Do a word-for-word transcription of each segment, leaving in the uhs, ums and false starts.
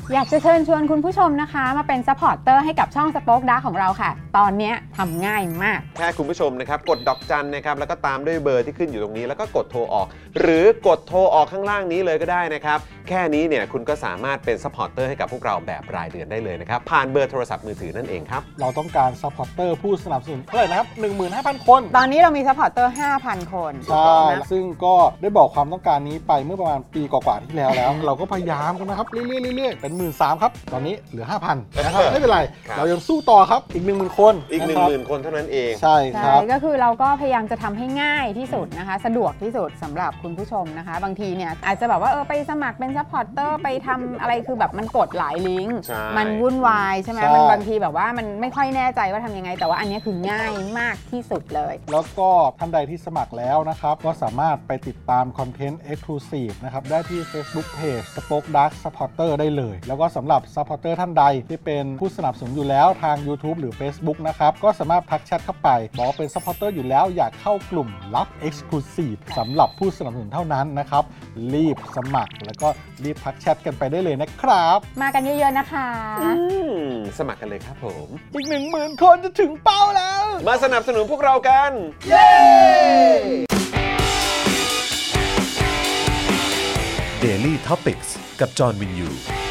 อยากจะเชิญชวนคุณผู้ชมนะคะมาเป็นซัพพอร์ตเตอร์ให้กับช่อง Spoke Dark ของเราค่ะตอนนี้ทำง่ายมากแค่คุณผู้ชมนะครับกดดอกจันนะครับแล้วก็ตามด้วยเบอร์ที่ขึ้นอยู่ตรงนี้แล้วก็กดโทรออกหรือกดโทรออกข้างล่างนี้เลยก็ได้นะครับแค่นี้เนี่ยคุณก็สามารถเป็นซัพพอร์ตเตอร์ให้กับพวกเราแบบรายเดือนได้เลยนะครับผ่านเบอร์โทรศัพท์มือถือนั่นเองครับเราต้องการซัพพอร์ตเตอร์ผู้สนับสนุนเท่าไหร่นะครับ หนึ่งหมื่นห้าพัน คนตอนนี้เรามีซัพพอร์ตเตอร์ ห้าพัน คนใช่ซึ่งก็ได้บอกความต้องการนี้ไปเมื่อประมาณปีกว่าๆที่แล้วแล้ว เราก็พยายามกันนะครับเรื่อยๆๆเป็นหมื่นสามพันครับตอนนี้เหลือ ห้าพัน นะครับไม่เป็นไรเรายังสู้ต่อครับอีก หนึ่งหมื่น คนอีก หนึ่งหมื่น คนเท่านั้นเองใช่ครับก็คือเราก็พยายามจะทำให้ง่ายที่สุดนะคะสะดวกที่สุดสำหรับคุณผู้ชมนะคะบางทีเนี่ยอาจจะแบบว่าเออไปสมัครเป็นซัพพอร์ตเตอร์ไปทำอะไรคือแบบมันกดหลายลิงก์มันวุ่นวายใช่ไหมมันบางทีแบบว่ามันไม่ค่อยแน่ใจว่าทำยังไงแต่ว่าอันนี้คือง่ายมากที่สุดเลยแล้วก็ท่านใดที่สมัครแล้วนะครับก็สามารถไปติดตามคอนเทนต์ Exclusive นะครับได้ที่ Facebook Page Spoke Dark Supporter ได้เลยแล้วก็สำหรับ Supporter ท่านใดที่เป็นผู้สนับสนุนอยู่แล้วทาง YouTube หรือ Facebook นะครับก็สามารถทักแชทเข้าไปบอกว่าเป็น Supporter อยู่แล้วอยากเข้ากลุ่มลับ Exclusive สำหรับผู้สนับสนุนเท่านั้นนะครับรีบสมัครแล้วก็รีบทักแชทกันไปได้เลยนะครับมากันเยอะๆนะคะสมัครกันเลยครับผมอีก หนึ่งหมื่น คนจะถึงเป้าแล้วมาสนับสนุนพวกเรากันเย้ Daily Topics กับจอห์นวินยู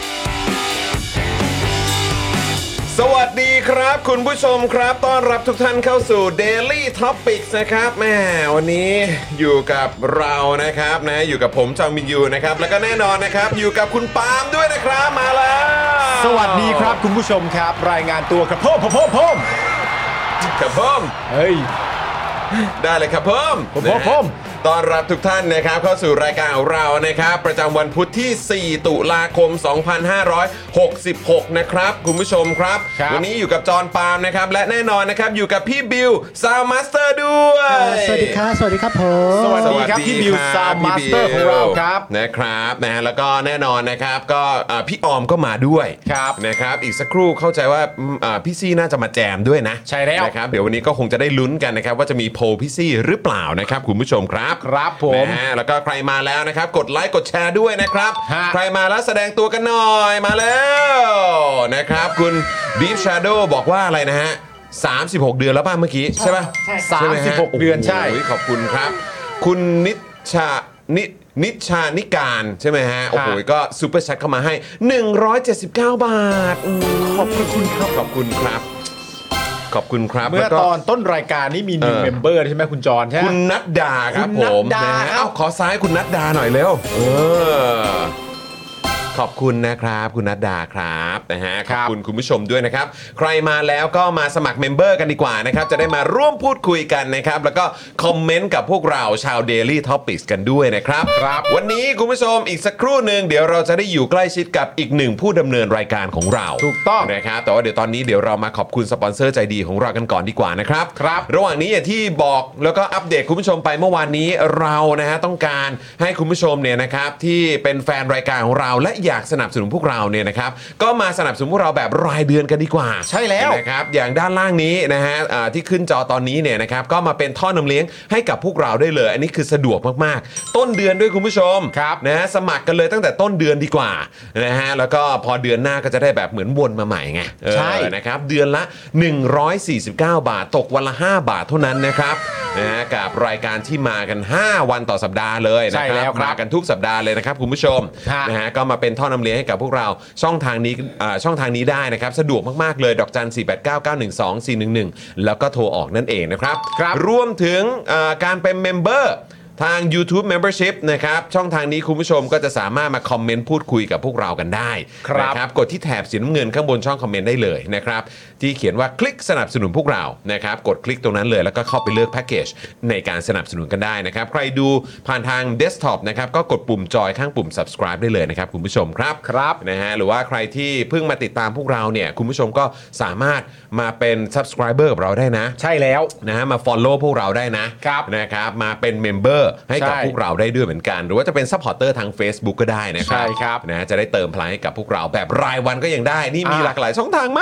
สวัสดีครับคุณผู้ชมครับต้อนรับทุกท่านเข้าสู่ Daily Topics นะครับแม่วันนี้อยู่กับเรานะครับนะอยู่กับผมจอห์นวินยูนะครับแล้วก็แน่นอนนะครับอยู่กับคุณปาล์มด้วยนะครับมาแล้วสวัสดีครับคุณผู้ชมครับรายงานตัวครับพ่อพ่อพ่อพ่อครับพ่อเฮ้ยได้เลยครับพ่อพ่อพ่อต้อนรับทุกท่านนะครับเข้าสู่รายการของเรานะครับประจำวันพุธที่สี่ตุลาคมสองพันห้าร้อยหกสิบหกนะครับคุณผู้ชมครับวันนี้อยู่กับจอห์นปาล์มนะครับและแน่นอนนะครับอยู่กับพี่บิวซาวด์มาสเตอร์ด้วยสวัสดีครับสวัสดีครับผมสวัสดีครับพี่บิวซาวด์มาสเตอร์ของเราครับนะครับนะฮะแล้วก็แน่นอนนะครับก็พี่ออมก็มาด้วยครับนะครับอีกสักครู่เข้าใจว่าพี่ซี่น่าจะมาแจมด้วยนะใช่แล้วนะครับเดี๋ยววันนี้ก็คงจะได้ลุ้นกันนะครับว่าจะมีโพลพี่ซี่หรือเปล่านะครับคุณผู้ชมครับครับผมนะแล้วก็ใครมาแล้วนะครับกดไลค์กดแชร์ด้วยนะครับใครมาแล้วแสดงตัวกันหน่อยมาแล้วนะครับคุณ Deep Shadow บอกว่าอะไรนะฮะสามสิบหกเดือนแล้วป่ะเมื่อกี้ใช่ป่ะสามสิบหกเดือนใช่ขอบคุณครับคุณนิชานินิชานิการใช่ไหมฮะโอ้โหก็ซูเปอร์แชทเข้ามาให้หนึ่งร้อยเจ็ดสิบเก้าบาทขอบคุณครับขอบคุณครับขอบคุณครับเมื่อตอนต้นรายการนี้มี new member ใช่ไหมคุณจอนใช่ไหมคุณนัดดาครับผมนะฮะเอ้าขอซ้ายคุณนัดดาหน่อยเร็วเออขอบคุณนะครับคุณนัดดาครับนะฮะขอบคุณคุณผู้ชมด้วยนะครับใครมาแล้วก็มาสมัครเมมเบอร์กันดีกว่านะครับจะได้มาร่วมพูดคุยกันนะครับแล้วก็คอมเมนต์กับพวกเราชาว Daily Topics กันด้วยนะครับครับวันนี้คุณผู้ชมอีกสักครู่นึงเดี๋ยวเราจะได้อยู่ใกล้ชิดกับอีกหนึ่งผู้ดำเนินรายการของเราถูกต้องนะครับแต่ว่าเดี๋ยวตอนนี้เดี๋ยวเรามาขอบคุณสปอนเซอร์ใจดีของเรากันก่อนดีกว่านะครับครับระหว่างนี้อย่างที่บอกแล้วก็อัปเดตคุณผู้ชมไปเมื่อวานนี้เรานะฮะต้องการให้คุณผู้ชมเนี่ยนะครับที่เป็นแฟนรายการของเราและอยากสนับสนุนพวกเราเนี่ยนะครับก็มาสนับสนุนพวกเราแบบรายเดือนกันดีกว่าใช่แล้วนะครับอย่างด้านล่างนี้นะฮะที่ขึ้นจอตอนนี้เนี่ยนะครับก็มาเป็นท่อนำเลี้ยงให้กับพวกเราได้เลยอันนี้คือสะดวกมากๆต้นเดือนด้วยคุณผู้ชมนะฮะสมัครกันเลยตั้งแต่ต้นเดือนดีกว่านะฮะแล้วก็พอเดือนหน้าก็จะได้แบบเหมือนวนมาใหม่ไงใช่นะครับเดือนละหนึ่งร้อยสี่สิบเก้าบาทตกวันละห้าบาทเท่านั้นนะครับนะฮะกับรายการที่มากันห้าวันต่อสัปดาห์เลยนะครับมากันทุกสัปดาห์เลยนะครับคุณผู้ชมนะฮะก็มาเป็นท่อนำเลี้ยงให้กับพวกเราช่องทางนี้ช่องทางนี้ได้นะครับสะดวกมากๆเลยดอกจันสี่ แปด เก้า เก้า หนึ่ง สอง สี่ หนึ่ง หนึ่งแล้วก็โทรออกนั่นเองนะครับรวมถึงการเป็นเมมเบอร์ทาง YouTube Membership นะครับช่องทางนี้คุณผู้ชมก็จะสามารถมาคอมเมนต์พูดคุยกับพวกเรากันได้นะครับกดที่แถบสีน้ำเงินข้างบนช่องคอมเมนต์ได้เลยนะครับที่เขียนว่าคลิกสนับสนุนพวกเรานะครับกดคลิกตรงนั้นเลยแล้วก็เข้าไปเลือกแพ็คเกจในการสนับสนุนกันได้นะครับใครดูผ่านทางเดสก์ท็อปนะครับก็กดปุ่มจอยข้างปุ่ม Subscribe ได้เลยนะครับคุณผู้ชมครับครับนะฮะหรือว่าใครที่เพิ่งมาติดตามพวกเราเนี่ยคุณผู้ชมก็สามารถมาเป็น Subscriber กับเราได้นะใช่แล้วนะฮะมา Follow พวกเราได้นะครับนะครับมาเป็นเมมเบอร์ให้กับพวกเราได้ด้วยเหมือนกันหรือว่าจะเป็นซัพพอร์ตเตอร์ทาง Facebook ก็ได้นะครับใช่ครับนะจะได้เติมพลังให้กับพวกเราแบบรายวันก็ยังได้นี่มีหลากหลายช่องทางมาก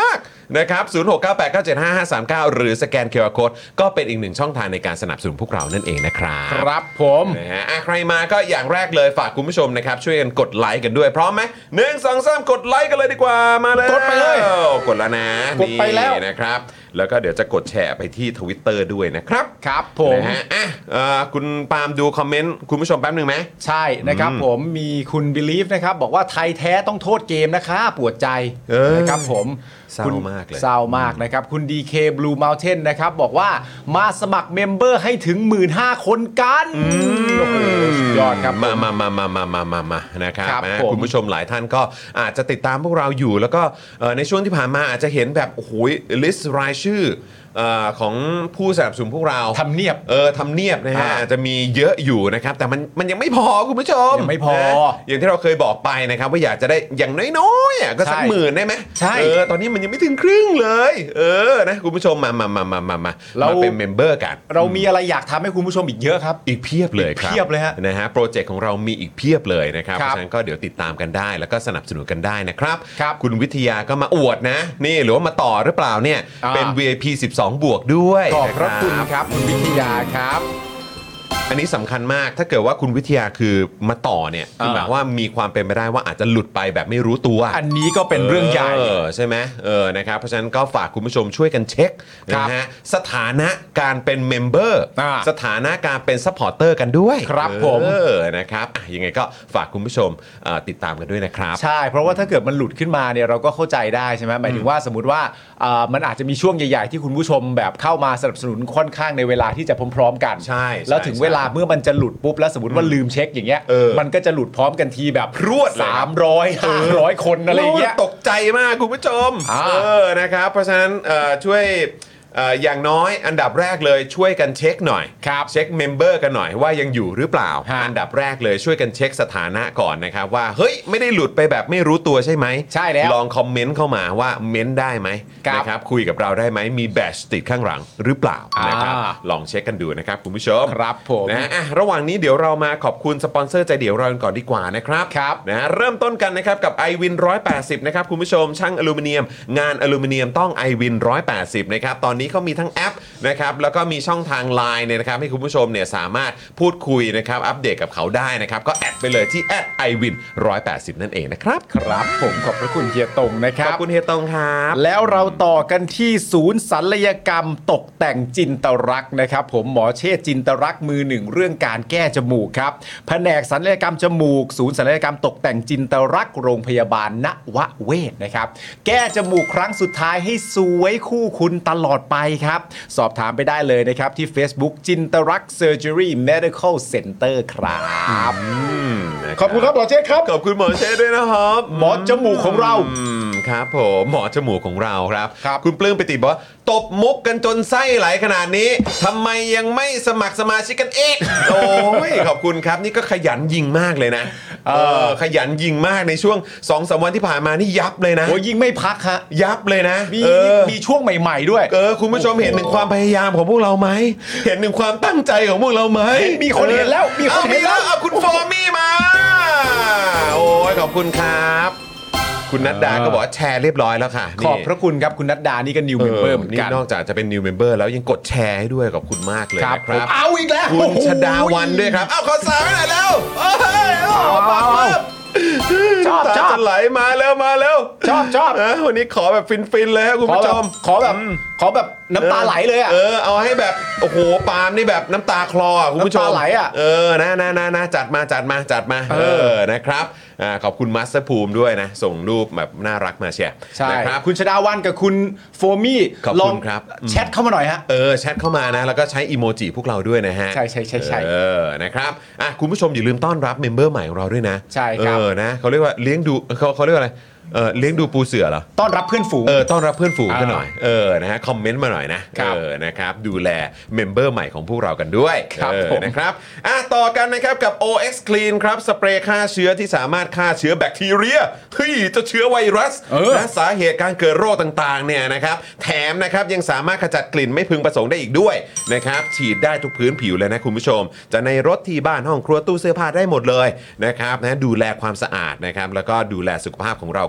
นะครับศูนย์หกเก้าแปดเก้าเจ็ดห้าห้าสามเก้าหรือสแกน คิว อาร์ Code ก็เป็นอีกหนึ่งช่องทางในการสนับสนุนพวกเรานั่นเองนะครับครับผมนะฮะอ่ะใครมาก็อย่างแรกเลยฝากคุณผู้ชมนะครับช่วยกันกดไลค์กันด้วยพร้อมไหมหนึ่งสองสามกดไลค์กันเลยดีกว่ามาเลยกดไปเลยกดแล้วนะกดไปแล้วนี่นะครับแล้วก็เดี๋ยวจะกดแชร์ไปที่ Twitter ด้วยนะครับครับผมนะฮะอ่ะเอ่อคุณปาล์มดูคอมเมนต์คุณผู้ชมแป๊บหนึ่งไหมใช่นะครับผมมีคุณ Believe นะครับบอกว่าไทยแท้ต้องโทษเกมนะคะปวดใจเออนะครับผมเศร้ามากเลยเศร้ามากนะครับคุณ ดี เค Blue Mountain นะครับบอกว่ามาสมัครเมมเบอร์ให้ถึง หนึ่งหมื่นห้าพัน คนกันโอ้โหสุดยอดครับมามามามามามามามานะครับครับนะผมคุณผู้ชมหลายท่านก็อาจจะติดตามพวกเราอยู่ แล้วก็เอ่อในช่วงที่ผ่านมาอาจจะเห็นแบบโอ้โหลิสต์รายชื่อเอ่อของผู้สนับสนุนพวกเราทำเนียบเออทำเนียบนะฮะอ่าอาจจะมีเยอะอยู่นะครับแต่มันมันยังไม่พอคุณผู้ชมยังไม่พอนะอย่างที่เราเคยบอกไปนะครับว่าอยากจะได้อย่างน้อยๆอ่ะก็สักใช่หมื่นได้ไหมใช่เออตอนนี้มันยังไม่ถึงครึ่งเลย เออนะคุณผู้ชมมามามามามามาเรามาเป็นเมมเบอร์กันเรามีอะไรอยากทำให้คุณผู้ชมอีกเยอะครับอีกเพียบเลยครับอีกเพียบเลยฮะนะฮะโปรเจกต์ของเรามีอีกเพียบเลยนะครับคเพรับราะฉะนั้นก็เดี๋ยวติดตามกันได้แล้วก็สนับสนุนกันได้นะครับครับคุณวิทยาก็มาอวดนะนี่หรือว่ามาต่อหรือเปล่าเนี่ยอ่าเป็น วี ไอ พี สิบสอง บวกด้วยขอบพระคุณนครับคุณวิทยาครับอันนี้สำคัญมากถ้าเกิดว่าคุณวิทยาคือมาต่อเนี่ยคืออ่าหมายว่ามีความเป็นไปได้ว่าอาจจะหลุดไปแบบไม่รู้ตัวอันนี้ก็เป็นเรื่องใหญ่เออใช่ไหมเออนะครับเพราะฉะนั้นก็ฝากคุณผู้ชมช่วยกันเช็คครับนะฮะสถานะการเป็นเมมเบอร์อ่าสถานะการเป็นซัพพอร์เตอร์กันด้วยครับผมเออนะครับอ่ะยังไงก็ฝากคุณผู้ชมเอ่อติดตามกันด้วยนะครับใช่ เพราะว่าถ้าเกิดมันหลุดขึ้นมาเนี่ยเราก็เข้าใจได้ใช่ไหมหมายถึงว่าสมมติว่าเอ่อมันอาจจะมีช่วงใหญ่ๆที่คุณผู้ชมแบบเข้ามาสนับสนุนค่อนข้างในเวลาที่จะพร้อมๆกันใช่ใช่แล้วถึงเวลาเมื่อมันจะหลุดปุ๊บแล้วสมมติว่าลืมเช็คอย่างเงี้ยเออมันก็จะหลุดพร้อมกันทีแบบพรวดเลยสามร้อยห้าร้อยคนอะไรอย่างเงี้ยตกใจมากคุณผู้ชมอ่าเออนะครับเพราะฉะนั้นเอ่อช่วยเอ่ออย่างน้อยอันดับแรกเลยช่วยกันเช็คหน่อยครับเช็คเมมเบอร์กันหน่อยว่ายังอยู่หรือเปล่าฮะอันดับแรกเลยช่วยกันเช็คสถานะก่อนนะครับว่าเฮ้ยไม่ได้หลุดไปแบบไม่รู้ตัวใช่ไหมใช่แล้วลองคอมเมนต์เข้ามาว่าเม้นได้ไหมครับนะครับคุยกับเราได้ไหมมีแบตติดข้างหลังหรือเปล่าอ่านนะครับลองเช็คกันดูนะครับคุณผู้ชมครับผมนะอ่ะระหว่างนี้เดี๋ยวเรามาขอบคุณสปอนเซอร์ใจเดี๋ยวเรากันก่อนดีกว่านะครับครับนะเริ่มต้นกันนะครับกับ ไอ วิน หนึ่งร้อยแปดสิบนะครับคุณผู้ชมช่างอลูมิเนียม งานอลูมิเนียมต้อง ไอ วิน หนึ่งร้อยแปดสิบนะครับตอนนี้เขามีทั้งแอปนะครับแล้วก็มีช่องทาง ไลน์ เนี่ยนะครับให้คุณผู้ชมเนี่ยสามารถพูดคุยนะครับอัปเดตกับเขาได้นะครับก็แอดไปเลยที่แอด ไอ วิน หนึ่งร้อยแปดสิบนั่นเองนะครับครับผมขอบพระคุณเฮียตงนะคขรัอบบ คุณเฮียตงครับแล้วเราต่อกันที่ศูนย์ศัลยกรรมตกแต่งจินตรักษณ์นะครับผมหมอเชษฐ์จินตรักษณ์มือหนึ่งเรื่องการแก้จมูกครับแผนกศัลยกรรมจมูก ศูนย์ศัลยกรรมตกแต่งจินตรักษณ์โรงพยาบาลนวเวศนะครับแก้จมูกครั้งสุดท้ายให้สวยคู่คุณตลอดไปครับสอบถามไปได้เลยนะครับที่ Facebook จินตรักษณ์ Surgery Medical Center ครับ ขอบคุณครับหมอเชษฐ์ครับขอบคุณหมอเชษฐ์ด้วยนะครับหมอจมูกของเราอืมครับผมหมอจมูกของเราครับครับคุณปลื้มปิติบอกว่าตบมุกกันจนไส้ไหลขนาดนี้ทำไมยังไม่สมัครสมาชิกกันเองโอ้ยขอบคุณครับนี่ก็ขยันยิงมากเลยนะเออขยันยิงมากในช่วง สองสาม วันที่ผ่านมานี่ยับเลยนะโอ้ยยิ่งไม่พักฮะยับเลยนะมีเออมีช่วงใหม่ ๆ ด้วยเออคุณผู้ชมเห็นถึงความพยายามของพวกเราไหมเห็นถึงความตั้งใจของพวกเราไหมมีคนเห็นแล้วมีคนเห็นแล้วอาคุณฟอร์มี่มาโอ้ยขอบคุณครับ คุณนัดดาก็บอกว่าแชร์เรียบร้อยแล้วค่ะขอบพระคุณครับคุณนัดดานี่ก็นิวเมมเบอร์เหมือนนี่กันนอกจากจะเป็น new member แล้วยังกดแชร์ให้ด้วยขอบคุณมากเลยครับนะคผรัมบเอาอีกแล้วคุณชดาวันด้วยครับ เอ้าขอสาวหน่อยแล้วโอ้ยโอ้ปังปังชอบชอบจะไหลมาแล้วมาแล้วชอบชอบนะวันนี้ขอแบบฟินๆเลยครับคุณขอผู้แบชบมขอแบบขอแบบน้ำตาไหลเลยอ่ะเออเอาให้แบบโอ้โหปาล์มนี่แบบน้ำตาคลออ่ะคุณผู้ชมน้ำตาไหลอ่ะเออนะนะนะนะจัดมาจัดมาจัดมาเอเอออนะครับอ่าขอบคุณมาสเตอร์ภูมิด้วยนะส่งรูปแบบน่ารักมาเชียร์ใช่นะครับคุณชดาวันกับคุณโฟมี่ขอบคุณลองครับแชทเข้ามาหน่อยฮะเออแชทเข้ามานะแล้วก็ใช้อีโมจิพวกเราด้วยนะฮะใช่ใช่ใช่ใช่เออนะครับอ่ะคุณผู้ชมอย่าลืมต้อนรับเมมเบอร์ใหม่ของเราด้วยนะใช่ครับเออนะเขาเรียกว่าเลี้ยงดูเขาเขาเรียกว่าอะไรเออเลี้ยงดูปูเสือเหรอต้อนรับเพื่อนฝูงเออต้อนรับเพื่อนฝูงกันอ่าหน่อยเออนะฮะคอมเมนต์มาหน่อยนะครับ เออนะครับดูแลเมมเบอร์ใหม่ของพวกเรากันด้วยครับเออผมนะครับอ่ะต่อกันนะครับกับ โอ เอ็กซ์ Clean ครับสเปรย์ฆ่าเชื้อที่สามารถฆ่าเชื้อแบคทีเรียเฮ้ยเจ้าเชื้อไวรัสเออนะสาเหตุการเกิดโรคต่างๆเนี่ยนะครับแถมนะครับยังสามารถขจัดกลิ่นไม่พึงประสงค์ได้อีกด้วยนะครับฉีดได้ทุกพื้นผิวเลยนะคุณผู้ชม จะในรถที่บ้านห้องครัวตู้เสื้อผ้าได้หมดเลยนะครับนะดูแลความสะอาดนะครับแล้วก็ดูแลสุขภาพของเรา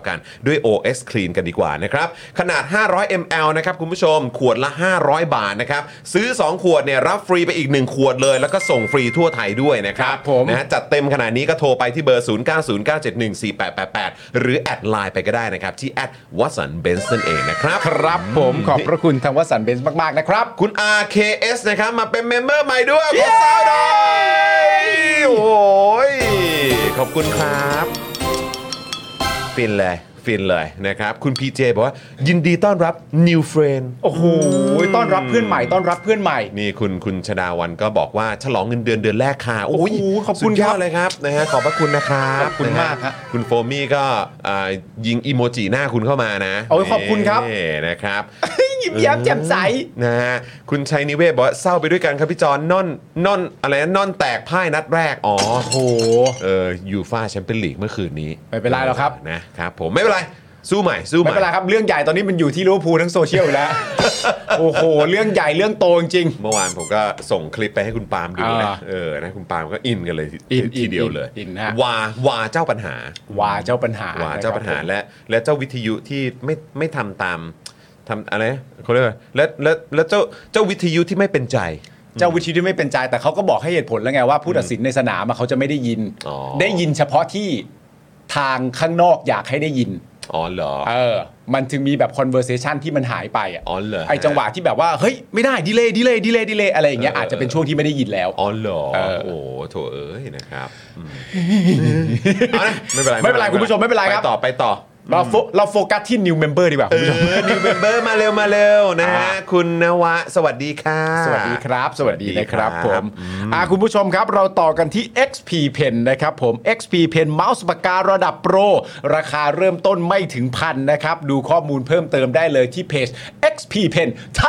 กันด้วย โอ เอส Clean กันดีกว่านะครับขนาดห้าร้อยมิลลิลิตร นะครับคุณผู้ชมขวดละห้าร้อยบาทนะครับซื้อสองขวดเนี่ยรับฟรีไปอีกหนึ่งขวดเลยแล้วก็ส่งฟรีทั่วไทยด้วยนะครับนะฮะจัดเต็มขนาดนี้ก็โทรไปที่เบอร์ศูนย์ เก้า ศูนย์ เก้า เจ็ด หนึ่ง สี่ แปด แปด แปดหรือแอดไลน์ไปก็ได้นะครับที่แอดวัสันเบนซ์นั่นเองนะครับครับผมขอบพระคุณทางวัสันเบนซ์มากๆนะครับคุณ อาร์ เค เอส นะครับมาเป็นเมมเบอร์ใหม่ด้วยขอสาวหน่อยโอ้ยขอบคุณครับฟินเลยฟินเลยนะครับคุณ พี เจ บอกว่ายินดีต้อนรับ new friend โอ้โหต้อนรับเพื่อนใหม่ต้อนรับเพื่อนใหม่นี่คุณคุณชดาวันก็บอกว่าฉลองเงินเดือนเดือนแรกค่ะโอ้ยขอบคุณครับเลยครับนะฮะขอบพระคุณนะครับขอบคุณมากครับคุณโฟมี่ก็ยิงอีโมจิหน้าคุณเข้ามานะโอ้ยขอบคุณครับนะครับยิ้มแย้มแจ่มใสนะฮะคุณชัยนิเวศบอกว่าเศร้าไปด้วยกันครับพี่จอนน่อนน่อนอะไรนะน่อนแตกพ่ายนัดแรกอ๋อโหเออยูฟ่าแชมเปี้ยนลีกเมื่อคืนนี้ไม่เป็นไรหรอกครับนะครับผมไม่เป็นไรสู้ใหม่สู้ใหม่ไม่เป็นไรครับเรื่องใหญ่ตอนนี้มันอยู่ที่ลิเวอร์พูลทั้งโซเชียลอยู่แล้วโอ้โหเรื่องใหญ่เรื่องโตจริงเมื่อวานผมก็ส่งคลิปไปให้คุณปาล์มดูนะเออนะคุณปาล์มก็อินกันเลยทีเดียวเลยวาวาเจ้าปัญหาวาเจ้าปัญหาวาเจ้าปัญหาและและเจ้าวิทยุที่ไม่ไม่ทำตามทำอะไรเขาเรียกว่าและและและเจ้าเจ้าวิทยุที่ไม่เป็นใจเจ้าวิทยุที่ไม่เป็นใจแต่เขาก็บอกให้เหตุผลแล้วไงว่าผู้ตัดสินในสนามเขาจะไม่ได้ยินได้ยินเฉพาะที่ทางข้างนอกอยากให้ได้ยินอ๋อเหรอเออมันถึงมีแบบ conversation ที่มันหายไปอ่ะอ๋อเหรอไอจังหวะที่แบบว่าเฮ้ยไม่ได้ดีเลย์ดีเลย์ดีเลย์ดีเลย์อะไรอย่างเงี้ยอาจจะเป็นช่วงที่ไม่ได้ยินแล้วอ๋อเหรอโอ้โถเอ้ยนะครับไม่เป็นไรไม่เป็นไรคุณผู้ชมไม่เป็นไรครับไปต่อไปต่อเราโฟเราโฟกัสที่ new member ดีกว่าคุณผู้ชม new member มาเร็วมาเร็วนะฮะคุณนวะสวัสดีค่ะสวัสดีครับสวัสดีนะครับผมอ่าคุณผู้ชมครับเราต่อกันที่ เอ็กซ์ พี Pen นะครับผม เอ็กซ์ พี Pen เมาส์ปากการะดับโปรราคาเริ่มต้นไม่ถึงพันนะครับดูข้อมูลเพิ่มเติมได้เลยที่เพจ เอ็กซ์ พี Pen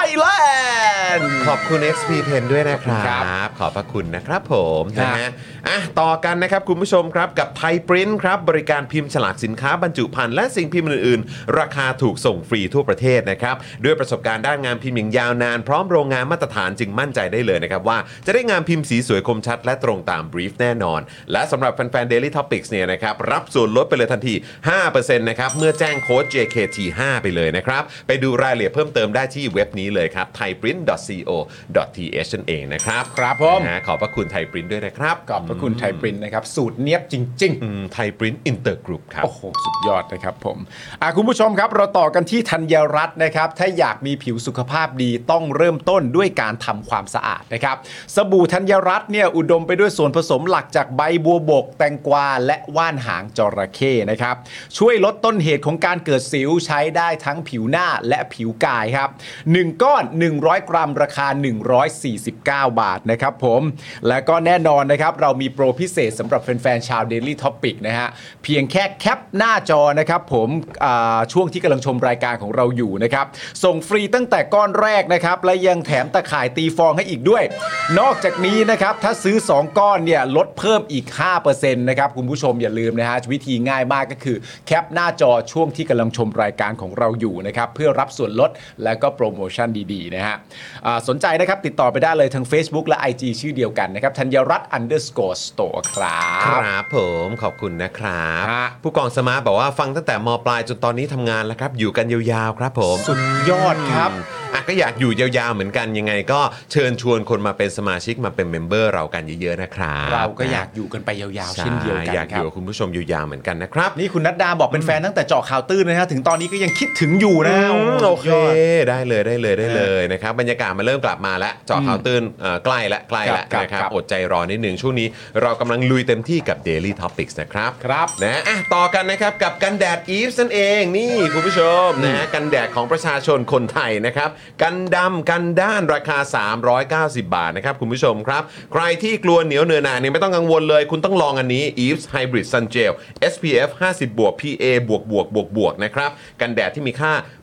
Thailand ขอบคุณ เอ็กซ์ พี Pen ด้วยนะครับขอบพระคุณนะครับผมนะฮะอ่ะต่อกันนะครับคุณผู้ชมครับกับไทยปริ้นท์ครับบริการพิมพ์ฉลากสินค้าบรรจุภัณฑ์และสิ่งพิมพ์อื่นๆราคาถูกส่งฟรีทั่วประเทศนะครับด้วยประสบการณ์ด้านงานพิมพ์อย่างยาวนานพร้อมโรงงานมาตรฐานจึงมั่นใจได้เลยนะครับว่าจะได้งานพิมพ์สีสวยคมชัดและตรงตามบรีฟแน่นอนและสำหรับแฟนๆ Daily Topics เนี่ยนะครับรับส่วนลดไปเลยทันที ห้าเปอร์เซ็นต์ นะครับเมื่อแจ้งโค้ด เจ เค ที ห้า ไปเลยนะครับไปดูรายละเอียดเพิ่มเติมได้ที่เว็บนี้เลยครับ ไทยปริ้นท์ ดอท ซี โอ ดอท ที เอช นั่นเองนะครับครับผมนะขอบพระคุณไทยปริ้นท์ด้วยนะครับขอบพระคุณไทยปริ้นท์นะครับสูตรเนียบจริงๆไทยปริ้นท์อินเตอร์กรุ๊ปครับโอ้โหสุดยอดนะครับผมอ่ะคุณผู้ชมครับเราต่อกันที่ธัญรัตน์นะครับถ้าอยากมีผิวสุขภาพดีต้องเริ่มต้นด้วยการทำความสะอาดนะครับสบู่ธัญรัตน์เนี่ยอุดมไปด้วยส่วนผสมหลักจากใบบัวบกแตงกวาและว่านหางจระเข้นะครับช่วยลดต้นเหตุของการเกิดสิวใช้ได้ทั้งผิวหน้าและผิวกายครับหนึ่งก้อนหนึ่งร้อยกรัมราคาหนึ่งร้อยสี่สิบเก้าบาทนะครับผมและก็แน่นอนนะครับเรามีโปรพิเศษสำหรับแฟนๆชาว Daily Topic นะฮะเพียงแค่แคปหน้าจอนะครับผมช่วงที่กำลังชมรายการของเราอยู่นะครับส่งฟรีตั้งแต่ก้อนแรกนะครับและยังแถมตะข่ายตีฟองให้อีกด้วยนอกจากนี้นะครับถ้าซื้อสองก้อนเนี่ยลดเพิ่มอีก ห้าเปอร์เซ็นต์ นะครับคุณผู้ชมอย่าลืมนะฮะวิธีง่ายมากก็คือแคปหน้าจอช่วงที่กำลังชมรายการของเราอยู่นะครับเพื่อรับส่วนลดและก็โปรโมชั่นดีๆนะฮะสนใจนะครับติดต่อไปได้เลยทาง Facebook และ ไอ จี ชื่อเดียวกันนะครับธัญรัตน์ underscore store ครับครับผมขอบคุณนะครับผู้กองสมาร์ทบอกว่าฟังตั้งแต่ม.ปลายจนตอนนี้ทำงานแล้วครับอยู่กันยาวๆครับผมสุดยอดครับอ่ะก็อยากอยู่ยาวๆเหมือนกันยังไงก็เชิญชวนคนมาเป็นสมาชิกมาเป็นเมมเบอร์เรากันเยอะๆนะครับเราก็อยากอยู่กันไปยาวๆเช่นเดียวกันอยากอยู่กับคุณผู้ชมยาวๆเหมือนกันนะครับนี่คุณนัดดาบอกเป็นแฟนตั้งแต่เจาะข่าวตื้นนะฮะถึงตอนนี้ก็ยังคิดถึงอยู่นะโอเคได้เลยได้เลยได้เลยนะครับบรรยากาศมันเริ่มกลับมาแล้วเจาะข่าวตื้นใกล้ละใกล้ละนะครับอดใจรอนิดนึงช่วงนี้เรากำลังลุยเต็มที่กับ Daily Topics นะครับครับนะอ่ะต่อกันนะครับกับกันแดด Eves นั่นเองนี่คุณผู้ชมนะกันแดดของประชาชนคนไทยนะครับกันดำกันด้านราคาสามร้อยเก้าสิบบาทนะครับคุณผู้ชมครับใครที่กลัวเหนียวเนอะหนาเนี่ยไม่ต้องกังวลเลยคุณต้องลองอันนี้ Eves Hybrid Sun Gel เอส พี เอฟ ห้าสิบบวก พี เอ บวกบวกบวกบวกนะครับกันแดดที่มีค่าป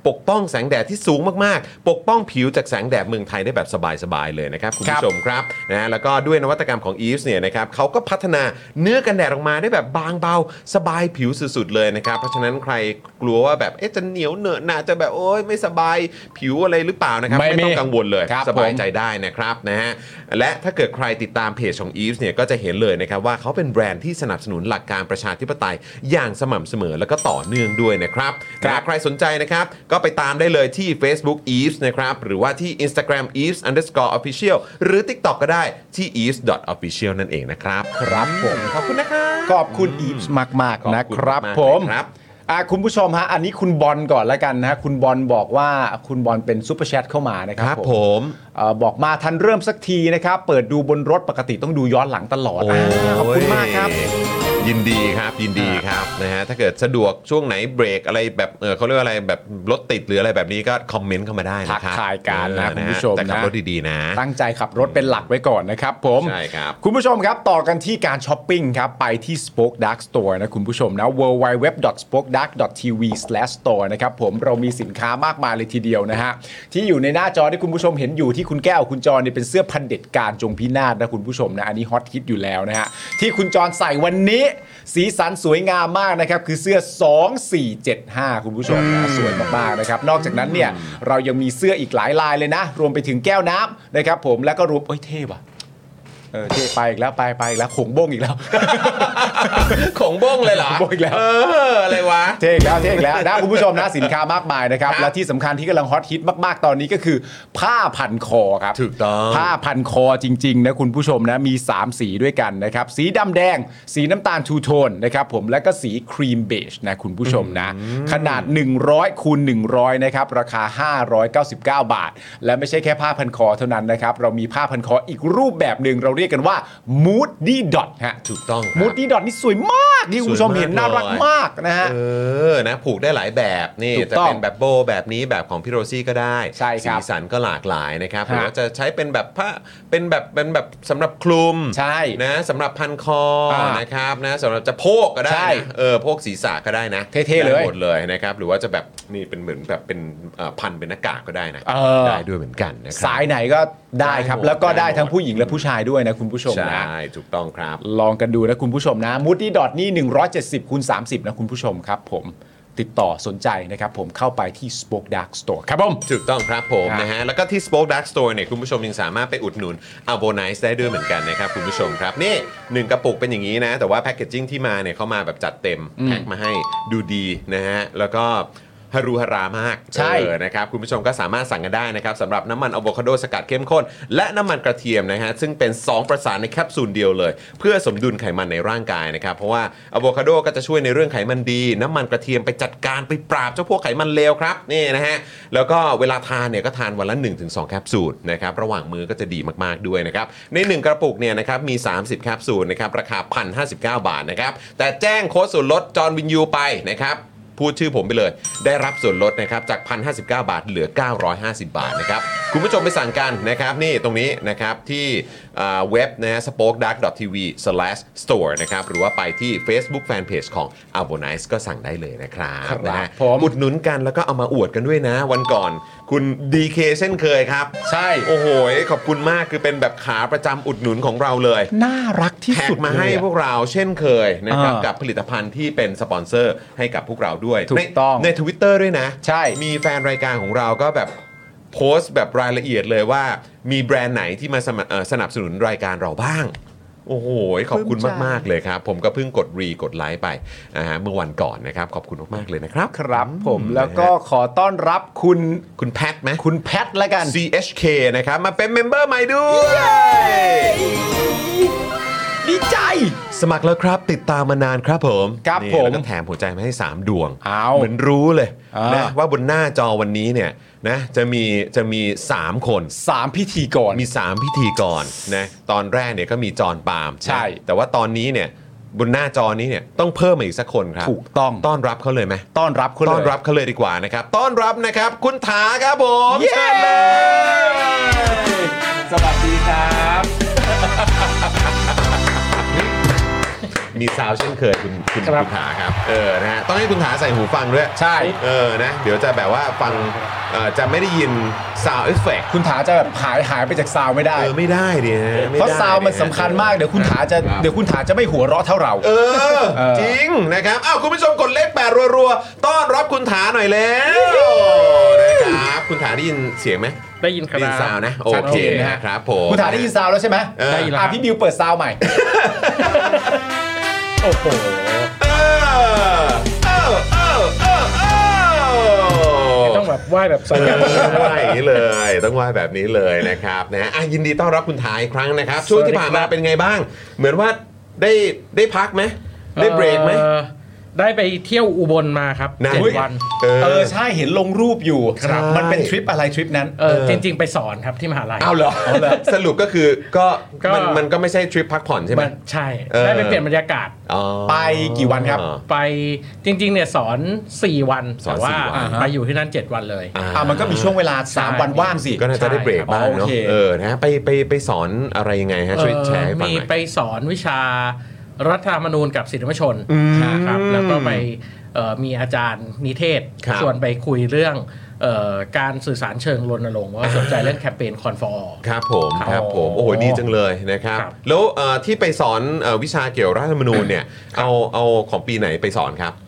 ปกป้องแสงแดดที่สูงมากๆปกป้องผิวจากแสงแดดเมืองไทยได้แบบสบายๆเลยนะครับคุณผู้ชมครับนะแล้วก็ด้วยนวัตกรรมของ Eves เนี่ยนะครับเขาก็พัฒนาเนื้อกันแดดออกมาได้แบบบางเบาสบายผิวสุดๆเลยนะครับเพราะฉะนั้นใครกลัวว่าแบบเอ๊ะจะเหนียวเหนอะหนะจะแบบโอ๊ยไม่สบายผิวอะไรหรือเปล่านะครับไม่ต้องกังวลเลยสบายใจได้นะครับนะฮะและถ้าเกิดใครติดตามเพจของ Eves เนี่ยก็จะเห็นเลยนะครับว่าเขาเป็นแบรนด์ที่สนับสนุนหลักการประชาธิปไตยอย่างสม่ำเสมอแล้วก็ต่อเนื่องด้วยนะครับนะใครสนใจนะครับก็ไปตามได้เลยที่ Facebook Eves นะครับหรือว่าที่ Instagram Eves underscore official หรือ TikTok ก็ได้ที่ eves dot official นั่นเองนะครับครับผมขอบคุณนะครับขอบคุณ Eves มากๆนะครับผมอ่ะคุณผู้ชมฮะอันนี้คุณบอลก่อนแล้วกันนะคุณบอลบอกว่าคุณบอลเป็นซุปเปอร์แชทเข้ามานะครับผมบอกมาทันเริ่มสักทีนะครับเปิดดูบนรถปกติต้องดูย้อนหลังตลอดขอบคุณมากครับยินดีครับยินดีครับนะฮะถ้าเกิดสะดวกช่วงไหนเบรกอะไรแบบเออเขาเรียกว่าอะไรแบบรถติดหรืออะไรแบบนี้ก็คอมเมนต์เข้ามาได้นะครับทักทายกันนะคุณผู้ชมนะแต่ขับรถดีๆนะตั้งใจขับรถเป็นหลักไว้ก่อนนะครับผมใช่ครับคุณผู้ชมครับต่อกันที่การช้อปปิ้งครับไปที่ Spoke Dark Store นะคุณผู้ชมนะ ดับเบิลยู ดับเบิลยู ดับเบิลยู ดอท สโป๊กดาร์ก ดอท ที วี สแลช สโตร์ นะครับผมเรามีสินค้ามากมายเลยทีเดียวนะฮะที่อยู่ในหน้าจอที่คุณผู้ชมเห็นอยู่ที่คุณแก้วคุณจรเนี่ยเป็นเสื้อพันเด็จการจงพินาศนะคุณผู้ชมนะอันนี้ฮอตฮิตอยู่แล้วนะฮะที่คุณจรใส่วันนี้สีสันสวยงามมากนะครับคือเสื้อสองสี่เจ็ดห้าคุณผู้ชมนะสวยมากๆนะครับนอกจากนั้นเนี่ยเรายังมีเสื้ออีกหลายลายเลยนะรวมไปถึงแก้วน้ำนะครับผมแล้วก็รวมโอ้ยเท่ว่ะเออเท่ไปอีกแล้วไปไปอีกแล้วขงบ้งอีกแล้วขงบ้งเลยเหรอบ้งอีกแล้วเอออะไรวะเท่อีกแล้วเท่อีกแล้วนะคุณผู้ชมนะสินค้ามากมายนะครับและที่สำคัญที่กำลังฮอตฮิตมากๆตอนนี้ก็คือผ้าพันคอครับถูกต้องผ้าพันคอจริงๆนะคุณผู้ชมนะมีสามสีด้วยกันนะครับสีดำแดงสีน้ำตาลทูโทนนะครับผมแล้วก็สีครีมเบจนะคุณผู้ชมนะขนาดหนึ่งร้อยคูณหนึ่งร้อยนะครับราคาห้าร้อยเก้าสิบเก้าบาทและไม่ใช่แค่ผ้าพันคอเท่านั้นนะครับเรามีผ้าพันคออีกรูปแบบนึงเราเรียกกันว่า Moody Dot ฮะถูกต้อง Moody Dot นี่สวยมากที่คุณผู้ชมเห็นน่ารักมากนะฮะเออนะผูกได้หลายแบบนี่จะเป็นแบบโบแบบนี้แบบของพี่โรซี่ก็ได้ใช่ครับสีสันก็หลากหลายนะครับหรือว่าจะใช้เป็นแบบผ้าเป็นแบบเป็นแบบสำหรับคลุมใช่นะสำหรับพันคอนะครับนะสำหรับจะโพกก็ได้เออโพกศีรษะก็ได้นะเท่ๆเลยหมดเลยนะครับหรือว่าจะแบบนี่เป็นเหมือนแบบเป็นพันเป็นหน้ากากก็ได้นะได้ด้วยเหมือนกันนะครับสายไหนก็ได้ครับแล้วก็ได้ทั้งผู้หญิงและผู้ชายด้วยนะคุณผู้ชมนะใช่ถูกต้องครับลองกันดูนะคุณผู้ชมนะ Moody Dot นี่หนึ่งร้อยเจ็ดสิบคูณสามสิบนะคุณผู้ชมครับผมติดต่อสนใจนะครับผมเข้าไปที่ Spoke Dark Store ครับผมถูกต้องครับผมนะฮะแล้วก็ที่ Spoke Dark Store เนี่ยคุณผู้ชมยังสามารถไปอุดหนุน Avonice ได้ด้วยเหมือนกันนะครับคุณผู้ชมครับนี่หนึ่งกระปุกเป็นอย่างนี้นะแต่ว่าแพคเกจจิ้งที่มาเนี่ยเขามาแบบจัดเต็มแพ็คมาให้ดูดีนะฮะแล้วก็ฮารุฮารามากใช่นะครับคุณผู้ชมก็สามารถสั่งกันได้นะครับสำหรับน้ำมันอะโวคาโดสกัดเข้มข้นและน้ำมันกระเทียมนะฮะซึ่งเป็นสองประสานในแคปซูลเดียวเลยเพื่อสมดุลไขมันในร่างกายนะครับเพราะว่าอะโวคาโดก็จะช่วยในเรื่องไขมันดีน้ำมันกระเทียมไปจัดการไปปราบเจ้าพวกไขมันเลวครับนี่นะฮะแล้วก็เวลาทานเนี่ยก็ทานวันละ หนึ่งถึงสอง แคปซูลนะครับระหว่างมื้อก็จะดีมากๆด้วยนะครับในหนึ่งกระปุกเนี่ยนะครับมีสามสิบแคปซูลนะครับราคา หนึ่งพันห้าสิบเก้า บาทนะครับแต่แจ้งโค้ดส่วนลดจอห์นวินยูไปนะครับพูดชื่อผมไปเลยได้รับส่วนลดนะครับจาก หนึ่งพันห้าสิบเก้า บาทเหลือเก้าร้อยห้าสิบบาทนะครับคุณผู้ชมไปสั่งกันนะครับนี่ตรงนี้นะครับที่เว็บนะฮะ สโป๊กดาร์ก ดอท ที วี สแลช สโตร์ นะครับหรือว่าไปที่ Facebook Fanpage ของ Avonice ก็สั่งได้เลยนะครับนะฮะอุดหนุนกันแล้วก็เอามาอวดกันด้วยนะวันก่อนคุณ ดี เค เช่นเคยครับใช่โอ้โหขอบคุณมากคือเป็นแบบขาประจำอุดหนุนของเราเลยน่ารักที่สุดแท็กมาให้พวกเราเช่นเคยนะครับกับผลิตภัณฑ์ที่เป็นสปอนเซอร์ให้กับพวกเราด้วยถูกต้องใน Twitter ด้วยนะใช่มีแฟนรายการของเราก็แบบโพสต์แบบรายละเอียดเลยว่ามีแบรนด์ไหนที่มาสนับสนุนรายการเราบ้างโอ้โหขอบคุณมากๆเลยครับผมก็เพิ่งกดรีกดไลค์ไปอ่าเมื่อวันก่อนนะครับขอบคุณมากๆเลยนะครับครับผมแล้วก็ขอต้อนรับคุณคุณแพทไหมคุณแพทแล้วกันซี เอช เค นะครับมาเป็นเมมเบอร์ใหม่ด้วยดีใจสมัครแล้วครับติดตามมานานครับผมครับผมแล้วก็แถมหัวใจมาให้สามดวงเหมือนรู้เลยนะว่าบนหน้าจอวันนี้เนี่ยนะจะมีจะมีสามคนสามพิธีกรมีสามพิธีกรนะตอนแรกเนี่ยก็มีจอห์นปาล์มใช่แต่ว่าตอนนี้เนี่ยบนหน้าจอนี้เนี่ยต้องเพิ่มมาอีกสักคนครับถูกต้องต้อนรับเขาเลยไหมต้อนรับเขาเลยต้อนรับเขาเลยดีกว่านะครับต้อนรับนะครับคุณถาครับผมเชิญเลยสวัสดีครับมีซาวด์เช่นเคยคุณคุณคุณถาครับเออนะฮะต้องให้คุณถาใส่หูฟังด้วยใช่เออนะเดี๋ยวจะแบบว่าฟังเอ่อจะไม่ได้ยินซาวด์เอฟเฟกต์คุณถาจะแบบหายหายไปจากซาวด์ไม่ได้เออไม่ได้ดิเพราะซาวด์มันสำคัญมากเดี๋ยวคุณถาจะเดี๋ยวคุณถาจะไม่หัวเราะเท่าเราเออจริงนะครับอ้าวคุณผู้ชมกดเลขแปดรัวๆต้อนรับคุณถาหน่อยแล้วนะครับคุณถาได้ยินเสียงไหมได้ยินครับได้ยินซาวนะโอเคนะครับผมคุณถาได้ยินซาวแล้วใช่ไหมได้ยินแล้วพี่บิวเปิดซาวใหม่โอ้โหต้องแบบไหว้แบบสง่าไหว้อย่างนี้เลยต้องไหว้แบบนี้เลยนะครับนะอ่ะยินดีต้อนรับคุณถาอีกครั้งนะครับช่วงที่ผ่านมาเป็นไงบ้างเหมือนว่าได้ได้พักไหมได้เบรกไหมได้ไปเที่ยวอุบลมาครับเจ็ดวันเออใช่เห็นลงรูปอยู่มันเป็นทริปอะไรทริปนั้นเออจริงๆไปสอนครับที่มหาลัยเอาเหรอสรุปก็คือก็มันมันก็ไม่ใช่ทริปพักผ่อนใช่ไหมใช่ได้ไปเปลี่ยนบรรยากาศไปกี่วันครับไปจริงๆเนี่ยสอนสี่วันแต่ว่าไปอยู่ที่นั่นเจ็ดวันเลยอ่ามันก็มีช่วงเวลาสามวันว่างสิก็น่าจะได้เบรกบ้างเนาะเออนะไปไปไปสอนอะไรยังไงฮะช่วยแชร์ให้ฟังหน่อยมีไปสอนวิชารัฐธรรมนูญกับสิทธิมนุษยชนครับแล้วก็ไปมีอาจารย์นิเทศชวนไปคุยเรื่องการสื่อสารเชิงรณรงค์ว่าสนใจเรื่องแคมเปญคอนฟอร์ครับผมครับผมโอ้โหดีจังเลยนะครับแล้วที่ไปสอนวิชาเกี่ยวรัฐธรรมนูญเนี่ยเอาเอาของปีไหนไปสอนครับ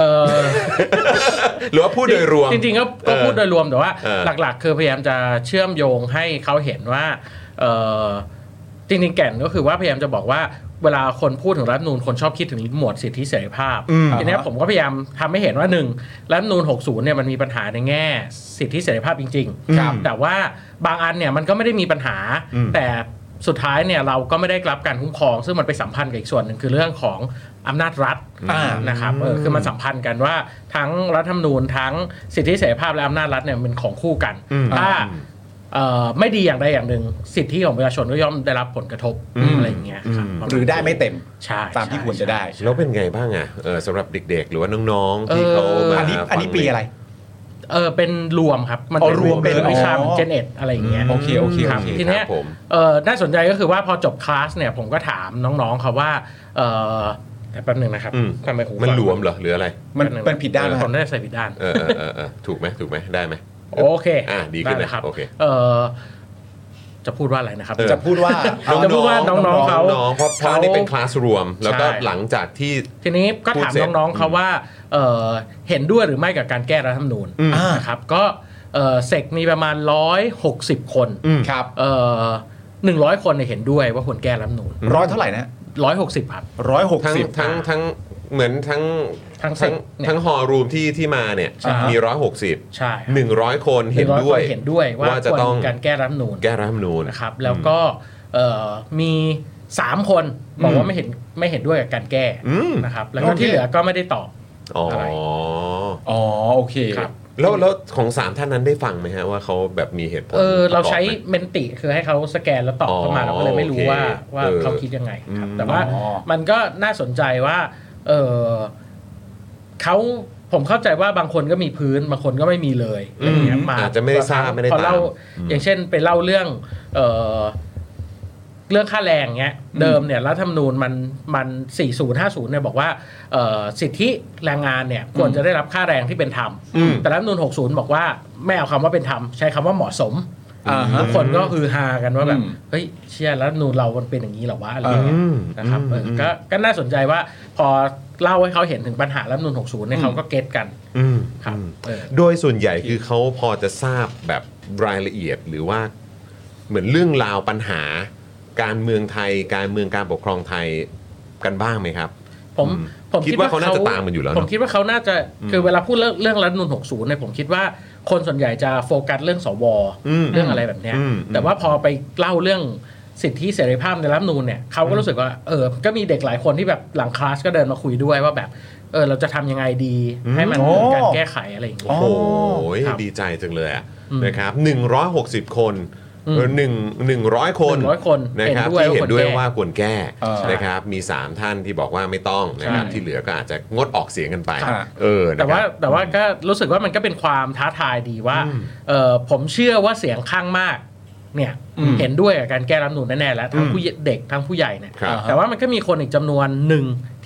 หรือว่าพูดโดยรวมจริงๆก็พูดโดยรวมแต่ว่าหลักๆคือพยายามจะเชื่อมโยงให้เขาเห็นว่าจริงๆแก่นก็คือว่าพยายามจะบอกว่าเวลาคนพูดถึงรัฐธรรมนูญคนชอบคิดถึงหมวดสิทธิเสรีภาพทีนี้ผมก็พยายามทำให้เห็นว่าหนึ่งรัฐธรรมนูญหกสิบเนี่ยมันมีปัญหาในแง่สิทธิเสรีภาพจริงๆแต่ว่าบางอันเนี่ยมันก็ไม่ได้มีปัญหาแต่สุดท้ายเนี่ยเราก็ไม่ได้รับการคุ้มครองซึ่งมันไปสัมพันธ์กับอีกส่วนหนึ่งคือเรื่องของอำนาจรัฐนะครับเออคือมันสัมพันธ์กันว่าทั้งรัฐธรรมนูญทั้งสิทธิเสรีภาพและอำนาจรัฐเนี่ยเป็นของคู่กันถ้าไม่ดีอย่างใดอย่างหนึ่งสิทธิของประชาชนก็ย่อมได้รับผลกระทบอะไรอย่างเงี้ยครับหรือได้ไม่เต็มใช่ตามที่ควรจะได้แล้วเป็นไงบ้างอ่ะสำหรับเด็กๆหรือว่าน้องๆที่เขาอันนี้อันนี้ปีอะไรเออเป็นรวมครับมันรวมเป็นวิชาเจนเอ็ดอะไรอย่างเงี้ยโอเคโอเคครับทีเนี้ยเออน่าสนใจก็คือว่าพอจบคลาสเนี่ยผมก็ถามน้องๆเขาว่าเออแต่แป๊บนึงนะครับมันรวมเหรอหรืออะไรมันเป็นผิดด้านผมได้ใส่ผิดด้านเออเออเออถูกไหมถูกไหมได้ไหมโอเคอ่าดีขึ้นนะครับโอเคเออจะพูดว่าอะไรนะครับจะพูดว่าจะพูดว่าน้องๆเขาเพราะเพราะนี่เป็นคลาสรวมแล้วก็หลังจากที่ทีนี้ก็ถามน้องๆเขาว่าเห็นด้วยหรือไม่กับการแก้รัฐธรรมนูญนะครับก็เซกมีประมาณหนึ่งร้อยหกสิบคนครับหนึ่งร้อยคนเห็นด้วยว่าควรแก้รัฐธรรมนูญร้อยเท่าไหร่นะหนึ่งร้อยหกสิบครับหนึ่งร้อยหกสิบทั้งทั้งเหมือนทั้งทั้งทั้งทั้งฮอลล์รูมที่ที่มาเนี่ยมีหนึ่งร้อยหกสิบใช่หนึ่งร้อยคนเห็นด้วยเห็นด้วยว่าจะต้องการแก้รัฐธรรมนูญแก้รัฐธรรมนูญนะครับแล้วก็มีสามคนบอกว่าไม่เห็นไม่เห็นด้วยกับการแก้นะครับแล้วก็ที่เหลือก็ไม่ได้ตอบอะไรอ๋อโอเคครับแล้วแล้วของสามท่านนั้นได้ฟังไหมฮะว่าเขาแบบมีเหตุผลเออเราใช้เมนติคือให้เขาสแกนแล้วตอบเข้ามาเราก็เลยไม่รู้ว่าว่าเขาคิดยังไงครับแต่ว่ามันก็น่าสนใจว่าเออเขาผมเข้าใจว่าบางคนก็มีพื้นบางคนก็ไม่มีเลยอะไรเงี้ยมาอาจจะไม่ได้ทราบไม่ได้ตามอย่างเช่นไปเล่าเรื่องเออเรื่องค่าแรงเงี้ยเดิมเนี่ยรัฐธรรมนูญมันมันสี่สิบ ห้าสิบเนี่ยบอกว่าสิทธิแรงงานเนี่ยควรจะได้รับค่าแรงที่เป็นธรรมแต่รัฐธรรมนูญหกสิบบอกว่าไม่เอาคำว่าเป็นธรรมใช้คำว่าเหมาะสมทุกคนก็คือฮากันว่าแบบเฮ้ยเชื่อรัฐธรรมนูญเรามันเป็นอย่างนี้หรอวะอะไรเงี้ยนะครับก็ก็น่าสนใจว่าพอเล่าให้เขาเห็นถึงปัญหารัฐธรรมนูญหกสิบเนี่ยเขาก็เก็ตกันครับโดยส่วนใหญ่คือเขาพอจะทราบแบบรายละเอียดหรือว่าเหมือนเรื่องราวปัญหาการเมืองไทยการเมืองการปกครองไทยกันบ้างไหมครับผมผมคิดว่าเขาน่าจะตามมันอยู่แล้วผมคิดว่าเขาน่าจะคือเวลาพูดเรื่องเรื่องรัฐธรรมนูญหกสิบเนี่ยผมคิดว่าคนส่วนใหญ่จะโฟกัสเรื่องสวเรื่องอะไรแบบเนี้ยแต่ว่าพอไปเล่าเรื่องสิทธิเสรีภาพในรัฐธรรมนูญเนี่ยเขาก็รู้สึกว่าเออก็มีเด็กหลายคนที่แบบหลังคลาสก็เดินมาคุยด้วยว่าแบบเออเราจะทำยังไงดีให้มันมีการแก้ไขอะไรอย่างเงี้ยโอ้โหดีใจจังเลยอ่ะนะครับหนึ่งร้อยหกสิบคนหนึ่งหนึ่งร้อยคนนะครับที่เห็นด้วยว่าควรแก้นะครับมีสามท่านที่บอกว่าไม่ต้องนะครับที่เหลือก็อาจจะงดออกเสียงกันไปเออแต่ว่าแต่ว่าก็รู้สึกว่ามันก็เป็นความท้าทายดีว่าเออผมเชื่อว่าเสียงข้างมากเนี่ยเห็นด้วยกับการแก้รัฐธรรมนูญแน่ๆแล้วทั้งผู้เด็กทั้งผู้ใหญ่เนี่ยแต่ว่ามันก็มีคนอีกจำนวนหนึ่ง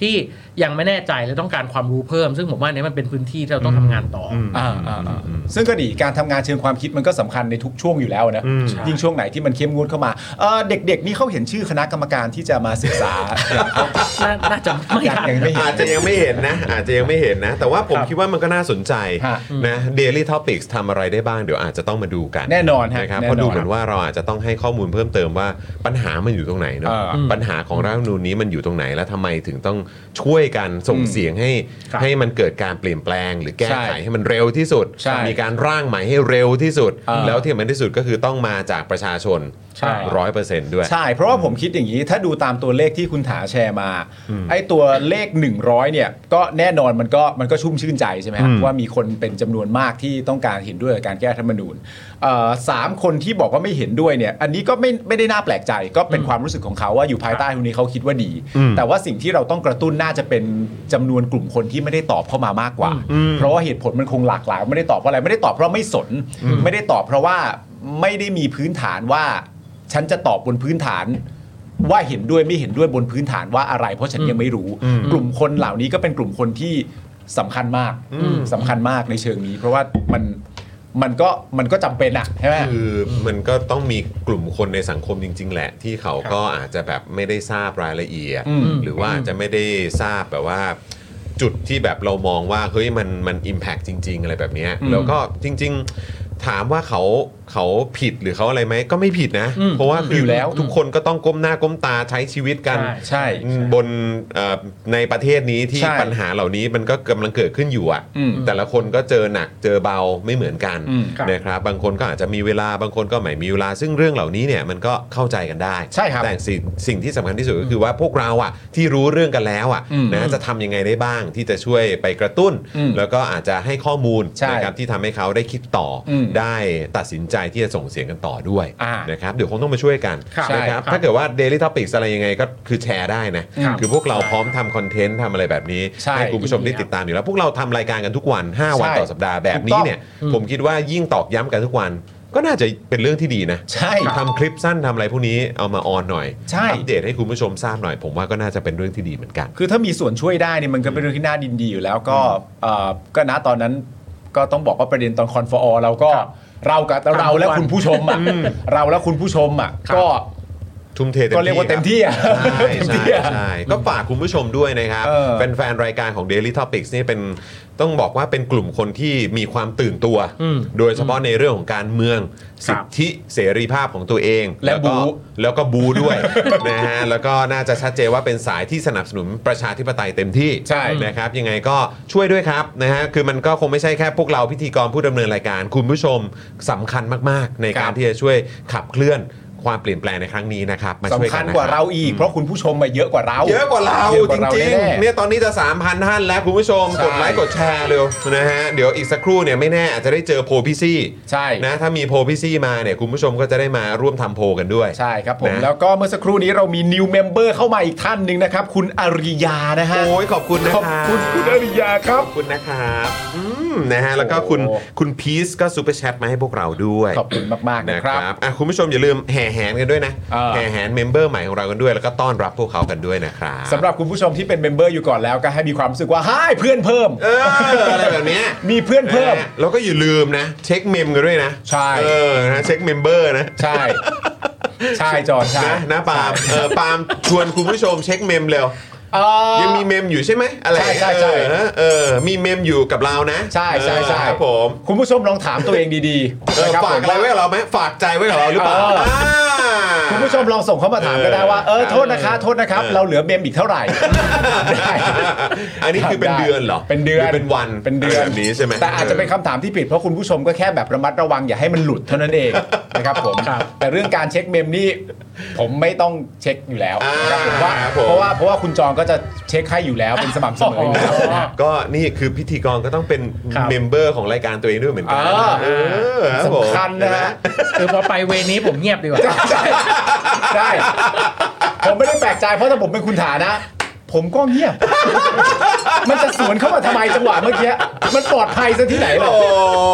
ที่ยังไม่แน่ใจและต้องการความรู้เพิ่มซึ่งผมว่านี้มันเป็นพื้นที่ที่เราต้องทำงานต่ออ่าซึ่งก็ดีการทำงานเชิงความคิดมันก็สำคัญในทุกช่วงอยู่แล้วนะยิ่งช่วงไหนที่มันเข้มงวดเข้ามาเด็กๆนี่เขาเห็นชื่อคณะกรรมการที่จะมาศึกษาน่าจะไม่อาจจะยังไม่เห็นนะอาจจะยังไม่เห็นนะแต่ว่าผมคิดว่ามันก็น่าสนใจนะ Daily Topics ทำอะไรได้บ้างเดี๋ยวอาจจะต้องมาดูกันแน่นอนนะครับเพราะดูเหมือนว่าเราอาจจะต้องให้ข้อมูลเพิ่มเติมว่าปัญหามันอยู่ตรงไหนเนาะปัญหาของรัฐธรรมนูญนี้มันอยู่ตรงไหนและทำไมถึงต้องช่วยกันส่งเสียงให้ให้มันเกิดการเปลี่ยนแปลงหรือแก้ไขให้มันเร็วที่สุดมีการร่างใหม่ให้เร็วที่สุดแล้วที่สำคัญที่สุดก็คือต้องมาจากประชาชนร้อยเปอร์เซ็นต์ด้วยใช่เพราะว่าผมคิดอย่างนี้ถ้าดูตามตัวเลขที่คุณถาแชร์มาไอ้ตัวเลขหนึ่งร้อยเนี่ยก็แน่นอนมันก็มันก็ชุ่มชื่นใจใช่ไหมครับว่ามีคนเป็นจำนวนมากที่ต้องการเห็นด้วยกับการแก้รัฐธรรมนูญสามคนที่บอกว่าไม่เห็นด้วยเนี่ยอันนี้ก็ไม่ไม่ได้น่าแปลกใจก็เป็นความรู้สึกของเขาว่าอยู่ภายใต้ตรงนี้เขาคิดว่าดีแต่ว่าสิ่งที่เราต้องกระตุ้นน่าจะเป็นจำนวนกลุ่มคนที่ไม่ได้ตอบเข้ามามากกว่าเพราะว่าเหตุผลมันคงหลากหลายไม่ได้ตอบเพราะอะไรไม่ได้ตอบเพราะไม่สนไม่ได้ตอบเพราะว่าไม่ได้มีพื้นฐานว่าฉันจะตอบบนพื้นฐานว่าเห็นด้วยไม่เห็นด้วยบนพื้นฐานว่าอะไรเพราะฉันยังไม่รู้กลุ่มคนเหล่านี้ก็เป็นกลุ่มคนที่สำคัญมากสำคัญมากในเชิงนี้เพราะว่ามันมันก็มันก็จำเป็นอะใช่ไหมคือมันก็ต้องมีกลุ่มคนในสังคมจริงๆแหละที่เขาก็อาจจะแบบไม่ได้ทราบรายละเอียดหรือว่าจะไม่ได้ทราบแบบว่าจุดที่แบบเรามองว่าเฮ้ยมันมัน impact จริงๆอะไรแบบนี้แล้วก็จริงๆถามว่าเขาเขาผิดหรือเขาอะไรไหมก็ไม่ผิดนะเพราะว่าคือแล้วทุกคนก็ต้องก้มหน้าก้มตาใช้ชีวิตกันใช่บนในประเทศนี้ที่ปัญหาเหล่านี้มันก็กำลังเกิดขึ้นอยู่อ่ะแต่ละคนก็เจอหนักเจอเบาไม่เหมือนกันนะครับบางคนก็อาจจะมีเวลาบางคนก็ไม่มีเวลาซึ่งเรื่องเหล่านี้เนี่ยมันก็เข้าใจกันได้ใช่ครับแต่สิ่งสิ่งที่สำคัญที่สุดก็คือว่าพวกเราอ่ะที่รู้เรื่องกันแล้วอ่ะนะจะทำยังไงได้บ้างที่จะช่วยไปกระตุ้นแล้วก็อาจจะให้ข้อมูลนะครับที่ทำให้เขาได้คิดต่อได้ตัดสินใจที่จะส่งเสียงกันต่อด้วยนะครับเดี๋ยวคงต้องมาช่วยกันนะครับถ้าเกิดว่า Daily Topics อะไรยังไงก็คือแชร์ได้นะคือพวกเราพร้อมทำคอนเทนต์ทำอะไรแบบนี้ให้คุณผู้ชมได้ติดตามอยู่แล้วพวกเราทำรายการกันทุกวันห้าวันต่อสัปดาห์แบบนี้เนี่ยผมคิดว่ายิ่งตอกย้ำกันทุกวันก็น่าจะเป็นเรื่องที่ดีนะใช่ทำคลิปสั้นทำอะไรพวกนี้เอามาออนหน่อยอัปเดตให้คุณผู้ชมทราบหน่อยผมว่าก็น่าจะเป็นเรื่องที่ดีเหมือนกันคือถ้ามีส่วนช่วยได้เนี่ยมันก็เป็นเรื่องที่น่าดินดีอยู่แล้วก็ก็ณตอนนั้นก็ต้องบอกว่าประเด็นตอนคอนฟอร์เราก็เรากับเราและคุณผู้ชมอ่ะเราและคุณผู้ชมอ่ะก็ทุ่มเทเต็มที่ก็เรียกว่าเต็มที่อ่ะใช่ใช่ก็ฝากคุณผู้ชมด้วยนะครับแฟนๆรายการของ Daily Topics นี่เป็นต้องบอกว่าเป็นกลุ่มคนที่มีความตื่นตัวโดยเฉพาะในเรื่องของการเมืองสิทธิเสรีภาพของตัวเองแล้วก็แล้วก็บูด้วยนะฮะแล้วก็น่าจะชัดเจนว่าเป็นสายที่สนับสนุนประชาธิปไตยเต็มที่นะครับยังไงก็ช่วยด้วยครับนะฮะคือมันก็คงไม่ใช่แค่พวกเราพิธีกรผู้ดำเนินรายการคุณผู้ชมสำคัญมากๆในการที่จะช่วยขับเคลื่อนความเปลี่ยนแปลงในครั้งนี้นะครับมาช่วยกันสำคัญกว่าเราอีกเพราะคุณผู้ชมมาเยอะกว่าเราเยอะกว่าเราจริงๆเนี่ยตอนนี้จะ สามพัน ท่านแล้วคุณผู้ชมกดไลค์กดแชร์เร็วนะฮะเดี๋ยวอีกสักครู่เนี่ยไม่แน่อาจจะได้เจอโพลพี่ซี่ใช่นะถ้ามีโพลพี่ซี่มาเนี่ยคุณผู้ชมก็จะได้มาร่วมทำโพลกันด้วยใช่ครับผมแล้วก็เมื่อสักครู่นี้เรามี new member เข้ามาอีกท่านหนึ่งนะครับคุณอริยานะฮะโอ้ยขอบคุณนะครับขอบคุณคุณอริยาครับขอบคุณนะครับอืมนะฮะแล้วก็คุณคุณพีซก็ซูเปอร์แชทมาให้พวกเราด้วยขอบคุณมากๆนะครับอ่ะคุณผู้ชมอย่าลืมแห่แหนกันด้วยนะแห่แหนเมมเบอร์ใหม่ของเรากันด้วยแล้วก็ต้อนรับพวกเขากันด้วยนะครับสำหรับคุณผู้ชมที่เป็นเมมเบอร์อยู่ก่อนแล้วก็ให้มีความรู้สึกว่าให้เพื่อนเพิ่มเอออะไรแบบนี้มีเพื่อนเพิ่มแล้วก็อย่าลืมนะเช็คเมมกันด้วยนะใช่เออนะเช็คเมมเบอร์นะใช่ใช่จอนใช่นะนะปาล์มเออปาล์มชวนคุณผู้ชมเช็คเมมเร็วยังมีเมมอยู่ใช่ไหมอะไรใช่ใช่ใช่เออมีเมมอยู่กับเรานะใช่ใช่ใช่ครับผมคุณผู้ชมลองถามตัวเองดีๆฝากอะไรไว้กับเราไหมฝากใจไว้กับเราหรือเปล่าคุณผู้ชมลองส่งเข้ามาถามก็ได้ว่าเออโทษนะคะโทษนะครับเราเหลือเมมอีกเท่าไหร่ได้อันนี้คือเป็นเดือนเหรอเป็นเดือนเป็นวันเป็นเดือนแบบนี้ใช่ไหมแต่อาจจะเป็นคำถามที่ผิดเพราะคุณผู้ชมก็แค่แบบระมัดระวังอย่าให้มันหลุดเท่านั้นเองนะครับผมแต่เรื่องการเช็คเมมนี่ผมไม่ต้องเช็คอยู่แล้วผมว่าเพราะว่าเพราะว่าคุณจองก็จะเช็คให้อยู่แล้วเป็นสม่ำเสมออยู่แล้วก็นี่คือพิธีกรก็ต้องเป็นเมมเบอร์ของรายการตัวเองด้วยเหมือนกันสำคัญนะฮะคือพอไปเวนี้ผมเงียบดีกว่าใช่ผมไม่ได้แปลกใจเพราะถ้าผมเป็นคุณฐานะผมก็เงียบมันจะสวนเข้ามาทำไมจังหวะเมื่อกี้มันปลอดภัยซะที่ไหนหรอโอ้ย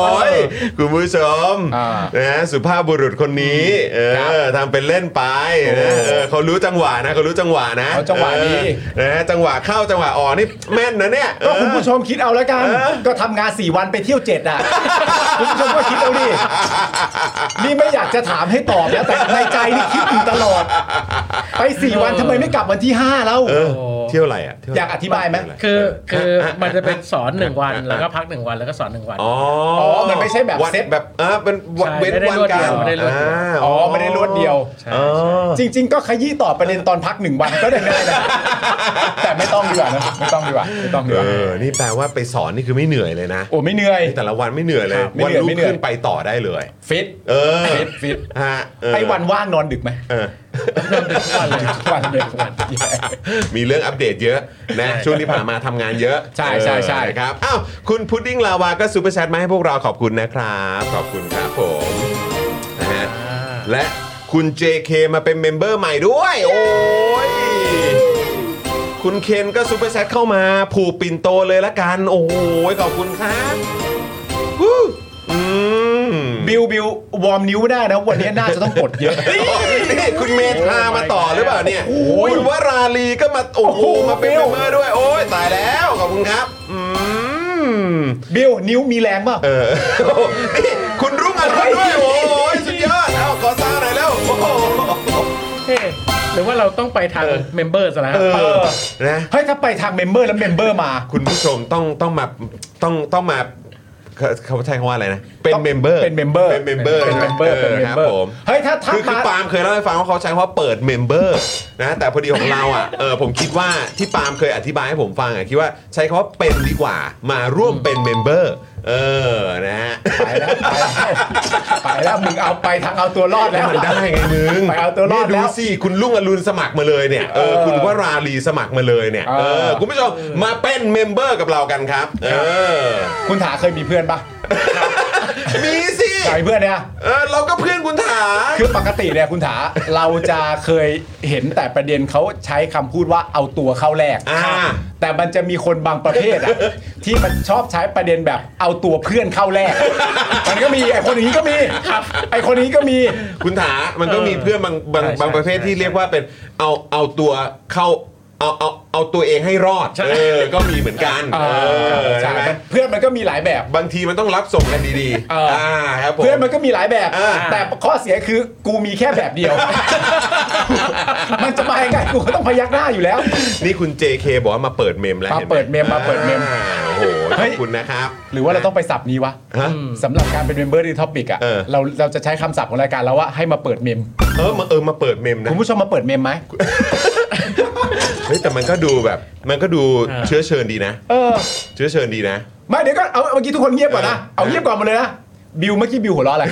คุณผู้ชมนะสุภาพบุรุษคนนี้เออทำเป็นเล่นไปนะเออเขารู้จังหวะนะเขารู้จังหวะนะเขาจังหวะดีนะจังหวะเข้าจังหวะออกนี่แม่นนะเนี่ยก็คุณผู้ชมคิดเอาแล้วกันก็ทำงานสี่วันไปเที่ยวเจ็ดอ่ะคุณผู้ชมก็คิดเอาดินี่ไม่อยากจะถามให้ตอบแล้วแต่ในใจนี่คิดอยู่ตลอดไปสี่วันทำไมไม่กลับวันที่ห้าแล้วเที่ยวอะไรอ่ะอยากอธิบายไหมคือคือมันจะเป็นสอนหนึ่งวันแล้วก็พักหนึ่งวันแล้วก็สอนหนึ่งวันอ๋อมันไม่ใช่แบบเซตแบบเออเป็นเว้นวันกันไม่ได้รวดเดียวอ๋อไม่ได้รวดเดียวจริงๆก็ขยี้ต่อประเด็นตอนพักหนึ่งวันก็ได้ได้นะแต่ไม่ต้องดีกว่านะไม่ต้องดีกว่าไม่ต้องดีกว่าเออนี่แปลว่าไปสอนนี่คือไม่เหนื่อยเลยนะโอ้ไม่เหนื่อยแต่ละวันไม่เหนื่อยเลยวันรุ่งขึ้นไปต่อได้เลยฟิตเออฟิตฟิตฮะไอ้วันว่างนอนดึกไหมเออทุกวันเลยทุกวันเลยทุกวันมีเรื่องอัปเดตเยอะนะช่วงที่ผ่านมาทำงานเยอะใช่ใช่ใช่ครับอ้าวคุณพุดดิ้งลาวาก็ซูเปอร์แชทมาให้พวกเราขอบคุณนะครับขอบคุณครับผมนะฮะและคุณ เจ เค มาเป็นเมมเบอร์ใหม่ด้วยโอ้ยคุณเคนก็ซูเปอร์แชทเข้ามาผูกปิ่นโตเลยละกันโอ้ยขอบคุณครับอืมบิวบิววอร์มนิ้วได้นะวันนี้น่าจะต้องกดเยอะนี่คุณเมธามาต่อหรือเปล่าเนี่ยคุณวราลีก็มาโอ้โหมาเป็นเมมเบอร์ด้วยโอ้ยตายแล้วขอบคุณครับอืมบิวนิ้วมีแรงป่ะเออนี่คุณรุ่งอรุณด้วยโอ้ยสุดยอดเอ้าขอซ่าหน่อยแล้วโอ้โหหรือว่าเราต้องไปทางเมมเบอร์ซะแล้วนะเฮ้ยถ้าไปทางเมมเบอร์แล้วเมมเบอร์มาคุณผู้ชมต้องต้องมาต้องต้องมาเขาใช้คำว่าอะไรนะเป็นเมมเบอร์เป็นเมมเบอร์เป็นเมมเบอร์เป็นเมมเบอร์เป็นเมมเบอร์ผมเฮ้ยถ้าถ้าคือปาล์มเคยเล่าให้ฟังว่าเขาใช้คำว่าเปิดเมมเบอร์นะแต่พอดีของเราอ่ะเออผมคิดว่าที่ปาล์มเคยอธิบายให้ผมฟังอ่ะคิดว่าใช้คำว่าเป็นดีกว่ามาร่วมเป็นเมมเบอร์เออนะฮะไปแล้วไปแล้วไปแล้วมึงเอาไปทางเอาตัวรอดแล้วมันได้ไงมึงไปเอาตัวรอดแล้วสิคุณลุงอรุณสมัครมาเลยเนี่ยเออคุณวราลีสมัครมาเลยเนี่ยเออคุณผู้ชมมาเป็นเมมเบอร์กับเรากันครับเออคุณถาเคยมีเพื่อนปะมีสิใครเพื่อนเนี่ยเออเราก็เพื่อนคุณถาคือปกติเนี่ยคุณถาเราจะเคยเห็นแต่ประเด็นเขาใช้คำพูดว่าเอาตัวเข้าแรกแต่มันจะมีคนบางประเภทอ่ะที่มันชอบใช้ประเด็นแบบเอาตัวเพื่อนเข้าแรกมันก็มีไอ้คนนี้ก็มีไอ้คนนี้ก็มีคุณถามันก็มีเพื่อนบางบางบางประเภทที่เรียกว่าเป็นเอาเอาตัวเข้าเอาเอาเอาตัวเองให้รอดเออก็มีเหมือนกันเออใช่ไหมเพื่อนมันก็มีหลายแบบบางทีมันต้องรับส่งกันดีๆอ่าครับผมเพื่อนมันก็มีหลายแบบแต่ข้อเสียคือกูมีแค่แบบเดียวมันจะมายังไงกูก็ต้องพยักหน้าอยู่แล้วนี่คุณ เจ เค บอกว่ามาเปิดเมมแล้วมาเปิดเมมมาเปิดเมมโอ้โหขอบคุณนะครับหรือว่าเราต้องไปสับนี้วะสำหรับการเป็นเมมเบอร์ในท็อปิกอ่ะเราเราจะใช้คำศัพท์ของรายการเราว่าให้มาเปิดเมมเออมาเออมาเปิดเมมนะคุณผู้ชมมาเปิดเมมไหมเฮ้ยแต่มันก็ดูแบบมันก็ดูเชื้อเชิญดีนะเออเชื้อเชิญดีนะไม่เดี๋ยวก็เอาเมื่อกี้ทุกคนเงียบก่อนนะเอาเงียบก่อนมาเลยนะบิวเมื่อกี้บิวหัวเราะอะไร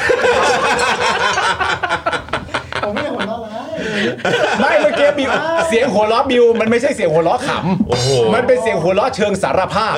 ผมไม่ได้หัวเราะนะไม่เมื่อกี้บิวเสียงหัวเราะบิวมันไม่ใช่เสียงหัวเราะขำโอ้โหมันเป็นเสียงหัวเราะเชิงสารภาพ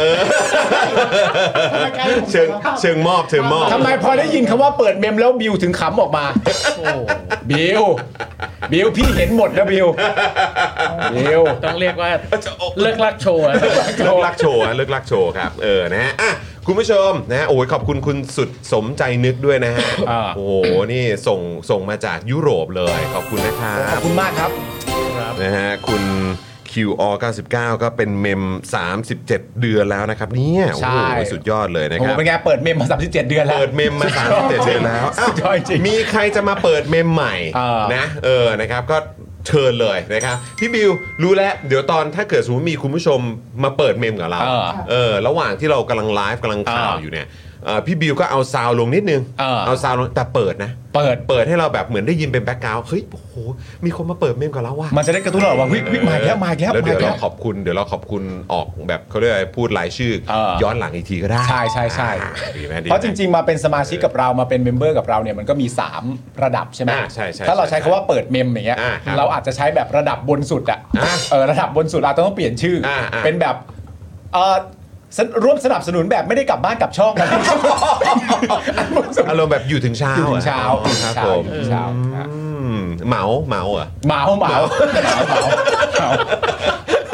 เชิงเชิงมอบเชิงมอบทำไมพอได้ยินคำว่าเปิดเมมแล้วบิวถึงขำออกมาบิวบิวพี่เห็นหมดนะบิวบิวต้องเรียกว่าเลิกลักโชว์เลิกลักโชว์เลิกลักโชว์ครับเออนะฮะอ่ะคุณผู้ชมนะโอ้ยขอบคุณคุณสุดสมใจนึกด้วยนะฮะโอ้โหนี่ส่งส่งมาจากยุโรปเลยขอบคุณนะครับขอบคุณมากครับนะฮะคุณ คิว ออ เก้าสิบเก้า ก็เป็นเมมสามสิบเจ็ดเดือนแล้วนะครับเนี่ยโอ้โหสุดยอดเลยนะครับเป็นไงเปิดเมมมาสามสิบเจ็ดเดือนแล้วเปิดเมมมาสามสิบเจ็ดเดือนแล้วมีใครจะมาเปิดเมมใหม่นะเออนะครับก็เชิญเลยนะครับพี่บิวรู้แล้วเดี๋ยวตอนถ้าเกิดสมมติมีคุณผู้ชมมาเปิดเมมกับเราเออระหว่างที่เรากำลังไลฟ์กำลังข่าวอยู่เนี่ยพี่บิวก็เอาซาวลงนิดนึงเอาซาวลงแต่เปิดนะเปิดเปิดให้เราแบบเหมือนได้ยินเป็นแบ็คกราวด์เฮ้ยโอ้โหมีคนมาเปิดเมมกับเราว่ะมันจะได้กระตุ้นเราว่าวิวิมาแล้วมาแล้วแล้วเดี๋ยวเราขอบคุณเดี๋ยวเราขอบคุณออกแบบเขาเรียกพูดรายชื่อย้อนหลังอีกทีก็ได้ใช่ใช่ใช่เพราะจริงๆมาเป็นสมาชิกกับเรามาเป็นเมมเบอร์กับเราเนี่ยมันก็มีสามระดับใช่ไหมใช่ใช่ถ้าเราใช้คำว่าเปิดเมมอย่างเงี้ยเราอาจจะใช้แบบระดับบนสุดอ่ะเออระดับบนสุดเราต้องเปลี่ยนชื่อเป็นแบบเออร่วมสนับสนุนแบบไม่ได้กลับบ้านกลับช่องนะอารมณ์แบบอยู่ถึงเช้าอยู่ถึงเช้าครับผมเช้าเหมาเหมาอ่ะเหมาเหมาเหมาเหมา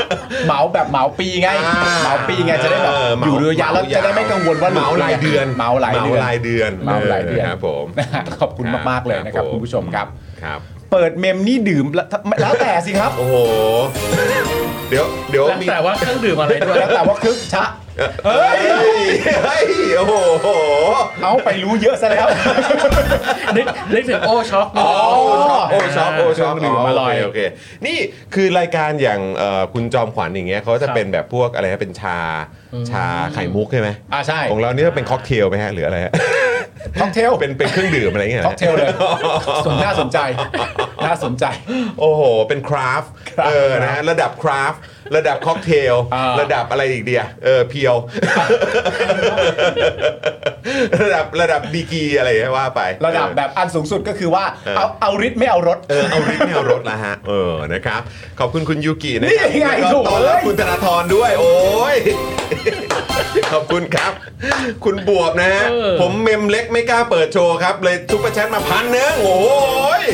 เหมาแบบเหมาปีไงเหมาปีไงจะได้แบบอยู่ระยะแล้วจะได้ไม่กังวลว่าเหมาหลายเดือนเหมาหลายเดือนหลายเดือนเหมาหลายเดือนครับผมขอบคุณมากๆเลยนะครับคุณผู้ชมครับครับเปิดเมมนี่ดื่มแล้วแต่สิครับโอ้โหเดี๋ยวเดี๋ยวมีแต่ว่าเครื่องดื่มอะไรด้วยแล้วแต่ว่าคึกชะเฮ้ยเฮ้ยโอ้โหเอาไปรู้เยอะซะแล้วนึกนึกถึงโอช็อกโอช็อกโอช็อกโอช็อกดื่มมาลอยโอเคนี่คือรายการอย่างคุณจอมขวัญอย่างเงี้ยเขาจะเป็นแบบพวกอะไรนะเป็นชาชาไข่มุกใช่ไหมอ่าใช่ของเรานี่เป็นค็อกเทลไหมฮะหรืออะไรฮะค็อกเทลเป็นเป็นเครื่องดื่มอะไรเงี้ยค็อกเทลเลยส่วนน่าสนใจน่าสนใจโอ้โหเป็นคราฟต์เออนะระดับคราฟต์ระดับค็อกเทลระดับอะไรอีกเดียเออเพียวระดับระดับดีกีอะไรว่าไประดับแบบอันสูงสุดก็คือว่าเอาเอาฤทธิ์ไม่เอารสเออเอาฤทธิ์ไม่เอารสละฮะเออนะครับขอบคุณคุณยูกินะนี่ไงถูกแล้วคุณธนาธรด้วยโอ้ยขอบคุณครับคุณบวบนะฮะผมเมมเล็กไม่กล้าเปิดโชว์ครับเลยซุปเปอร์แชทมาพันนึงโอ้ย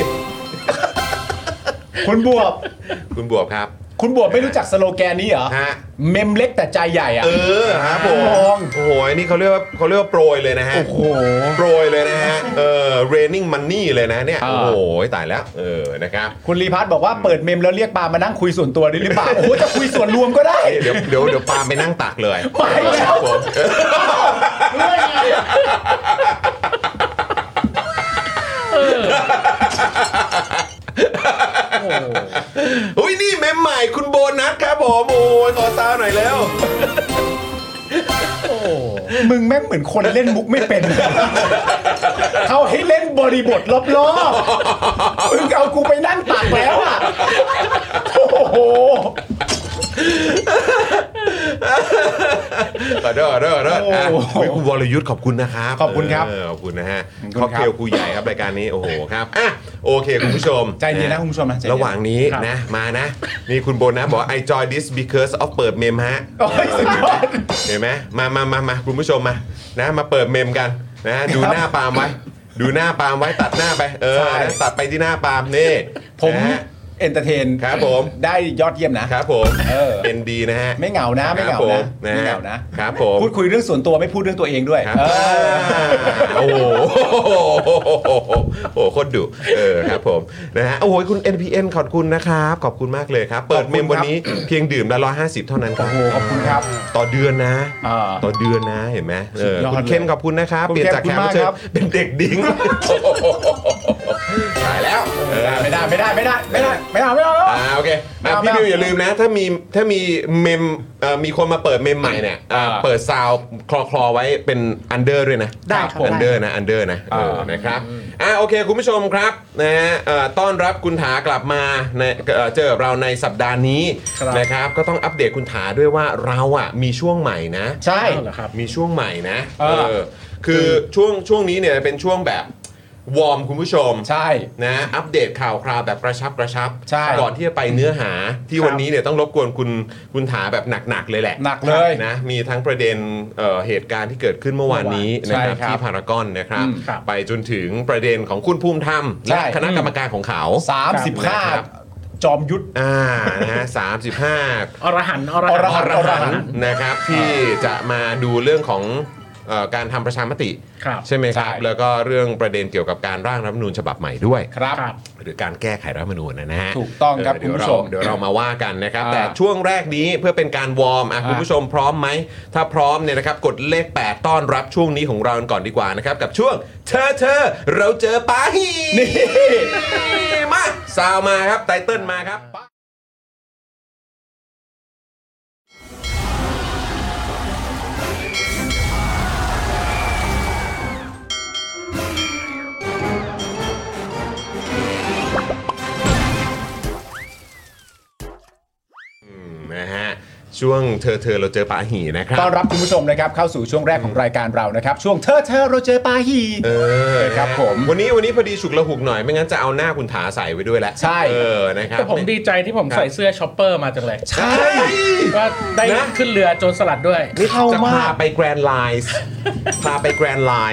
คุณบวบคุณบวบครับคุณบวบไม่รู้จักสโลแกนนี้เหรอฮะเมมเล็กแต่ใจใหญ่อ่ะเออครับผมโอ้โหนี่เขาเรียกว่าเขาเรียกว่าโปรยเลยนะฮะโอ้โหโปรยเลยนะฮะเออ raining money เลยนะเนี่ยโอ้โหตายแล้วเออนะครับคุณรีพัฒน์บอกว่าเปิดเมมแล้วเรียกปามานั่งคุยส่วนตัวได้หรือเปล่าโอ้โหจะคุยส่วนรวมก็ได้เดี๋ยวเดี๋ยวเดี๋ยวปาไปนั่งตักเลยไม่แล้วผมอุ้ยนี่เมมใหม่คุณโบนัสครับผมโอ้ยขอซาวหน่อยแล้วโอ้มึงแม่งเหมือนคนเล่นมุกไม่เป็นเขาให้เล่นบริบทรอบๆมึงเอากูไปนั่งตักแล้วอ่ะโอ้โหขอโทษขอโทษขอโทษคุณวรยุทธ์ขอบคุณนะครับขอบคุณครับขอบคุณนะฮะค็อกเทลครูใหญ่ครับรายการนี้โอ้โหครับอ่ะโอเคคุณผู้ชมใจเย็นนะคุณผู้ชมนะระหว่างนี้นะมานะนี่คุณโบนะบอก I join this because of เปิดเมมฮะเห็นไหมมามามามาคุณผู้ชมมานะมาเปิดเมมกันนะดูหน้าปาล์มไว้ดูหน้าปาล์มไว้ตัดหน้าไปเออตัดไปที่หน้าปาล์มนี่ผมเอนเตอร์เทนครับผมได้ยอดเยี่ยมนะครับผมเออเอ็นดีนะฮะไม่เหงานะไม่เหงานะไม่เหงานะครับผมพูดคุยเรื่องส่วนตัวไม่พูดเรื่องตัวเองด้วยโอ้โหโอ้โคตรดุเออครับผมนะฮะโอ้โหคุณ เอ็น พี เอ็น ขอบคุณนะครับขอบคุณมากเลยครับเปิดเมมวันนี้เพียงดื่มละหนึ่งร้อยห้าสิบเท่านั้นครับโอ้โหขอบคุณครับต่อเดือนนะต่อเดนะเห็นไหมเออคุณเคนขอบคุณนะครับเปลี่ยนจากแขกรับเชิญเป็นเด็กดิ้งตายแล้วไม่ได้ไม่ได้ไม่ได้ไม่ได้ไม่เอาไม่เอาอ่าโอเคพี่ดิวอย่าลืมนะถ้ามีถ้ามีเมมมีคนมาเปิดเมมใหม่เนี่ยเปิดซาวคลอคลอไว้เป็นอันเดอร์ด้วยนะได้ครับอันเดอร์นะอันเดอร์นะเออนะครับอ่าโอเคคุณผู้ชมครับนะฮะต้อนรับคุณถากลับมาในเจอเราในสัปดาห์นี้นะครับก็ต้องอัปเดตคุณถาด้วยว่าเราอ่ะมีช่วงใหม่นะใช่มีช่วงใหม่นะเออคือช่วงช่วงนี้เนี่ยเป็นช่วงแบบวอร์มคุณผู้ชมใช่นะอัปเดตข่าวคราวแบบกระชับกระชับใช่ก่อนที่จะไปเนื้อหาที่วันนี้เนี่ยต้องรบกวนคุณคุณถาแบบหนักๆเลยแหละหนักเลยนะมีทั้งประเด็น เอ่อเหตุการณ์ที่เกิดขึ้นเมื่อวานนี้นะครับที่พารากอนนะครับไปจนถึงประเด็นของคุณภูมิธรรมและคณะกรรมการของเขาสามสิบห้าจอมยุทธอ่านะฮะสามสิบห้าอรหันต์อรหันต์อรหันต์นะครับที่จะมาดูเรื่องของการทำประชามติใช่ไหมครับแล้วก็เรื่องประเด็นเกี่ยวกับการร่างรัฐธรรมนูญฉบับใหม่ด้วยครับหรือการแก้ไขรัฐธรรมนูญนะฮะถูกต้องครับคุณผู้ชมเดี๋ยวเรามาว่ากันนะครับแต่ช่วงแรกนี้เพื่อเป็นการวอร์มคุณผู้ชมพร้อมไหมถ้าพร้อมเนี่ยนะครับกดเลขแปดต้อนรับช่วงนี้ของเราก่อนดีกว่านะครับกับช่วงเธอเธอเราเจอปาฮีนี่มาซาวมาครับไตเติ้ลมาครับนะฮะช่วงเธอเธอเราเจอปาหีนะครับต้อนรับคุณผู้ชมนะครับเข้าสู่ช่วงแรกของรายการเรานะครับช่วงเธอเธอเราเจอปาหีเออครับผมวันนี้วันนี้พอดีฉุกละหุกหน่อยไม่งั้นจะเอาหน้าคุณถาใส่ไว้ด้วยแหละใช่เออนะครับแต่ผมดีใจที่ผมใส่เสื้อช็อปเปอร์มาจังเลยใช่ก็ได้ขึ้นเรือโจรสลัดด้วยนี่จะพาไปแกรนด์ไลน์พาไปแกรนด์ไลน์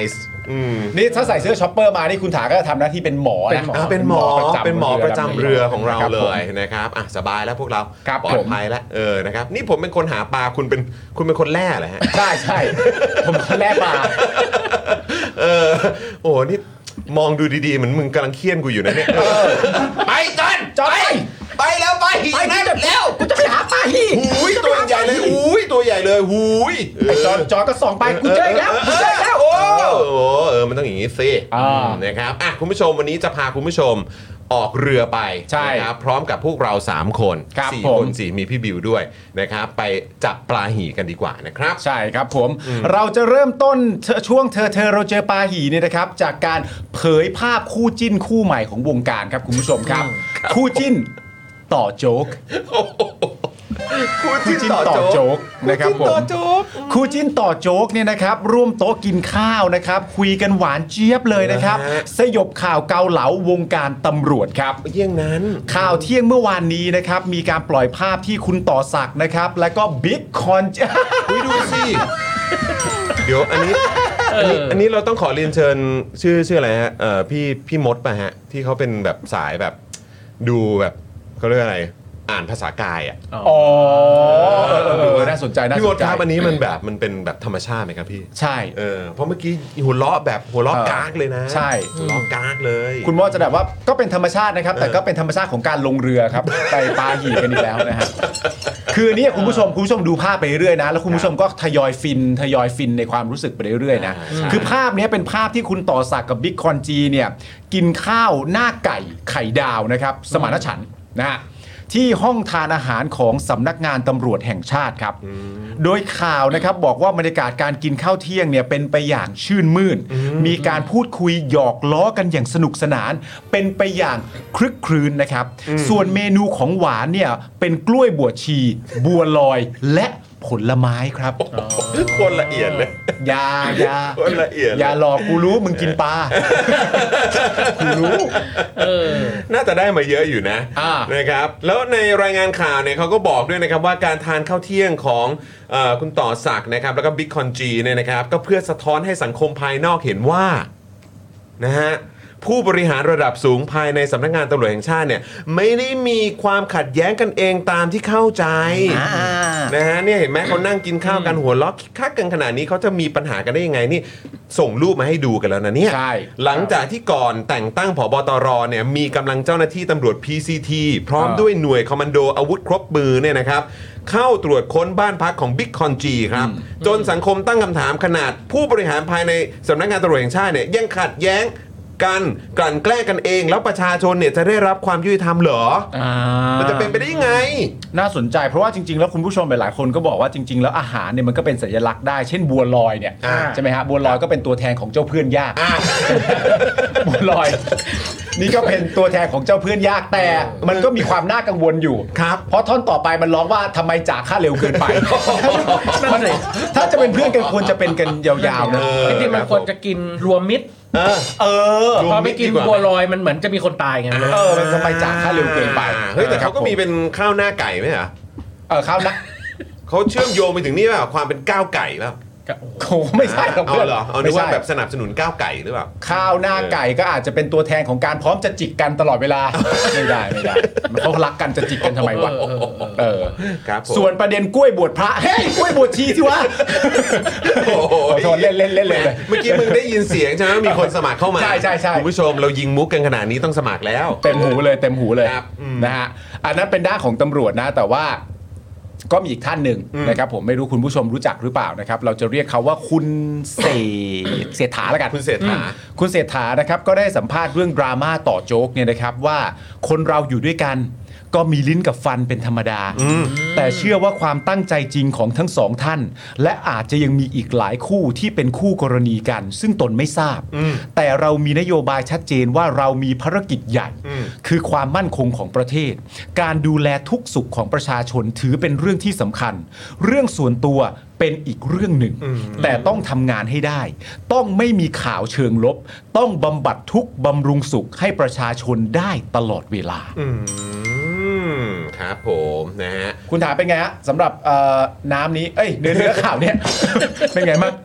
นี่ถ้าใส่เสื้อช็อปเปอร์มานี่คุณถาก็จะทำหน้าที่เป็นหมอนะอ่าเป็นหมอเป็นหมอประจำเรือของเราครับเลผมยนะครับอ่ะสบายแล้วพวกเราครับปลอดภัยแล้วเออนะครับนี่ผมเป็นคนหาปลาคุณเป็นคุณเป็นคนแล่เหรอฮะใช่ใช่ผมคนแรกมาเออโอ้โหนี่มองดูดีๆเหมือนมึงกำลังเคี่ยนกูอยู่นะเนี่ยไปจอนจอนไปไปแล้วไปไปนะแล้วกูจะไปหาปลาฮีหูยตัวใหญ่เลยหูยตัวใหญ่เลยหูยไอ้จอนจอนก็ส่องไปกูเจอแล้วกูเจอแล้วโอ้โหเออมันต้องอย่างนี้สิอ่านะครับอ่ะคุณผู้ชมวันนี้จะพาคุณผู้ชมออกเรือไปใช่นะครับพร้อมกับพวกเราสามคนครับสี่ผมคนสี่มีพี่บิวด้วยนะครับไปจับปลาหี่กันดีกว่านะครับใช่ครับผมเราจะเริ่มต้นช่วงเธอเธอเราเจอปาหีเนี่ยนะครับจากการเผยภาพคู่จิ้นคู่ใหม่ของวงการครับคุณผู้ชมครับ คู่จิ้นต่อโจ๊กคู่คู่จิ้นต่อโจ๊กนะครับผมคู่จิ้นต่อโจ๊กเนี่ยนะครับร่วมโต๊ะกินข้าวนะครับคุยกันหวานเจี๊ยบเลยนะครับสยบข่าวเกาเหลาวงการตำรวจครับเยี่ยงนั้นข่าวเที่ยงเมื่อวานนี้นะครับมีการปล่อยภาพที่คุณต่อศักดิ์นะครับแล้วก็บิ๊กคอนอุ๊ยดูสิ เดี๋ยวอันนี้อันนี้อันนี้เราต้องขอเรียนเชิญชื่อชื่ออะไรฮะเอ่อพี่พี่มดป่ะฮะที่เขาเป็นแบบสายแบบดูแบบเขาเรียกอะไรอ่านภาษากายอ่ะอ๋อเออเออเออน่าสนใจน่าพี่สมนดใจครับอันนี้มันแบบมันเป็นแบบธรรมชาติไหมครับพี่ใช่เออเพราะเมื่อกี้หัวเราะแบบหัวเราะเออกากเลยนะใช่หัวเราะกากเลยคุณมอจะแบบว่าก็เป็นธรรมชาตินะครับแต่ก็เป็นธรรมชาติของการลงเรือครับ ไปปาหี่กันอีกแล้วนะฮะคือเนี่ยคุณผู้ชมคุณผู้ชมดูภาพไปเรื่อยนะแล้วคุณผู้ชมก็ทยอยฟินทยอยฟินในความรู้สึกไปเรื่อยๆนะคือภาพนี้เป็นภาพที่คุณต่อศักดิ์กับบิ๊กคอนจีเนี่ยกินข้าวหน้าไก่ไข่ดาวนะครับสมานฉันท์นะฮะที่ห้องทานอาหารของสำนักงานตำรวจแห่งชาติครับโดยข่าวนะครับบอกว่าบรรยากาศการกินข้าวเที่ยงเนี่ยเป็นไปอย่างชื่นมื่นมีการพูดคุยหยอกล้อกันอย่างสนุกสนานเป็นไปอย่างคลึกครื้นนะครับส่วนเมนูของหวานเนี่ยเป็นกล้วยบวชชีบัวลอยและผลไม้ครับคนละเอียดเลยอยาอยาคนละเอียดเลยอย่าหลอกกูรู้มึงกินปลา กูรู้เออน่าจะได้มาเยอะอยู่นะอ่านะครับแล้วในรายงานข่าวเนี่ยเขาก็บอกด้วยนะครับว่าการทานข้าวเที่ยงของเอ่อคุณต่อศักดิ์นะครับแล้วก็บิ๊กคอนจีเนี่ยนะครับก็เพื่อสะท้อนให้สังคมภายนอกเห็นว่านะฮะผู้บริหารระดับสูงภายในสำนักงานตำรวจแห่งชาติเนี่ยไม่ได้มีความขัดแย้งกันเองตามที่เข้าใจนะฮะเนี่ยเห็นไหมเขานั่งกินข้าวกันหัวเราะคักกันขนาดนี้เขาจะมีปัญหากันได้ยังไงนี่ส่งรูปมาให้ดูกันแล้วนะเนี่ยใช่หลังจากที่ก่อนแต่งตั้งผบตรเนี่ยมีกำลังเจ้าหน้าที่ตำรวจ พี ซี ที พร้อมด้วยหน่วยคอมมานโดอาวุธครบมือเนี่ยนะครับเข้าตรวจค้นบ้านพักของบิ๊กคอนจีครับจนสังคมตั้งคำถามขนาดผู้บริหารภายในสำนักงานตำรวจแห่งชาติเนี่ยยังขัดแย้งกันกลั่นแกล้งกันเองแล้วประชาชนเนี่ยจะได้รับความยุติธรรมเหรออ่ามันจะเป็นไปได้ยังไงน่าสนใจเพราะว่าจริงๆแล้วคุณผู้ชมหลายๆคนก็บอกว่าจริงๆแล้วอาหารเนี่ยมันก็เป็นสัญลักษณ์ได้เช่นบัวลอยเนี่ยอ่าใช่ไหมฮะบัวลอยก็เป็นตัวแทนของเจ้าเพื่อนยาก บัวลอย นี่ก็เป็นตัวแทนของเจ้าเพื่อนยากแต่มันก็มีความน่ากังวลอยู่ครับเพราะท่อนต่อไปมันร้องว่าทำไมจากค่าเร็วเกินไปนั่นสิถ้าจะเป็นเพื่อนกันควรจะเป็นกันยาวๆนะจริงๆมันควรจะกินรวมมิตรเออเออรวพอมมิไม่ตรกินดีกว่าบัวลอยมันเหมือนจะมีคนตายไงไม่รู้เออมันทำไมจากค่าเร็วเกินไปเฮ้ยแต่เขาก็มีเป็นข้าวหน้าไก่ไหมเหรอเออข้าวนะเขาเชื่อมโยงไปถึงนี่เปล่าความเป็นก้าวไก่เปล่าโอ้ไม่ใช่หรอกเอาเพื่อนเหรอเอานึกว่าแบบสนับสนุนก้าวไก่หรือเปล่าข้าวหน้าไก่ก็อาจจะเป็นตัวแทนของการพร้อมจะจิกกันตลอดเวลา ไม่ได้ไม่ได้มันเขารักกันจะจิกกันทำไมวะเออครับผมส่วนประเด็นกล้วยบวชพระเฮ้ยกล้วยบวชชีสิวะโอ้โหขอโทษเล่นเล่นเล่นเลยเมื่อกี้มึงได้ยินเสียงใช่ไหมมีคนสมัครเข้ามาใช่ใช่ใช่คุณผู้ชมเรายิงมุกกันขนาดนี้ต้องสมัครแล้วเต็มหูเลยเต็มหูเลยครับอืมนะฮะอันนั้นเป็นด้านของตำรวจนะแต่ว่าก็มีอีกท่านหนึ่งนะครับผมไม่รู้คุณผู้ชมรู้จักหรือเปล่านะครับเราจะเรียกเขาว่าคุณเศรษเศรษฐาแล้วกันคุณเศรษฐาคุณเศรษฐานะครับก็ได้สัมภาษณ์เรื่องดราม่าต่อโจ๊กเนี่ยนะครับว่าคนเราอยู่ด้วยกันก็มีลิ้นกับฟันเป็นธรรมดาแต่เชื่อว่าความตั้งใจจริงของทั้งสองท่านและอาจจะยังมีอีกหลายคู่ที่เป็นคู่กรณีกัน ซึ่งตนไม่ทราบแต่เรามีนโยบายชัดเจนว่าเรามีภารกิจใหญ่คือความมั่นคงของประเทศการดูแลทุกสุขของประชาชนถือเป็นเรื่องที่สำคัญ เรื่องส่วนตัวเป็นอีกเรื่องหนึ่งแต่ต้องทำงานให้ได้ต้องไม่มีข่าวเชิงลบต้องบำบัดทุกข์บำรุงสุขให้ประชาชนได้ตลอดเวลาอืมครับผมนะฮะคุณถามเป็นไงฮะสำหรับเอ่อน้ำนี้เอ้ยเนื้อเนื้อข่าวเนี่ย เป็นไงบ้าง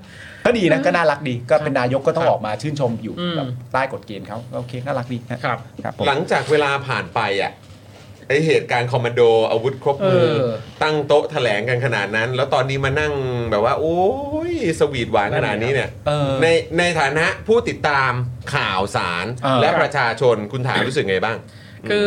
ก็ดีนะก็น่ารักดีก็เป็นนายกก็ต้องออกมาชื่นชมอยู่แบบใต้กฎเกณฑ์เขาโอเคน่ารักดีครับครับหลังจากเวลาผ่านไปอ่ะไอเหตุการณ์คอมมานโดอาวุธครบมือตั้งโต๊ะแถลงกันขนาดนั้นแล้วตอนนี้มานั่งแบบว่าโอ้ยสวีทหวานขนาดนี้เนี่ยในในฐานะผู้ติดตามข่าวสารและประชาชนคุณถามรู้สึกไงบ้างคือ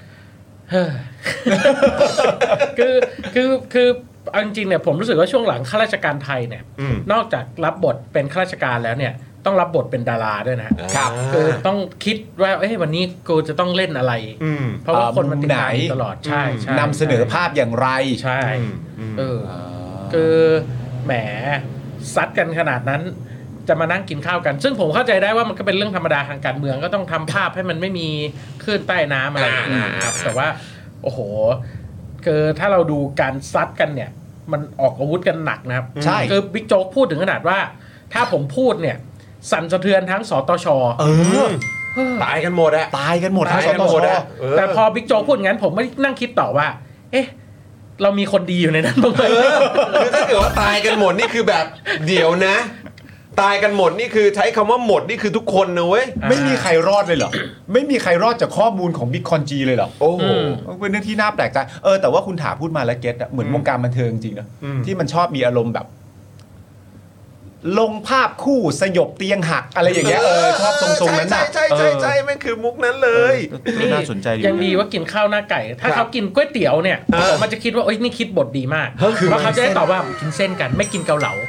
คือคือคือจริงๆเนี่ยผมรู้สึกว่าช่วงหลังข้าราชการไทยเนี่ยนอกจากรับบทเป็นข้าราชการแล้วเนี่ยต้องรับบทเป็นดาราด้วยนะครับคือต้องคิดว่าเอ้ยวันนี้กูจะต้องเล่นอะไรเพราะว่าคนมันติดตามตลอดใช่ใช่นำเสนอภาพอย่างไรใช่เออคือแหมซัดกันขนาดนั้นจะมานั่งกินข้าวกันซึ่งผมเข้าใจได้ว่ามันก็เป็นเรื่องธรรมดาทางการเมืองก็ต้องทำภาพให้มันไม่มีคลื่นใต้น้ำอะไรนะครับแต่ว่าโอ้โหคือถ้าเราดูการซัดกันเนี่ยมันออกอาวุธกันหนักนะครับใช่คือบิ๊กโจ๊กพูดถึงขนาดว่าถ้าผมพูดเนี่ยสั่นสะเทือนทั้งสตช. เออตายกันหมดอะตายกันหมดทั้งสตช. แต่พอบิ๊กโจ๊กพูดงั้นผมไม่นั่งคิดต่อว่าเอ๊ะเรามีคนดีอยู่ในนั้นบ้างไหมคือถ้าเกิดว่าตายกันหมดนี่คือแบบเดี๋ยวนะตายกันหมดนี่คือใช้คำว่าหมดนี่คือทุกคนนะเว้ยไม่มีใครรอดเลยเหรอไม่มีใครรอดจากข้อมูลของบิ๊กคอนจีเลยเหรอโอ้โหเป็นเรื่องที่น่าแปลกใจเออแต่ว่าคุณถาพูดมาแล้วเก็ตเหมือนวงการบันเทิงจริงนะที่มันชอบมีอารมณ์แบบลงภาพคู่สยบเตียงหักอะไรอย่างเงี้ยเออชอบทรงๆนั้นน่ะใช่ใช่ใช่มันคือมุกนั้นเลยน่าสนใจดียังดีว่ากินข้าวหน้าไก่ถ้าเขากินก๋วยเตี๋ยวเนี่ยมันจะคิดว่าโอ๊ยนี่คิดบทดีมากเพราะเขาจะได้ตอบว่ากินเส้นกันไม่กินเกาเหลา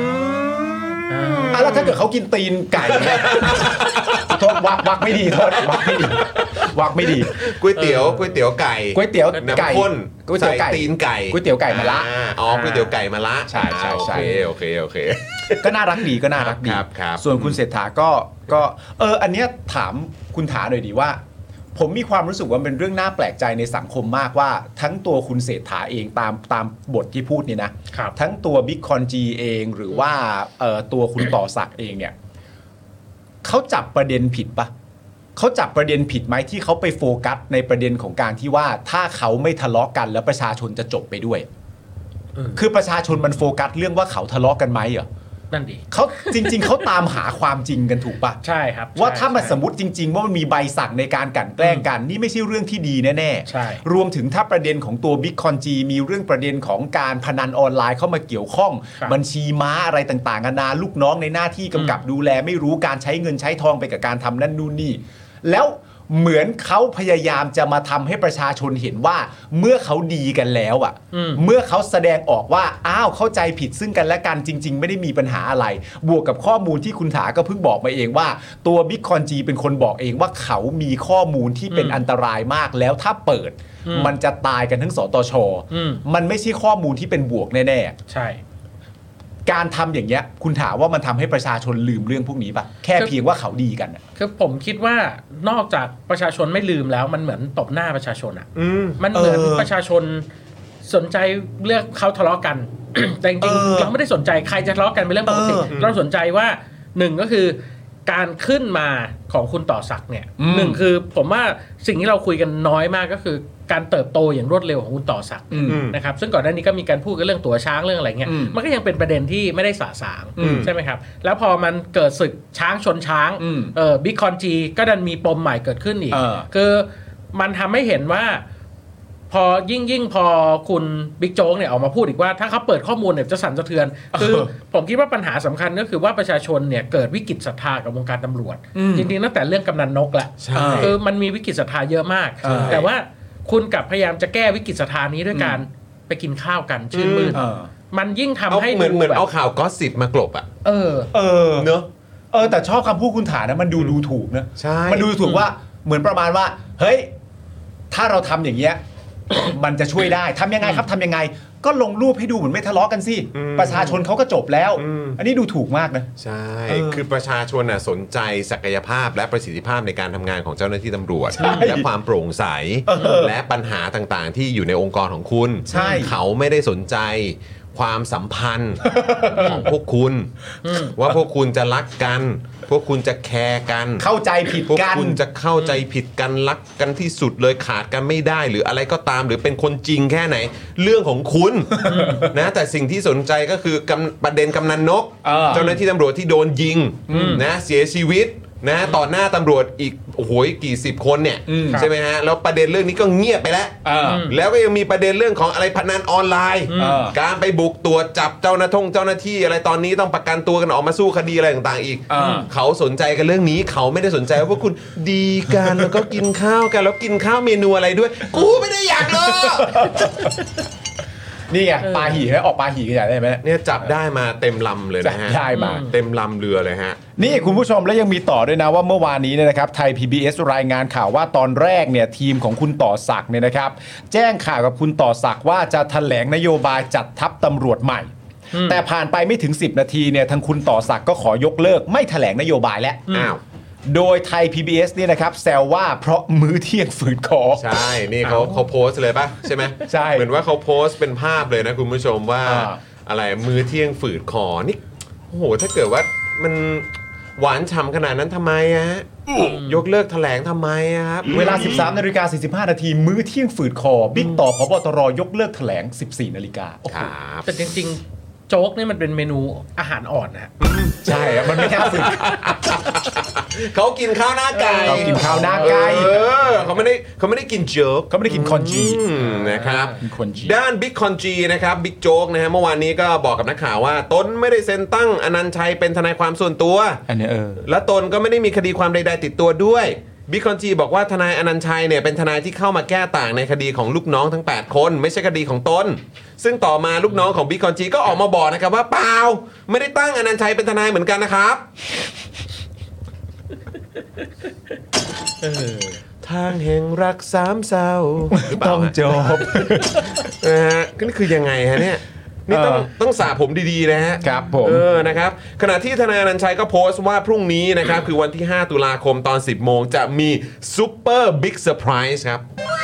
แล้วถ้าเกิดเขากินตีนไก่เนี่ยโทษวักวักไม่ดีโทษวักไม่ดีวักไม่ดีก๋วยเตี๋ยวก๋วยเตี๋ยวไก่ก๋วยเตี๋ยวไก่ข้นก๋วยเตี๋ยวไก่ตีนไก่ก๋วยเตี๋ยวไก่มะละอ๋อก๋วยเตี๋ยวไก่มะละใช่ใช่ใช่โอเคโอเคก็น่ารักดีก็น่ารักดีส่วนคุณเศรษฐาก็ก็เอออันเนี้ยถามคุณถาหน่อยดีว่าผมมีความรู้สึกว่าเป็นเรื่องน่าแปลกใจในสังคมมากว่าทั้งตัวคุณเศรษฐาเองตามตามบทที่พูดนี่นะทั้งตัวบิ๊กคอนจีเองหรือว่าเอ่อตัวคุณต่อศักดิ์เองเนี่ยเขาจับประเด็นผิดปะเขาจับประเด็นผิดไหมที่เขาไปโฟกัสในประเด็นของการที่ว่าถ้าเขาไม่ทะเลาะกันแล้วประชาชนจะจบไปด้วยคือประชาชนมันโฟกัสเรื่องว่าเขาทะเลาะกันไหมเหรอนั่นดิเขาจริงๆเขาตามหาความจริงกันถูกปะใช่ครับว่าถ้ามันสมมติจริงๆว่ามันมีใบสั่งในการกลั่นแกล้งกันนี่ไม่ใช่เรื่องที่ดีแน่ๆใช่รวมถึงถ้าประเด็นของตัวบิ๊กคอนจีมีเรื่องประเด็นของการพนันออนไลน์เข้ามาเกี่ยวข้องบัญชีม้าอะไรต่างๆนานาลูกน้องในหน้าที่กำกับดูแลไม่รู้การใช้เงินใช้ทองไปกับการทำนั่นนู่นนี่แล้วเหมือนเขาพยายามจะมาทำให้ประชาชนเห็นว่าเมื่อเขาดีกันแล้วอ่ะเมื่อเขาแสดงออกว่าอ้าวเข้าใจผิดซึ่งกันและกันจริงๆไม่ได้มีปัญหาอะไรบวกกับข้อมูลที่คุณถาก็เพิ่งบอกมาเองว่าตัวบิ๊กคอนจีเป็นคนบอกเองว่าเขามีข้อมูลที่เป็นอันตรายมากแล้วถ้าเปิดมันจะตายกันทั้งสตช.มันไม่ใช่ข้อมูลที่เป็นบวกแน่ๆใช่การทำอย่างเงี้ยคุณถามว่ามันทำให้ประชาชนลืมเรื่องพวกนี้ปะแค่เพียงว่าเขาดีกันคือผมคิดว่านอกจากประชาชนไม่ลืมแล้วมันเหมือนตบหน้าประชาชนอ่ะมันเหมือนประชาชนสนใจเรื่องเขาทะเลาะกัน แต่จริงๆเราไม่ได้สนใจใครจะทะเลาะกันเป็นเรื่องปกติเราสนใจว่าหนึ่งก็คือการขึ้นมาของคุณต่อศักดิ์เนี่ยหนึ่งคือผมว่าสิ่งที่เราคุยกันน้อยมากก็คือการเติบโตอย่างรวดเร็วของคุณต่อศักดิ์นะครับซึ่งก่อนหน้านี้ก็มีการพูดกันเรื่องตั๋วช้างเรื่องอะไรเงี้ยมันก็ยังเป็นประเด็นที่ไม่ได้สะสางใช่ไหมครับแล้วพอมันเกิดศึกช้างชนช้างเออบิ๊กคอนจีก็ดันมีปมใหม่เกิดขึ้นอีกคือมันทำให้เห็นว่าพอยิ่งยิ่งพอคุณบิ๊กโจ๊กเนี่ยออกมาพูดอีกว่าถ้าเขาเปิดข้อมูลเนี่ยจะสั่นสะเทือนคือผมคิดว่าปัญหาสำคัญก็คือว่าประชาชนเนี่ยเกิดวิกฤตศรัทธากับวงการตำรวจจริงๆตั้งแต่เรื่องกำนันนกแหละคือมันมีวิกฤตศรัทธาเยอะมากแต่ว่าคุณกับพยายามจะแก้วิกฤตศรัทธานี้ด้วยการไปกินข้าวกันชื่นมื่นมันยิ่งทำให้เหมือนเหมือนเอาข่าวก็สิบมากลบอ่ะเออเออเนอะเออแต่ชอบคำพูดคุณถานะมันดูดูถูกนะมันดูถูกว่าเหมือนประมาณว่าเฮ้ยถ้าเราทำอย่างเงี้ยมันจะช่วยได้ทำยังไงครับทำยังไงก็ลงรูปให้ดูเหมือนไม่ทะเลาะกันสิประชาชนเขาก็จบแล้วอันนี้ดูถูกมากนะใช่คือประชาชนน่ะสนใจศักยภาพและประสิทธิภาพในการทำงานของเจ้าหน้าที่ตำรวจและความโปร่งใสและปัญหาต่างๆที่อยู่ในองค์กรของคุณเขาไม่ได้สนใจความสัมพันธ์ ของพวกคุณว่าพวกคุณจะรักกัน พวกคุณจะแคร์กันเข้าใจผิดพวกกันคุณจะเข้าใจผิดกันรักกันที่สุดเลยขาดกันไม่ได้หรืออะไรก็ตามหรือเป็นคนจริงแค่ไหน เรื่องของคุณนะแต่สิ่งที่สนใจก็คือกำประเด็นกำนันนกเออเจ้าหน้าที่ตำรวจที่โดนยิงนะเสียชีวิตนะต่อหน้าตำรวจอีกโอ้โหกี่สิบคนเนี่ยใช่ไหมฮะแล้วประเด็นเรื่องนี้ก็เงียบไปแล้วเออแล้วก็ยังมีประเด็นเรื่องของอะไรพนันออนไลน์เออการไปบุกตรวจจับเจ้าหน้าที่เจ้าหน้าที่อะไรตอนนี้ต้องประกันตัวกันออกมาสู้คดีอะไรต่างๆอีกเออเขาสนใจกันเรื่องนี้เขาไม่ได้สนใจว่าพวกคุณดีกันแล้วก็กินข้าวกันแล้วกินข้าวเมนูอะไรด้วย กูไม่ได้อยากเลยนี่ไงปลาหี่ให้ออกปลาหี่กันใหญ่ได้ไหมเนี่ยจับได้มาเต็มลำเลยจับนะฮะได้มาเต็มลำเรือเลยฮะนี่คุณผู้ชมแล้วยังมีต่อด้วยนะว่าเมื่อวานนี้เนี่ยนะครับไทย พี บี เอส รายงานข่าวว่าตอนแรกเนี่ยทีมของคุณต่อศักดิ์เนี่ยนะครับแจ้งข่าวกับคุณต่อศักดิ์ว่าจะแถลงนโยบายจัดทัพตำรวจใหม่ แต่ผ่านไปไม่ถึงสิบนาทีเนี่ยทางคุณต่อศักดิ์ก็ขอยกเลิกไม่แถลงนโยบายแล้วอ้าวโดยไทย พี บี เอส เนี่ยนะครับแซวว่าเพราะมื้อเที่ยงฝืนคอใช่นี่เขาเขาโพสต์เลยป่ะใช่ไหมใช่เหมือนว่าเขาโพสต์เป็นภาพเลยนะคุณผู้ชมว่าอ่าอะไรมื้อเที่ยงฝืดคอนี่โอ้โหถ้าเกิดว่ามันหวานฉ่ำขนาดนั้นทำไมอะฮะยกเลิกแถลงทำไมอะครับเวลา สิบสามนาฬิกาสี่สิบห้านาทีมื้อเที่ยงฝืดคอบิ๊กต่อผบตรยกเลิกแถลง สิบสี่นาฬิกาครับแต่จริงๆ โจ๊กนี่มันเป็นเมนูอาหารอ่อนนะฮะใช่อะมันไม่น่าฝืดเขากินข้าวหน้าไก่เขากินข้าวหน้าไก่เออเขาไม่ได้เขาไม่ได้กินโจ๊กเขาไม่ได้กินคอนจีอืมนะครับกินคอนจีด้านบิ๊กคอนจีนะครับบิ๊กโจ๊กนะฮะเมื่อวานนี้ก็บอกกับนักข่าวว่าตนไม่ได้เซ็นตั้งอนันต์ชัยเป็นทนายความส่วนตัวอันนี้เออและตนก็ไม่ได้มีคดีความใดๆติดตัวด้วยบิ๊กคอนจีบอกว่าทนายอนันต์ชัยเนี่ยเป็นทนายที่เข้ามาแก้ต่างในคดีของลูกน้องทั้งแปดคนไม่ใช่คดีของตนซึ่งต่อมาลูกน้องของบิ๊กคอนจีก็ออกมาบอกนะครับว่าเปล่าไม่ได้ตั้งอนันต์ชัยเป็นทนายเหมือนกันนะครับทางแห่งรักสามเศร้าหรือเปล่าต้องฮะจบนะฮะก็นี่คือยังไงฮะเนี่ยนี่ต้องเออต้องสระผมดีๆนะฮะครับผมเออนะครับขณะที่ทนายอนันต์ชัยก็โพสต์ว่าพรุ่งนี้นะครับ คือวันที่ ห้า ตุลาคมตอน สิบ โมงจะมีซูเปอร์บิ๊กเซอร์ไพรส์ครับ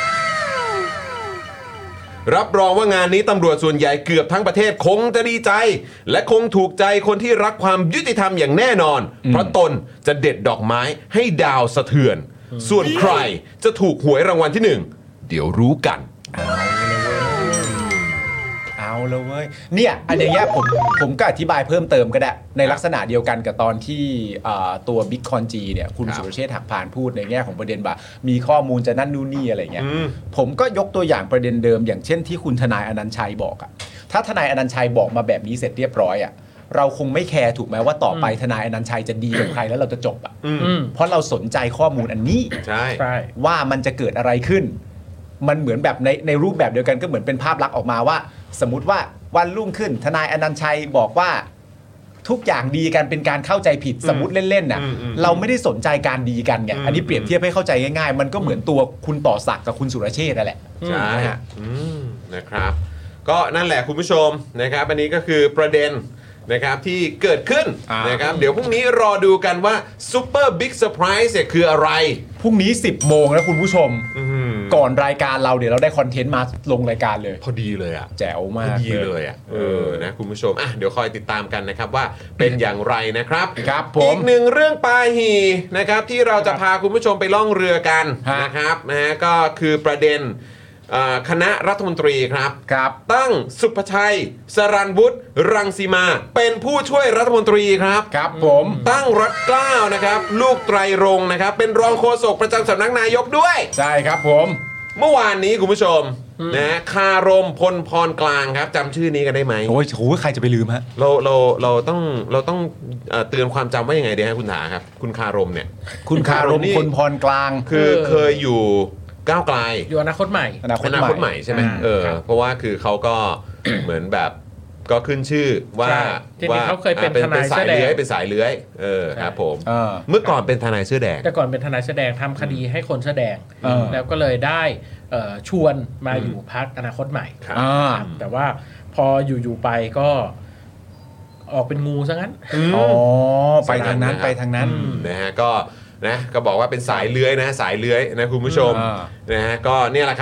รับรองว่างานนี้ตำรวจส่วนใหญ่เกือบทั้งประเทศคงจะดีใจ และคงถูกใจคนที่รักความยุติธรรมอย่างแน่นอน เพราะตนจะเด็ดดอกไม้ให้ดาวสะเทือน ส่วนใครจะถูกหวยรางวัลที่หนึ่งเดี๋ยวรู้กันเอาแล้วเว้ยเนี่ยอันอย่างเงี้ยผมผมก็อธิบายเพิ่มเติมก็ได้ในลักษณะเดียวกันกับตอนที่อ่าตัวบิ๊กคอนจีเนี่ยคุณครับสุรเชษฐ์หักพานพูดในแง่ของประเด็นว่ามีข้อมูลจะนั่นนู่นนี่อะไรเงี้ยอืมผมก็ยกตัวอย่างประเด็นเดิมอย่างเช่นที่คุณทนายอนันต์ชัยบอกอะถ้าทนายอนันต์ชัยบอกมาแบบนี้เสร็จเรียบร้อยอะเราคงไม่แคร์ถูกไหมว่าต่อไปทนายอนันต์ชัยจะดีกับใครแล้วเราจะจบอะอืมอืมเพราะเราสนใจข้อมูลอันนี้ใช่ใช่ว่ามันจะเกิดอะไรขึ้น มันเหมือนแบบในในรูปแบบเดียวกันก็เหมือนเป็นภาพลักษณ์ออกมาว่า สมมติว่าวันรุ่งขึ้น ทนายอนันต์ชัยบอกว่าทุกอย่างดีกันเป็นการเข้าใจผิดสมมติเล่นๆน่ะอืมอืมเราไม่ได้สนใจการดีกันไงอืมอันนี้เปรียบเทียบให้เข้าใจง่ายๆ มันก็เหมือนตัวคุณต่อศักดิ์กับคุณสุรเชษฐ์นั่นแหละใช่นะฮะอืมนะครับ ก็นั่นแหละคุณผู้ชมนะครับอันนี้ก็คือประเด็นนะครับที่เกิดขึ้นอ่านนะครับเดี๋ยวพรุ่งนี้รอดูกันว่าซูเปอร์บิ๊กเซอร์ไพรส์เนี่ยคืออะไรพรุ่งนี้สิบโมงนะคุณผู้ชมอืมก่อนรายการเราเดี๋ยวเราได้คอนเทนต์มาลงรายการเลยพอดีเลยอ่ะแจ๋วพมาอก ดีเลยอ่ะเออนะคุณผู้ชมอ่ะเดี๋ยวคอยติดตามกันนะครับว่าเป็นอย่างไรนะครับครับผมอีกหนึ่งเรื่องปาหีนะครับที่เราจะพาคุณผู้ชมไปล่องเรือกันฮะนะครับนะฮะก็คือประเด็นเอ่อคณะรัฐมนตรีครับครับตั้งสุภชัย สรันวุฒิรังสีมา เป็นผู้ช่วยรัฐมนตรีครับครับผมตั้งรัฐเกล้านะครับ ลูกไตรรงค์นะครับ เป็นรองโฆษกประจำสำนักนายกด้วยใช่ครับผมเมื่อวานนี้คุณผู้ชมนะคารมพลพรกลางครับจำชื่อนี้กันได้ไหมโอ้ยโหใครจะไปลืมฮะเราเราเราต้องเราต้องเอ่อเตือนความจำว่ายังไงดีฮะคุณถาครับ คุณคารมเนี่ยคุณคารมนี่คนพรกลางคือเออเคยอยู่ก้าวไกลอยู่อนาคตใหม่อนาคตอนาคตใหม่ใช่ไหมอืมเออครับเพราะว่าคือเขาก็ เหมือนแบบก็ขึ้นชื่อว่าใช่จริงๆว่าเขาเคยเป็นอ่ทนายสายเสื้อแดงเลื้อยเป็นสายเลื้อยเออครับผมเออเมื่อก่อนเป็นทนายเสื้อแดงแต่ก่อนเป็นทนายแสอแดงทำคดีให้คนแสอแดงเออแล้วก็เลยได้เอ่อชวนมาอยู่พักอนาคตใหม่ครับอ่าครับแต่ว่าพออยู่ๆไปก็ออกเป็นงูซะงั้นอ๋อไปทางนั้นนะครับไปทางนั้นอืมนะฮะก็นะก็บอกว่าเป็นสายเลื้อยนะสายเลื้อยนะคุณผู้ชมอ่านะฮะก็เนี่ยแหละครับ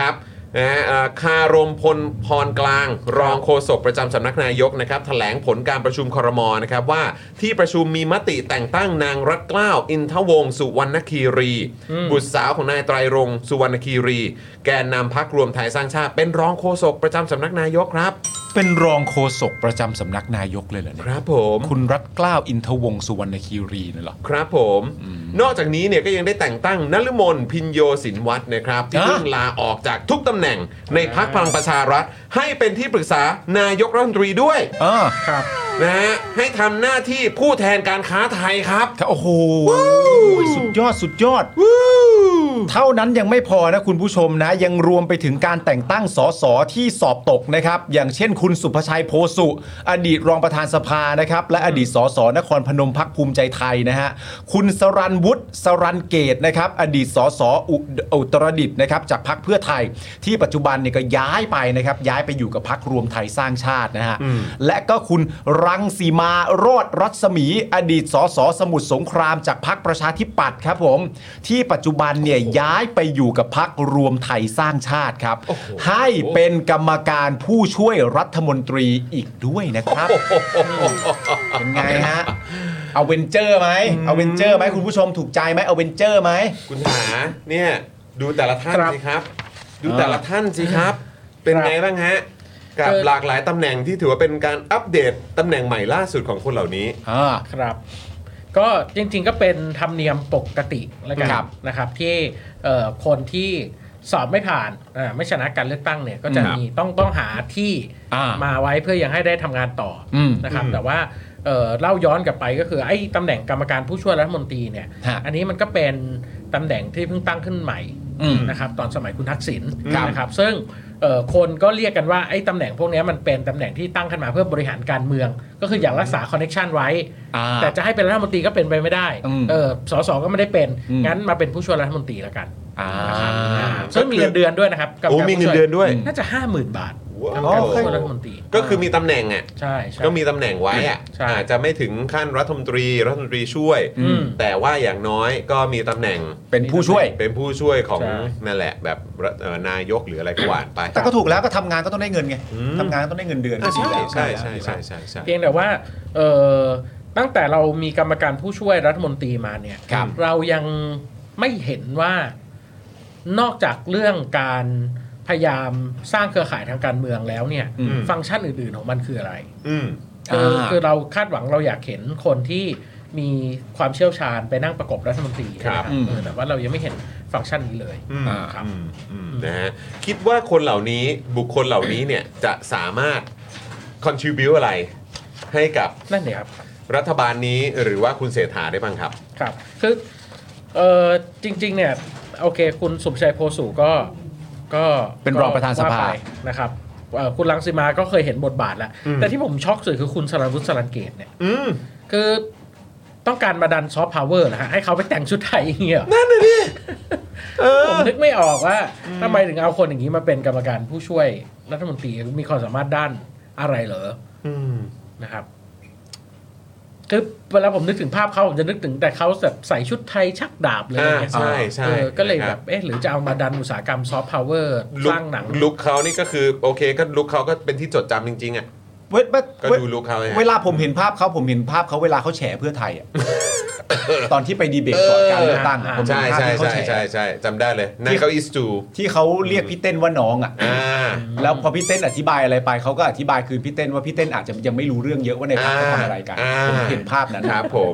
นะฮะคารมพลพรกลางรองโฆษกประจำสำนักนายกนะครับแถลงผลการประชุมครม.นะครับว่าที่ประชุมมีมติแต่งตั้งนางรัตเกล้าอินทวงศ์สุวรรณคีรีบุตรสาวของนายไตรรงค์สุวรรณคีรีแกนนำพรรครวมไทยสร้างชาติเป็นรองโฆษกประจำสำนักนายกครับเป็นรองโฆษกประจำสำนักนายกเลยเหรอเนี่ยครับผมคุณรัตเกล้าอินทวงศ์สุวรรณคีรีนั่นเหรอครับผมนอกจากนี้เนี่ยก็ยังได้แต่งตั้งนฤมลพินโยสินวัฒน์นะครับที่เพิ่งลาออกจากทุกตำแหน่งในพรรคพลังประชารัฐให้เป็นที่ปรึกษานายกรัฐมนตรีด้วยอ่าครับนะฮะให้ทำหน้าที่ผู้แทนการค้าไทยครับโอ้โหสุดยอดสุดยอดเท่านั้นยังไม่พอนะคุณผู้ชมนะยังรวมไปถึงการแต่งตั้งสสที่สอบตกนะครับอย่างเช่นคุณสุภชัยโพสุอดีตรองประธานสภานะครับและอดีตสสนครพนมพรรคภูมิใจไทยนะฮะคุณสรัญวุฒิสรัญเกตนะครับอดีตสสอุตรดิตถ์นะครับจากพรรคเพื่อไทยที่ปัจจุบันเนี่ยก็ย้ายไปนะครับย้ายไปอยู่กับพรรครวมไทยสร้างชาตินะฮะและก็คุณรังสีมาโรจน์รัศมีอดีตสสสมุทรสงครามจากพรรคประชาธิปัตย์ครับผมที่ปัจจุบันเนี่ยย้ายไปอยู่กับพรรครวมไทยสร้างชาติครับให้เป็นกรรมการผู้ช่วยรัฐมนตรีอีกด้วยนะครับเป็นไงฮะเอาเวนเจอร์ไหมเอาเวนเจอร์ไหมคุณผู้ชมถูกใจไหมเอาเวนเจอร์ไหมคุณหาเนี่ยดูแต่ละท่านสิครับดูแต่ละท่านสิครับเป็นไงบ้างฮะกับหลากหลายตำแหน่งที่ถือว่าเป็นการอัปเดตตำแหน่งใหม่ล่าสุดของคนเหล่านี้อ่าครับก็จริงๆก็เป็นธรรมเนียมปกติแล้วกันนะครับที่คนที่สอบไม่ผ่านไม่ชนะการเลือกตั้งเนี่ยก็จะมีต้องต้องหาที่มาไว้เพื่อยังให้ได้ทำงานต่อนะครับแต่ว่าเล่าย้อนกลับไปก็คือไอ้ตำแหน่งกรรมการผู้ช่วยรัฐมนตรีเนี่ยอันนี้มันก็เป็นตำแหน่งที่เพิ่งตั้งขึ้นใหม่นะครับตอนสมัยคุณทักษิณนะครับซึ่งคนก็เรียกกันว่าไอ้ตำแหน่งพวกนี้มันเป็นตำแหน่งที่ตั้งขึ้นมาเพื่อบริหารการเมืองก็คืออยากรักษาคอนเนคชันไว้แต่จะให้เป็นรัฐมนตรีก็เป็นไปไม่ได้เออสสก็ไม่ได้เป็นงั้นมาเป็นผู้ช่วยรัฐมนตรีแล้วกันซึ่งมีเงินเดือนด้วยนะครับโอ้มีเงินเดือนด้วยน่าจะห้าหมื่นบาทผู้ช่วยรัฐมนตรีก็คือมีตำแหน่งอ่ะใช่ก็มีตำแหน่งไว้อ่ะอาจจะไม่ถึงขั้นรัฐมนตรีรัฐมนตรีช่วยแต่ว่าอย่างน้อยก็มีตำแหน่งเป็นผู้ช่วยเป็นผู้ช่วยของนั่นแหละแบบนายกหรืออะไรก็ว่าไปแต่ก็ถูกแล้วก็ทำงานก็ต้องได้เงินไงทำงานต้องได้เงินเดือนใช่ใช่ใช่ใช่ใช่ใช่เพียงแต่ว่าตั้งแต่เรามีกรรมการผู้ช่วยรัฐมนตรีมาเนี่ยเรายังไม่เห็นว่านอกจากเรื่องการพยายามสร้างเครือข่ายทางการเมืองแล้วเนี่ยฟังก์ชันอื่นๆของมันคืออะไรคือคือเราคาดหวังเราอยากเห็นคนที่มีความเชี่ยวชาญไปนั่งประกบรัฐมนตรีนะครับแต่ว่าเรายังไม่เห็นฟังก์ชันนี้เลยครับนะฮะคิดว่าคนเหล่านี้บุคคลเหล่านี้เนี่ยจะสามารถ contribute อะไรให้กับนั่นเองครับรัฐบาลนี้หรือว่าคุณเศรษฐาได้บ้างครับครับคือเออจริงๆเนี่ยโอเคคุณสุภชัยโพสุก็ก็เป็นรองประธานสภานะครับคุณรังสีมาก็เคยเห็นบทบาทแล้วแต่ที่ผมช็อกสุดคือคุณสรัญวุฒิสรัญเกตเนี่ยคือต้องการมาดันซอฟต์พาวเวอร์นะฮะให้เขาไปแต่งชุดไทยอย่างเงี้ยนั่นเลยดิผมนึกไม่ออกว่าทำไมถึงเอาคนอย่างนี้มาเป็นกรรมการผู้ช่วยรัฐมนตรีมีความสามารถด้านอะไรเหรอนะครับคือเวลาผมนึกถึงภาพเขาผมจะนึกถึงแต่เขาแบบใส่ชุดไทยชักดาบเลยใช่ใช่ก็เลยแบบเอ๊ะหรือจะเอามาดันอุตสาหกรรมซอฟต์พาวเวอร์สร้างหนังลุคเขานี่ก็คือโอเคก็ลุคเขาก็เป็นที่จดจำจริงๆอ่ะก็ดูลุคเขาเวลาผมเห็นภาพเขาผมเห็นภาพเขาเวลาเขาแฉเพื่อไทยอ่ะตอนที่ไปดีเบตก่อนการเลือกตั้งใช่ใช่ใช่ใช่ใช่จำได้เลยนั่นเขาอิสตูที่เขาเรียกพี่เต้นว่าน้องอ่ะแล้วพอพี่เต้นอธิบายอะไรไปเขาก็อธิบายคือพี่เต้นว่าพี่เต้นอาจจะยังไม่รู้เรื่องเยอะว่าในภาพเขาทำอะไรกันผมเห็นภาพนั้นครับผม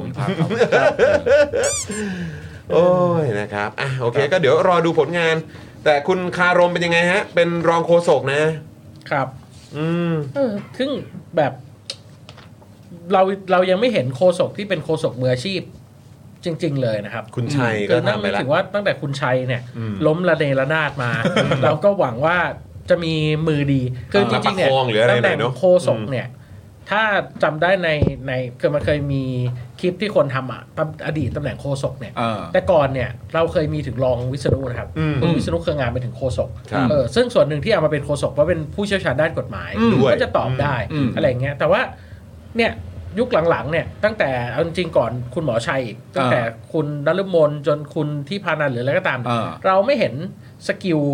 โอ้ยนะครับอ่ะโอเคก็เดี๋ยวรอดูผลงานแต่คุณคารมเป็นยังไงฮะเป็นรองโฆษกนะครับอืมเออซึ่งแบบเราเรายังไม่เห็นโฆษกที่เป็นโฆษกมืออาชีพจริงๆเลยนะครับคุณชัยก็ทำไปแล้วถือว่าตั้งแต่คุณชัยเนี่ยล้มระเนระนาดมาเราก็หวังว่าจะมีมือดีคือจริงๆเนี่ยตั้งแต่โฆษกเนี่ยถ้าจำได้ในในคือมันเคยมีคลิปที่คนทำอ่ะอดีตตำแหน่งโฆษกเนี่ยแต่ก่อนเนี่ยเราเคยมีถึงรองวิษณุนะครับคุณวิษณุเครืองามไปถึงโฆษกเออซึ่งส่วนหนึ่งที่เอามาเป็นโฆษกเพราะเป็นผู้เชี่ยวชาญด้านกฎหมายก็จะตอบได้อะไรเงี้ยแต่ว่าเนี่ยยุคหลังๆเนี่ยตั้งแต่เอาจริงๆก่อนคุณหมอชัยตั้งแต่คุณนฤมลจนคุณที่พานันหรืออะไรก็ตามเราไม่เห็นสกิลข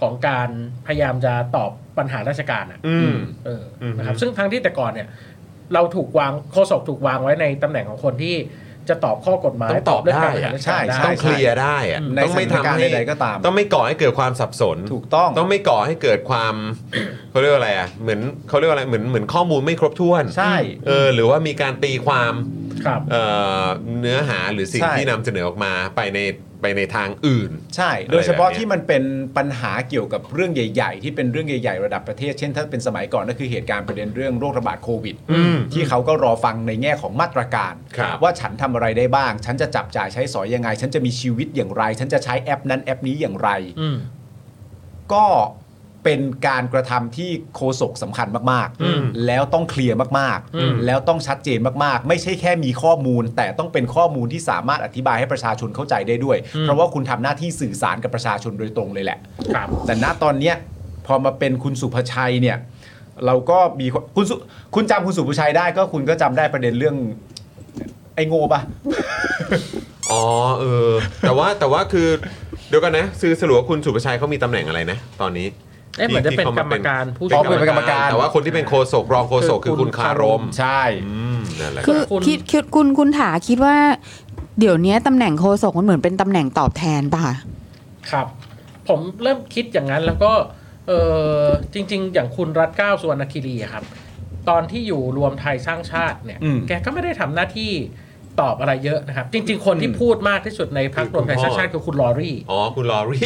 ของการพยายามจะตอบปัญหาราชการอ่ะเออนะครับซึ่งทั้งที่แต่ก่อนเนี่ยเราถูกวางโฆษกถูกวางไว้ในตำแหน่งของคนที่จะตอบข้อกฎหมายต้องตอบได้ใช่ต้องเคลียร์ได้อะต้องไม่ทำให้ก็ตามต้องไม่ก่อให้เกิดความสับสนถูกต้องต้องไม่ก่อให้เกิดความเขาเรียกว่าอะไรอ่ะเหมือนเขาเรียกว่าอะไรเหมือนเหมือนข้อมูลไม่ครบถ้วนใช่เออหรือว่ามีการตีความเอ่อเนื้อหาหรือสิ่งที่นำเสนอออกมาไปในไปในทางอื่นใช่โดยเฉพาะที่มันเป็นปัญหาเกี่ยวกับเรื่องใหญ่ๆที่เป็นเรื่องใหญ่ๆระดับประเทศเช่นถ้าเป็นสมัยก่อนก็คือเหตุการณ์ประเด็นเรื่องโรคระบาดโควิดที่เขาก็รอฟังในแง่ของมาตรการว่าฉันทำอะไรได้บ้างฉันจะจับจ่ายใช้สอยยังไงฉันจะมีชีวิตอย่างไรฉันจะใช้แอปนั้นแอปนี้อย่างไรก็เป็นการกระทำที่โฆษกสำคัญมากๆแล้วต้องเคลียร์มากๆแล้วต้องชัดเจนมากๆไม่ใช่แค่มีข้อมูลแต่ต้องเป็นข้อมูลที่สามารถอธิบายให้ประชาชนเข้าใจได้ด้วยเพราะว่าคุณทำหน้าที่สื่อสารกับประชาชนโดยตรงเลยแหละแต่ณตอนเนี้ยพอมาเป็นคุณสุภชัยเนี่ยเราก็มีคุณคุณจำคุณสุภชัยได้ก็คุณก็จำได้ประเด็นเรื่องไอ้โง่ปะอ๋อเออแต่ว่าแต่ว่าคือเดี๋ยวกันนะซื้อสรุปว่าคุณสุภชัยเขามีตำแหน่งอะไรนะตอนนี้เอ๊ะเหมือนจะเป็นกรรมการผู้ช่วยเป็นกรรมการแต่ว่าคนที่เป็นโฆษกรองโฆษกคือคุณคารมใช่นั่นแหละคือคิดคิดคุณคุณถาคิดว่าเดี๋ยวนี้ตำแหน่งโฆษกมันเหมือนเป็นตำแหน่งตอบแทนป่ะครับผมเริ่มคิดอย่างนั้นแล้วก็เออจริงๆอย่างคุณรัฐเกล้าสุวรรณคีรีครับตอนที่อยู่รวมไทยสร้างชาติเนี่ยแกก็ไม่ได้ทำหน้าที่ตอบอะไรเยอะนะครับจริงๆคนที่พูดมากที่สุดในพรรครวมไทยสร้างชาติคือคุณลอรี่อ๋อคุณลอรี่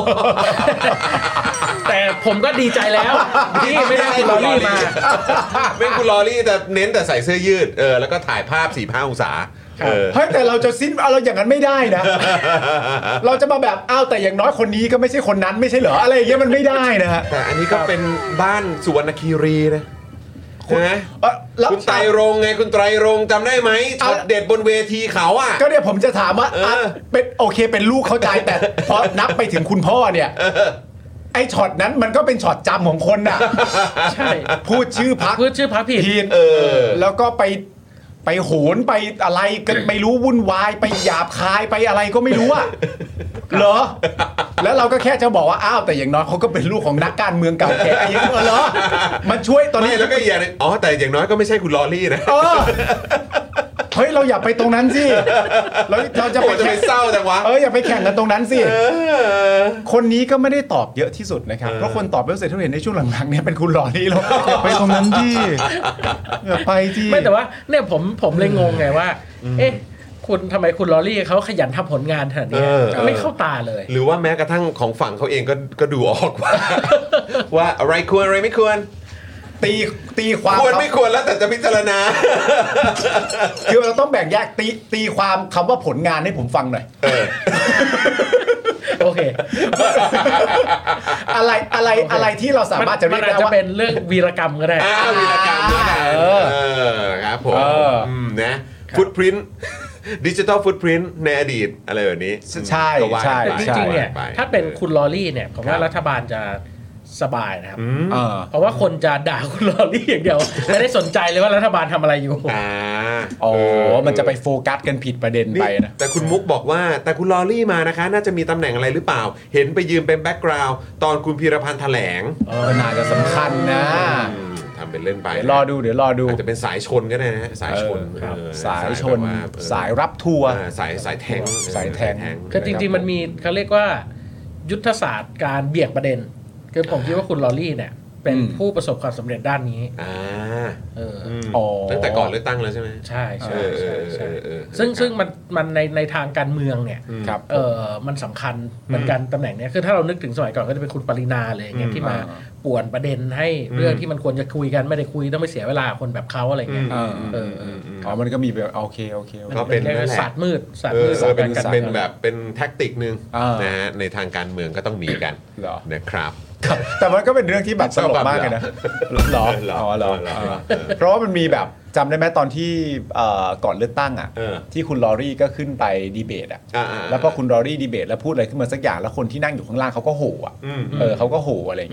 แต่ผมก็ดีใจแล้วที่ไม่ได้คุณลอรี่มาไม่คุณลอรี่แต่เน้นแต่ใส่เสื้อยืดเออแล้วก็ถ่ายภาพสี่ห้าองศาเฮ้ยแต่เราจะสิ้นเราอย่างนั้นไม่ได้นะเราจะมาแบบอ้าวแต่อย่างน้อยคนนี้ก็ไม่ใช่คนนั้นไม่ใช่เหรออะไรอย่างเงี้ยมันไม่ได้นะฮะแต่อันนี้ก็เป็นบ้านสุวรรณคีรีนะนะคุณไตรรงไงคุณไตรรงจำได้ไหมช็อตเด็ดบนเวทีเขาอ่ะก็เนี่ยผมจะถามว่าเป็นโอเคเป็นลูกเข้าใจแต่พอนับไปถึงคุณพ่อเนี่ยไอ้ช็อตนั้นมันก็เป็นช็อตจำของคนน่ะใช่พูดชื่อพรรคพูดชื่อพรรคผิดเออแล้วก็ไปไปโหนไปอะไรกันไม่รู้วุ่นวายไปหยาบคายไปอะไรก็ไม่รู้อ่ะเหรอแล้วเราก็แค่จะบอกว่าอ้าวแต่อย่างน้อยเขาก็เป็นลูกของนักการเมืองเก่าแก่อย่างเงี้ยเหรอมันช่วยตอนนี้แล้วก็อีกอย่างนึงอ๋อแต่อย่างน้อยก็ไม่ใช่คุณลอรี่นะเฮ้ยเราอย่าไปตรงนั้นสิเราเราจะไปแข่งเศร้าจังวะเอออย่าไปแข่งกันตรงนั้นสิคนนี้ก็ไม่ได้ตอบเยอะที่สุดนะครับเพราะคนตอบเยอะเสร็จที่เห็นในช่วงหลังๆเนี่ยเป็นคุณลอรี่แล้วอย่าไปตรงนั้นที่อย่าไปที่ไม่แต่ว่าเนี่ยผมผมเลยงงไงว่าเอ๊ะคุณทำไมคุณลอรี่เขาขยันทำผลงานขนาดนี้ไม่เข้าตาเลยหรือว่าแม้กระทั่งของฝั่งเขาเองก็ก็ดูออกว่าว่าอะไรควรอะไรไม่ควรตีตีความควรไม่ควรแล้วแต่จะพิจารณาคือเราต้องแบ่งแยกตีตีความคำว่าผลงานให้ผมฟังหน่อยโอเคอะไรอะไรอะไรที่เราสามารถจะเรียกได้ว่าเป็นเรื่องวีรกรรมก็ได้วีรกรรมก็ได้เออครับผมนะฟุตพริ้นท์ดิจิทัลฟุตพริ้นท์ในอดีตอะไรแบบนี้ใช่ใช่จริงๆเนี่ยถ้าเป็นคุณลอรี่เนี่ยผมว่ารัฐบาลจะสบายนะครับเพราะว่าคนจะด่าคุณลอรี่อย่างเดียวไม่ได้สนใจเลยว่ารัฐบาลทำอะไรอยู่อ๋อมันจะไปโฟกัสกันผิดประเด็นไปนะแต่คุณมุกบอกว่าแต่คุณลอรี่มานะคะน่าจะมีตำแหน่งอะไรหรือเปล่าเห็นไปยืมเป็นแบ็กกราวด์ตอนคุณพีรพันธ์แถลงเออน่าจะสำคัญนะทำเป็นเล่นไปเดี๋ยวรอดูเดี๋ยวรอดูอาจจะเป็นสายชนก็ได้นะฮะสายชนสายชนสายรับทัวร์สายสายแทงสายแทงก็จริงๆมันมีเขาเรียกว่ายุทธศาสตร์การเบี่ยงประเด็นคือผมคิดว่าคุณลอรี่เนี่ยเป็นผู้ประสบความสำเร็จด้านนี้อ่าเอออ๋อตั้งแต่ก่อนเลือกตั้งแล้วใช่ไหมใช่ใช่ใช่ซึ่งซึ่งมันมันในในทางการเมืองเนี่ยเออมันสำคัญเหมือนกันตำแหน่งเนี้ยคือถ้าเรานึกถึงสมัยก่อนก็จะเป็นคุณปรินาเลยอย่างเงี้ยที่มาป่วนประเด็นให้เรื่องที่มันควรจะคุยกันไม่ได้คุยต้องไปเสียเวลาคนแบบเขาอะไรเงี้ยเออเอออ๋อมันก็มีแบบโอเคโอเคก็เป็นศาสตร์มืดศาสตร์มืดเป็นเป็นแบบเป็นแท็กติกนึงนะฮะในทางการเมืองก็ต้องมีกันนะครับแต่มันก็เป็นเรื่องที่แบบตลกมากเลยนะหรออ๋อหรอเพราะว่ามันมีแบบจำได้ไหมตอนที่ก่อนเลือกตั้งอ่ะที่คุณลอรี่ก็ขึ้นไปดีเบตอ่ะแล้วพอคุณลอรี่ดีเบตแล้วพูดอะไรขึ้นมาสักอย่างแล้วคนที่นั่งอยู่ข้างล่างเขาก็โห่อ่ะเออเขาก็โห่อะไรเงี้ย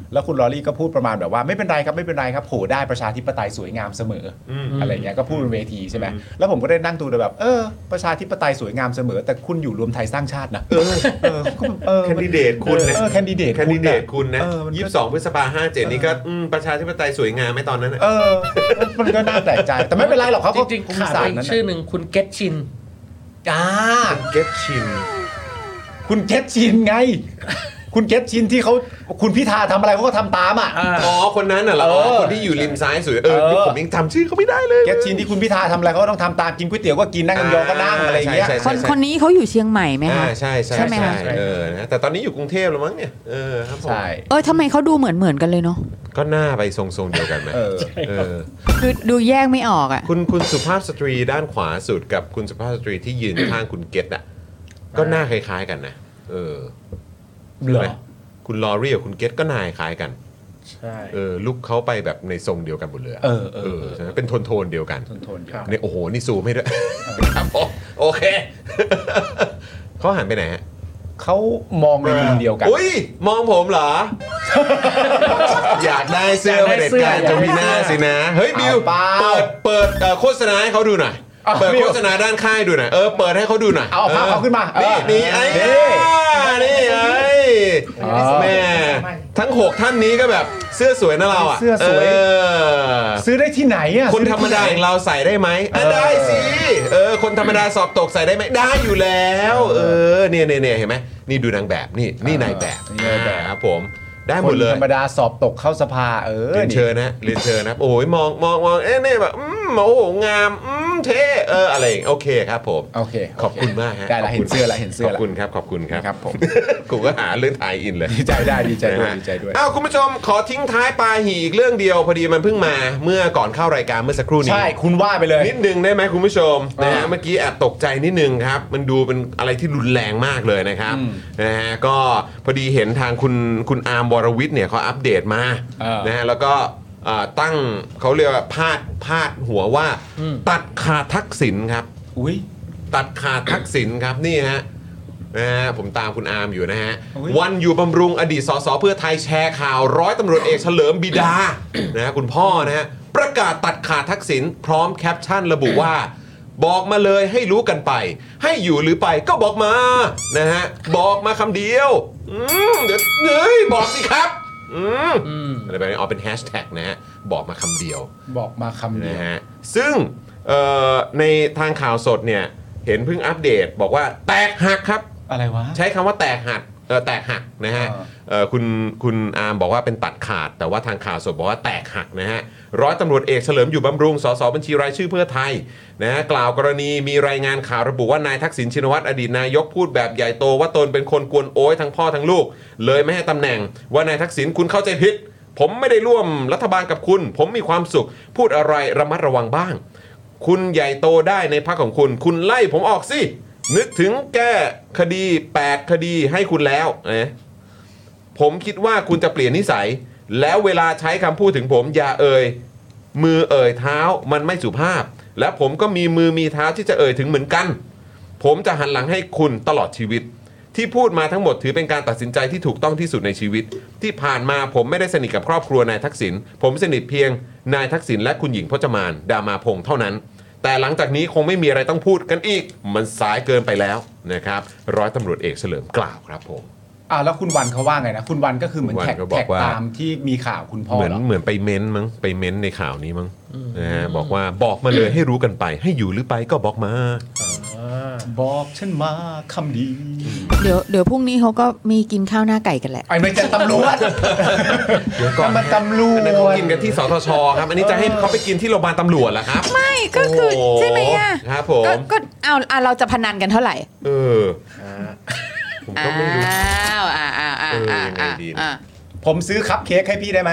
แล้วคุณลอรี่ก็พูดประมาณแบบว่าไม่เป็นไรครับไม่เป็นไรครับโหได้ประชาธิปไตยสวยงามเสมออะไรเงี้ยก็พูดบนเวทีใช่ไหมแล้วผมก็ได้นั่งดูแบบเออประชาธิปไตยสวยงามเสมอแต่คุณอยู่รวมไทยสร้างชาตินะเออเออเออแคนดิเดตคุณนะเออแคนดิเดตแคนดิเดตคุณนะเออมันก็ยี่สิบสองพฤษภาห้าเจ็ดนี่ก็อืมประชาธิปไตยสวยงามไหมตอนนั้นน่ะเออมันก็น่าแปลกใจแต่ไม่เป็นไรหรอกเขาจก็ริงคๆขาดสาไปรอีนั้นกชื่อหนึ่งคุณเกตชินอ่าเก็ตชินคุณเกตชินไง คุณเกตชินที่เขาคุณพิธาทำอะไรเขาก็ทำตามอ่ะอ๋อคนนั้นน่ะเหรอเออคนที่อยู่ริมซ้ายสุดเออเออผมยังจำชื่อเขาไม่ได้เลยเกตชินที่คุณพิธาทำอะไรเขาก็ต้องทำตามกินก๋วยเตี๋ยวก็กินนั่งยองก็นั่งอะไรอย่างเงี้ยใช่คใช่นใช่คนนี้เขาอยู่เชียงใหม่ไหมอ่าคะใช่ใช่ใช่ไหมคะเออนะแต่ตอนนี้อยู่กรุงเทพแล้วมั้งเนี่ยเออครับผมใช่เออทำไมเขาดูเหมือนเหมือนกันเลยเนาะก็หน้าไปทรงๆเดียวกันไหมเออเออคือดูแยกไม่ออกอ่ะคุณคุณสุภาพสตรีด้านขวาสุดกับคุณสุภาพสตรีที่ยืนข้างคุณเกตอ่ะก็หน้าคล้ายๆกันนะเออเหรอใช่ไหมคุณลอรี่กับคุณเกตก็หน้าคล้ายกันใช่เออลุกเขาไปแบบในทรงเดียวกันหมดเลยะเออเออใช่ไหมเป็นโทนโทนๆเดียวกันทนทนอยู่ครับเนี่ยโอ้โหนี่ซูมให้ด้วยครับผมโอเค เขาหันไปไหนฮะเขามองในมุมเดียวกันอุ้ยมองผมเหรอ อยากได้เสื้อเผด็จการจงพินาศสินะ เฮ้ยบิวเอาเปล่าเปิดเปิดเอ่อโฆษณาให้เขาดูหน่อยเอาเปิดบิวโฆษณาด้านค่ายดูหน่อยเออเปิดให้เขาดูหน่อยเอาภาพเขาขึ้นมานี่เออนี่ไอ้นี่นี่ไอ้แม่ทั้งหกท่านนี้ก็แบบเสื้อสวยนะเราอ่ะเสื้อสวยเออซื้อได้ที่ไหนอ่ะคนธรรมดาอย่างเราใส่ได้ไหมอ่ะได้สิเออคนธรรมดาสอบตกใส่ได้ไหมได้อยู่แล้ว เออเนี่ยเนี่ยเนี่ยเห็นไหมนี่ดูนางแบบนี่นี่นายแบบนี่นายแบบครับผมได้หคมดนเลยธรรมดาสอบตกเข้าสภาเออเรียนนี่เชิญนะเรียนเชิญนะโอ้ยมองมองมองเอ๊ะนี่แบบอืมโอ้โหงามอืมเท่เอออะไรอย่างโอเคครับผมโอเคขอบคุณมากฮะได้ละขบเห็คุนณเสื้อละเห็นเสื้อขอบละคุณครับขอบคุณครับครับผมกูก็หาเรื่องไทยอินเลยดีใจได้ดีใจด้วยนะฮะดีใจด้วยอ้าวคุณผู้ชมขอทิ้งท้ายปลาหีอีกเรื่องเดียวพอดีมันเพิ่งมาเมื่อก่อนเข้ารายการเมื่อสักครู่นี้ใช่คุณว่าไปเลยนิดนึงได้ไหมคุณผู้ชมนะฮะอ่าเมื่อกี้แอบตกใจนิดนึงครับมันดูเป็นอะไรที่รุนแรงมากเลยนะครับอืมนะฮะก็พอดีเห็นทางคุณคุณอาร์มวรวิทย์เนี่ยเขาอัปเดตมาเออนะฮะแล้วก็อ่าตั้งเขาเรียกว่าพาดพาดหัวว่าอืมตัดขาดทักษิณครับอุ้ยตัดขาดทักษิณครับนี่ฮะนะฮะผมตามคุณอาร์มอยู่นะฮะอุ๊ยวันอยู่บำรุงอดีตสสเพื่อไทยแชร์ข่าวร้อยตำรวจเอกเฉลิมบิดา นะฮะคุณพ่อนะฮะประกาศตัดขาดทักษิณพร้อมแคปชั่นระบุว่า บอกมาเลยให้รู้กันไป ให้อยู่หรือไปก็บอกมานะฮะบอกมาคำเดียวอืมเดี๋ยวเฮ้ยบอกสิครับอืมอืมอะไรแบบนี้เอาเป็นแฮชแท็กนะฮะบอกมาคำเดียวบอกมาคำเดียวนะฮะซึ่งเอ่อในทางข่าวสดเนี่ยเห็นเพิ่งอัปเดตบอกว่าแตกหักครับอะไรวะใช้คำว่าแตกหักเออแตกหักนะฮะอ่าเอ่อคุณคุณอาร์มบอกว่าเป็นตัดขาด แต่ว่าทางข่าวสดบอกว่าแตกหักนะฮะร้อยตำรวจเอกเฉลิมอยู่บำรุงสสบัญชีรายชื่อเพื่อไทยนะฮะกล่าวกรณีมีรายงานข่าวระบุว่านายทักษิณชินวัตรอดีตนายกพูดแบบใหญ่โตว่าตนเป็นคนกวนโอยทั้งพ่อทั้งลูก เลยไม่ให้ตำแหน่งว่านายทักษิณคุณเข้าใจผิด ผมไม่ได้ร่วมรัฐบาลกับคุณ ผมมีความสุข พูดอะไรระมัดระวังบ้าง คุณใหญ่โตได้ในพรรคของคุณ คุณไล่ผมออกสิ นึกถึงแก้คดีแปดคดีให้คุณแล้วนะผมคิดว่าคุณจะเปลี่ยนนิสัย แล้วเวลาใช้คำพูดถึงผมอย่าเอ่ยมือเอ่ยเท้ามันไม่สุภาพ และผมก็มีมือมีเท้าที่จะเอ่ยถึงเหมือนกัน ผมจะหันหลังให้คุณตลอดชีวิต ที่พูดมาทั้งหมดถือเป็นการตัดสินใจที่ถูกต้องที่สุดในชีวิต ที่ผ่านมาผมไม่ได้สนิทกับครอบครัวนายทักษิณผมสนิทเพียงนายทักษิณและคุณหญิงพจมานดามาพงษ์เท่านั้น แต่หลังจากนี้คงไม่มีอะไรต้องพูดกันอีก มันสายเกินไปแล้วนะครับร้อยตำรวจเอกเฉลิมกล่าวครับผมอ่าแล้วคุณวันเขาว่าไงนะ คุณวันก็คือเหมือนคุณวันแท็กก็บอกแท็กว่าตามที่มีข่าวคุณพ่อเหมือนเหรอเหมือนไปเม้นมั้งไปเม้นในข่าวนี้มั้งนะฮะบอกว่าบอกมาเลยให้รู้กันไป ให้อยู่หรือไปก็บอกมาบอกฉันมาคำดีเดี๋ยวเดี๋ยวพรุ่งนี้เขาก็มีกินข้าวหน้าไก่กันแหละไอ้ไม่ใช่ตำรวจเดี๋ยวก่อนนั่นมันตำรวอันนั้นเขาจกินกันที่สทชครับ อันนี้จะให้เขาไปกินที่โรงพยาบาลตำรวจเหรอครับไม่ก็คือโโใช่ไหมอ่ะครับผมก็ก็เอาอ่ะเราจะพนันกันเท่าไหร่เออผมก็ไม่รู้อ้าวอ่าอ่าอ่าเอออ่ายังไงดีเนี่ยอ่าผมซื้อคัพเค้กให้พี่ได้ไหม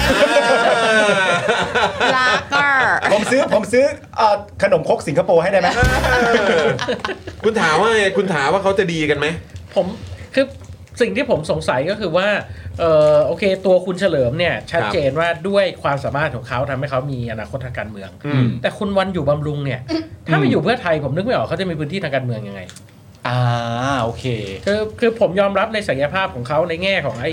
ลาเกอร์ผมซื้อผมซื้อเอ่อขนมครกสิงคโปร์ให้ได้ไหมคุณถามว่าไงคุณถามว่าเขาจะดีกันไหมผมคือสิ่งที่ผมสงสัยก็คือว่าเออโอเคตัวคุณเฉลิมเนี่ยชัดเจนว่าด้วยความสามารถของเขาทำให้เขามีอนาคตทางการเมืองอืมแต่คุณวันอยู่บำรุงเนี่ยถ้าไปอยู่เพื่อไทยผมนึกไม่ออกเขาจะมีพื้นที่ทางการเมืองยังไงอ่าโอเคคือคือผมยอมรับในศักยภาพของเขาในแง่ของไอ้แก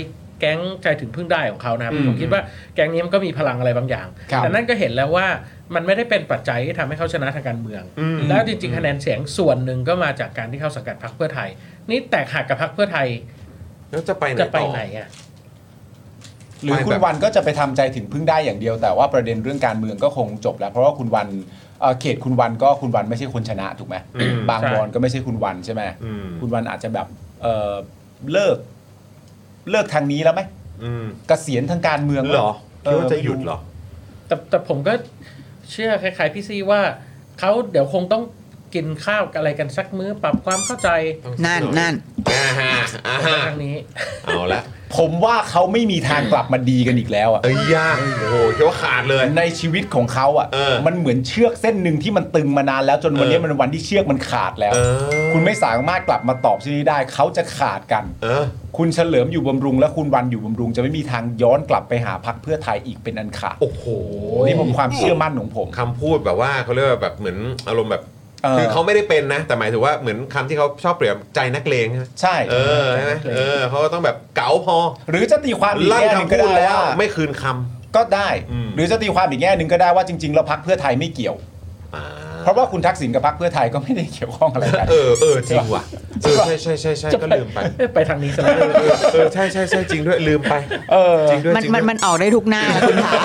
แก๊งใจถึงพึ่งได้ของเขานะครับผมคิดว่าแก๊งนี้มันก็มีพลังอะไรบางอย่างแต่นั่นก็เห็นแล้วว่ามันไม่ได้เป็นปัจจัยที่ทำให้เขาชนะทางการเมืองแล้วจริงๆคะแนนเสียงส่วนหนึ่งก็มาจากการที่เขาสังกัดพรรคเพื่อไทยนี่แตกหักกับพรรคเพื่อไทยแล้วจะไปไหนจะไปต่อไหนอ่ะหรือคุณวันก็จะไปทำใจถึงพึ่งได้อย่างเดียวแต่ว่าประเด็นเรื่องการเมืองก็คงจบแล้วเพราะว่าคุณวันเขตคุณวันก็คุณวันไม่ใช่คนชนะถูกไหมบางบอนก็ไม่ใช่คุณวันใช่ไหมคุณวันอาจจะแบบเเลิกเลิกทางนี้แล้วไหมเกษียณทางการเมืองเหรอคิดว่าจะหยุดเหรอแต่แต่ผมก็เชื่อคล้ายๆพี่ซีว่าเขาเดี๋ยวคงต้องกินข้าวอะไรกันสักมื้อปรับความเข้าใจนั่นนั่นอ่าฮะอ่าฮะทางนี้เอาละผมว่าเขาไม่มีทางกลับมาดีกันอีกแล้วอ่ะเอ้ยยากโอ้โหคิดว่าขาดเลยในชีวิตของเขาอ่ะมันเหมือนเชือกเส้นหนึ่งที่มันตึงมานานแล้วจนวันนี้มันวันที่เชือกมันขาดแล้วคุณไม่สามารถกลับมาตอบที่นี้ได้เขาจะขาดกันคุณเฉลิมอยู่บำรุงและคุณวันอยู่บำรุงจะไม่มีทางย้อนกลับไปหาพรรคเพื่อไทยอีกเป็นอันขาดโอ้โหนี่ผมความเชื่อมั่นของผมคำพูดแบบว่าเขาเรียกว่าแบบเหมือนอารมณ์แบบคือเขาไม่ได้เป็นนะแต่หมายถึงว่าเหมือนคำที่เขาชอบเปรียบใจนักเลงใช่เออใช่ไหมเออเขาก็ต้องแบบเก๋าพอหรือจะตีความอีกแง่นึงก็ได้ว่าไม่คืนคำก็ได้หรือจะตีความอีกแง่นึงก็ได้ว่าจริงๆแล้วพรรคเพื่อไทยไม่เกี่ยวเพราะว่าคุณทักษิณกับพรรคเพื่อไทยก็ไม่ได้เกี่ยวข้องอะไรกันเออเออจริงว่ะเออใช่ใช่ใช่ใช่ก็ลืมไปไปทางนี้ซะแล้วเออใช่ใช่ใช่จริงด้วยลืมไปเออจริงด้วยมันมันมันออกได้ทุกหน้าคุณถา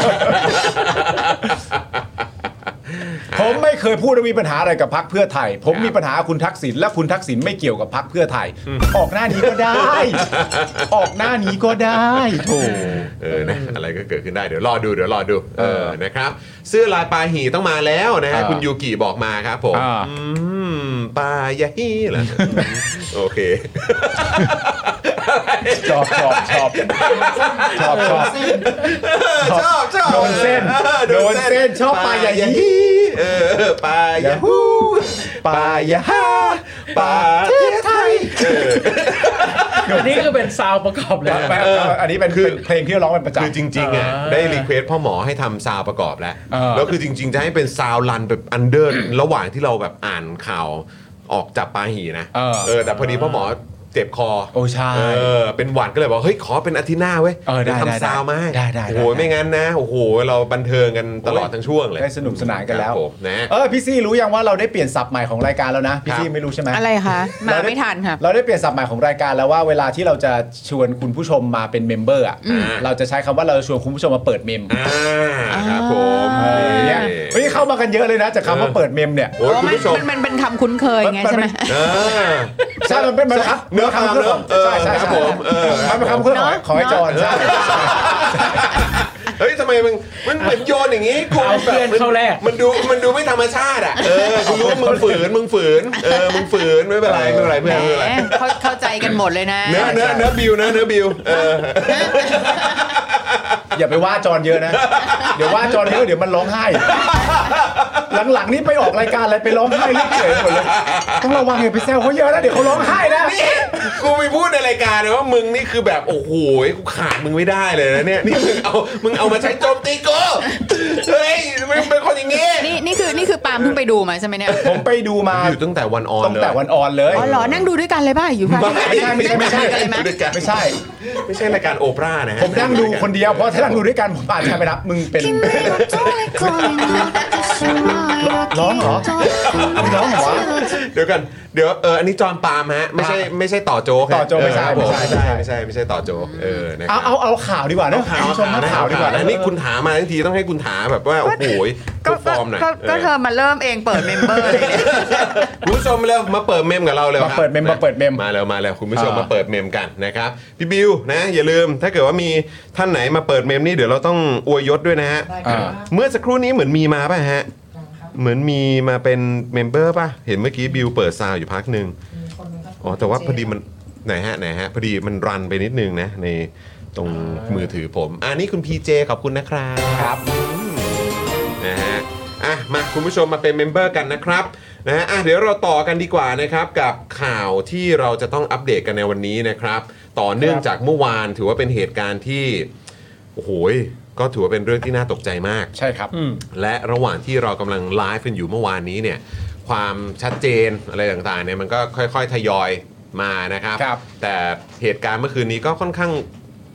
ผมไม่เคยพูดว่ามีปัญหาอะไรกับพรรคเพื่อไทยผมมีปัญหาคุณทักษิณและคุณทักษิณไม่เกี่ยวกับพรรคเพื่อไทยออกหน้านี้ก็ได้ออกหน้านี้ก็ได้โธ่เออนะอะไรก็เกิดขึ้นได้เดี๋ยวรอดูเดี๋ยวรอดูเออนะครับเสื้อลายปลาหีต้องมาแล้วนะฮะคุณยูกิบอกมาครับผมปลายาฮีเหรอโอเคชอบชอบชอบชอบชอบชอบชอบโดนเส้นโดนเส้นชอบปลายาฮีเออปลายาฮูปลายาฮาปลาไทยอันนี้คือเป็นซาวประกอบเลยอันนี้เป็นเพลงที่ร้องเป็นประจำคือจริงๆอ่ะได้รีเควสพ่อหมอให้ทำซาวประกอบแล้วแล้วคือจริงๆจะให้เป็นซาวรันแบบอันเดอร์ระหว่างที่เราแบบอ่านข่าวออกจากปาหีนะเออแต่พอดีพ่อหมอเจ็บคอโอ้ใช่เออเป็นหวัดก็เลยบอกเฮ้ยขอเป็นอาทิตย์หน้าเว้ยเดี๋ยวทำซาวมาให้โอ้โหไม่งั้นนะโอ้โหเราบันเทิงกันตลอดทั้งช่วงเลยได้สนุกสนานกันแล้วเออพี่ซี่รู้ยังว่าเราได้เปลี่ยนศัพท์ใหม่ของรายการแล้วนะพี่ซี่ไม่รู้ใช่ไหมอะไรคะมาไม่ทันค่ะเราได้เปลี่ยนศัพท์ใหม่ของรายการแล้วว่าเวลาที่เราจะชวนคุณผู้ชมมาเป็นเมมเบอร์อ่ะเราจะใช้คำว่าเราชวนคุณผู้ชมมาเปิดเมมครับผมเนี่ยเฮ้ยเข้ามากันเยอะเลยนะจากคำว่าเปิดเมมเนี่ยโอ้มันมันเป็นคำคุ้นเคยไงใช่ไหมใช่มันเป็นมันเนื้อคำเนื้อใช่ใช่ครับผมเออมันเป็นคำเพื่อขอให้จอนใช่เฮ้ยทำไมมึงมันเหมือนโยนอย่างงี้กูแบบเข้าแรกมันดูมันดูไม่ธรรมชาติอ่ะเออกูรู้ว่ามึงฝืนมึงฝืนเออมึงฝืนไม่เป็นไรไม่เป็นไรไม่เป็นไรเข้าใจกันหมดเลยนะเนื้อเนื้อเนื้อบิวนะเนื้อบิวเอออย่าไปว่าจอนเยอะนะเดี๋ยวว่าจอนเยอะเดี๋ยวมันร้องไห้หลังๆนี่ไปออกรายการอะไรไปร้องไห้เรื่อยๆหมดเลยต้องระวังอย่าไปแซวเขาเยอะนะเดี๋ยวเขาร้องไห้นะกูไปพูดในรายการนะว่ามึงนี่คือแบบโอ้โหกูขาดมึงไม่ได้เลยนะเนี่ยนี่มึงเอามึงเอามาใช้โจมตีกูเฮ้ยมึงเป็นคนอย่างงี้นี่นี่คือนี่คือปาล์มเพิ่งไปดูมาใช่ไหมเนี่ยผมไปดูมาอยู่ตั้งแต่วันออนตั้งแต่วันออนเลยอ๋อเหรอนั่งดูด้วยกันเลยป่ะอยู่ป่ะไม่ใช่ไม่ใช่ไม่ใช่ไม่ใช่ไม่ใช่รายการโอเปร่านะผมนั่งดูคนเดียวเพราะถ้านั่งดูด้วยกันผมอาจจะไปรับมึงเป็นร้องเหรอร้องเหรอเดี๋ยวกันเดี๋ยวเอออันนี้จอนปาล์มฮะไม่ใช่ไม่ใช่ต่อโจ๊กต่อโจ๊กไม่ใช่ไม่ใช่ไม่ใช่ไม่ใช่ไม่ใช่ต่อโจ๊กเออเอาเอาเอาข่าวดีกว่านะข่าวชมข่าวดีกว่านี่คุณถามมาทันทีต้องให้คุณถามแบบว่าโอ้โหก็ฟอร์มหน่อยก็เธอมาเริ่มเองเปิดเมมเบอร์เลยคุณผู้ชมเร็วมาเปิดเมมกับเราเร็วมาเปิดเมมมาเปิดเมมมาเร็วมาเร็วคุณผู้ชมมาเปิดเมมกันนะครับพี่บิวนะอย่าลืมถ้าเกิดว่ามีท่านไหนมาเปิดเมมนี่เดี๋ยวเราต้องอวยยศด้วยนะฮะเมื่อสักครู่นี้เหมือนมีมาป่ะฮะเหมือนมีมาเป็นเมมเบอร์ป่ะเห็นเมื่อกี้บิวเปิดซาวอยู่พักนึงอ๋อแต่ว่าพอดีมันไหนฮะไหนฮะพอดีมันรันไปนิดนึงนะในตรงมือถือผมอันนี้คุณพีเจขอบคุณนะครับครับนะฮะอ่ะมาคุณผู้ชมมาเป็นเมมเบอร์กันนะครับนะฮะอ่ะเดี๋ยวเราต่อกันดีกว่านะครับกับข่าวที่เราจะต้องอัปเดตกันในวันนี้นะครับต่อเนื่องจากเมื่อวานถือว่าเป็นเหตุการณ์ที่โอ้โหก็ถือว่าเป็นเรื่องที่น่าตกใจมากใช่ครับและระหว่างที่เรากำลังไลฟ์กันอยู่เมื่อวานนี้เนี่ยความชัดเจนอะไรต่างๆเนี่ยมันก็ค่อยๆทยอยมานะครับแต่เหตุการณ์เมื่อคืนนี้ก็ค่อนข้าง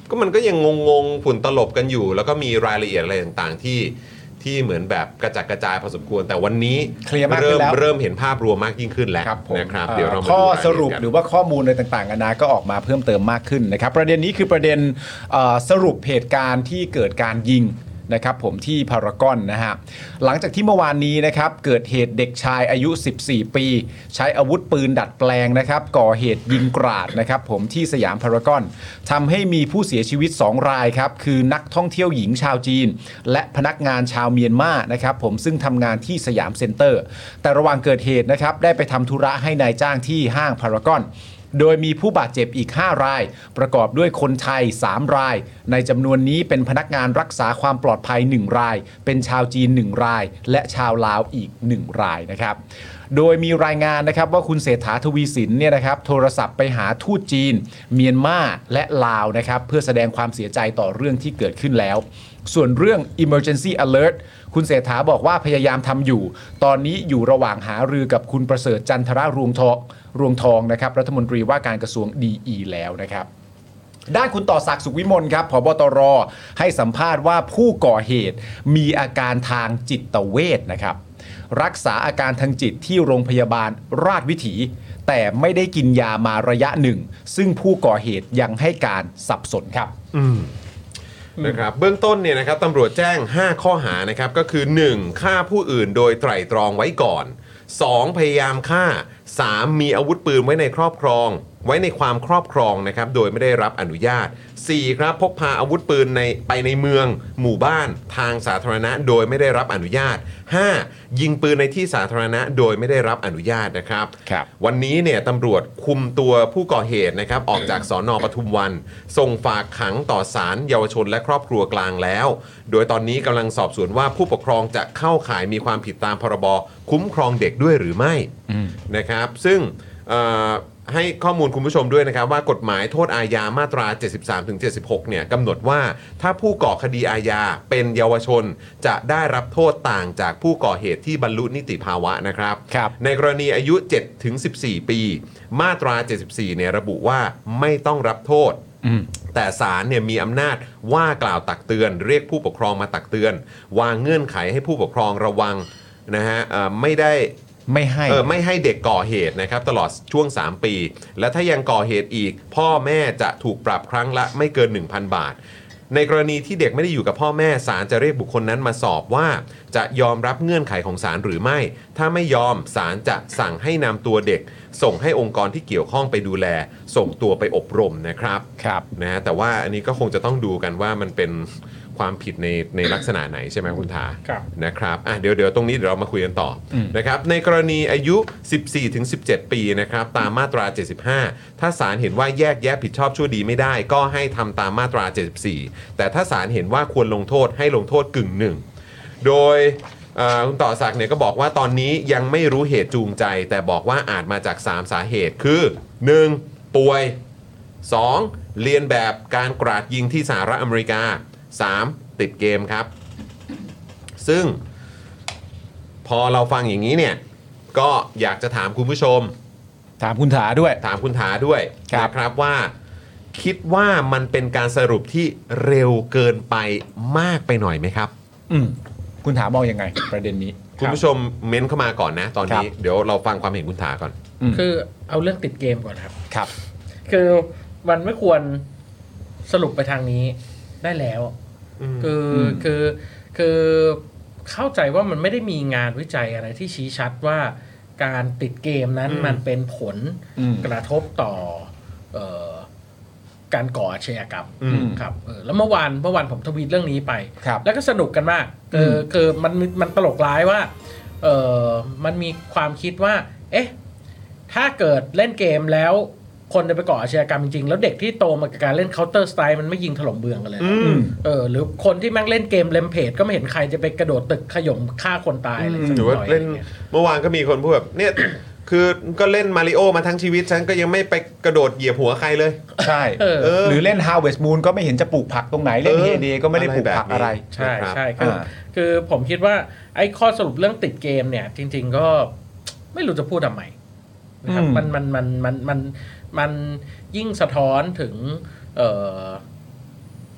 ก็มันก็ยังงงๆฝุ่นตลบกันอยู่แล้วก็มีรายละเอียดอะไรต่างๆที่ที่เหมือนแบบกระจัดกระจายพอสมควรแต่วันนี้เคลียร์มากขึ้เริ่นมแล้วเริ่มเห็นภาพรวมมากยิ่งขึ้นแล้วครับผมนะครับเดี๋ยวเรามาข้อดูายละสเอียดรุปกันหรือว่าข้อมูลอะไรต่างๆนานาก็ออกมาเพิ่มเติมมากขึ้นนะครับประเด็นนี้คือประเด็นเอ่อสรุปเหตุการณ์ที่เกิดการยิงนะครับผมที่พารากอนนะฮะหลังจากที่เมื่อวานนี้นะครับเกิดเหตุเด็กชายอายุสิบสี่ปีใช้อาวุธปืนดัดแปลงนะครับก่อเหตุยิงกราดนะครับผมที่สยามพารากอนทำให้มีผู้เสียชีวิตสองรายครับคือนักท่องเที่ยวหญิงชาวจีนและพนักงานชาวเมียนมานะครับผมซึ่งทำงานที่สยามเซ็นเตอร์แต่ระหว่างเกิดเหตุนะครับได้ไปทำธุระให้นายจ้างที่ห้างพารากอนโดยมีผู้บาดเจ็บอีกห้ารายประกอบด้วยคนไทยสามรายในจำนวนนี้เป็นพนักงานรักษาความปลอดภัยหนึ่งรายเป็นชาวจีนหนึ่งรายและชาวลาวอีกหนึ่งรายนะครับโดยมีรายงานนะครับว่าคุณเศรษฐาทวีสินเนี่ยนะครับโทรศัพท์ไปหาทูตจีนเมียนมาและลาวนะครับเพื่อแสดงความเสียใจต่อเรื่องที่เกิดขึ้นแล้วส่วนเรื่อง emergency alert คุณเศรษฐาบอกว่าพยายามทำอยู่ตอนนี้อยู่ระหว่างหารือกับคุณประเสริฐจันทรรวงทองรวงทองนะครับรัฐมนตรีว่าการกระทรวง ดี อี แล้วนะครับด้านคุณต่อศักดิ์สุขวิมลครับผบตรให้สัมภาษณ์ว่าผู้ก่อเหตุมีอาการทางจิตเวชนะครับรักษาอาการทางจิตที่โรงพยาบาลราชวิถีแต่ไม่ได้กินยามาระยะหนึ่งซึ่งผู้ก่อเหตุยังให้การสับสนครับนะครับเบื้องต้นเนี่ยนะครับตำรวจแจ้งห้าข้อหานะครับก็คือหนึ่งฆ่าผู้อื่นโดยไตร่ตรองไว้ก่อนสองพยายามฆ่าสามมีอาวุธปืนไว้ในครอบครองไว้ในความครอบครองนะครับโดยไม่ได้รับอนุญาตสี่ครับพกพาอาวุธปืนในไปในเมืองหมู่บ้านทางสาธารณะโดยไม่ได้รับอนุญาตห้ายิงปืนในที่สาธารณะโดยไม่ได้รับอนุญาตนะครับครับวันนี้เนี่ยตำรวจคุมตัวผู้ก่อเหตุนะครับออกจากสน.ปทุมวันส่งฝากขังต่อศาลเยาวชนและครอบครัวกลางแล้วโดยตอนนี้กำลังสอบสวนว่าผู้ปกครองจะเข้าข่ายมีความผิดตามพรบคุ้มครองเด็กด้วยหรือไม่นะครับซึ่งให้ข้อมูลคุณผู้ชมด้วยนะครับว่ากฎหมายโทษอาญามาตรา เจ็ดสิบสามถึงเจ็ดสิบหก เนี่ยกำหนดว่าถ้าผู้ก่อคดีอาญาเป็นเยาวชนจะได้รับโทษต่างจากผู้ก่อเหตุที่บรรลุนิติภาวะนะครับครับในกรณีอายุ เจ็ดถึงสิบสี่ ปีมาตรา เจ็ดสิบสี่ เนี่ยระบุว่าไม่ต้องรับโทษแต่ศาลเนี่ยมีอำนาจว่ากล่าวตักเตือนเรียกผู้ปกครองมาตักเตือนวางเงื่อนไขให้ผู้ปกครองระวังนะฮะไม่ได้ไม่ให้เออไม่ให้เด็กก่อเหตุนะครับตลอดช่วงสามปีและถ้ายังก่อเหตุอีกพ่อแม่จะถูกปรับครั้งละไม่เกิน หนึ่งพัน บาทในกรณีที่เด็กไม่ได้อยู่กับพ่อแม่ศาลจะเรียกบุคคลนั้นมาสอบว่าจะยอมรับเงื่อนไขของศาลหรือไม่ถ้าไม่ยอมศาลจะสั่งให้นำตัวเด็กส่งให้องค์กรที่เกี่ยวข้องไปดูแลส่งตัวไปอบรมนะครับครับนะฮะแต่ว่าอันนี้ก็คงจะต้องดูกันว่ามันเป็นความผิดในในลักษณะไหนใช่ไหมคุณทานะครับอ่ะเดี๋ยวเดี๋ยวตรงนี้เดี๋ยวเรามาคุยกันต่อนะครับในกรณีอายุ สิบสี่ถึงสิบเจ็ด ปีนะครับตามมาตรา เจ็ดสิบห้า ถ้าศาลเห็นว่าแยกแยะผิดชอบชั่วดีไม่ได้ก็ให้ทำตามมาตรา เจ็ดสิบสี่ แต่ถ้าศาลเห็นว่าควรลงโทษให้ลงโทษกึ่งหนึ่งโดยคุณต่อศักดิ์เนี่ยก็บอกว่าตอนนี้ยังไม่รู้เหตุจูงใจแต่บอกว่าอาจมาจากสามสาเหตุคือ หนึ่ง ป่วย สอง เรียนแบบการกราดยิงที่สหรัฐอเมริกาสามติดเกมครับซึ่งพอเราฟังอย่างนี้เนี่ยก็อยากจะถามคุณผู้ชมถามคุณถาด้วยถามคุณถาด้วยนะครับว่าคิดว่ามันเป็นการสรุปที่เร็วเกินไปมากไปหน่อยไหมครับอืมคุณถามองยังไงประเด็นนี้คุณผู้ชมเม้นเข้ามาก่อนนะตอนนี้เดี๋ยวเราฟังความเห็นคุณถาก่อนคือเอาเรื่องติดเกมก่อนครับครับคือมันไม่ควรสรุปไปทางนี้ได้แล้วคือคือคือเข้าใจว่ามันไม่ได้มีงานวิจัยอะไรที่ชี้ชัดว่าการติดเกมนั้นมันเป็นผลกระทบต่อเอ่อการก่ออาชญากรรมครับเออแล้วเมื่อวานเมื่อวานผมทวีตเรื่องนี้ไปแล้วก็สนุกกันมากเออคือมันมันตลกร้ายว่าเออมันมีความคิดว่าเอ๊ะถ้าเกิดเล่นเกมแล้วคนจะไปก่ออาชญากรรมจริงๆแล้วเด็กที่โตมากับการเล่น Counter Strike มันไม่ยิงถล่มเมืองกันเลยเออหรือคนที่แม่งเล่นเกมเลมเพจก็ไม่เห็นใครจะไปกระโดดตึกขย่มฆ่าคนตายอะไรสักหน่อยเล่นเมื่อวานก็มีคนพูดแบบเนี่ยคือก็เล่นมาริโอมาทั้งชีวิตฉันก็ยังไม่ไปกระโดดเหยียบหัวใครเลยใช่หรือเล่น Harvest Moon ก็ไม่เห็นจะปลูกผักตรงไหนเล่น เฮ เดย์ ก็ไม่ได้ปลูกผักอะไรใช่ใช่คือคือผมคิดว่าไอ้ข้อสรุปเรื่องติดเกมเนี่ยจริงๆก็ไม่รู้จะพูดทำไมนะครับมันมันมันมันมันมันยิ่งสะท้อนถึง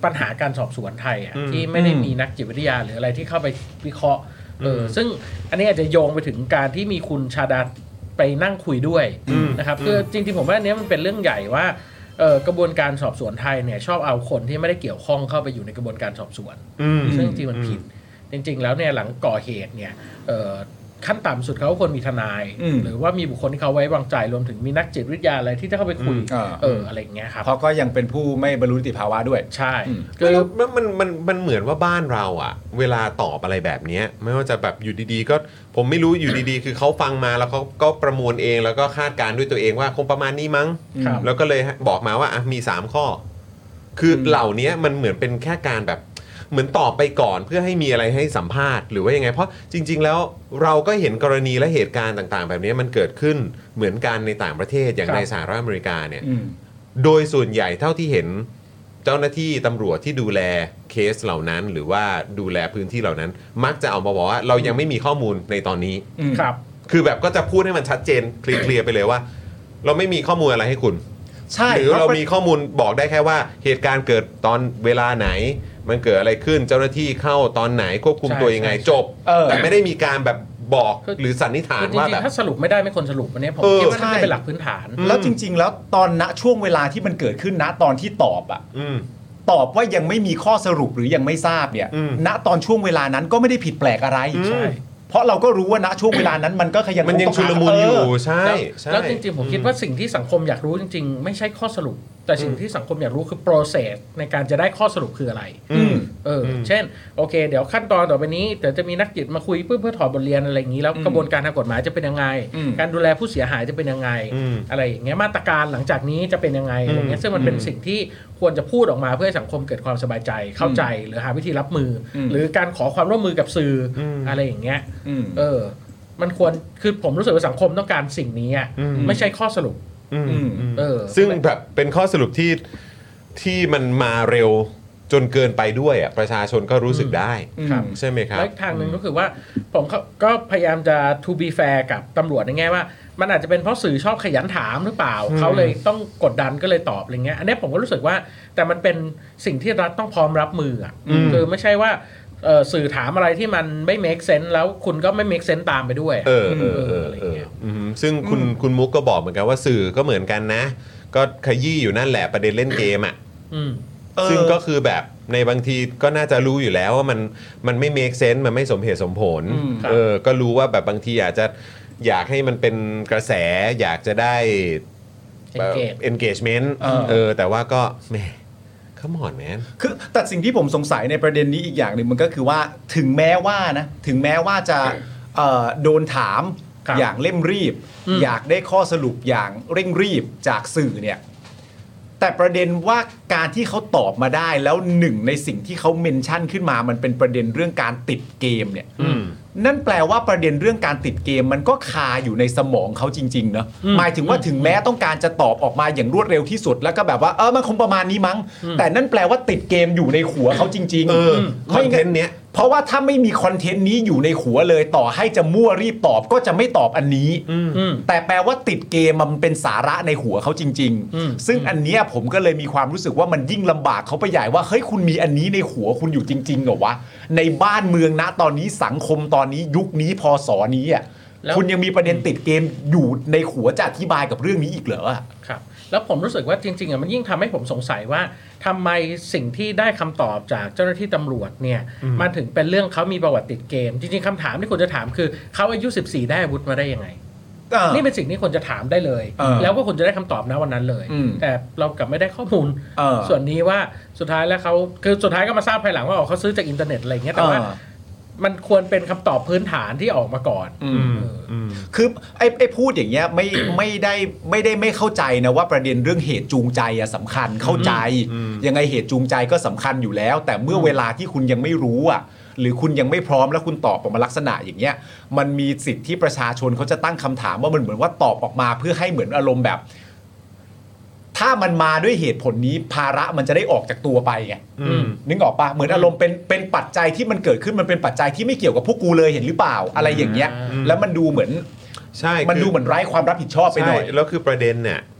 ปัญหาการสอบสวนไทยอ่ะที่ไม่ได้มีนักจิตวิทยาหรืออะไรที่เข้าไปวิเคราะห์เออซึ่งอันนี้อาจจะโยงไปถึงการที่มีคุณชาดาไปนั่งคุยด้วยนะครับคือจริงๆผมว่าอันนี้มันเป็นเรื่องใหญ่ว่ากระบวนการสอบสวนไทยเนี่ยชอบเอาคนที่ไม่ได้เกี่ยวข้องเข้าไปอยู่ในกระบวนการสอบสวนซึ่งจริงๆมันผิดจริงๆแล้วเนี่ยหลังก่อเหตุเนี่ยขั้นต่ำสุดเขาควรมีทนายหรือว่ามีบุคคลที่เขาไว้วางใจรวมถึงมีนักจิตวิทยาอะไรที่จะเข้าไปคุยเอออะไรอย่างเงี้ยครับเพราะก็ยังเป็นผู้ไม่บรรลุนิติภาวะด้วยใช่คือมันมันมันเหมือนว่าบ้านเราอ่ะเวลาตอบอะไรแบบนี้ไม่ว่าจะแบบอยู่ดีๆก็ผมไม่รู้อยู่ดีๆคือเขาฟังมาแล้วเขาก็ประมวลเองแล้วก็คาดการณ์ด้วยตัวเองว่าคงประมาณนี้มั้งแล้วก็เลยบอกมาว่าอ่ะมีสามข้อคือเหล่านี้มันเหมือนเป็นแค่การแบบเหมือนตอบไปก่อนเพื่อให้มีอะไรให้สัมภาษณ์หรือว่ายังไงเพราะจริงๆแล้วเราก็เห็นกรณีและเหตุการณ์ต่างๆแบบนี้มันเกิดขึ้นเหมือนกันในต่างประเทศอย่างในสหรัฐอเมริกาเนี่ยโดยส่วนใหญ่เท่าที่เห็นเจ้าหน้าที่ตำรวจที่ดูแลเคสเหล่านั้นหรือว่าดูแลพื้นที่เหล่านั้นมักจะเอามาบอกว่าเรายังไม่มีข้อมูลในตอนนี้ครับคือแบบก็จะพูดให้มันชัดเจนเคลียร์ไปเลยว่าเราไม่มีข้อมูลอะไรให้คุณใช่หรือเรามีข้อมูลบอกได้แค่ว่าเหตุการณ์เกิดตอนเวลาไหนมันเกิดอะไรขึ้นเจ้าหน้าที่เข้าตอนไหนควบคุมตัวยังไงจบแต่ไม่ได้มีการแบบบอกหรือสันนิษฐานว่าแบบถ้าสรุปไม่ได้ไม่ควรสรุปวันนี้ผมคิดว่าน่าจะเป็นหลักพื้นฐานแล้วจริงๆแล้วตอนณช่วงเวลาที่มันเกิดขึ้นณตอนที่ตอบอ่ะตอบว่ายังไม่มีข้อสรุปหรือยังไม่ทราบเนี่ยณตอนช่วงเวลานั้นก็ไม่ได้ผิดแปลกอะไรใช่เพราะเราก็รู้ว่าณช่วงเวลานั้นมันก็ยังมันยังชุลมุนอยู่ใช่แล้วจริงๆผมคิดว่าสิ่งที่สังคมอยากรู้จริงๆไม่ใช่ข้อสรุปแต่สิ่งที่สังคมอยากรู้คือ process ในการจะได้ข้อสรุปคืออะไรเออเช่นโอเคเดี๋ยวขั้นตอนต่อไปนี้เดี๋ยวจะมีนักจิตมาคุยเพื่อเพื่อถอดบทเรียนอะไรอย่างนี้แล้วกระบวนการทางกฎหมายจะเป็นยังไงการดูแลผู้เสียหายจะเป็นยังไงอะไรอย่างเงี้ยมาตรการหลังจากนี้จะเป็นยังไงอะไรเงี้ยซึ่งมันเป็นสิ่งที่ควรจะพูดออกมาเพื่อให้สังคมเกิดความสบายใจเข้าใจหรือหาวิธีรับมือหรือการขอความร่วมมือกับสื่ออะไรอย่างเงี้ยเออมันควรคือผมรู้สึกว่าสังคมต้องการสิ่งนี้อ่ะไม่ใช่ข้อสรุปเออซึ่งแบบเป็นข้อสรุปที่ที่มันมาเร็วจนเกินไปด้วยอ่ะประชาชนก็รู้สึกได้ใช่ไหมครับและทางหนึ่งก็คือว่าผมก็พยายามจะ to be fair กับตำรวจในแง่ว่ามันอาจจะเป็นเพราะสื่อชอบขยันถามหรือเปล่าเขาเลยต้องกดดันก็เลยตอบอะไรเงี้ยอันนี้ผมก็รู้สึกว่าแต่มันเป็นสิ่งที่รัฐต้องพร้อมรับมืออ่ะคือไม่ใช่ว่าสื่อถามอะไรที่มันไม่ make sense แล้วคุณก็ไม่ make sense ตามไปด้วยเออเออเอออะไรเงี้ยซึ่งคุณคุณมุกก็บอกเหมือนกันว่าสื่อก็เหมือนกันนะก็ขยี้อยู่นั่นแหละประเด็นเล่นเกมอ่ะซึ่งก็คือแบบในบางทีก็น่าจะรู้อยู่แล้วว่ามันมันไม่ make sense มันไม่สมเหตุสมผลเออก็รู้ว่าแบบบางทีอาจจะอยากให้มันเป็นกระแสอยากจะได้ engagement เออแต่ว่าก็แหมCome on man คือแต่สิ่งที่ผมสงสัยในประเด็นนี้อีกอย่างหนึ่งมันก็คือว่าถึงแม้ว่านะถึงแม้ว่าจะโดนถามอย่างเร่งรีบอยากได้ข้อสรุปอย่างเร่งรีบจากสื่อเนี่ยแต่ประเด็นว่าการที่เขาตอบมาได้แล้วหนึ่งในสิ่งที่เขาเมนชั่นขึ้นมามันเป็นประเด็นเรื่องการติดเกมเนี่ยนั่นแปลว่าประเด็นเรื่องการติดเกมมันก็คาอยู่ในสมองเขาจริงๆเนาะหมายถึงว่าถึงแม้ต้องการจะตอบออกมาอย่างรวดเร็วที่สุดแล้วก็แบบว่าเออมันคงประมาณนี้มั้งแต่นั่นแปลว่าติดเกมอยู่ในหัวเขาจริงๆเออคอนเทนต์เนี้ยเพราะว่าถ้าไม่มีคอนเทนต์นี้อยู่ในหัวเลยต่อให้จะมั่วรีบตอบก็จะไม่ตอบอันนี้แต่แปลว่าติดเกมมันเป็นสาระในหัวเขาจริงๆซึ่งอันเนี้ยผมก็เลยมีความรู้สึกว่ามันยิ่งลำบากเขาไปใหญ่ว่าเฮ้ยคุณมีอันนี้ในหัวคุณอยู่จริงๆเหรอวะในบ้านเมืองณตอนนี้สังคมตอนนี้ยุคนี้พศนี้อ่ะคุณยังมีประเด็นติดเกมอยู่ในหัวจะอธิบายกับเรื่องนี้อีกเหรอครับแล้วผมรู้สึกว่าจริงๆอ่ะมันยิ่งทำให้ผมสงสัยว่าทำไมสิ่งที่ได้คำตอบจากเจ้าหน้าที่ตำรวจเนี่ยมันถึงเป็นเรื่องเขามีประวัติติดเกมจริงๆคำถามที่ควรจะถามคือเขาอายุสิบสี่ได้อาวุธมาได้ยังไงนี่เป็นสิ่งที่ควรจะถามได้เลยแล้วก็ควรจะได้คำตอบนะวันนั้นเลยแต่เรากลับไม่ได้ข้อมูลส่วนนี้ว่าสุดท้ายแล้วเขาคือสุดท้ายก็มาทราบภายหลังว่าเขาซื้อจากอินเทอร์เน็ตอะไรอย่างเงี้ยแต่ว่ามันควรเป็นคำตอบพื้นฐานที่ออกมาก่อนคือไอ้ไอ้พูดอย่างเงี้ยไม่ไม่ได้ไม่ได้ไม่เข้าใจนะว่าประเด็นเรื่องเหตุจูงใจอะสำคัญเข้าใจยังไงเหตุจูงใจก็สำคัญอยู่แล้วแต่เมื่อเวลาที่คุณยังไม่รู้อะหรือคุณยังไม่พร้อมแล้วคุณตอบออกมาลักษณะอย่างเงี้ยมันมีสิทธิ์ที่ประชาชนเขาจะตั้งคำถามว่ามันเหมือนว่าตอบออกมาเพื่อให้เหมือนอารมณ์แบบถ้ามันมาด้วยเหตุผลนี้ภาระมันจะได้ออกจากตัวไปไงนึกออกปะเหมือนอารมณ์เป็นเป็นปัจจัยที่มันเกิดขึ้นมันเป็นปัจจัยที่ไม่เกี่ยวกับพวกกูเลยเห็นหรือเปล่าอะไรอย่างเงี้ยแล้วมันดูเหมือนใช่มันดูเหมือนไร้ความรับผิดชอบไปหน่อยแล้วคือประเด็นเนี่ย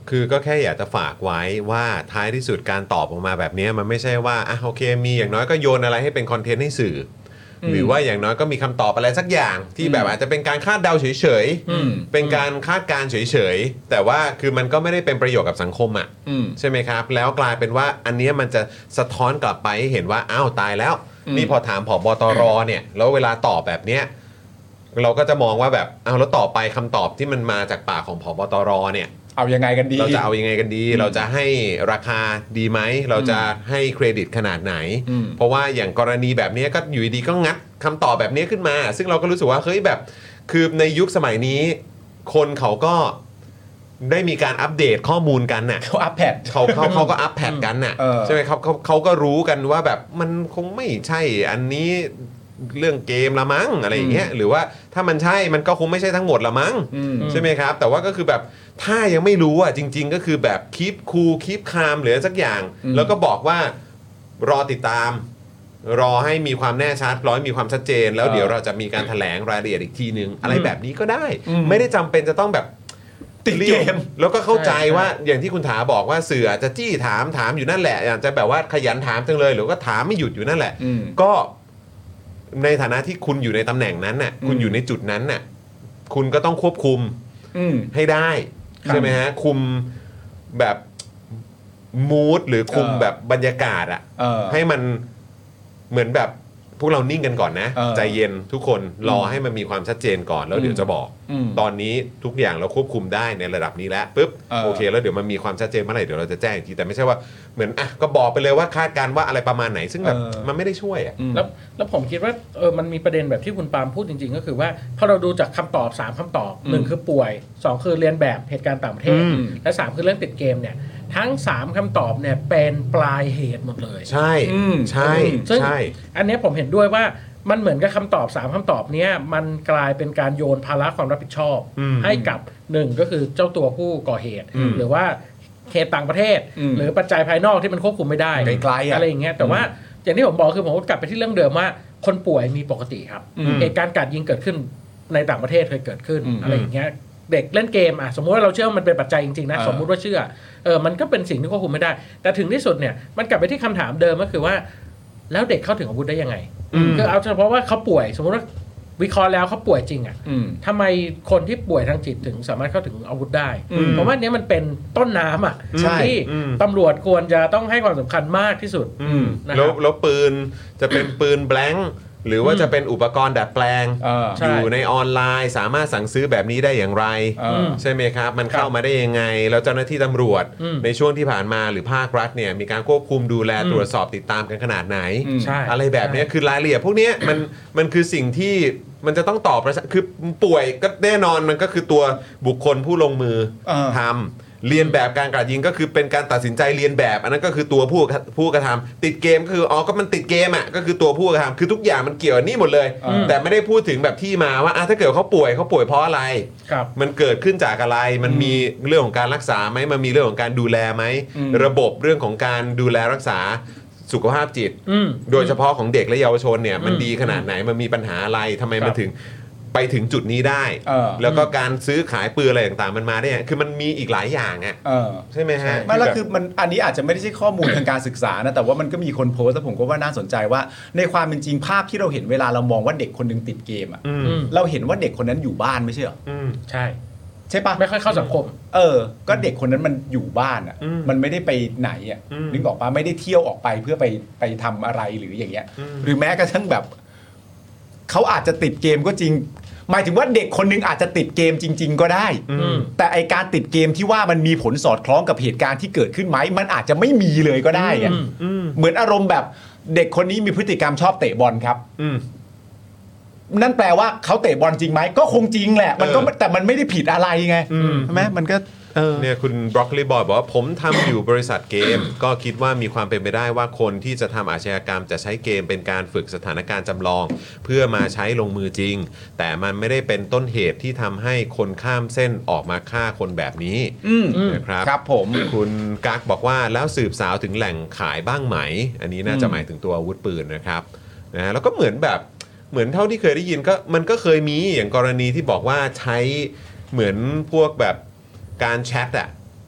คือก็แค่อยากจะฝากไว้ว่าท้ายที่สุดการตอบออกมาแบบนี้มันไม่ใช่ว่าอ่ะโอเคมีอย่างน้อยก็โยนอะไรให้เป็นคอนเทนต์ให้สื่อหรือว่าอย่างน้อยก็มีคำตอบอะไรสักอย่างที่แบบอาจจะเป็นการคาดเดาเฉยๆเป็นการคาดการณ์เฉยๆแต่ว่าคือมันก็ไม่ได้เป็นประโยชน์กับสังคมอ่ะใช่ไหมครับแล้วกลายเป็นว่าอันนี้มันจะสะท้อนกลับไปให้เห็นว่าอ้าวตายแล้วนี่พอถามผบตรเนี่ยแล้วเวลาตอบแบบเนี้ยเราก็จะมองว่าแบบอ้าวแล้วต่อไปคำตอบที่มันมาจากปากของผบตรเนี่ยเอายังไงกันดีเราจะเอายังไงกันดีเราจะให้ราคาดีไหมเราจะให้เครดิตขนาดไหนเพราะว่าอย่างกรณีแบบนี้ก็อยู่ดีก็งัดคำตอบแบบนี้ขึ้นมาซึ่งเราก็รู้สึกว่าเฮ้ยแบบคือในยุคสมัยนี้คนเขาก็ได้มีการอัปเดตข้อมูลกันน่ะเขาอัปแพดเขาเขาเขาก็อัปแพดกันน่ะใช่ไหมครับเขาเขาก็รู้กันว่าแบบมันคงไม่ใช่อันนี้เรื่องเกมละมั้งอะไรอย่างเงี้ยหรือว่าถ้ามันใช่มันก็คงไม่ใช่ทั้งหมดละมั้งใช่ไหมครับแต่ว่าก็คือแบบถ้ายังไม่รู้อ่ะจริงๆก็คือแบบคีปคูลคีปคามหรือสักอย่างแล้วก็บอกว่ารอติดตามรอให้มีความแน่ชัดรอให้มีความชัดเจนแล้วเดี๋ยวเราจะมีการแถลงรายละเอียดอีกทีนึงอะไรแบบนี้ก็ได้ไม่ได้จำเป็นจะต้องแบบติดเกมแล้วก็เข้าใจว่าอย่างที่คุณถาบอกว่าสื่ออาจจะจี้ถามถามอยู่นั่นแหละอาจจะแบบว่าขยันถามจังเลยหรือก็ถามไม่หยุดอยู่นั่นแหละก็ในฐานะที่คุณอยู่ในตำแหน่งนั้นน่ะคุณอยู่ในจุดนั้นน่ะคุณก็ต้องควบคุมให้ได้ใช่ไหมฮะคุมแบบมูดหรือคุมแบบบรรยากาศอ่ะให้มันเหมือนแบบพวกเรานิ่งกันก่อนนะใจเย็นทุกคนรอให้มันมีความชัดเจนก่อนแล้วเดี๋ยวจะบอกตอนนี้ทุกอย่างเราควบคุมได้ในระดับนี้แล้วปุ๊บโอเคแล้วเดี๋ยวมันมีความชัดเจนเมื่อไหร่เดี๋ยวเราจะแจ้งอีกทีแต่ไม่ใช่ว่าเหมือนอ่ะก็บอกไปเลยว่าคาดการณ์ว่าอะไรประมาณไหนซึ่งแบบมันไม่ได้ช่วยอ่ะแล้วแล้วผมคิดว่าเออมันมีประเด็นแบบที่คุณปาล์มพูดจริงๆก็คือว่าพอเราดูจากคำตอบสามคำตอบหนึ่งคือป่วยสองคือเรียนแบบเหตุการณ์ต่างประเทศและสามคือเรื่องติดเกมเนี่ยทั้งสามคำตอบเนี่ยเป็นปลายเหตุหมดเลยใช่ใช่ใช่อันนี้ผมเห็นด้วยว่ามันเหมือนกับคำตอบสามคำตอบเนี้ยมันกลายเป็นการโยนภาระความรับผิดชอบให้กับหนึ่งก็คือเจ้าตัวผู้ก่อเหตุหรือว่าเหตุต่างประเทศหรือปัจจัยภายนอกที่มันควบคุมไม่ได้อะไรอย่างเงี้ยแต่ว่าอย่างที่ผมบอกคือผมกลับไปที่เรื่องเดิมว่าคนป่วยมีปกติครับเหตุการณ์การยิงเกิดขึ้นในต่างประเทศเคยเกิดขึ้นอะไรอย่างเงี้ยเด็กเล่นเกมอ่ะสมมุติว่าเราเชื่อว่ามันเป็นปัจจัยจริงๆนะสมมุติว่าเชื่อเออมันก็เป็นสิ่งที่ควบคุมไม่ได้แต่ถึงที่สุดเนี่ยมันกลับไปที่คำถามเดิมก็คือว่าแล้วเด็กเข้าถึงอาวุธได้ยังไงคือเอาเฉพาะว่าเขาป่วยสมมติว่าวิเคราะห์แล้วเขาป่วยจริงอ่ะทำไมคนที่ป่วยทางจิตถึงสามารถเข้าถึงอาวุธได้เพราะว่านี้มันเป็นต้นน้ำอ่ะที่ตำรวจควรจะต้องให้ความสำคัญมากที่สุดแล้วแล้วปืนจะเป็นปืนแบล็งหรือว่าจะเป็นอุปกรณ์ดัดแปลง อ, อยู่ในออนไลน์สามารถสั่งซื้อแบบนี้ได้อย่างไรใช่ไหมครับมันเข้ามาได้ยังไงแล้วเจ้าหน้าที่ตำรวจในช่วงที่ผ่านมาหรือภาครัฐเนี่ยมีการควบคุมดูแลตรวจสอบติดตามกันขนาดไหนอะไรแบบนี้คือรายละเอียดพวกนี้มันมันคือสิ่งที่มันจะต้องตอบคือป่วยก็แน่นอนมันก็คือตัวบุคคลผู้ลงมือทำเรียนแบบการกราดยิงก็คือเป็นการตัดสินใจเรียนแบบอันนั้นก็คือตัวผู้ผู้กระทำติดเกมก็คืออ๋อก็มันติดเกมอ่ะก็คือตัวผู้กระทำคือทุกอย่างมันเกี่ยวนี่หมดเลยแต่ไม่ได้พูดถึงแบบที่มาว่าถ้าเกิดเขาป่วยเขาป่วยเพราะอะไรมันเกิดขึ้นจากอะไรมันมีเรื่องของการรักษาไหมมันมีเรื่องของการดูแลไหมระบบเรื่องของการดูแลรักษาสุขภาพจิตโดยเฉพาะของเด็กและเยาวชนเนี่ยมันดีขนาดไหนมันมีปัญหาอะไรทำไมมันถึงไปถึงจุดนี้ได้แล้วก็การซื้อขายปืนอะไรต่างๆมันมาได้คือมันมีอีกหลายอย่างอ่ะใช่ไหมฮะไม่แล้วคือมันอันนี้อาจจะไม่ได้ใช่ข้อมูลทางการศึกษานะแต่ว่ามันก็มีคนโพสต์แล้วผมก็ว่าน่าสนใจว่าในความเป็นจริงภาพที่เราเห็นเวลาเรามองว่าเด็กคนนึงติดเกมอ่ะเราเห็นว่าเด็กคนนั้นอยู่บ้านไม่ใช่เหรอใช่ใช่ปะไม่ค่อยเข้าสังคมเออก็เด็กคนนั้นมันอยู่บ้านอ่ะมันไม่ได้ไปไหนอ่ะนึกออกปะไม่ได้เที่ยวออกไปเพื่อไปไปทำอะไรหรืออย่างเงี้ยหรือแม้กระทั่งแบบเขาอาจจะติดเกมก็จริงหมายถึงว่าเด็กคนนึงอาจจะติดเกมจริงๆก็ได้แต่ไอการติดเกมที่ว่ามันมีผลสอดคล้องกับเหตุการณ์ที่เกิดขึ้นไหมมันอาจจะไม่มีเลยก็ได้ไงเหมือนอารมณ์แบบเด็กคนนี้มีพฤติกรรมชอบเตะบอลครับนั่นแปลว่าเขาเตะบอลจริงไหมก็คงจริงแหละมันก็แต่มันไม่ได้ผิดอะไรไงใช่ไหมมันก็เนี่ยคุณบรอกโคลีบอยบอกว่าผมทำอยู่บริษัทเกม ก็คิดว่ามีความเป็นไปได้ว่าคนที่จะทำอาชญากรรมจะใช้เกมเป็นการฝึกสถานการณ์จำลองเพื่อมาใช้ลงมือจริงแต่มันไม่ได้เป็นต้นเหตุที่ทำให้คนข้ามเส้นออกมาฆ่าคนแบบนี้นะครับครับผมคุณกั๊กบอกว่าแล้วสืบสาวถึงแหล่งขายบ้างไหมอันนี้น่าจะหมายถึงตัวอาวุธปืนนะครับนะแล้วก็เหมือนแบบเหมือนเท่าที่เคยได้ยินก็มันก็เคยมีอย่างกรณีที่บอกว่าใช้เหมือนพวกแบบการแชทอะ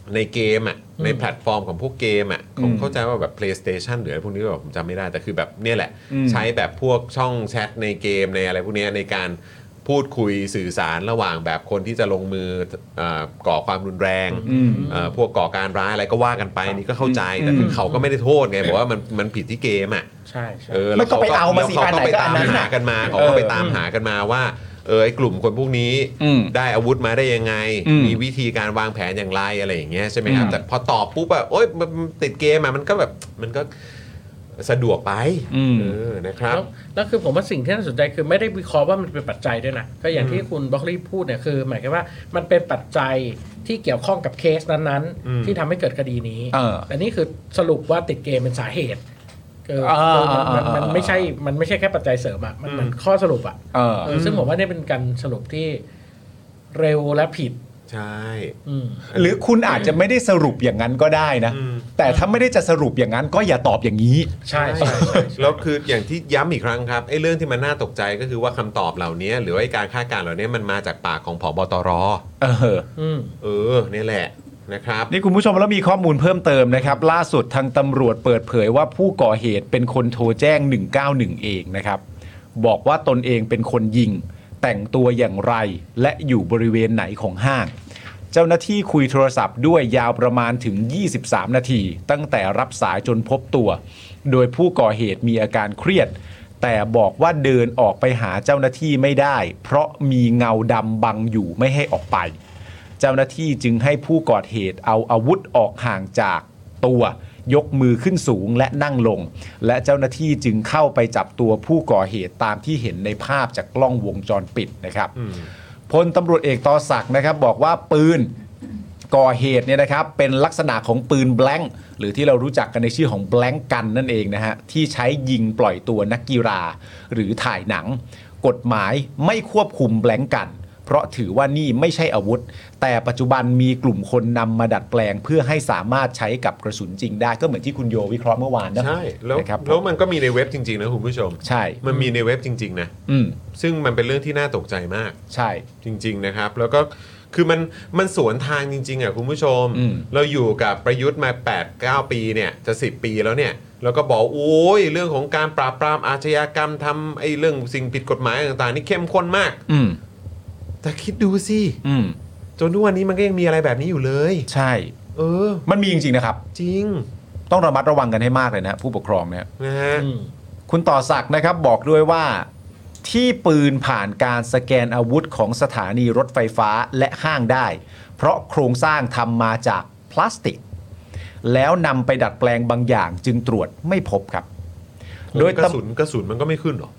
ในเกมอ่ะในแพลตฟอร์มของพวกเกมอ่ะผมเข้าใจว่าแบบ PlayStation หรืออะไรพวกนี้แบบผมจำไม่ได้แต่คือแบบเนี่ยแหละใช้แบบพวกช่องแชทในเกมในอะไรพวกนี้ในการพูดคุยสื่อสารระหว่างแบบคนที่จะลงมือเอ่อก่อความรุนแรงเอ่อพวกก่อการร้ายอะไรก็ว่ากันไปนี่ก็เข้าใจแต่คือเขาก็ไม่ได้โทษไงบอกว่ามันมันผิดที่เกมอ่ะใช่ใช่เออแล้วเขาก็เอามาสิเขาก็ไปตามหากันมาเขาก็ไปตามหากันมาว่าเออไอ้กลุ่มคนพวกนี้ได้อาวุธมาได้ยังไงมีวิธีการวางแผนอย่างไรอะไรอย่างเงี้ยใช่ไหมครับแต่พอตอบปุ๊บอะโอ๊ยมันติดเกมอะมันก็แบบมันก็สะดวกไปเออนะครับแล้วแล้วคือผมว่าสิ่งที่น่าสนใจคือไม่ได้วิเคราะห์ว่ามันเป็นปัจจัยด้วยนะก็อย่างที่คุณบล็อกลี่พูดเนี่ยคือหมายความว่ามันเป็นปัจจัยที่เกี่ยวข้องกับเคสนั้นๆที่ทำให้เกิดคดีนี้แต่นี่คือสรุปว่าติดเกมเป็นสาเหตุคือมันมันไม่ใช่มันไม่ใช่แค่ปัจจัยเสริมอ่ะมันเหมือนข้อสรุปอ่ะซึ่งผมว่านี่เป็นการสรุปที่เร็วและผิดใช่หรือคุณอาจจะไม่ได้สรุปอย่างนั้นก็ได้นะแต่ถ้าไม่ได้จะสรุปอย่างนั้นก็อย่าตอบอย่างนี้ใช่ใช่แล้วคืออย่างที่ย้ำอีกครั้งครับไอ้เรื่องที่มันน่าตกใจก็คือว่าคำตอบเหล่านี้หรือว่าการคาดการณ์เหล่านี้มันมาจากปากของผบตรเออเออนี่แหละนะครับนี่คุณผู้ชมแล้วมีข้อมูลเพิ่มเติมนะครับล่าสุดทางตำรวจเปิดเผยว่าผู้ก่อเหตุเป็นคนโทรแจ้งหนึ่งเก้าหนึ่งเองนะครับบอกว่าตนเองเป็นคนยิงแต่งตัวอย่างไรและอยู่บริเวณไหนของห้างเจ้าหน้าที่คุยโทรศัพท์ด้วยยาวประมาณถึงยี่สิบสามนาทีตั้งแต่รับสายจนพบตัวโดยผู้ก่อเหตุมีอาการเครียดแต่บอกว่าเดินออกไปหาเจ้าหน้าที่ไม่ได้เพราะมีเงาดำบังอยู่ไม่ให้ออกไปเจ้าหน้าที่จึงให้ผู้ก่อเหตุเอาอาวุธออกห่างจากตัวยกมือขึ้นสูงและนั่งลงและเจ้าหน้าที่จึงเข้าไปจับตัวผู้ก่อเหตุตามที่เห็นในภาพจากกล้องวงจรปิดนะครับพลตำรวจเอกต่อศักดิ์นะครับบอกว่าปืนก่อเหตุเนี่ยนะครับเป็นลักษณะของปืนแบล็งก์หรือที่เรารู้จักกันในชื่อของแบล็งก์กันนั่นเองนะฮะที่ใช้ยิงปล่อยตัวนักกีฬาหรือถ่ายหนังกฎหมายไม่ควบคุมแบล็งก์กันเพราะถือว่านี่ไม่ใช่อาวุธแต่ปัจจุบันมีกลุ่มคนนำมาดัดแปลงเพื่อให้สามารถใช้กับกระสุนจริงได้ก็เหมือนที่คุณโยวิเคราะห์เมื่อวานนะใช่แล้วแล้วมันก็มีในเว็บจริงๆนะคุณผู้ชมใช่มันมีในเว็บจริงๆนะซึ่งมันเป็นเรื่องที่น่าตกใจมากใช่จริงๆนะครับแล้วก็คือมันมันสวนทางจริงๆอ่ะคุณผู้ชมเราอยู่กับประยุทธ์มา แปด เก้า ปีเนี่ยจะสิบปีแล้วเนี่ยแล้วก็บอกโอ้ยเรื่องของการปราบปรามอาชญากรรมทำไอ้เรื่องสิ่งผิดกฎหมายต่างๆนี่เข้มข้นมากแต่คิดดูสิจนทุกวันนี้มันก็ยังมีอะไรแบบนี้อยู่เลยใช่เออมันมีจริงๆนะครับจริงต้องระมัดระวังกันให้มากเลยนะผู้ปกครองเนี่ยนะฮะคุณต่อศักดิ์นะครับบอกด้วยว่าที่ปืนผ่านการสแกนอาวุธของสถานีรถไฟฟ้าและห้างได้เพราะโครงสร้างทำมาจากพลาสติกแล้วนำไปดัดแปลงบางอย่างจึงตรวจไม่พบครับโดยกระสุนกระสุนมันก็ไม่ขึ้นหรอ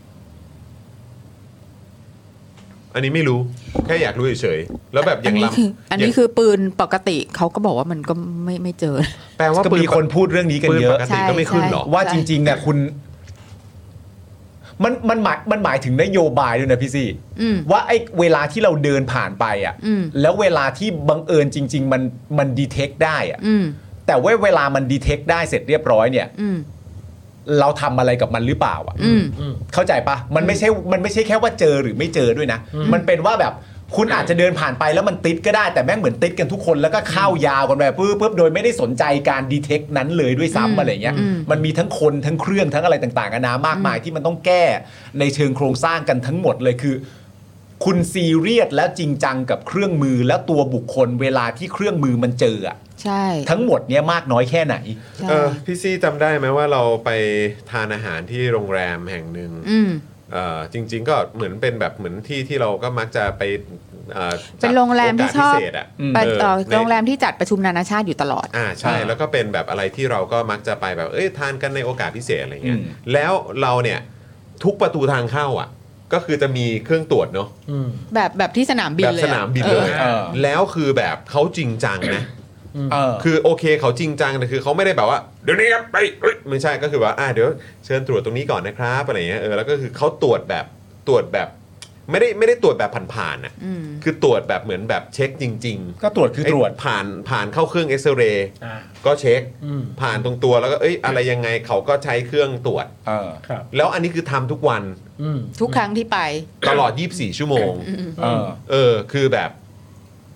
อันนี้ไม่รู้แค่อยากรู้เฉยๆแล้วแบบอย่างลำอันนี้คือปืนปกติเขาก็บอกว่ามันก็ไม่ไม่เจอแปลว่าก็มีคนพูดเรื่องนี้กันเยอะปกติก็ไม่ขึ้นหรอว่าจริงๆเนี่ยคุณมันมันหมายมันหมายถึงนโยบายด้วยนะพี่ซี่ว่าไอ้เวลาที่เราเดินผ่านไปอ่ะแล้วเวลาที่บังเอิญจริงๆมันมันดีเทคได้อ่ะแต่ว่าเวลามันดีเทคได้เสร็จเรียบร้อยเนี่ยเราทำอะไรกับมันหรือเปล่าอ่ะเข้าใจปะมันไม่ใช่มันไม่ใช่แค่ว่าเจอหรือไม่เจอด้วยนะมันเป็นว่าแบบคุณอาจจะเดินผ่านไปแล้วมันติดก็ได้แต่แม่งเหมือนติดกันทุกคนแล้วก็เข้ายาวกันแบบปุ๊บปุ๊บโดยไม่ได้สนใจการดีเทคนั้นเลยด้วยซ้ำอะไรเงี้ยมันมีทั้งคนทั้งเครื่องทั้งอะไรต่างๆกันานะมากมายที่มันต้องแก้ในเชิงโครงสร้างกันทั้งหมดเลยคือคุณซีเรียสและจริงจังกับเครื่องมือและตัวบุคคลเวลาที่เครื่องมือมันเจออ่ะใช่ทั้งหมดเนี้ยมากน้อยแค่ไหนเออพี่ซี่จำได้ไหมว่าเราไปทานอาหารที่โรงแรมแห่งหนึ่งเออจริงๆก็เหมือนเป็นแบบเหมือนที่ที่เราก็มักจะไปเป็นโรงแรมที่ชอบโรงแรมที่จัดประชุมนานาชาติอยู่ตลอดอ่าใช่แล้วก็เป็นแบบอะไรที่เราก็มักจะไปแบบเอ้ยทานกันในโอกาสพิเศษอะไรเงี้ยแล้วเราเนี่ยทุกประตูทางเข้าอ่ะก็คือจะมีเครื่องตรวจเนาะแบบแบบที่สนามบินเลยแบบสนามบินเลยแล้วคือแบบเขาจริงจังนะคือโอเคเขาจริงจังแต่คือเขาไม่ได้แบบว่าเดี๋ยวนี้ครับไปไม่ใช่ก็คือว่าอ่าเดี๋ยวเชิญตรวจตรงนี้ก่อนนะครับอะไรเงี้ยเออแล้วก็คือเขาตรวจแบบตรวจแบบไม่ได้ไม่ได้ตรวจแบบผ่านๆน่ะคือตรวจแบบเหมือนแบบเช็คจริงๆก็ตรวจคือตรวจผ่านผ่านเข้าเครื่องเอ็กซเรย์ก็เช็คผ่านตรงตัวแล้วก็เอ้ยอะไรยังไงเขาก็ใช้เครื่องตรวจแล้วอันนี้คือทำทุกวันทุกครั้งที่ไปตลอดยี่สิบสี่ชั่วโมงเออคือแบบ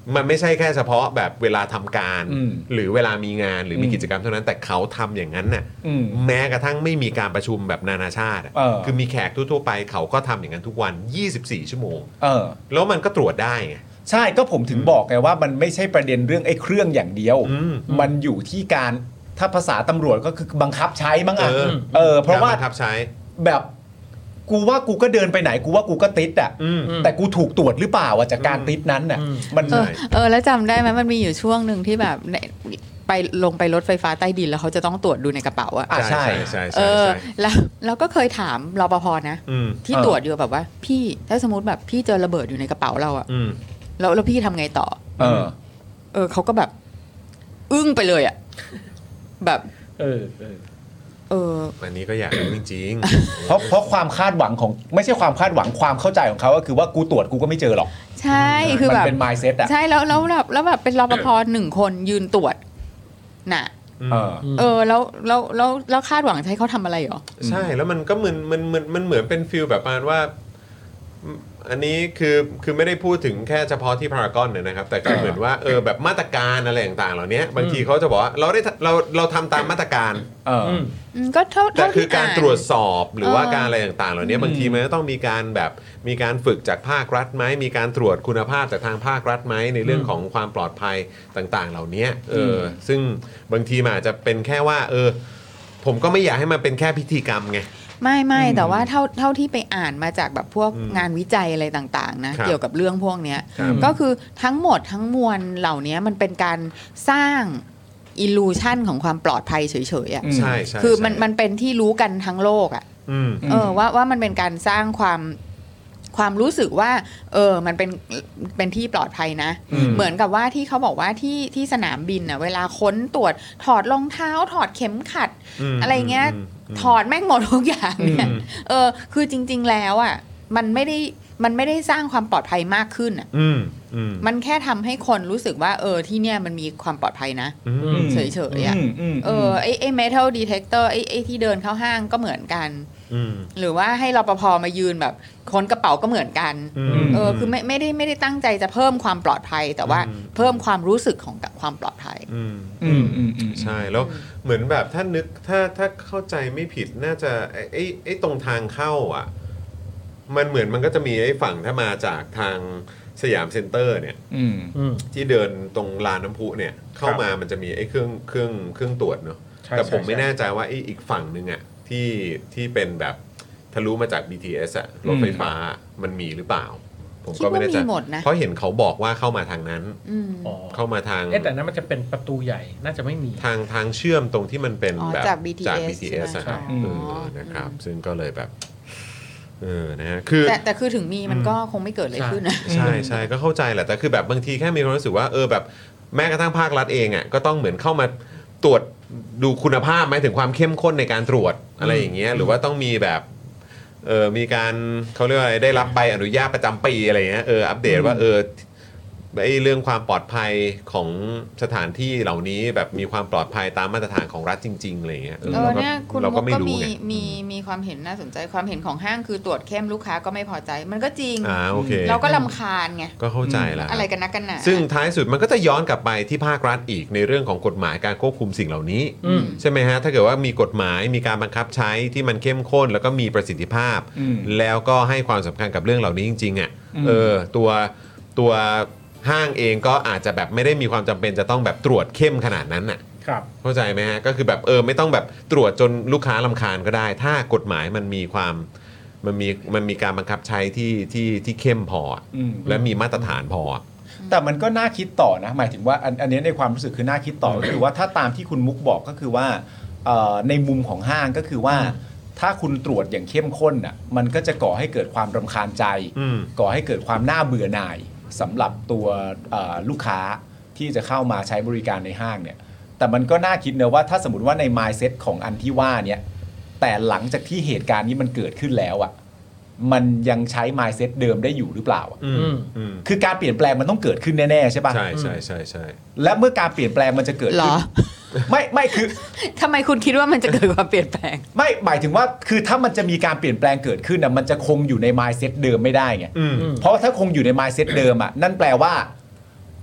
มันไม่ใช่แค่เฉพาะแบบเวลาทำการอืมหรือเวลามีงานหรือมีอืมกิจกรรมเท่านั้นแต่เขาทำอย่างนั้นน่ะอืมแม้กระทั่งไม่มีการประชุมแบบนานาชาติอะเออคือมีแขกทั่วๆไปเขาก็ทำอย่างนั้นทุกวันยี่สิบสี่ชั่วโมงเออแล้วมันก็ตรวจได้ไงใช่ก็ผมถึงบอกไงว่ามันไม่ใช่ประเด็นเรื่องไอ้เครื่องอย่างเดียวอืมมันอยู่ที่การถ้าภาษาตำรวจก็คือบังคับใช้มั้งอ่ะเออเออเพราะว่ากบังคับใช้แบบกูว่ากูก็เดินไปไหนกูว่ากูก็ติดอ่ะอืมแต่กูถูกตรวจหรือเปล่าอ่ะจากการติดนั้นน่ะอืมมันเออเออแล้วจำได้ไหมมันมีอยู่ช่วงหนึ่งที่แบบในไปลงไปรถไฟฟ้าใต้ดินแล้วเขาจะต้องตรวจดูในกระเป๋าอะอ่ะใช่ใช่เอใช่อใช่แล้วเราก็เคยถามรปภนะอืมที่เออตรวจอยู่แบบว่า พี่ถ้าสมมติแบบพี่เจอระเบิดอยู่ในกระเป๋าเราอะอืมแล้วแล้วพี่ทำไงต่อเออเออเขาก็แบบ อึ้งไปเลยอะแบบเออเออเอออันนี้ก็อยากรู้จริงเพราะเพราะความคาดหวังของไม่ใช่ความคาดหวังความเข้าใจของเขาก็คือว่ากูตรวจกูก็ไม่เจอหรอกใช่คือมันแบบเป็น mindset อ่ะใช่แล้วแล้วแบบแล้วแบบเป็นรปภหนึ่งคนยืนตรวจน่ะๆเออเออแล้วแล้วแล้วแล้วคาดหวังจะให้เขาทำอะไรเหรอใช่แล้วมันก็เหมือนมันมันมันเหมือนเป็นฟิลแบบประมาณว่าอืมอันนี้คือคือไม่ได้พูดถึงแค่เฉพาะที่พารากอนเนี่ยนะครับ แต่คือเหมือนว่าเออแบบมาตรการอะไรต่างๆเหล่านี้บางทีเขาจะบอกว่าเราได้เราเราทำตามมาตรการเอออืมอืมก็เท่าแต่เท่าคือที่การนตรวจสอบหรือว่าเออการอะไรต่างๆ เหล่านี้บางทีมันก็ต้องมีการแบบมีการฝึกจากภาครัฐไหมมีการตรวจคุณภาพจากทางภาครัฐไหมในเรื่องของความปลอดภัยต่างๆ เหล่านี้เออซึ่งบางทีมันอาจจะเป็นแค่ว่าเออผมก็ไม่อยากให้มันเป็นแค่พิธีกรรมไงไม่ไม่อืมแต่ว่าเท่าเท่าที่ไปอ่านมาจากแบบพวกอืมงานวิจัยอะไรต่างๆ นะครับเกี่ยวกับเรื่องพวกเนี้ยครับก็คือทั้งหมดทั้งมวลเหล่านี้มันเป็นการสร้างอิลูชันของความปลอดภัยเฉยๆอ่ะใช่ใช่คือมันใช่มันเป็นที่รู้กันทั้งโลกอ่ะอืมเออว่าว่ามันเป็นการสร้างความความรู้สึกว่า เออมันเป็นเป็นที่ปลอดภัยนะอืมเหมือนกับว่าที่เขาบอกว่าที่ที่สนามบินอ่ะเวลาค้นตรวจถอดรองเท้า ถอดเข็มขัดมอะไรเงี้ยมมถอดแม่งหมดทุกอย่างเนี่ยอืมเออ คือจริง ๆ แล้วอ่ะ มันไม่ได้ มันไม่ได้สร้างความปลอดภัยมากขึ้นอ่ะอืมอืมมันแค่ทำให้คนรู้สึกว่า เออ ที่เนี่ยมันมีความปลอดภัยนะอืมเฉยๆอ่ะมมเออ ไอ้ไอ้ metal detector ไอ้ไอ้ที่เดินเข้าห้างก็เหมือนกันอืมหรือว่าให้รปภมายืนแบบค้นกระเป๋าก็เหมือนกันอืมเออ คือไม่ไม่ได้ไม่ได้ตั้งใจจะเพิ่มความปลอดภัย แต่ว่าอืมเพิ่มความรู้สึกของความปลอดภัยอืมอืมอืมอืมใช่แล้วเหมือนแบบถ้านึกถ้าถ้าเข้าใจไม่ผิดน่าจะไอ้ไอ้ไอ้ตรงทางเข้าอ่ะ มันเหมือนมันก็จะมีไอ้ฝั่งถ้ามาจากทางสยามเซ็นเตอร์เนี่ยอืมอืมที่เดินตรงลานน้ำพุเนี่ย เข้ามามันจะมีไอ้เครื่องเครื่องเครื่องตรวจเนาะใช่แต่ผมใช่ไม่ใช่แน่ใจว่าไอ้อีกฝั่งหนึ่งอ่ะที่ที่เป็นแบบทะลุมาจาก บี ที เอส อ่ะรถไฟฟ้ามันมีหรือเปล่า ผมก็ไม่แน่ใจคิดว่ามีหมดนะเพราะเห็นเขาบอกว่าเข้ามาทางนั้นอืมอ๋อเข้ามาทางเอ๊ะแต่นั้นมันจะเป็นประตูใหญ่น่าจะไม่มีทางทางเชื่อมตรงที่มันเป็นอ๋อแบบจาก บี ที เอสบี ที เอสใช่ไหมอะครับอ๋อเออนะครับ ซึ่งก็เลยแบบเออนะฮะคือแต่แต่คือถึงมีมันก็คงไม่เกิดอะไรขึ้นนะใช่ใช่ก็เข้าใจแหละแต่คือแบบบางทีแค่มีความรู้สึกว่าเออแบบแม้กระทั่งภาครัฐเองอ่ะก็ต้องเหมือนเข้ามาตรวจดูคุณภาพไหมถึงความเข้มข้นในการตรวจอะไรอย่างเงี้ยหรือว่าต้องมีแบบเออมีการเขาเรียกว่าอะไรได้รับใบอนุญาตประจำปีอะไรเงี้ยเอออัปเดตว่าเออไอ้เรื่องความปลอดภัยของสถานที่เหล่านี้แบบมีความปลอดภัยตามมาตรฐานของรัฐจริงๆอะไรเงี้ยเออเออเราก็เนี่ยคุณเรามุก็กไม่ก็รู้มีไงมีมีความเห็นน่าสนใจความเห็นของห้างคือตรวจเข้มลูกค้าก็ไม่พอใจ มันก็จริงอ่าโอเคเราก็ลำคาญไงก็เข้าใจแล้วอะไรกันนักกันหนาซึ่งท้ายสุดมันก็จะย้อนกลับไปที่ภาครัฐอีกในเรื่องของกฎหมายการควบคุมสิ่งเหล่านี้อืมใช่ไหมฮะถ้าเกิดว่ามีกฎหมายมีการบังคับใช้ที่มันเข้มข้น แล้วก็มีประสิทธิภาพอืมแล้วก็ให้ความสำคัญกับเรื่องเหล่านี้จริงๆอ่ะอืมเออตัวตัวห้างเองก็อาจจะแบบไม่ได้มีความจำเป็นจะต้องแบบตรวจเข้มขนาดนั้นน่ะครับเข้าใจไหมฮะก็คือแบบเออไม่ต้องแบบตรวจจนลูกค้ารำคาญก็ได้ ถ้ากฎหมายมันมีความมันมีมันมีการบังคับใช้ที่ที่ที่เข้มพออะอืมและมีมาตรฐานพออะแต่มันก็น่าคิดต่อนะ หมายถึงว่าอันอันนี้ในความรู้สึกคือน่าคิดต่อก็คือว่าถ้าตามที่คุณมุกบอกก็คือว่าเอ่อในมุมของห้างก็คือว่า ถ้าคุณตรวจอย่างเข้มข้นอ่ะมันก็จะก่อให้เกิดความรำคาญใจอืมก่อให้เกิดความน่าเบื่อหน่ายสำหรับตัวเอ่อลูกค้าที่จะเข้ามาใช้บริการในห้างเนี่ยแต่มันก็น่าคิดนะว่าถ้าสมมติว่าใน mindset ของอันที่ว่าเนี่ยแต่หลังจากที่เหตุการณ์นี้มันเกิดขึ้นแล้วอ่ะมันยังใช้ mindset เดิมได้อยู่หรือเปล่าอะอืมอืมคือการเปลี่ยนแปลงมันต้องเกิดขึ้นแน่ๆใช่ป่ะใช่ใช่ใช่ใช่และเมื่อการเปลี่ยนแปลงมันจะเกิดเหรขึ้อนไม่ไม่คือทำไมคุณคิดว่ามันจะเกิดความเปลี่ยนแปลงไม่หมายถึงว่าคือถ้ามันจะมีการเปลี่ยนแปลงเกิดขึ้นนะมันจะคงอยู่ใน mindset เดิมไม่ได้ไงอืมเพราะว่าถ้าคงอยู่ใน mindset เดิมอ่ะนั่นแปลว่า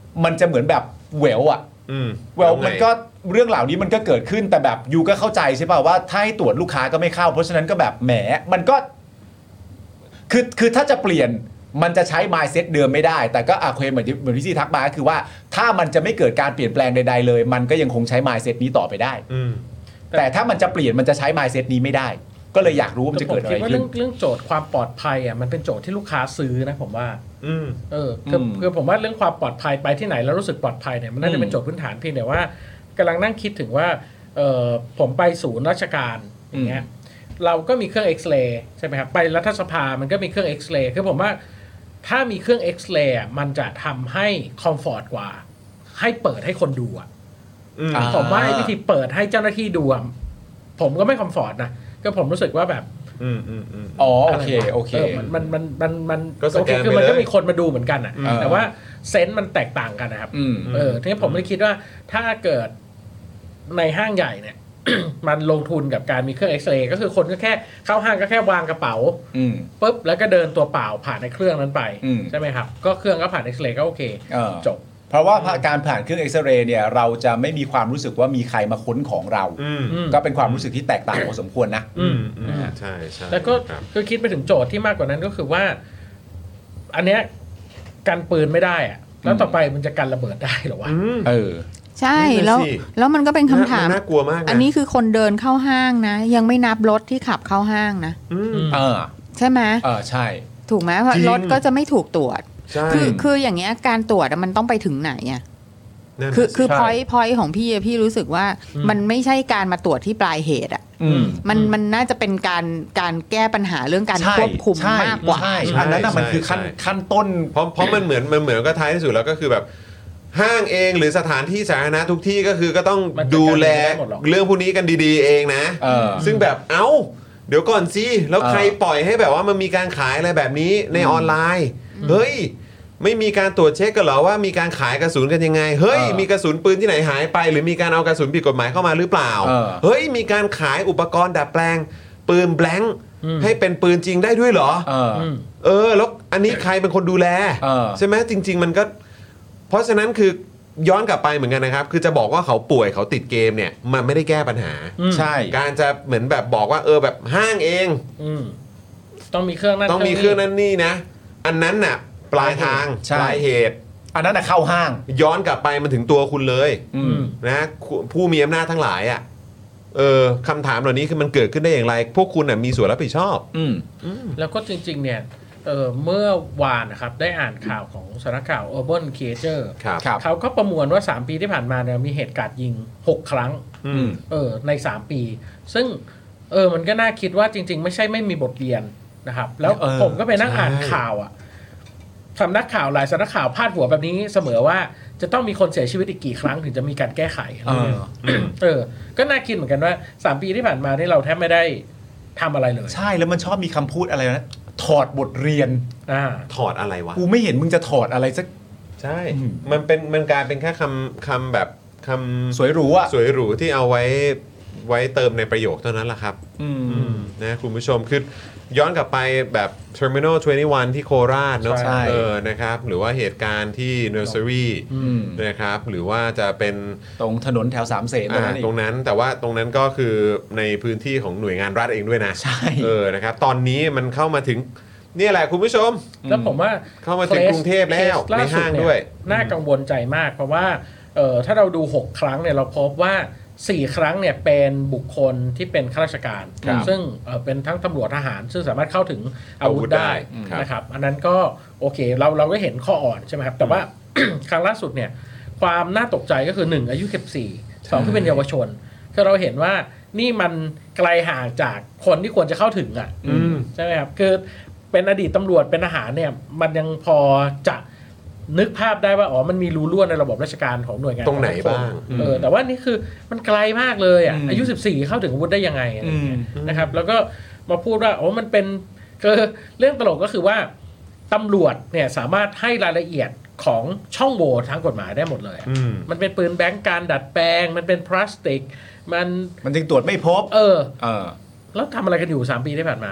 มันจะเหมือนแบบแหววอะแหววมันก็เรื่องเหล่านี้มันก็เกิดขึ้นแต่แบบยูก็เข้าใจใช่ป่ะว่าถ้าให้ตรวจลูกค้าก็ไม่เข้าเพราะฉะนั้นก็แบบแหมมันก็คือคือถ้าจะเปลี่ยนมันจะใช้ mindset เดิมไม่ได้แต่ก็อาเคเหมือนเหมือนที่ที่ทักมาก็คือว่าถ้ามันจะไม่เกิดการเปลี่ยนแปลงใดๆเลยมันก็ยังคงใช้ mindset นี้ต่อไปได้แต่ถ้ามันจะเปลี่ยนมันจะใช้ mindset นี้ไม่ได้ก็เลยอยากรู้ว่ามันจะเกิดอะไรขึ้นเรื่องเรื่องโจทย์ความปลอดภัยอ่ะมันเป็นโจทย์ที่ลูกค้าซื้อนะผมว่าเออคือคือผมว่าเรื่องความปลอดภัยไปที่ไหนแล้วรู้สึกปลอดภัยเนี่ยมันน่าจะเป็นโจทย์พื้นฐานเพียงแต่ว่ากำลังนั่งคิดถึงว่าเออผมไปศูนย์ราชการอย่างเงี้ยเราก็มีเครื่องเอ็กซเรย์ใช่ไหมครับไปรัฐสภามันก็มีเครื่องเอ็กซเรย์คือผมว่าถ้ามีเครื่องเอ็กซเรย์มันจะทำให้คอมฟอร์ตกว่าให้เปิดให้คนดูอ่ะผมว่าวิธีเปิดให้เจ้าหน้าที่ดูผมก็ไม่คอมฟอร์ตนะก็ผมรู้สึกว่าแบบอ๋อโอเคโอเคมันมันมันมันมันโอเคคือมันก็มีคนมาดูเหมือนกันอ่ะแต่ว่าเซนส์มันแตกต่างกันนะครับเออทีนี้ผมเลยคิดว่าถ้าเกิดในห้างใหญ่เนี่ย มันลงทุนกับการมีเครื่องเอ็กซเรย์ก็คือคนก็แค่เข้าห้างก็แค่วางกระเป๋าปุ๊บแล้วก็เดินตัวเปล่าผ่านในเครื่องนั้นไปใช่ไหมครับก็เครื่องก็ผ่านเอ็กซเรย์ก็โอเคจบเพราะว่าการผ่านเครื่องเอ็กซเรย์เนี่ยเราจะไม่มีความรู้สึกว่ามีใครมาค้นของเราก็เป็นความรู้สึกที่แตกต่างพอสมควรนะใช่ใช่แล้วก็คือคิดไปถึงโจทย์ที่มากกว่านั้นก็คือว่าอันเนี้ยกันปืนไม่ได้อะแล้วต่อไปมันจะกันระเบิดได้หรอวะเออใช่แล้วแล้วมันก็เป็นคำถามน่ากลัวมากอันนี้คือคนเดินเข้าห้างนะยังไม่นับรถที่ขับเข้าห้างนะเออใช่ไหมเออใช่ถูกไหมเพราะรถก็จะไม่ถูกตรวจคือคืออย่างเงี้ยการตรวจมันต้องไปถึงไหนอ่ะคือคือพอยต์พอยต์ของพี่พี่รู้สึกว่ามันไม่ใช่การมาตรวจที่ปลายเหตุอ่ะมันมันน่าจะเป็นการการแก้ปัญหาเรื่องการควบคุมมากกว่าอันนั้นมันคือขั้นขั้นต้นเพราะเพราะมันเหมือนมันเหมือนก็ท้ายที่สุดแล้วก็คือแบบห้างเองหรือสถานที่สาธารณะทุกที่ก็คือก็ต้องดูแลเรื่องพวกนี้กันดีๆเองนะซึ่งแบบเอ้าเดี๋ยวก่อนสิแล้วใครปล่อยให้แบบว่ามันมีการขายอะไรแบบนี้ในออนไลน์เฮ้ยไม่มีการตรวจเช็คกันเหรอว่ามีการขายกระสุนกันยังไงเฮ้ยมีกระสุนปืนที่ไหนหายไปหรือมีการเอากระสุนผิดกฎหมายเข้ามาหรือเปล่าเฮ้ยมีการขายอุปกรณ์ดัดแปลงปืนแบล็งค์ให้เป็นปืนจริงได้ด้วยเหรอเออแล้วอันนี้ใครเป็นคนดูแลใช่ไหมจริงๆมันก็เพราะฉะนั้นคือย้อนกลับไปเหมือนกันนะครับคือจะบอกว่าเขาป่วยเขาติดเกมเนี่ยมันไม่ได้แก้ปัญหาใช่การจะเหมือนแบบบอกว่าเออแบบห้างเองต้องมีเครื่องนั้นต้องมีเครื่องนั้นนี่นะอันนั้นน่ะปลายทางปลายเหตุอันนั้นน่ะเข้าห้างย้อนกลับไปมันถึงตัวคุณเลยนะผู้มีอำนาจทั้งหลายอ่ะเออคำถามเหล่านี้คือมันเกิดขึ้นได้อย่างไรพวกคุณน่ะมีส่วนรับผิดชอบแล้วก็จริงๆเนี่ยเออเมื่อวานนะครับได้อ่านข่าวของสำนักข่าว Urban Creature เขาก็ประมวลว่าสามปีที่ผ่านมาเนี่ยมีเหตุการณ์ยิงหกครั้งเออในสามปีซึ่งเออมันก็น่าคิดว่าจริงๆไม่ใช่ไม่มีบทเรียนนะครับแล้วผมก็ไปนั่งอ่านข่าวอ่ะสำนักข่าวหลายสำนักข่าวพาดหัวแบบนี้เสมอว่าจะต้องมีคนเสียชีวิตอีกกี่ครั้งถึงจะมีการแก้ไขเออเออก็น่าคิดเหมือนกันว่าสามปีที่ผ่านมาที่เราแทบไม่ได้ทำอะไรเลยใช่แล้วมันชอบมีคำพูดอะไรนะถอดบทเรียนอ่าถอดอะไรวะกูไม่เห็นมึงจะถอดอะไรสักใช่มันเป็นมันกลายเป็นแค่คำคำแบบคำสวยหรูอะสวยหรูที่เอาไว้ไว้เติมในประโยคเท่านั้นแหละครับนะคุณผู้ชมคือย้อนกลับไปแบบ Terminal ยี่สิบเอ็ด ที่โคราชเนอะเออนะครับหรือว่าเหตุการณ์ที่ Nursery นะครับหรือว่าจะเป็นตรงถนนแถวสามเสนตรงนั้นตรงนั้นแต่ว่าตรงนั้นก็คือในพื้นที่ของหน่วยงานรัฐเองด้วยนะใช่เออนะครับตอนนี้มันเข้ามาถึงนี่แหละคุณผู้ชมแล้วผมว่าเข้ามาถึงกรุงเทพแล้วในห้างด้วยน่ากังวลใจมากเพราะว่าเออถ้าเราดูหกครั้งเนี่ยเราพบว่าสี่ครั้งเนี่ยเป็นบุคคลที่เป็นข้าราชการซึ่งเป็นทั้งตำรวจทหารซึ่งสามารถเข้าถึงอาวุธได้นะครับอันนั้นก็โอเคเราเราก็เห็นข้ออ่อนใช่ไหมครับแต่ว่า ครั้งล่าสุดเนี่ยความน่าตกใจก็คือหนึ่งอายุสิบสี่สองที่เป็นเยาวชนคือเราเห็นว่านี่มันไกลห่างจากคนที่ควรจะเข้าถึงอ่ะใช่ไหมครับคือเป็นอดีตตำรวจเป็นทหารเนี่ยมันยังพอจะนึกภาพได้ว่าอ๋อมันมีรูรั่วในระบบราชการของหน่วยงานตรงไหนบ้างเออแต่ว่านี่คือมันไกลมากเลยอ่ะอายุสิบสี่เข้าถึงอาวุธได้ยังไงอะไรอย่างเงี้ยนะครับแล้วก็มาพูดว่าโอ้มันเป็นคือเรื่องตลกก็คือว่าตำรวจเนี่ยสามารถให้รายละเอียดของช่องโหว่ทางกฎหมายได้หมดเลยมันเป็นปืนแบงก์การดัดแปลงมันเป็นพลาสติกมันมันจึงตรวจไม่พบเออเออแล้วทำอะไรกันอยู่สามปีที่ผ่านมา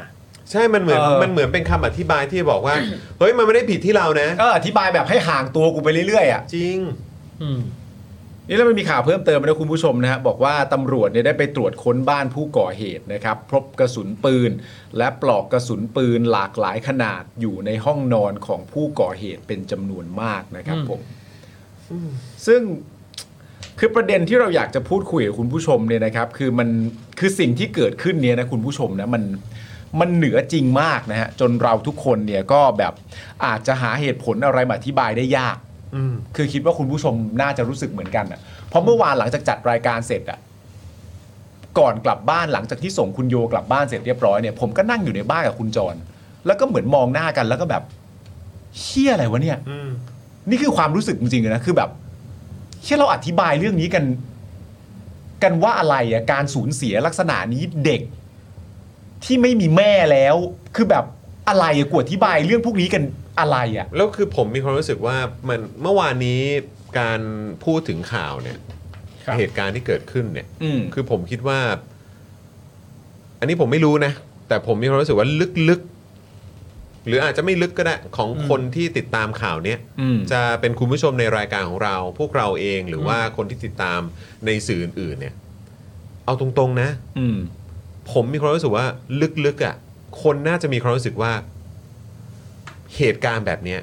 ใช่มันเหมือนเออมันเหมือนเป็นคำอธิบายที่บอกว่า เฮ้ยมันไม่ได้ผิดที่เรานะเอออธิบายแบบให้ห่างตัวกูไปเรื่อยๆอ่ะจริงอืมนี่แล้วมันมีข่าวเพิ่มเติมนะคุณผู้ชมนะฮะบอกว่าตำรวจเนี่ยได้ไปตรวจค้นบ้านผู้ก่อเหตุนะครับพบกระสุนปืน และปลอกกระสุนปืนหลากหลายขนาดอยู่ในห้องนอนของผู้ก่อเหตุเป็นจำนวนมากนะครับผมซึ่งคือประเด็นที่เราอยากจะพูดคุยกับคุณผู้ชมเนี่ยนะครับคือมันคือสิ่งที่เกิดขึ้นเนี่ยนะคุณผู้ชมนะมันมันเหนือจริงมากนะฮะจนเราทุกคนเนี่ยก็แบบอาจจะหาเหตุผลอะไรมาอธิบายได้ยากคือคิดว่าคุณผู้ชมน่าจะรู้สึกเหมือนกันอ่ะเพราะเมื่อวานหลังจากจัดรายการเสร็จอ่ะก่อนกลับบ้านหลังจากที่ส่งคุณโยกลับบ้านเสร็จเรียบร้อยเนี่ยผมก็นั่งอยู่ในบ้านกับคุณจรแล้วก็เหมือนมองหน้ากันแล้วก็แบบเชี่ยอะไรวะเนี่ยนี่คือความรู้สึกจริงๆเลยนะคือแบบเชี่ยเราอธิบายเรื่องนี้กัน กันว่าอะไรอ่ะการสูญเสียลักษณะนี้เด็กที่ไม่มีแม่แล้วคือแบบอะไรอ่ะกูอธิบายเรื่องพวกนี้กันอะไรอ่ะแล้วคือผมมีความรู้สึกว่ามันเมื่อวานนี้การพูดถึงข่าวเนี่ยเหตุการณ์ที่เกิดขึ้นเนี่ยคือผมคิดว่า อันนี้ผมไม่รู้นะแต่ผมมีความรู้สึกว่าลึกๆหรืออาจจะไม่ลึกก็ได้ของคนที่ติดตามข่าวเนี้ยจะเป็นคุณผู้ชมในรายการของเราพวกเราเองหรือว่าคนที่ติดตามในสื่ออื่นๆเนี่ยเอาตรงๆนะผมมีความรู้สึกว่าลึกๆอ่ะคนน่าจะมีความรู้สึกว่าเหตุการณ์แบบเนี้ย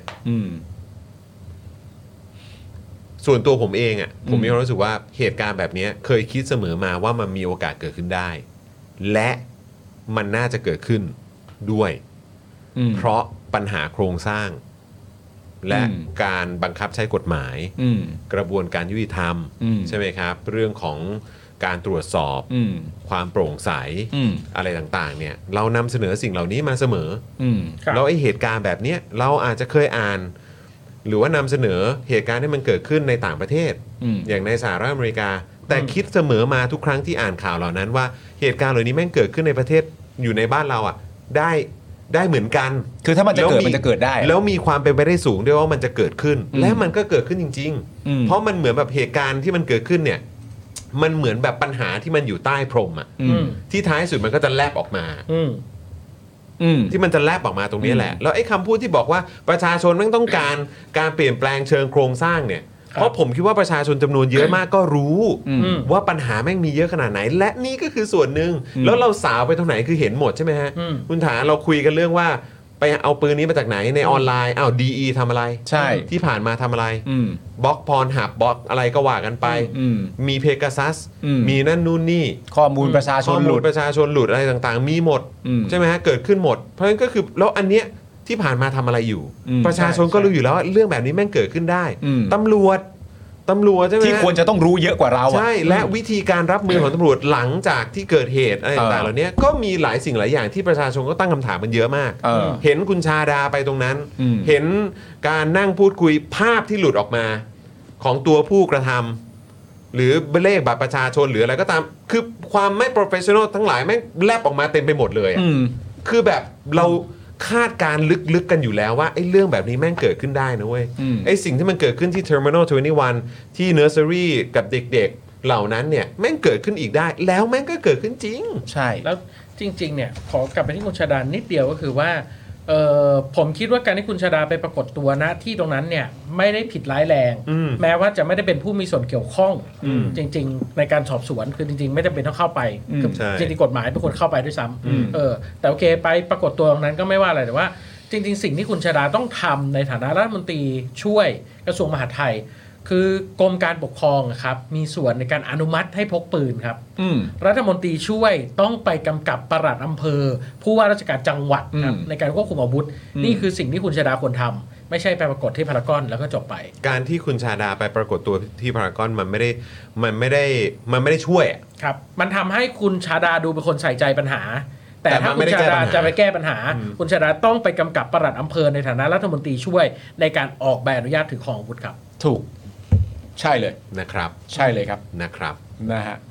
ส่วนตัวผมเองอ่ะผมมีความรู้สึกว่าเหตุการณ์แบบนี้เคยคิดเสมอมาว่ามันมีโอกาสเกิดขึ้นได้และมันน่าจะเกิดขึ้นด้วยเพราะปัญหาโครงสร้างและการบังคับใช้กฎหมายกระบวนการยุติธรรมใช่ไหมครับเรื่องของการตรวจสอบความโปร่งใสอะไรต่างๆเนี่ยเรานำเสนอสิ่งเหล่านี้มาเสมอแล้วไอ้เหตุการณ์แบบนี้เราอาจจะเคยอ่านหรือว่านำเสนอเหตุการณ์ที่มันเกิดขึ้นในต่างประเทศอย่างในสหรัฐอเมริกาแต่คิดเสมอมาทุกครั้งที่อ่านข่าวเหล่านั้นว่าเหตุการณ์เหล่านี้แม่งเกิดขึ้นในประเทศอยู่ในบ้านเราอ่ะได้ได้เหมือนกันคือถ้ามันจะเกิดมันจะเกิดได้แล้วมีความเป็นไปได้สูงด้วยว่ามันจะเกิดขึ้นและมันก็เกิดขึ้นจริงๆเพราะมันเหมือนแบบเหตุการณ์ที่มันเกิดขึ้นเนี่ยมันเหมือนแบบปัญหาที่มันอยู่ใต้พรมอ่ะที่ท้ายสุดมันก็จะแลบออกมาที่มันจะแลบออกมาตรงนี้แหละแล้วไอ้คำพูดที่บอกว่าประชาชนไม่ต้องการการเปลี่ยนแปลงเชิงโครงสร้างเนี่ยเพราะผมคิดว่าประชาชนจำนวนเยอะมากก็รู้ว่าปัญหาแม่งมีเยอะขนาดไหนและนี่ก็คือส่วนหนึ่งแล้วเราสาวไปตรงไหนคือเห็นหมดใช่ไหมฮะคุณถาเราคุยกันเรื่องว่าไปเอาปืนนี้มาจากไหนในออนไลน์อ้าว ดี อี ทำอะไรใช่ที่ผ่านมาทำอะไรบล็อกพรหับบล็อกอะไรก็ว่ากันไปมีเพกาซัสมีนั่นนู่นนี่ข้อมูลประชาชนหลุดประชาชนหลุดอะไรต่างๆมีหมดใช่ไหมฮะเกิดขึ้นหมดเพราะฉะนั้นก็คือแล้วอันเนี้ยที่ผ่านมาทำอะไรอยู่ประชาชนก็รู้อยู่แล้วว่าเรื่องแบบนี้แม่งเกิดขึ้นได้ตำรวจตำรวจใช่ไหมที่ควรจะต้องรู้เยอะกว่าเราใช่และวิธีการรับมือของตำรวจหลังจากที่เกิดเหตุอะไรต่างๆเหล่านี้ก็มีหลายสิ่งหลายอย่างที่ประชาชนก็ตั้งคำถามกันเยอะมากเห็นคุณชาดาไปตรงนั้นเห็นการนั่งพูดคุยภาพที่หลุดออกมาของตัวผู้กระทำหรือเลขบัตรประชาชนหรืออะไรก็ตามคือความไม่ professional ทั้งหลายแม่งแลบออกมาเต็มไปหมดเลยคือแบบเราคาดการลึกๆกันอยู่แล้วว่าไอ้เรื่องแบบนี้แม่งเกิดขึ้นได้นะเว้ยไอ้สิ่งที่มันเกิดขึ้นที่ Terminal ยี่สิบเอ็ด ที่ Nursery กับเด็กๆเหล่านั้นเนี่ยแม่งเกิดขึ้นอีกได้แล้วแม่งก็เกิดขึ้นจริงใช่แล้วจริงๆเนี่ยขอกลับไปที่คุณชาดานิดเดียวก็คือว่าเออผมคิดว่าการที่คุณชาดาไปปรากฏตัวณที่ตรงนั้นเนี่ยไม่ได้ผิดร้ายแรงแม้ว่าจะไม่ได้เป็นผู้มีส่วนเกี่ยวข้องจริงๆในการสอบสวนคือจริงๆไม่จำเป็นต้องเข้าไปคือจริงๆกฎหมายเป็นคนเข้าไปด้วยซ้ำเออแต่โอเคไปปรากฏตัวตรงนั้นก็ไม่ว่าอะไรแต่ว่าจริงๆสิ่งที่คุณชาดาต้องทำในฐานะรัฐมนตรีช่วยกระทรวงมหาดไทยคือกรมการปกครองครับมีส่วนในการอนุมัติให้พกปืนครับรัฐมนตรีช่วยต้องไปกำกับปลัดอำเภอผู้ว่าราชการจังหวัดครับในการควบคุมอาวุธนี่คือสิ่งที่คุณชาดาควรทำไม่ใช่ไปปรากฏที่พารากอนแล้วก็จบไปการที่คุณชาดาไปปรากฏตัวที่พารากอนมันไม่ได้มันไม่ได้มันไม่ได้ช่วยครับมันทำให้คุณชาดาดูเป็นคนใส่ใจปัญหาแต่ถ้าคุณชาดาจะไปแก้ปัญหาคุณชาดาต้องไปกำกับปลัดอำเภอในฐานะรัฐมนตรีช่วยในการออกใบอนุญาตถือครองอาวุธครับถูกใช่เลยนะครับใช่เลยครับนะครับนะฮะ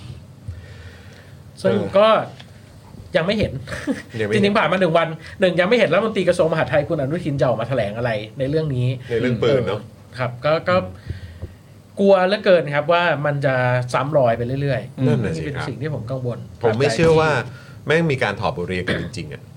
ซึ่งก็ยังไม่เห็นจริงๆผ่านมาหนึ่งวันหนึ่งยังไม่เห็นรัฐมนตรีกระทรวงมหาดไทยคุณอนุทินจะออกมาแถลงอะไรในเรื่องนี้ในเรื่องปืนเนาะครับก็ก็กลัวเหลือเกินครับว่ามันจะซ้ำรอยไปเรื่อยๆนั่นแหละสิเป็นสิ่งที่ผมกังวลผมไม่เชื่อว่าแม่งมีการถอดบทเรียนกันจริงๆอ่ะ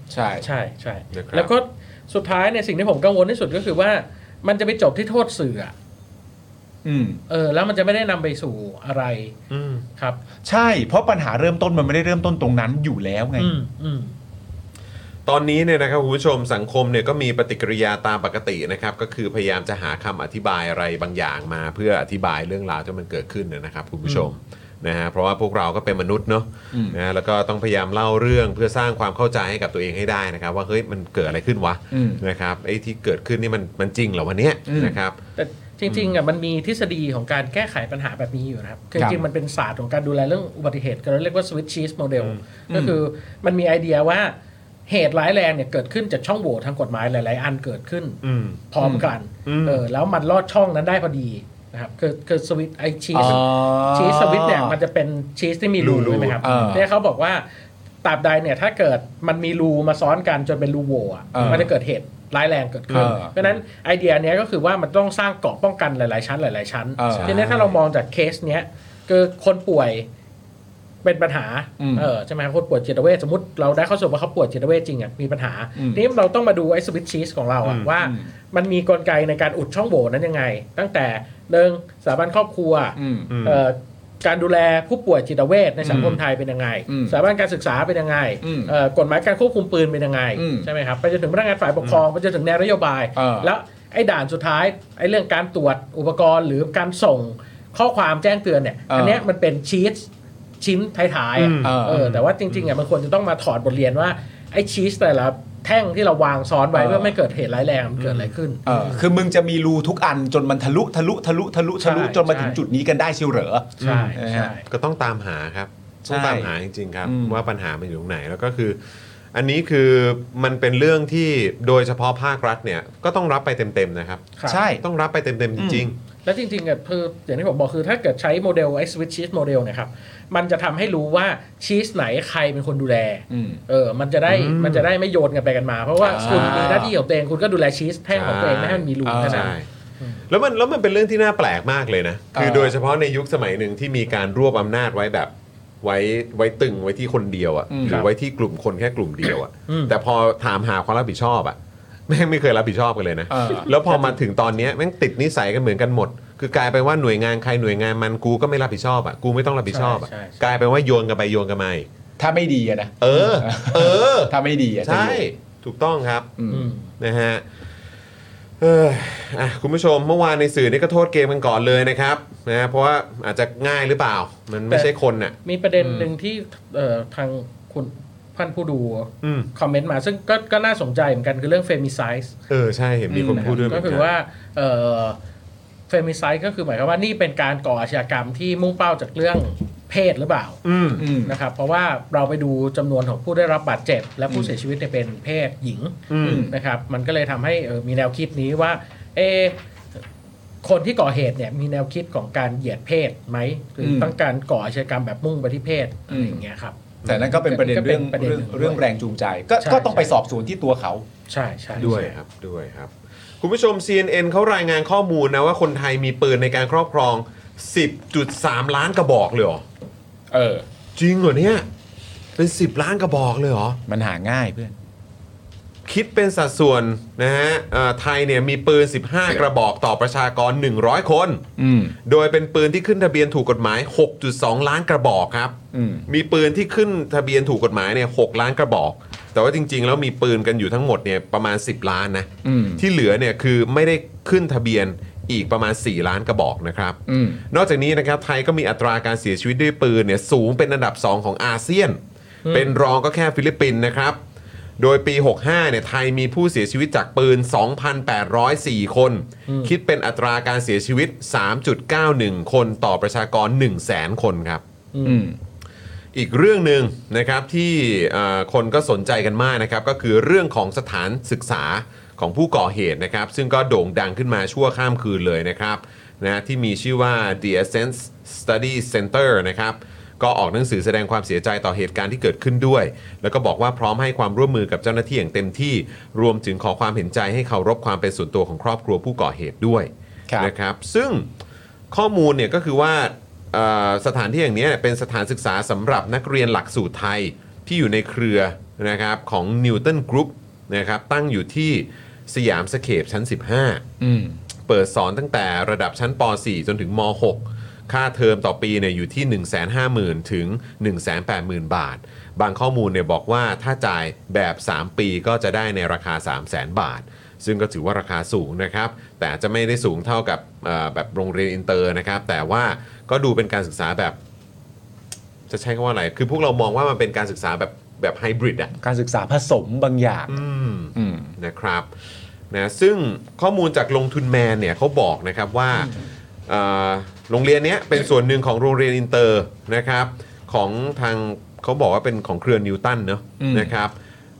ใช่ใช่ใช่นะครับแล้วก็สุดท้ายเนี่ยสิ่งที่ผมกังวลที่สุดก็คือว่ามันจะไปจบที่โทษสื่ออะอืมเออแล้วมันจะไม่ได้นำไปสู่อะไรอืมครับใช่เพราะปัญหาเริ่มต้นมันไม่ได้เริ่มต้นตรงนั้นอยู่แล้วไงอืมอืมตอนนี้เนี่ยนะครับคุณผู้ชมสังคมเนี่ยก็มีปฏิกิริยาตามปกตินะครับก็คือพยายามจะหาคำอธิบายอะไรบางอย่างมาเพื่ออธิบายเรื่องราวที่มันเกิดขึ้นนะครับคุณผู้ชมนะฮะเพราะว่าพวกเราก็เป็นมนุษย์เนาะอืมนะแล้วก็ต้องพยายามเล่าเรื่องเพื่อสร้างความเข้าใจให้กับตัวเองให้ได้นะครับว่าเฮ้ยมันเกิดอะไรขึ้นวะอืมนะครับไอ้ที่เกิดขึ้นนี่มันมันจริงเหรอวันเนี้ยอืมนะครับแต่จริงๆอ่ะมันมีทฤษฎีของการแก้ไขปัญหาแบบนี้อยู่นะครับคือครัจบริงๆมันเป็นศาสตร์ของการดูแลเรื่องอุบัติเหตุก็เรียกว่า switch cheese model อืมก็คือมันมีไอเดียว่าเหตุร้ายแรงเนี่ยเกิดขึ้นจากช่องโหว่ทางกฎหมายหลายๆอันเกิดขึ้นอืมพร้อมกันอืมเออแล้วมันลอดช่องนั้นได้พอดีนะครับคือคือสวิตไอชีสอ๋อชีสสวิตเนี่ยมันจะเป็นชีสที่มีรูรูใช่ไหมครับเออเนี่ยเขาบอกว่าตราบใดเนี่ยถ้าเกิดมันมีรูมาซ้อนกันจนเป็นรูโหว่อะเออมันจะเกิดเหตุร้ายแรงเกิดขึ้นเออเพราะฉะนั้นไอเดียเนี้ยก็คือว่ามันต้องสร้างเกราะป้องกันหลายๆชั้นหลายๆชั้นเออทีนี้ถ้าเรามองจากเคสเนี้ยคือคนป่วยเป็นปัญหาอืมเออใช่ไหมครับคนป่วยจิตเวชสมมติเราได้ข้อสรุปว่าเขาป่วยจิตเวชจริงอ่ะมีปัญหาอืมทีนี้เราต้องมาดูไอ้สวิตชีสของเราอ่ะอืมว่าอืมมันมีกลไกในการอุดช่องโหว่นั้นยังไง ตั้งแต่เรื่องสถาบันครอบครัวอืมเอ่อการดูแลผู้ป่วยจิตเวชในสังคมไทยเป็นยังไงอืมสถาบันการศึกษาเป็นยังไงอืมเอ่อกฎหมายการควบคุมปืนเป็นยังไงอืมใช่ไหมครับไปจนถึงพนักงานฝ่ายปกครองไปจนถึงแนวนโยบายเออแล้วไอ้ด่านสุดท้ายไอ้เรื่องการตรวจอุปกรณ์หรือการส่งข้อความแจ้งเตือนเนี่ยเอออัอันเนี้ยมันเป็นชีสชิ้นท้ายๆอะอืมเออเออแต่ว่าจริงๆอ่ะมันควรจะต้องมาถอดบทเรียนว่าไอ้ชีสแต่ละแท่งที่เราวางซ้อนไว้เออเพื่อไม่เกิดเหตุร้ายแรงมันเกิดอะไรขึ้นเออคือมึงจะมีรูทุกอันจนมันทะลุทะลุทะลุทะลุทะลุใช่จนมาถึงใช่จุดนี้กันได้เชียวเหรอใช่อืมใช่ก็ต้องตามหาครับต้องใช่ตามหาจริงๆครับอืมว่าปัญหามันอยู่ตรงไหนแล้วก็คือ อันนี้คือมันเป็นเรื่องที่โดยเฉพาะภาครัฐเนี่ยก็ต้องรับไปเต็มๆนะครับครับใช่ต้องรับไปเต็มๆจริงแล้วจริงๆอ่ะคืออย่างที่ผมบอกคือถ้าเกิดใช้โมเดลไอ้สวิตชีสโมเดลเนี่ยครับมันจะทำให้รู้ว่าชีสไหนใครเป็นคนดูแลอืมเออมันจะได้อืมมันจะได้ไม่โยนกันไปกันมา เพราะว่าอ่าคุณมีหน้าที่ของตัวเองคุณก็ดูแลชีสแท่งของตัวเองไม่ให้มันมีรูอ่าแค่ๆนั้นใช่แล้วมันแล้วมันเป็นเรื่องที่น่าแปลกมากเลยนะคือเออโดยเฉพาะในยุคสมัยหนึ่งที่มีการรวบอำนาจไว้แบบไว้ไว้ตึงไว้ที่คนเดียวอ่ะอืมหรือไว้ที่กลุ่มคนแค่กลุ่มเดียวอ่ะอืมแต่พอถามหาความรับผิดชอบอ่ะแม่งไม่เคยรับผิดชอบกันเลยนะเออแล้วพอมาถึงตอนเนี้ยแม่งติดนิสัยกันเหมือนกันหมด คือกลายเป็นว่าหน่วยงานใครหน่วยงานมันกูก็ไม่รับผิดชอบอ่ะกูไม่ต้องรับผิดชอบอ่ะใช่ใช่ใช่กลายเป็นว่าโยนกันไปโยนกันมาอีกถ้าไม่ดีอะนะเออ เออถ้าไม่ดีอะจะใช่อยู่ถูกต้องครับอืมอืมนะฮะเอออ่ะคุณผู้ชมเมื่อวานในสื่อนี่ก็โทษเกมกันก่อนเลยนะครับนะฮะเพราะว่าอาจจะง่ายหรือเปล่า มันไม่ใช่คนน่ะมีประเด็นหนึ่งที่เอ่อทางคุณท่านผู้ดูอืมคอมเมนต์มา ซึ่งก็ก็น่าสนใจเหมือนกันคือเรื่องเฟมิไซส์เออใช่เห็นมีคนพูดด้วยเหมืก็อนคืกัอน ว่าเฟมิไซส์ก็คือหมายความว่านี่เป็นการก่ออาชญากรรมที่มุ่งเป้าจากเรื่องเพศหรือเปล่าอืมอืมนะครับเพราะว่าเราไปดูจำนวนของผู้ได้รับบาดเจ็บ และผู้เสียชีวิตเนี่ยเป็นเพศหญิงอืมนะครับมันก็เลยทำให้เอ่อมีแนวคิดนี้ว่าเอะคนที่ก่อเหตุเนี่ยมีแนวคิดของการเหยียดเพศไหมหรืออมต้องการก่ออาชญากรรมแบบมุ่งไปที่เพศอะไรอย่างเงี้ยครับแต่นั่นก็เป็นประเด็นก็เป็เรื่อน งประเด็นเรื่องหนึ่งเรื่องด้วยแรงจูงใจ ก็ใช่ก็ต้องไปใช่สอบสวนที่ตัวเขาใช่ใช่ด้วยครับด้วยครับ คุณผู้ชม ซี เอ็น เอ็น เขารายงานข้อมูลนะว่าคนไทยมีปืนในการครอบครอง สิบจุดสาม ล้านกระบอกเลยเหรอเออจริงเหรอเนี่ย เป็น สิบ ล้านกระบอกเลยเหรอมันหาง่ายเพื่อนคิดเป็นสัดส่วนนะฮะเอ่อไทยเนี่ยมีปืน สิบห้า กระบอกต่อประชากร หนึ่งร้อย คนอืมโดยเป็นปืนที่ขึ้นทะเบียนถูกกฎหมาย หกจุดสอง ล้านกระบอกครับอืมมีปืนที่ขึ้นทะเบียนถูกกฎหมายเนี่ยหกล้านกระบอก แต่ว่าจริงๆแล้วมีปืนกันอยู่ทั้งหมดเนี่ยประมาณ สิบ ล้านนะอืมที่เหลือเนี่ยคือไม่ได้ขึ้นทะเบียนอีกประมาณ สี่ ล้านกระบอกนะครับอืมนอกจากนี้นะครับไทยก็มีอัตราการเสียชีวิตด้วยปืนเนี่ยสูงเป็นอันดับสองของอาเซียน เป็นรองก็แค่ฟิลิปปินส์นะครับ โดยปี หกสิบห้า เนี่ยไทยมีผู้เสียชีวิตจากปืน สองพันแปดร้อยสี่ คน คิดเป็นอัตราการเสียชีวิต สามจุดเก้าหนึ่ง คนต่อประชากร หนึ่งแสน คนครับอืมอีกเรื่องหนึ่งนะครับที่เอ่อคนก็สนใจกันมากนะครับก็คือเรื่องของสถานศึกษาของผู้ก่อเหตุนะครับซึ่งก็โด่งดังขึ้นมาชั่วข้ามคืนเลยนะครับนะที่มีชื่อว่า The Essence Study Center นะครับก็ออกหนังสือแสดงความเสียใจต่อเหตุการณ์ที่เกิดขึ้นด้วย แล้วก็บอกว่าพร้อมให้ความร่วมมือกับเจ้าหน้าที่อย่างเต็มที่รวมถึงขอความเห็นใจให้เคารพความเป็นส่วนตัวของครอบครัวผู้ก่อเหตุด้วยครับนะครับซึ่งข้อมูลเนี่ยก็คือว่าเอ่อสถานที่อย่างนี้เป็นสถานศึกษาสำหรับนักเรียนหลักสูตรไทยที่อยู่ในเครือนะครับของ Newton Group นะครับตั้งอยู่ที่สยามสเคปชั้นสิบห้าอืมเปิดสอนตั้งแต่ระดับชั้นป .สี่ จนถึงม .หก ค่าเทอมต่อปีเนี่ยอยู่ที่ หนึ่งแสนห้าหมื่น ถึง หนึ่งแสนแปดหมื่น บาทบางข้อมูลเนี่ยบอกว่าถ้าจ่ายแบบสามปีก็จะได้ในราคา สามแสน บาทซึ่งก็ถือว่าราคาสูงนะครับแต่จะไม่ได้สูงเท่ากับแบบโรงเรียนอินเตอร์นะครับแต่ว่าก็ดูเป็นการศึกษาแบบจะใช้คำว่าอะไรคือพวกเรามองว่ามันเป็นการศึกษาแบบแบบไฮบริดอ่ะการศึกษาผสมบางอย่างนะครับนะซึ่งข้อมูลจากลงทุนแมนเนี่ยเขาบอกนะครับว่าโรงเรียนนี้เป็นส่วนหนึ่งของโรงเรียนอินเตอร์นะครับของทางเขาบอกว่าเป็นของเครือนิวตันเนอะนะครับ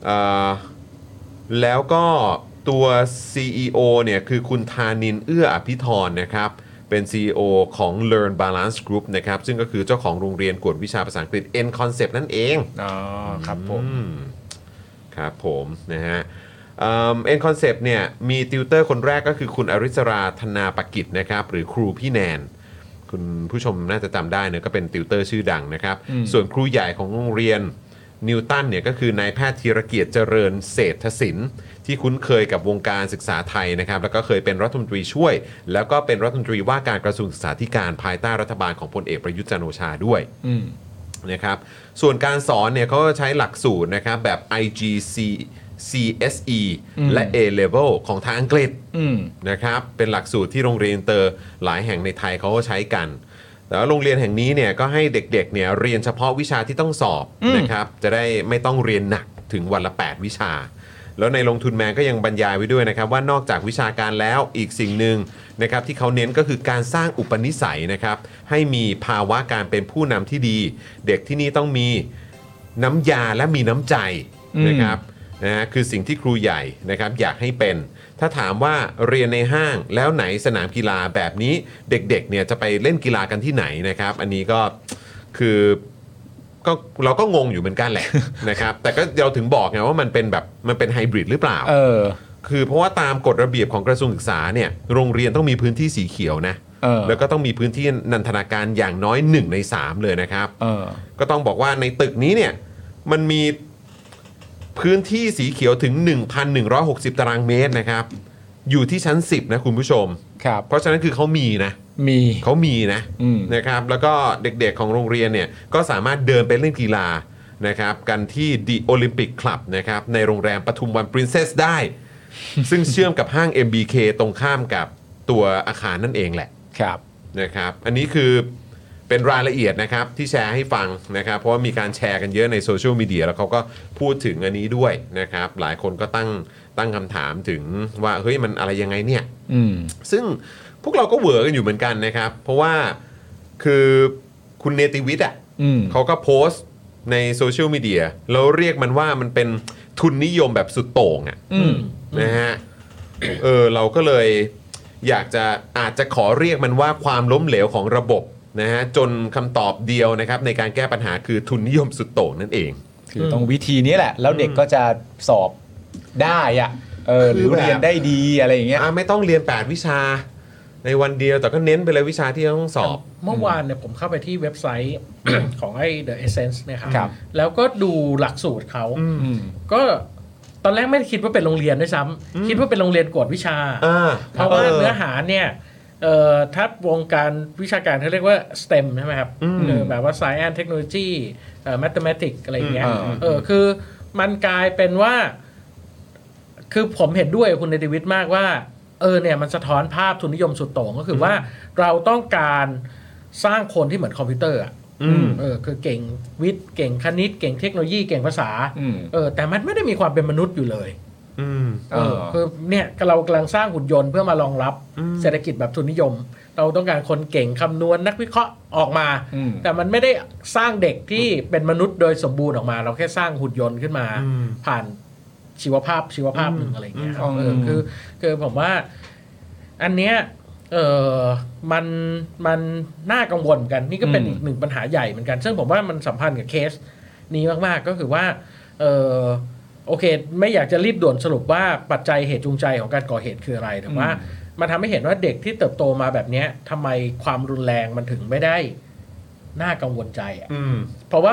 แล้วก็ตัว ซี อี โอ เนี่ยคือคุณธานินทร์เอื้ออภิธรนะครับเป็น ซี อี โอ ของ Learn Balance Group นะครับซึ่งก็คือเจ้าของโรงเรียนกวดวิชาภาษาอังกฤษ N-Concept นั่นเองอ๋อครับผมครับผมนะฮะเอ็นคอนเซปต์เนี่ยมีติวเตอร์คนแรกก็คือคุณอริศราธนาปกิจนะครับหรือครูพี่แนนคุณผู้ชมน่าจะจำได้เนี่ยก็เป็นติวเตอร์ชื่อดังนะครับส่วนครูใหญ่ของโรงเรียนนิวตันเนี่ยก็คือนายแพทย์ธีรเกียรติเจริญเศรษฐศิลป์ที่คุ้นเคยกับวงการศึกษาไทยนะครับแล้วก็เคยเป็นรัฐมนตรีช่วยแล้วก็เป็นรัฐมนตรีว่าการกระทรวงศึกษาธิการภายใต้รัฐบาลของพลเอกประยุทธ์จันทร์โอชาด้วยนะครับส่วนการสอนเนี่ยเขาก็ใช้หลักสูตรนะครับแบบ ไอ จี ซี ซี เอส อี และ A-Level ของทางอังกฤษนะครับเป็นหลักสูตรที่โรงเรียนอินเตอร์หลายแห่งในไทยเขาก็ใช้กันแต่ว่าโรงเรียนแห่งนี้เนี่ยก็ให้เด็กๆเนี่ยเรียนเฉพาะวิชาที่ต้องสอบนะครับจะได้ไม่ต้องเรียนหนักถึงวันละแปดวิชาแล้วในลงทุนแมนก็ยังบรรยายไว้ด้วยนะครับว่านอกจากวิชาการแล้วอีกสิ่งหนึ่งนะครับที่เขาเน้นก็คือการสร้างอุปนิสัยนะครับให้มีภาวะการเป็นผู้นำที่ดีเด็กที่นี่ต้องมีน้ำยาและมีน้ำใจนะครับนะฮะคือสิ่งที่ครูใหญ่นะครับอยากให้เป็นถ้าถามว่าเรียนในห้างแล้วไหนสนามกีฬาแบบนี้เด็กๆเนี่ยจะไปเล่นกีฬากันที่ไหนนะครับอันนี้ก็คือก็เราก็งงอยู่เหมือนกันแหละ นะครับแต่ก็เราถึงบอกไงว่ามันเป็นแบบมันเป็นไฮบริดหรือเปล่าเออคือเพราะว่าตามกฎระเบียบของกระทรวงศึกษาเนี่ยโรงเรียนต้องมีพื้นที่สีเขียวนะแล้วก็ต้องมีพื้นที่นันทนาการอย่างน้อยหนึ่งในสามเลยนะครับก็ต้องบอกว่าในตึกนี้เนี่ยมันมีพื้นที่สีเขียวถึง หนึ่งพันหนึ่งร้อยหกสิบ ตารางเมตรนะครับอยู่ที่ชั้นสิบนะคุณผู้ชมครับเพราะฉะนั้นคือเขามีนะมีเขามีนะนะครับแล้วก็เด็กๆของโรงเรียนเนี่ยก็สามารถเดินไปเล่นกีฬานะครับกันที่ดิโอลิมปิกคลับนะครับในโรงแรมปทุมวันปรินเซสได้ ซึ่งเชื่อมกับห้าง เอ็ม บี เค ตรงข้ามกับตัวอาคารนั่นเองแหละครับนะครับอันนี้คือเป็นรายละเอียดนะครับที่แชร์ให้ฟังนะครับเพราะว่ามีการแชร์กันเยอะในโซเชียลมีเดียแล้วเขาก็พูดถึงอันนี้ด้วยนะครับหลายคนก็ตั้งตั้งคำถามถึงว่าเฮ้ยมันอะไรยังไงเนี่ยซึ่งพวกเราก็เหวอกันอยู่เหมือนกันนะครับเพราะว่าคือคุณเนติวิทย์อ่ะเขาก็โพสต์ในโซเชียลมีเดียแล้วเรียกมันว่ามันเป็นทุนนิยมแบบสุดโต่งอ่ะนะฮะเออเราก็เลยอยากจะอาจจะขอเรียกมันว่าความล้มเหลวของระบบนะฮะจนคำตอบเดียวนะครับในการแก้ปัญหาคือทุนนิยมสุดโต่งนั่นเองคือต้องวิธีนี้แหละแล้วเด็กก็จะสอบได้อ่ะเออหรือเรียนได้ดีอะไรอย่างเงี้ยไม่ต้องเรียนแปดวิชาในวันเดียวแต่ก็เน้นไปเลยวิชาที่ต้องสอบเมื่อวานเนี่ยผมเข้าไปที่เว็บไซต์ของไอ้ The Essence นะครับแล้วก็ดูหลักสูตรเขาก็ตอนแรกไม่คิดว่าเป็นโรงเรียนด้วยซ้ำคิดว่าเป็นโรงเรียนกวดวิชาเพราะว่าเนื้อหาเนี่ยเอ่อถ้าวงการวิชาการเขาเรียกว่า สเต็ม ใช่ไหมครับเออแบบว่า Science Technology เอ่อ Mathematics อะไรอย่างเงี้ยเออคือมันกลายเป็นว่าคือผมเห็นด้วยคุณเนติวิทย์มากว่าเออเนี่ยมันสะท้อนภาพทุนนิยมสุดโต่งก็คือว่าเราต้องการสร้างคนที่เหมือนคอมพิวเตอร์อ่ะเออคือเก่งวิทย์เก่งคณิตเก่งเทคโนโลยีเก่งภาษาเออแต่มันไม่ได้มีความเป็นมนุษย์อยู่เลยเออคือเนี่ยเรากำลังสร้างหุ่นยนต์เพื่อมารองรับเศรษฐกิจแบบทุนนิยมเราต้องการคนเก่งคำนวณนักวิเคราะห์ออกมาแต่มันไม่ได้สร้างเด็กที่เป็นมนุษย์โดยสมบูรณ์ออกมาเราแค่สร้างหุ่นยนต์ขึ้นมาผ่านชีวภาพชีวภาพหนึ่งอะไรอย่างเงี้ยครับเออคือคือผมว่าอันเนี้ยเออมันมันน่ากังวลกันนี่ก็เป็นอีกหนึ่งปัญหาใหญ่เหมือนกันซึ่งผมว่ามันสัมพันธ์กับเคสนี้มากๆก็คือว่าเออโอเคไม่อยากจะรีบด่วนสรุปว่าปัจจัยเหตุจูงใจของการก่อเหตุคืออะไรแต่ว่ามันทำให้เห็นว่าเด็กที่เติบโตมาแบบนี้ทำไมความรุนแรงมันถึงไม่ได้น่ากังวลใจอ่ะเพราะว่า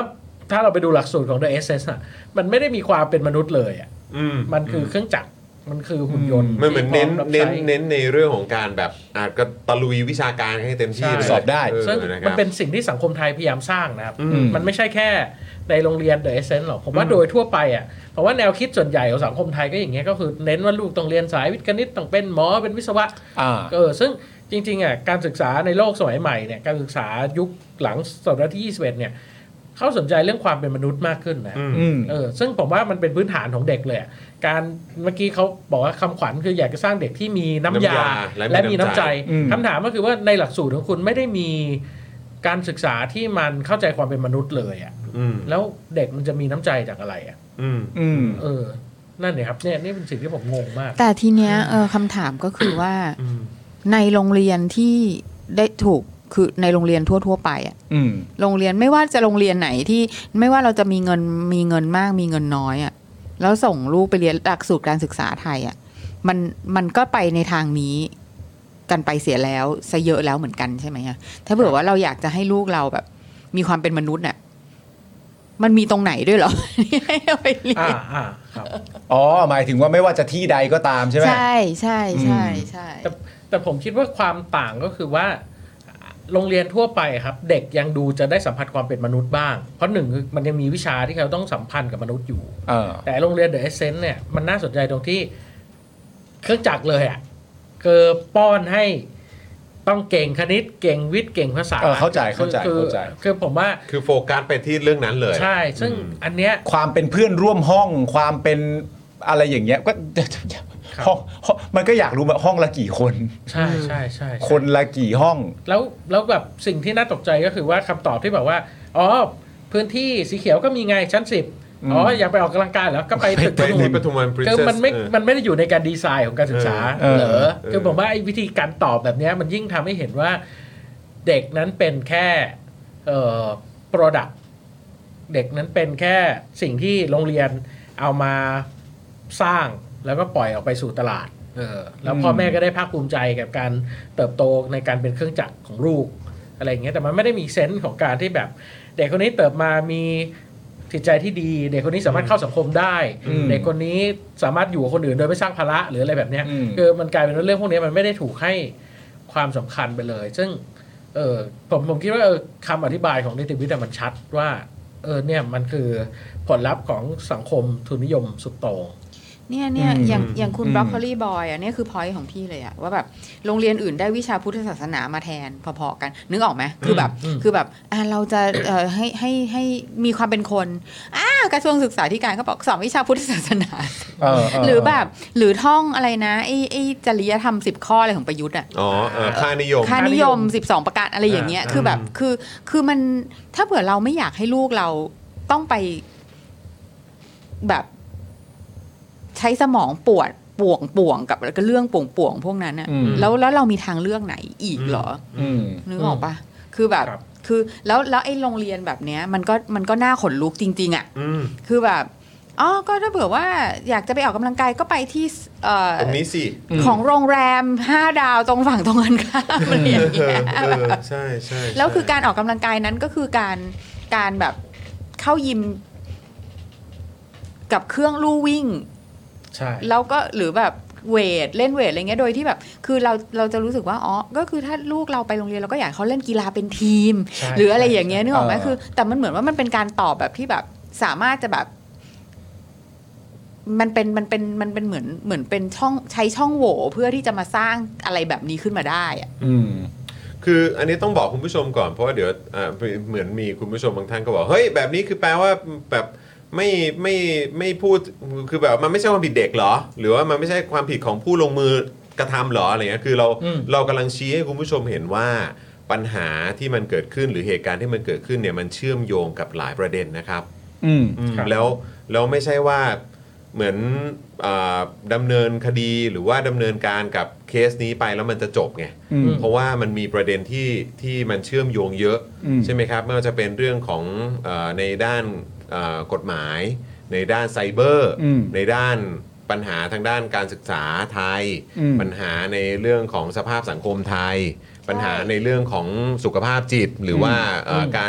ถ้าเราไปดูหลักสูตรของ The Essence อ่ะมันไม่ได้มีความเป็นมนุษย์เลยอ่ะมันคือเครื่องจักรมันคือหุ่นยนต์มันเหมือนเน้นเน้นเน้นในเรื่องของการแบบอาจก็ตะลุยวิชาการให้เต็มที่เลยสอบได้ซึ่งมันเป็นสิ่งที่สังคมไทยพยายามสร้างนะครับมันไม่ใช่แค่ในโรงเรียน The Essence หรอกผมว่าโดยทั่วไปอ่ะเพราะว่าแนวคิดส่วนใหญ่ของสังคมไทยก็อย่างเงี้ยก็คือเน้นว่าลูกต้องเรียนสายวิทย์คณิตต้องเป็นหมอเป็นวิศวะเออซึ่งจริงๆอ่ะการศึกษาในโลกสมัยใหม่เนี่ยการศึกษายุคหลังศตวรรษที่ยี่สิบเอ็ดเนี่ยเขาสนใจเรื่องความเป็นมนุษย์มากขึ้นนะเออซึ่งผมว่ามันเป็นพื้นฐานของเด็กเลยการเมื่อกี้เขาบอกว่าคำขวัญคืออยากจะสร้างเด็กที่มีน้ำยาและมีน้ำใจคำถามก็คือว่าในหลักสูตรของคุณไม่ได้มีการศึกษาที่มันเข้าใจความเป็นมนุษย์เลยอ่ะแล้วเด็กมันจะมีน้ำใจจากอะไรอ่ะเออนั่นเนี่ยครับเนี่ยนี่เป็นสิ่งที่ผมงงมากแต่ทีเนี้ยเออคำถามก็คือว่าในโรงเรียนที่ได้ถูกคือในโรงเรียนทั่วๆไปอ่ะโรงเรียนไม่ว่าจะโรงเรียนไหนที่ไม่ว่าเราจะมีเงินมีเงินมากมีเงินน้อยอ่ะแล้วส่งลูกไปเรียนหลักสูตรการศึกษาไทยอ่ะมันมันก็ไปในทางนี้กันไปเสียแล้วซะเยอะแล้วเหมือนกันใช่ไหมอ่ะถ้าเผื่อว่าเราอยากจะให้ลูกเราแบบมีความเป็นมนุษย์น่ะมันมีตรงไหนด้วยเหรอให้เอาไปเรียนอ่าครับอ๋อหมายถึงว่าไม่ว่าจะที่ใดก็ตามใช่ไหมใช่ใช่ใช่ใช่แต่แต่ผมคิดว่าความต่างก็คือว่าโรงเรียนทั่วไปครับเด็กยังดูจะได้สัมผัสความเป็นมนุษย์บ้างเพราะหนึ่งคือมันยังมีวิชาที่เขาต้องสัมพันธ์กับมนุษย์อยู่แต่โรงเรียน The Essence เนี่ยมันน่าสนใจตรงที่เครื่องจักรเลยอ่ะคือป้อนให้ต้องเก่งคณิตเก่งวิทย์เก่งภาษาเข้าใจเข้าใจเข้าใจคือผมว่าคือโฟกัสไปที่เรื่องนั้นเลยใช่ซึ่งอันเนี้ยความเป็นเพื่อนร่วมห้องความเป็นอะไรอย่างเงี้ยก็ห้องมันก็อยากรู้ว่าห้องละกี่คนใช่ใช่ใช่คนละกี่ห้องแล้วแล้วแบบสิ่งที่น่าตกใจก็คือว่าคำตอบที่แบบว่าอ๋อพื้นที่สีเขียวก็มีไงชั้นสิบอ๋ออยากไปออกกำลังกายเหรอก็ไปตึกปทุมวันคือมันไม่มันไม่ได้อยู่ในการดีไซน์ของการศึกษาเหรอคือผมว่าไอ้วิธีการตอบแบบนี้มันยิ่งทำให้เห็นว่าเด็กนั้นเป็นแค่เอ่อ product เด็กนั้นเป็นแค่สิ่งที่โรงเรียนเอามาสร้างแล้วก็ปล่อยออกไปสู่ตลาดเออแล้วพ่อแม่ก็ได้ภาคภูมิใจกับการเติบโตในการเป็นเครื่องจักรของลูกอะไรอย่างเงี้ยแต่มันไม่ได้มีเซนส์ของการที่แบบเด็กคนนี้เติบมามีจิตใจที่ดีเด็กคนนี้สามารถเข้าสังคมได้เด็กคนนี้สามารถอยู่กับคนอื่นโดยไม่สร้างภาระหรืออะไรแบบเนี้ยคือมันกลายเป็นเรื่องพวกนี้มันไม่ได้ถูกให้ความสำคัญไปเลยซึ่งเออผมผมคิดว่าเออคำอธิบายของนิติวิทย์มันชัดว่าเออเนี่ยมันคือผลลัพธ์ของสังคมทุนนิยมสุดโต่งเนี่ยเนี่ยอย่างอย่างคุณบรอกโคลีบอยอ่ะนี่คือพอยต์ของพี่เลยอ่ะว่าแบบโรงเรียนอื่นได้วิชาพุทธศาสนามาแทนพอๆกันนึกออกไหมคือแบบคือแบบอ่าเราจะเอ่อให้ให้ให้มีความเป็นคนอ่ากระทรวงศึกษาธิการเขาบอกสอนวิชาพุทธศาสนาหรือแบบหรือท่องอะไรนะไอ้ไอ้จริยธรรมสิบข้ออะไรของประยุทธ์อ่ะอ๋อค่านิยมค่านิยมสิบสองประการอะไรอย่างเงี้ยคือแบบคือคือมันถ้าเผื่อเราไม่อยากให้ลูกเราต้องไปแบบใช้สมองปวดป่วงป่วงกับเรื่องป่วงป่วงพวกนั้นน่ะแล้วแล้วเรามีทางเลือกไหนอีกเหรอนึกออกปะคือแบบคือแล้วแล้วไอ้โรงเรียนแบบเนี้ยมันก็มันก็น่าขนลุกจริงๆอ่ะคือแบบอ๋อก็ถ้าเผื่อว่าอยากจะไปออกกำลังกายก็ไปที่ตรงนี้สิของโรงแรมห้าดาวตรงฝั่งตรงกันข้ามอะไรอย่างเงี้ยใช่ใช่แล้วคือการออกกำลังกายนั้นก็คือการการแบบเข้ายิมกับเครื่องลู่วิ่งแล้วก็หรือแบบเวทเล่นเวทอะไรเงี้ยโดยที่แบบคือเราเราจะรู้สึกว่าอ๋อก็คือถ้าลูกเราไปโรงเรียนเราก็อยากเขาเล่นกีฬาเป็นทีมหรืออะไรอย่างเงี้ยนึกออกไหมคือแต่มันเหมือนว่ามันเป็นการตอบแบบที่แบบสามารถจะแบบมันเป็นมันเป็นมันเป็นเหมือนเหมือนเป็นช่องใช้ช่องโหว่เพื่อที่จะมาสร้างอะไรแบบนี้ขึ้นมาได้อ่ะคืออันนี้ต้องบอกคุณผู้ชมก่อนเพราะว่าเดี๋ยวเหมือนมีคุณผู้ชมบางท่านก็บอกเฮ้ยแบบนี้คือแปลว่าแบบไม่ไม่ไม่พูดคือแบบมันไม่ใช่ความผิดเด็กเหรอหรือว่ามันไม่ใช่ความผิดของผู้ลงมือกระทำเหรออะไรเงี้ยคือเราเรากำลังชี้ให้คุณผู้ชมเห็นว่าปัญหาที่มันเกิดขึ้นหรือเหตุการณ์ที่มันเกิดขึ้นเนี่ยมันเชื่อมโยงกับหลายประเด็นนะครับแล้วแล้วไม่ใช่ว่าเหมือนดำเนินคดีหรือว่าดำเนินการกับเคสนี้ไปแล้วมันจะจบไงเพราะว่ามันมีประเด็นที่ที่มันเชื่อมโยงเยอะใช่ไหมครับไม่ว่าจะเป็นเรื่องของในด้านกฎหมายในด้านไซเบอร์ในด้านปัญหาทางด้านการศึกษาไทยปัญหาในเรื่องของสภาพสังคมไทยปัญหาในเรื่องของสุขภาพจิตหรือว่าการ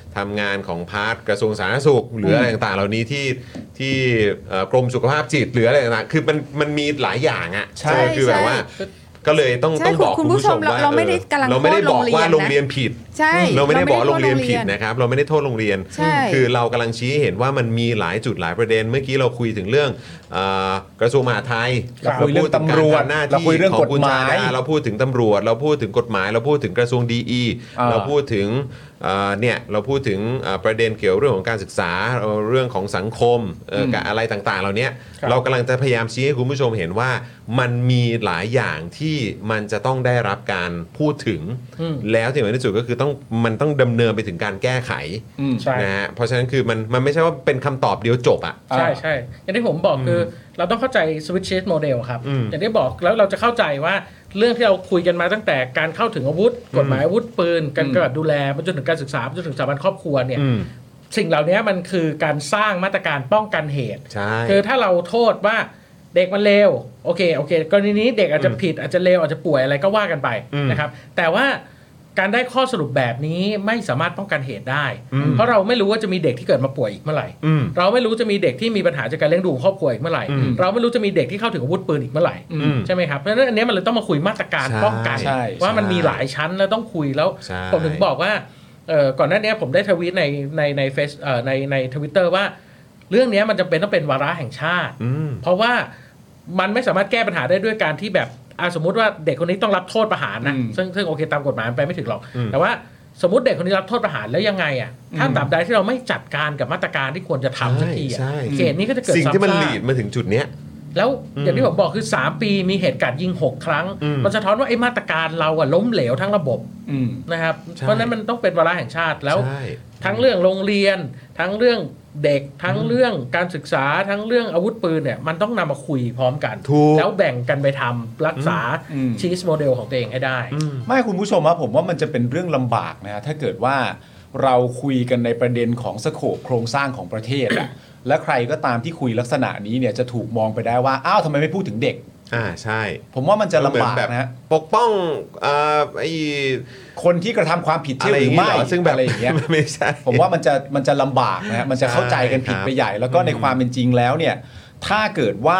ทำงานของพาร์ทกระทรวงสาธารณสุขหรืออะไรต่างๆเหล่านี้ที่ที่เอ่อกรมสุขภาพจิตหรืออะไรต่างๆคือมันมันมีหลายอย่างอ่ะใช่คือแบบว่าก็เลยต้องใช่ต้องบอกคุคุณ ณผู้ผู้ชชมมเราว่าเราไม่ได้กำลังเราไม่ได้บอกว่าโทษโรโรง งเรีเรียยนนผิดใช่เราไม่ได้บอกว่าโรงเรียนผิดเราไม่ได้โทษโรงเรียนนะครับเราไม่ได้โทษโรงเรียนใช่คือเรากำลังชี้ให้เห็นว่ามันมีหลายจุดหลายประเด็นเมื่อกี้เราคุยถึงเรื่องเอ่อกระทรวงมหาดไทยเราคุยเรื่องตำรวจหน้าเราที่คุยเรื่องของคุณกฎหมายชาดาเราพูดถึงตำรวจ เราพูดถึงกฎหมาย เราพูดถึงกระทรวงดีอีอ่าเราพูดถึงเอ่อเนี่ยเราพูดถึงเอ่อประเด็นเกี่ยวเรื่องของการศึกษาเอ่อเรื่องของสังคมเอ่อกับอะไรต่างๆ เหล่านี้ครับเรากำลังจะพยายามชี้ให้คุณผู้ชมเห็นว่ามันมีหลายอย่างที่มันจะต้องได้รับการพูดถึงอืมแล้วที่สำคัญที่สุดก็คือต้องมันต้องดำเนินไปถึงการแก้ไขอืมใช่นะฮะเพราะฉะนั้นคือมันมันไม่ใช่ว่าเป็นคำตอบเดียวจบอ่ะใช่ใช่อย่างที่ผมบอกคือเราต้องเข้าใจ switch model ครับอืมอย่างที่บอกแล้วเราจะเข้าใจว่าเรื่องที่เราคุยกันมาตั้งแต่การเข้าถึงอาวุธ กฎหมายอาวุธปืนการกำกับดูแลมาจนถึงการศึกษามาจนถึงสถาบันครอบครัวเนี่ยอืมสิ่งเหล่านี้มันคือการสร้างมาตรการป้องกันเหตุใช่คือถ้าเราโทษว่าเด็กมันเลวโอเคโอเคกรณีนี้เด็กอาจจะผิดอาจจะเลวอาจจะป่วยอะไรก็ว่ากันไปอืมนะครับแต่ว่าการได้ข้อสรุปแบบนี้ไม่สามารถป้องกันเหตุได้อืมเพราะเราไม่รู้ว่าจะมีเด็กที่เกิดมาป่วยอีกเมื่อไหร่อืมเราไม่รู้จะมีเด็กที่มีปัญหาจากการเลี้ยงดูของครอบครัวอีกเมื่อไหร่อืมเราไม่รู้จะมีเด็กที่เข้าถึงอาวุธปืนอีกเมื่อไหร่อืมใช่ไหมครับเพราะฉะนั้นอันเนี้ยมันเลยต้องมาคุยมาตรการใช่ป้องกันใช่ว่ามันใช่มีหลายชั้นแล้วต้องคุยแล้วใช่ผมถึงบอกว่าเอ่อก่อนหน้านี้ผมได้ทวีตในในในเฟซเอ่อในในทวิตเตอร์ว่า เรื่องเนี้ยมันจำเป็นต้องเป็นวาระแห่งชาติอืมเพราะว่ามันไม่สามารถแก้ปัญหาได้ด้วยการที่แบบอ่ะสมมุติว่าเด็กคนนี้ต้องรับโทษประหารนะอืมซึ่งซึ่งโอเคตามกฎหมายมันไปไม่ถึงหรอกอืมแต่ว่าสมมติเด็กคนนี้รับโทษประหารแล้วยังไงอ่ะถ้าอืมตราบใดที่เราไม่จัดการกับมาตรการที่ควรจะทำสักทีอ่ะใช่ใช่เกณฑ์นี้ก็จะเกิดสิ่งที่มันซ้ำซากลีดมาถึงจุดเนี้ยแล้วอย่างที่ผมบอกคือ สาม ปีมีเหตุการณ์ยิง หก ครั้งอืมมันสะท้อนว่าไอ้มาตรการเราอะล้มเหลวทั้งระบบอืมนะครับใช่เพราะฉะนั้นมันต้องเป็นวาระแห่งชาติแล้วใช่ทั้งเรื่องโรงเรียน ทั้งเรื่องเด็กทั้งเรื่องการศึกษาทั้งเรื่องอาวุธปืนเนี่ยมันต้องนำมาคุยพร้อมกันถูกแล้วแบ่งกันไปทำรักษาอืมชีสโมเดลของตัวเองให้ได้ไม่คุณผู้ชมครับผมว่ามันจะเป็นเรื่องลำบากนะฮะถ้าเกิดว่าเราคุยกันในประเด็นของสโคปโครงสร้างของประเทศอะ และใครก็ตามที่คุยลักษณะนี้เนี่ยจะถูกมองไปได้ว่าอ้าวทำไมไม่พูดถึงเด็กอ่าใช่ผมว่ามันจะลำบากเหมือนแบบนะฮะปกป้องเอ่อไอ้คนที่กระทำความผิดอะใช่ไรหอรืย่างองี้ไม่เหรอซึ่งแบบอะไรอย่างเงี้ยไม่ใช่ผมว่ามันจะมันจะลำบากนะฮะมันจะเข้าใจกันผิดใช่ครับไปใหญ่ แล้วก็ในความเป็นจริงแล้วเนี่ย ถ้าเกิดว่า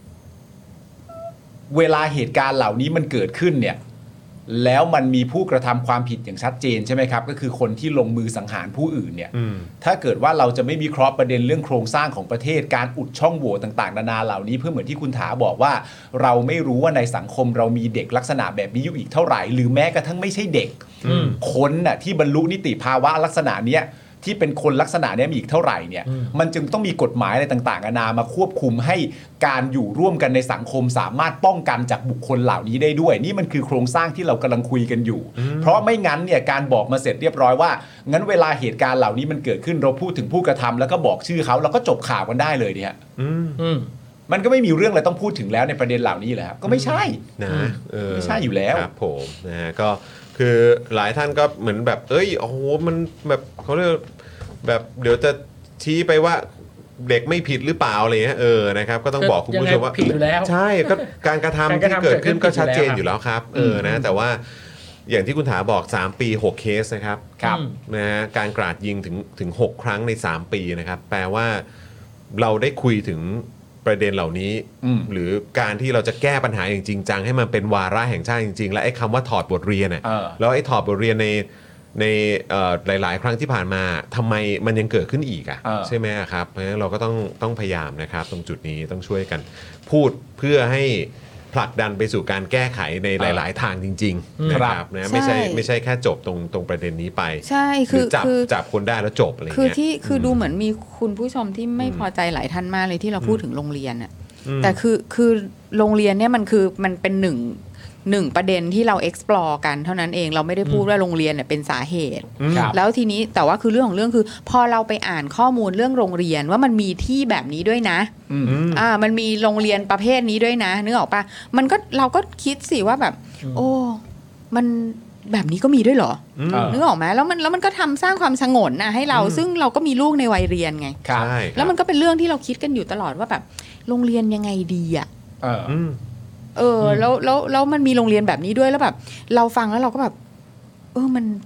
เวลาเหตุการณ์เหล่านี้มันเกิดขึ้นเนี่ย แล้วมันมีผู้กระทำความผิดอย่างชัดเจนใช่ไหมครับ ก็คือคนที่ลงมือสังหารผู้อื่นเนี่ยอืมถ้าเกิดว่าเราจะไม่วิเคราะห์ประเด็นเรื่องโครงสร้างของประเทศการอุดช่องโหว่ต่างๆนานาเหล่านี้เพื่อเหมือนที่คุณถาบอกว่า เราไม่รู้ว่าในสังคมเรามีเด็กลักษณะแบบนี้อยู่อีกเท่าไหร่ หรือแม้กระทั่งไม่ใช่เด็กอืมคนน่ะที่บรรลุนิติภาวะลักษณะเนี้ยที่เป็นคนลักษณะเนี้ยมีอีกเท่าไหร่เนี่ยอืมมันจึงต้องมีกฎหมายอะไรต่างๆนานามาควบคุมให้การอยู่ร่วมกันในสังคมสามารถป้องกันจากบุคคลเหล่านี้ได้ด้วย นี่มันคือโครงสร้างที่เรากำลังคุยกันอยู่ เพราะไม่งั้นเนี่ยการบอกมาเสร็จเรียบร้อยว่างั้นเวลาเหตุการณ์เหล่านี้มันเกิดขึ้นเราพูดถึงผู้กระทำแล้วก็บอกชื่อเขาแล้วก็จบข่าวกันได้เลยเนี่ยอืมอืมมันก็ไม่มีเรื่องอะไรต้องพูดถึงแล้วในประเด็นเหล่านี้เลยครับก็ไม่ใช่นะเออไม่ใช่อยู่แล้วครับผมนะฮะก็คือหลายท่านก็เหมือนแบบ เอ้ยโอ้โหมันแบบเขาเรียกแบบเดี๋ยวจะชี้ไปว่าเด็กไม่ผิดหรือเปล่าอะไรเงี้ยเออนะครับก็ต้องบอกคุณผู้ชมว่ายังไงผิดอยู่แล้วใช่ก็การกระทำการกระที่ทำเกิดขึ้นเกิดขึ้นก็ชัดเจนผิดอยู่แล้วอยู่แล้วครับเออนะแต่ว่าอย่างที่คุณถาบอกสามปีหกเคสนะครับครับนะฮะการกราดยิงถึงถึงหกครั้งในสามปีนะครับแปลว่าเราได้คุยถึงประเด็นเหล่านี้อืมหรือการที่เราจะแก้ปัญหาอย่างจริงจังให้มันเป็นวาระแห่งชาติจริงๆ และไอ้คำว่าถอดบทเรียนน่ะเออแล้วไอ้ถอดบทเรียนในในเอ่อหลาย ๆ ครั้งที่ผ่านมาทำไมมันยังเกิดขึ้นอีกอ่ะเออใช่ไหมครับเพราะฉะนั้นเราก็ต้องต้องพยายามนะครับ ตรงจุดนี้ต้องช่วยกันพูดเพื่อให้ผลักดันไปสู่การแก้ไขในหลาย ๆ ทางจริงๆนะครับนะไม่ใช่ใช่ไม่ใช่แค่จบตรงตรงประเด็นนี้ไปใช่หคืรือ อจับคือจับคนได้แล้วจบอะไรคือเงี้ยที่คือดูเหมือนมีคุณผู้ชมที่ไม่พอใจหลายท่านมากเลยที่เราพูดถึงโรงเรียนอะแต่คือคือโรงเรียนเนี่ยมันคือมันเป็นหนึ่งหนึ่งประเด็นที่เรา explore กันเท่านั้นเองเราไม่ได้พูดว่าโรงเรียนเนี่ยเป็นสาเหตุครับแล้วทีนี้แต่ว่าคือเรื่องของเรื่องคือ พอเราไปอ่านข้อมูลเรื่องโรงเรียนว่ามันมีที่แบบนี้ด้วยนะอืมอ่ามันมีโรงเรียนประเภทนี้ด้วยนะนึกออกปะมันก็เราก็คิดสิว่าแบบ โอ้มันแบบนี้ก็มีด้วยเหรอเออนึกออกไหมแล้วมันแล้วมันก็ทำสร้างความสงบนะให้เราซึ่งเราก็มีลูกในวัยเรียนไงครับใช่ครับแล้วมันก็เป็นเรื่องที่เราคิดกันอยู่ตลอดว่าแบบโรงเรียนยังไงดีอ่ะเอออืมเออแล้วแล้วแล้วมันมีโรงเรียนแบบนี้ด้วยแล้วแบบ เราฟังแล้วเราก็แบบ เออมัน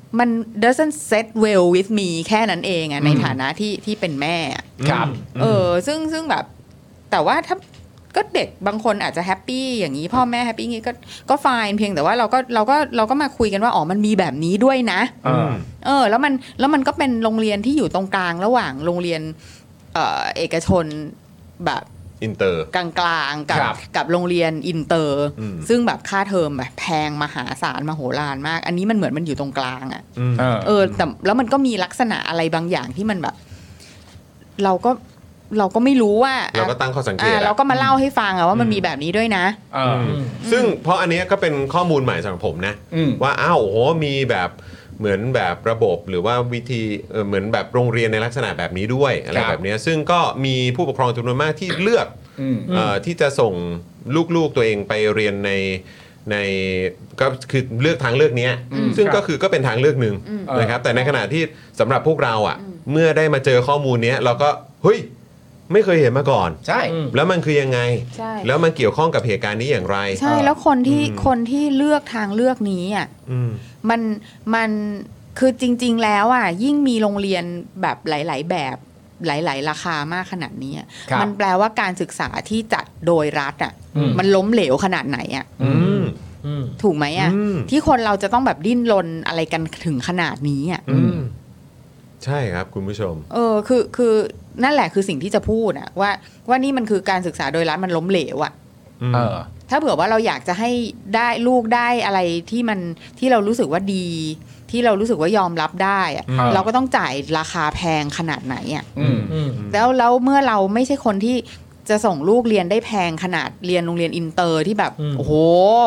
มัน doesn't set well with me แค่นั้นเองอะในฐานะที่ที่เป็นแม่ครับเออซึ่งซึ่งแบบแต่ว่าถ้าก็เด็กบางคนอาจจะแฮปปี้อย่างนี้พ่อแม่แฮปปี้งี้ก็ก็ฟายเพียงแต่ว่าเราก็เราก็เราก็มาคุยกันว่าอ๋อมันมีแบบนี้ด้วยนะเออแล้วมันแล้วมันก็เป็นโรงเรียนที่อยู่ตรงกลางระหว่างโรงเรียนเอ่อเอกชนแบบอินเตอร์กลางๆกับกับโรงเรียนอินเตอร์ซึ่งแบบค่าเทอมแบบแพงมหาศาลมโหฬารมากอันนี้มันเหมือนมันอยู่ตรงกลางอ่ะเออแต่แล้วมันก็มีลักษณะอะไรบางอย่างที่มันแบบเราก็เราก็ไม่รู้ว่าเราก็ตั้งข้อสังเกตเราก็มาเล่าให้ฟังอะว่ามันมีแบบนี้ด้วยนะซึ่งเพราะอันนี้ก็เป็นข้อมูลใหม่สำหรับผมนะว่าอ้าวโอ้โหมีแบบเหมือนแบบระบบหรือว่าวิธีเหมือนแบบโรงเรียนในลักษณะแบบนี้ด้วยอะไรแบบนี้ซึ่งก็มีผู้ปกครองจำนวนมากที่เลือกที่จะส่งลูกๆตัวเองไปเรียนในในก็คือเลือกทางเลือกนี้ซึ่งก็คือก็เป็นทางเลือกหนึ่งนะครับแต่ในขณะที่สำหรับพวกเราอ่ะเมื่อได้มาเจอข้อมูลนี้เราก็เฮ้ยไม่เคยเห็นมาก่อนใช่แล้วมันคือยังไงแล้วมันเกี่ยวข้องกับเหตุการณ์นี้อย่างไรใช่แล้วคนที่คนที่เลือกทางเลือกนี้อ่ะมันมันคือจริงๆแล้วอ่ะยิ่งมีโรงเรียนแบบหลายๆแบบหลายๆราคามากขนาดนี้มันแปลว่าการศึกษาที่จัดโดยรัฐอ่ะมันล้มเหลวขนาดไหนอ่ะถูกไหมอ่ะที่คนเราจะต้องแบบดิ้นรนอะไรกันถึงขนาดนี้อ่ะใช่ครับคุณผู้ชมเออคือคือนั่นแหละคือสิ่งที่จะพูดอะว่าว่านี่มันคือการศึกษาโดยรัฐมันล้มเหลวอะเออถ้าเผื่อว่าเราอยากจะให้ได้ลูกได้อะไรที่มันที่เรารู้สึกว่าดีที่เรารู้สึกว่ายอมรับได้อะเราก็ต้องจ่ายราคาแพงขนาดไหนอะแล้วแล้วเมื่อเราไม่ใช่คนที่จะส่งลูกเรียนได้แพงขนาดเรียนโรงเรียนอินเตอร์ที่แบบโอ้โห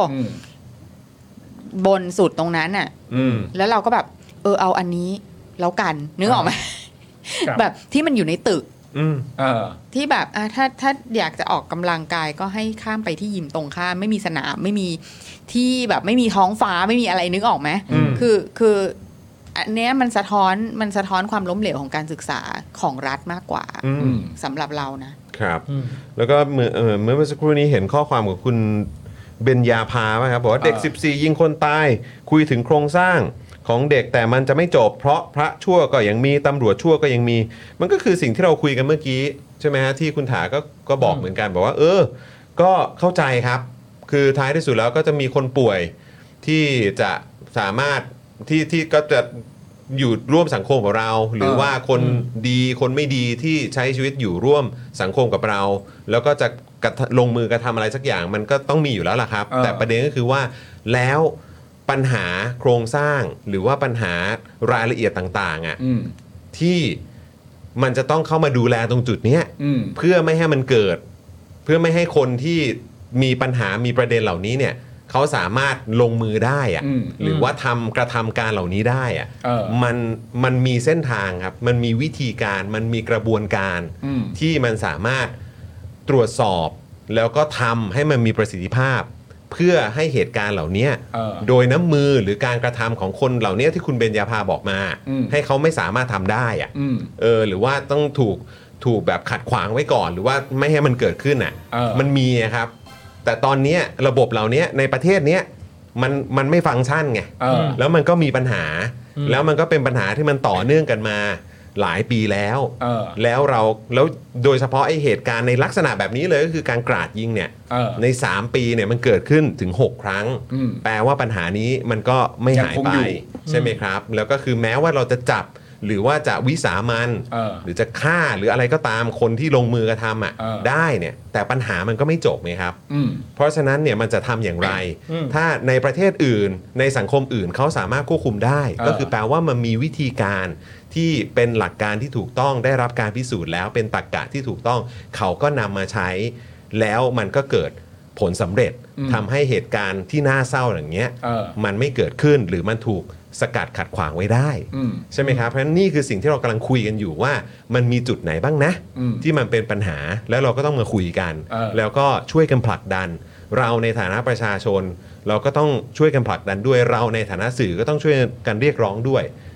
บนสุดตรงนั้นอะแล้วเราก็แบบเออเอาอันนี้แล้วกันนึกออกไหมแบบที่มันอยู่ในตึกที่แบบถ้าถ้าอยากจะออกกำลังกายก็ให้ข้ามไปที่ยิมตรงข้ามไม่มีสนามไม่มีที่แบบไม่มีท้องฟ้าไม่มีอะไรนึกออกไหมคือคืออันเนี้ยมันสะท้อนมันสะท้อนความล้มเหลวของการศึกษาของรัฐมากกว่าสำหรับเรานะครับแล้วก็เมื่อเมื่อสักครู่นี้เห็นข้อความของคุณเบญญาภาไหมครับบอกว่าเด็กสิบสี่ยิงคนตายคุยถึงโครงสร้างของเด็กแต่มันจะไม่จบเพราะพระชั่วก็ยังมีตำรวจชั่วก็ยังมีมันก็คือสิ่งที่เราคุยกันเมื่อกี้ใช่ไหมฮะที่คุณถาก็ก็บอกเหมือนกันบอกว่าเออก็เข้าใจครับคือท้ายที่สุดแล้วก็จะมีคนป่วยที่จะสามารถที่ที่ก็จะอยู่ร่วมสังคมกับเราหรือว่าคนดีคนไม่ดีที่ใช้ชีวิตอยู่ร่วมสังคมกับเราแล้วก็จะลงมือกระทำอะไรสักอย่างมันก็ต้องมีอยู่แล้วล่ะครับแต่ประเด็นก็คือว่าแล้วปัญหาโครงสร้างหรือว่าปัญหารายละเอียดต่างๆอ่ะที่มันจะต้องเข้ามาดูแลตรงจุดนี้เพื่อไม่ให้มันเกิดเพื่อไม่ให้คนที่มีปัญหามีประเด็นเหล่านี้เนี่ยเขาสามารถลงมือได้อ่ะหรือว่าทำกระทำการเหล่านี้ได้อ่ะมันมันมีเส้นทางครับมันมีวิธีการมันมีกระบวนการที่มันสามารถตรวจสอบแล้วก็ทำให้มันมีประสิทธิภาพเพื่อให้เหตุการณ์เหล่านี้โดยน้ำมือหรือการกระทำของคนเหล่านี้ที่คุณเบญญาภาบอกมาให้เขาไม่สามารถทำได้อะเออหรือว่าต้องถูกถูกแบบขัดขวางไว้ก่อนหรือว่าไม่ให้มันเกิดขึ้นอ่ะมันมีครับแต่ตอนนี้ระบบเหล่านี้ในประเทศนี้มันมันไม่ฟังก์ชันไงแล้วมันก็มีปัญหาแล้วมันก็เป็นปัญหาที่มันต่อเนื่องกันมาหลายปีแล้วแล้วเราแล้วโดยเฉพาะไอ้เหตุการณ์ในลักษณะแบบนี้เลยก็คือการกราดยิงเนี่ยในสามปีเนี่ยมันเกิดขึ้นถึงหกครั้งแปลว่าปัญหานี้มันก็ไม่หายไปใช่ไหมครับแล้วก็คือแม้ว่าเราจะจับหรือว่าจะวิสามันหรือจะฆ่าหรืออะไรก็ตามคนที่ลงมือกระทำอ่ะได้เนี่ยแต่ปัญหามันก็ไม่จบไงครับเพราะฉะนั้นเนี่ยมันจะทำอย่างไรถ้าในประเทศอื่นในสังคมอื่นเขาสามารถควบคุมได้ก็คือแปลว่ามันมีวิธีการที่เป็นหลักการที่ถูกต้องได้รับการพิสูจน์แล้วเป็นตรรกะที่ถูกต้องเขาก็นำมาใช้แล้วมันก็เกิดผลสำเร็จทำให้เหตุการณ์ที่น่าเศร้าอย่างเงี้ยมันไม่เกิดขึ้นหรือมันถูกสกัดขัดขวางไว้ได้ใช่ไหมครับเพราะฉะนั้นนี่คือสิ่งที่เรากำลังคุยกันอยู่ว่ามันมีจุดไหนบ้างนะที่มันเป็นปัญหาแล้วเราก็ต้องมาคุยกันแล้วก็ช่วยกันผลักดันเราในฐานะประชาชนเราก็ต้องช่วยกันผลักดันด้วยเราในฐานะสื่อก็ต้องช่วยกันเรียกร้องด้วย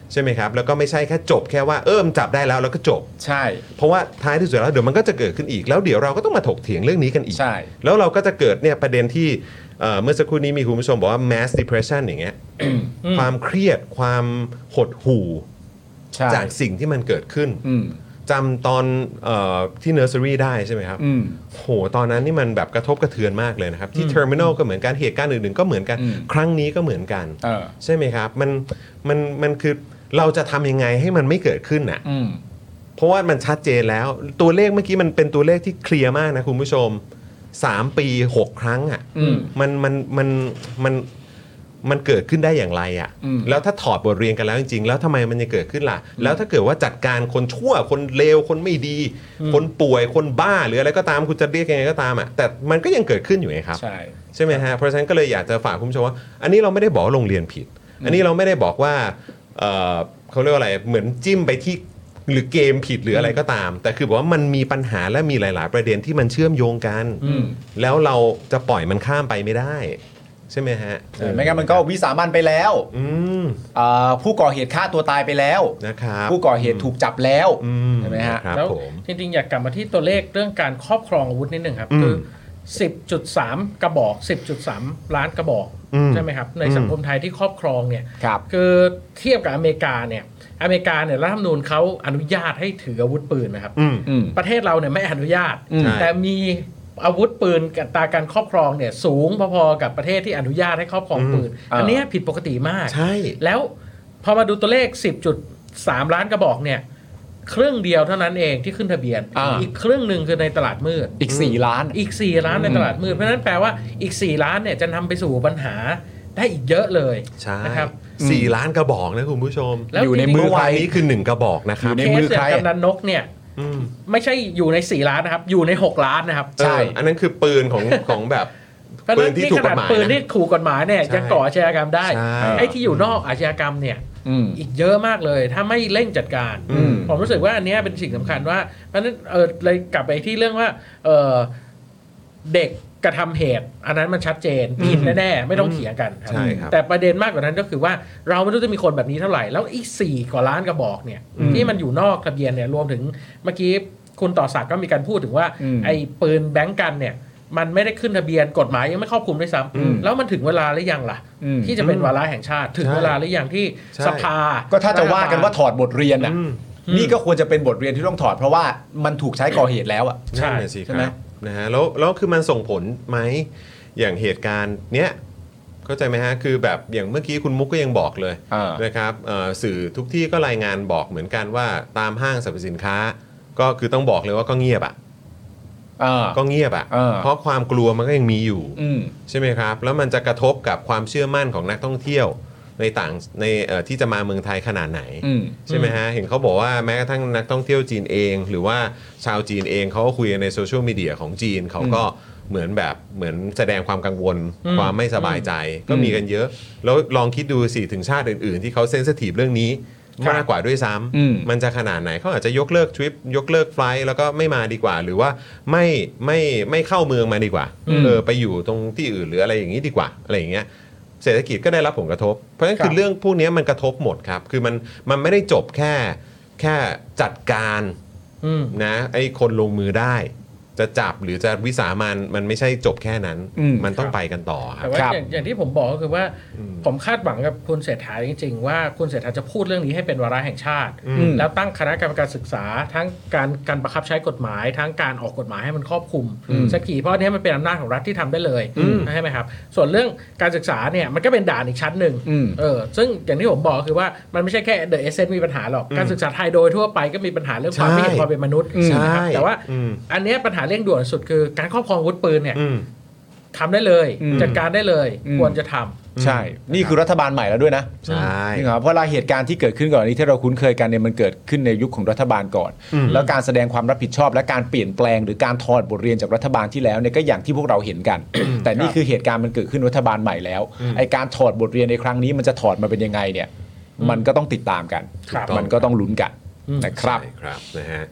ใช่ไหมครับแล้วก็ไม่ใช่แค่จบแค่ว่าเออมันจับได้แล้วแล้วก็จบใช่เพราะว่าท้ายที่สุดแล้วเดี๋ยวมันก็จะเกิดขึ้นอีกแล้วเดี๋ยวเราก็ต้องมาถกเถียงเรื่องนี้กันอีกใช่แล้วเราก็จะเกิดเนี่ยประเด็นที่เอ่อเมื่อสักครู่นี้มีคุณผู้ชมบอกว่า mass depression อย่างเงี้ยความเครียดความหดหู่ใช่จากสิ่งที่มันเกิดขึ้นอืมจำตอนเออที่ nursery ได้ใช่ไหมครับอืมโหตอนนั้นนี่มันแบบกระทบกระเทือนมากเลยนะครับที่ terminal ก็เหมือนกันเหตุการณ์อื่นๆก็เหมือนกันอืมครั้งนี้ก็เหมือนกันเออใช่ไหมครับมันมันมันคือเราจะทำยังไงให้มันไม่เกิดขึ้นน่ะอืมเพราะว่ามันชัดเจนแล้วตัวเลขเมื่อกี้มันเป็นตัวเลขที่เคลียร์มากนะคุณผู้ชมสามปีหกครั้งอ่ะอืมมันมันมันมันมันเกิดขึ้นได้อย่างไรอ่ะอืมแล้วถ้าถอดบทเรียนกันแล้วจริงๆแล้วทำไมมันจะเกิดขึ้นล่ะ แล้วถ้าเกิดว่าจัดการคนชั่วคนเลวคนไม่ดี คนป่วยคนบ้าหรืออะไรก็ตามคุณจะเรียกยังไงก็ตามอ่ะแต่มันก็ยังเกิดขึ้นอยู่ไงครับใช่ใช่ไหมฮะเพราะฉะนั้นก็เลยอยากจะฝากคุณผู้ชมว่าอันนี้เราไม่ได้บอกว่าโรงเรียนผิด อันนี้เราไม่ได้บอกว่าเอ่อเขาเรียกว่าอะไรเหมือนจิ้มไปที่หรือเกมผิดหรืออะไรก็ตาม แต่คือบอกว่ามันมีปัญหาและมีหลาย ๆ ประเด็นที่มันเชื่อมโยงกันอืมแล้วเราจะปล่อยมันข้ามไปไม่ได้ ใช่ไหมฮะเออไม่งั้นมันก็วิสามันไปแล้วอืมอ่าผู้ก่อเหตุฆ่าตัวตายไปแล้วนะครับผู้ก่อเหตุถูกจับแล้วอืมใช่ไหมฮะครับแล้วผมจริงๆอยากกลับมาที่ตัวเลขเรื่องการครอบครองอาวุธนิดหนึ่งครับอืมคือ สิบจุดสาม กระบอก สิบจุดสาม ล้านกระบอกอืมใช่ไหมครับในสังคมไทยที่ครอบครองเนี่ยครับคือเทียบกับอเมริกาเนี่ยอเมริกาเนี่ยรัฐธรรมนูญเขาอนุญาตให้ถืออาวุธปืนนะครับอืมอืมประเทศเราเนี่ยไม่อนุญาตอืมแต่มีอาวุธปืนกับตาการครอบครองเนี่ยสูงพอๆกับประเทศที่อนุญาตให้ครอบครองปืนอืมอันเนี้ยผิดปกติมากใช่แล้วพอมาดูตัวเลข สิบจุดสาม ล้านกระบอกเนี่ยครึ่งเดียวเท่านั้นเองที่ขึ้นทะเบียนอ่าอีกครึ่งหนึ่งคือในตลาดมืดอีกสี่ล้านอีก สี่ ล้านในตลาดมืดเพราะฉะนั้นแปลว่าอีก สี่ ล้านเนี่ยจะนำไปสู่ปัญหาได้อีกเยอะเลยใช่นะครับสี่ล้านกระบอกนะคุณผู้ชมแล้วอยู่ในจริงๆมืเมื่อวานนี้คือหนึ่งกระบอกนะครับอยู่ในเคมืสออย่าใครงกำนันนกเนี่ยอืมไม่ใช่อยู่ใน สี่ ล้านนะครับ อยู่ใน หก ล้านนะครับใช่อันนั้นคือปืนของของแบบเพราะฉะปืนั้น นที่นี่ถูกขกนาฎดหมายปืนนะที่ถูกกฎหมายเนี่ยใช่ยังก่ออาชญากรรมได้ใช่ไอ้ที่อยู่นอกอาชญากรรมเนี่ยอืมอีกเยอะมากเลยถ้าไม่เร่งจัดการอืมผมรู้สึกว่าอันเนี้ยเป็นสิ่งสำคัญว่าเพราะฉะนั้นเออเลยกลับไปที่เรื่องว่าเออเด็กกระทำเหตุ อันนั้นมันชัดเจนผิดแน่ๆไม่ต้องเถียงกันครับใช่ครับแต่ประเด็นมากกว่านั้นก็คือว่าเราไม่รู้จะมีคนแบบนี้เท่าไหร่แล้วอีกสี่กว่าล้านกระบอกเนี่ยที่มันอยู่นอกทะเบียนเนี่ยรวมถึงเมื่อกี้คุณต่อศักดิ์ก็มีการพูดถึงว่าอืมไอ้ปืนแบงก์กันเนี่ยมันไม่ได้ขึ้นทะเบียนกฎหมายยังไม่ครอบคลุมด้วยซ้ำแล้วมันถึงเวลาหรือยังล่ะอืมที่จะเป็นวาระแห่งชาติถึงใช่เวลาหรือยังที่ใช่สภาก็ถ้าจะว่ากันว่าถอดบทเรียนอ่ะอืมนี่ก็ควรจะเป็นบทเรียนที่ต้องถอดเพราะว่ามันถูกใช้ก่อเหตุแล้วอ่ะใช่นั่นน่ะสิคใช่ไหมรับนะฮะแล้วแล้วคือมันส่งผลไหมอย่างเหตุการณ์เนี้ยเข้าใจไหมฮะคือแบบอย่างเมื่อกี้คุณมุกก็ยังบอกเลยอ่านนะครับเอ่อสื่อทุกที่ก็รายงานบอกเหมือนกันว่าตามห้างสรรพสินค้า ก็คือต้องบอกเลยว่าก็เงียบอ่ะอ่าก็เงียบอ่ะเออเพราะความกลัวมันก็ยังมีอยู่อืมใช่ไหมครับแล้วมันจะกระทบกับความเชื่อมั่นของนักท่องเที่ยวในต่างในเอ่อที่จะมาเมืองไทยขนาดไหนอืมใช่ไหมฮะ เห็นเขาบอกว่าแม้กระทั่งนักท่องเที่ยวจีนเอง หรือว่าชาวจีนเองเขาก็คุยกันในโซเชียลมีเดียของจีนเขาก็เหมือนแบบเหมือนแสดงความกังวลอืมความไม่สบายใจก็มีกันเยอะ แล้วลองคิดดูสิถึงชาติอื่น ๆ ที่เขาเซนซิทีฟเรื่องนี้มากกว่าด้วยซ้อืมำมันจะขนาดไหนเขาอาจจะยกเลิกทริปยกเลิกไฟลท์แล้วก็ไม่มาดีกว่า หรือว่าไม่ไม่ไม่เข้าเมืองมาดีกว่าเออไปอยู่ตรงที่อื่นหรืออะไรอย่างนี้ดีกว่าอะไรอย่างเงี้ย เศรษฐกิจก็ได้รับผลกระทบ เพราะฉะนั้นคือเรื่องพวกนี้มันกระทบหมดครับ คือมันมันไม่ได้จบแค่แค่จัดการอืมนะไอ้คนลงมือได้ จะจับหรือจะวิสามันมันไม่ใช่จบแค่นั้นอืมมันต้องไปกันต่อครัแต่บว่าครับอย่างอย่างที่ผมบอกก็คือว่าผมคาดหวังกับคุณเศรษฐาจริงๆว่าคุณเศรษฐาจะพูดเรื่องนี้ให้เป็นวาระแห่งชาติอืมแล้วตั้งคณะกรรมการศึกษาทั้งการการบังคับใช้กฎหมาย ทั้งการออกกฎหมายให้มันครอบคลุมสักทีเพราะอันนี้มันเป็นอำนาจของรัฐที่ทำได้เลยใช่ไหมครับส่วนเรื่องการศึกษาเนี่ยมันก็เป็นด่านอีกชั้นหนึ่งอืมเออซึ่งอย่างที่ผมบอกคือว่ามันไม่ใช่แค่เดอะเอเซนมีปัญหาหรอกการศึกษาไทยโดยทั่วไปก็มีปัญหาเรื่องความไม่เห็นความเป็นมนุษย์ใช่นะครับแต่ว่าอืมอันเนี้ยปัญหาเร่งด่วนสุดคือการครอบครองอาวุธปืนเนี่ยอืมทำได้เลยอืมจัดการได้เลยอืมควรจะทำใช่ นี่คือรัฐบาลใหม่แล้วด้วยนะใช่นี่ครับเพราะว่าเหตุการณ์ที่เกิดขึ้นก่อนอันนี้ที่เราคุ้นเคยกันเนี่ยมันเกิดขึ้นในยุคของรัฐบาลก่อน แล้วการแสดงความรับผิดชอบและการเปลี่ยนแปลงหรือการถอดบทเรียนจากรัฐบาลที่แล้วเนี่ยก็อย่างที่พวกเราเห็นกัน แต่นี่คือเหตุการณ์มันเกิดขึ้นรัฐบาลใหม่แล้วไอการถอดบทเรียนในครั้งนี้มันจะถอดมาเป็นยังไงเนี่ยมันก็ต้องติดตามกันครับมันก็ต้องลุ้นกันนะครับใช่ครับนะฮะ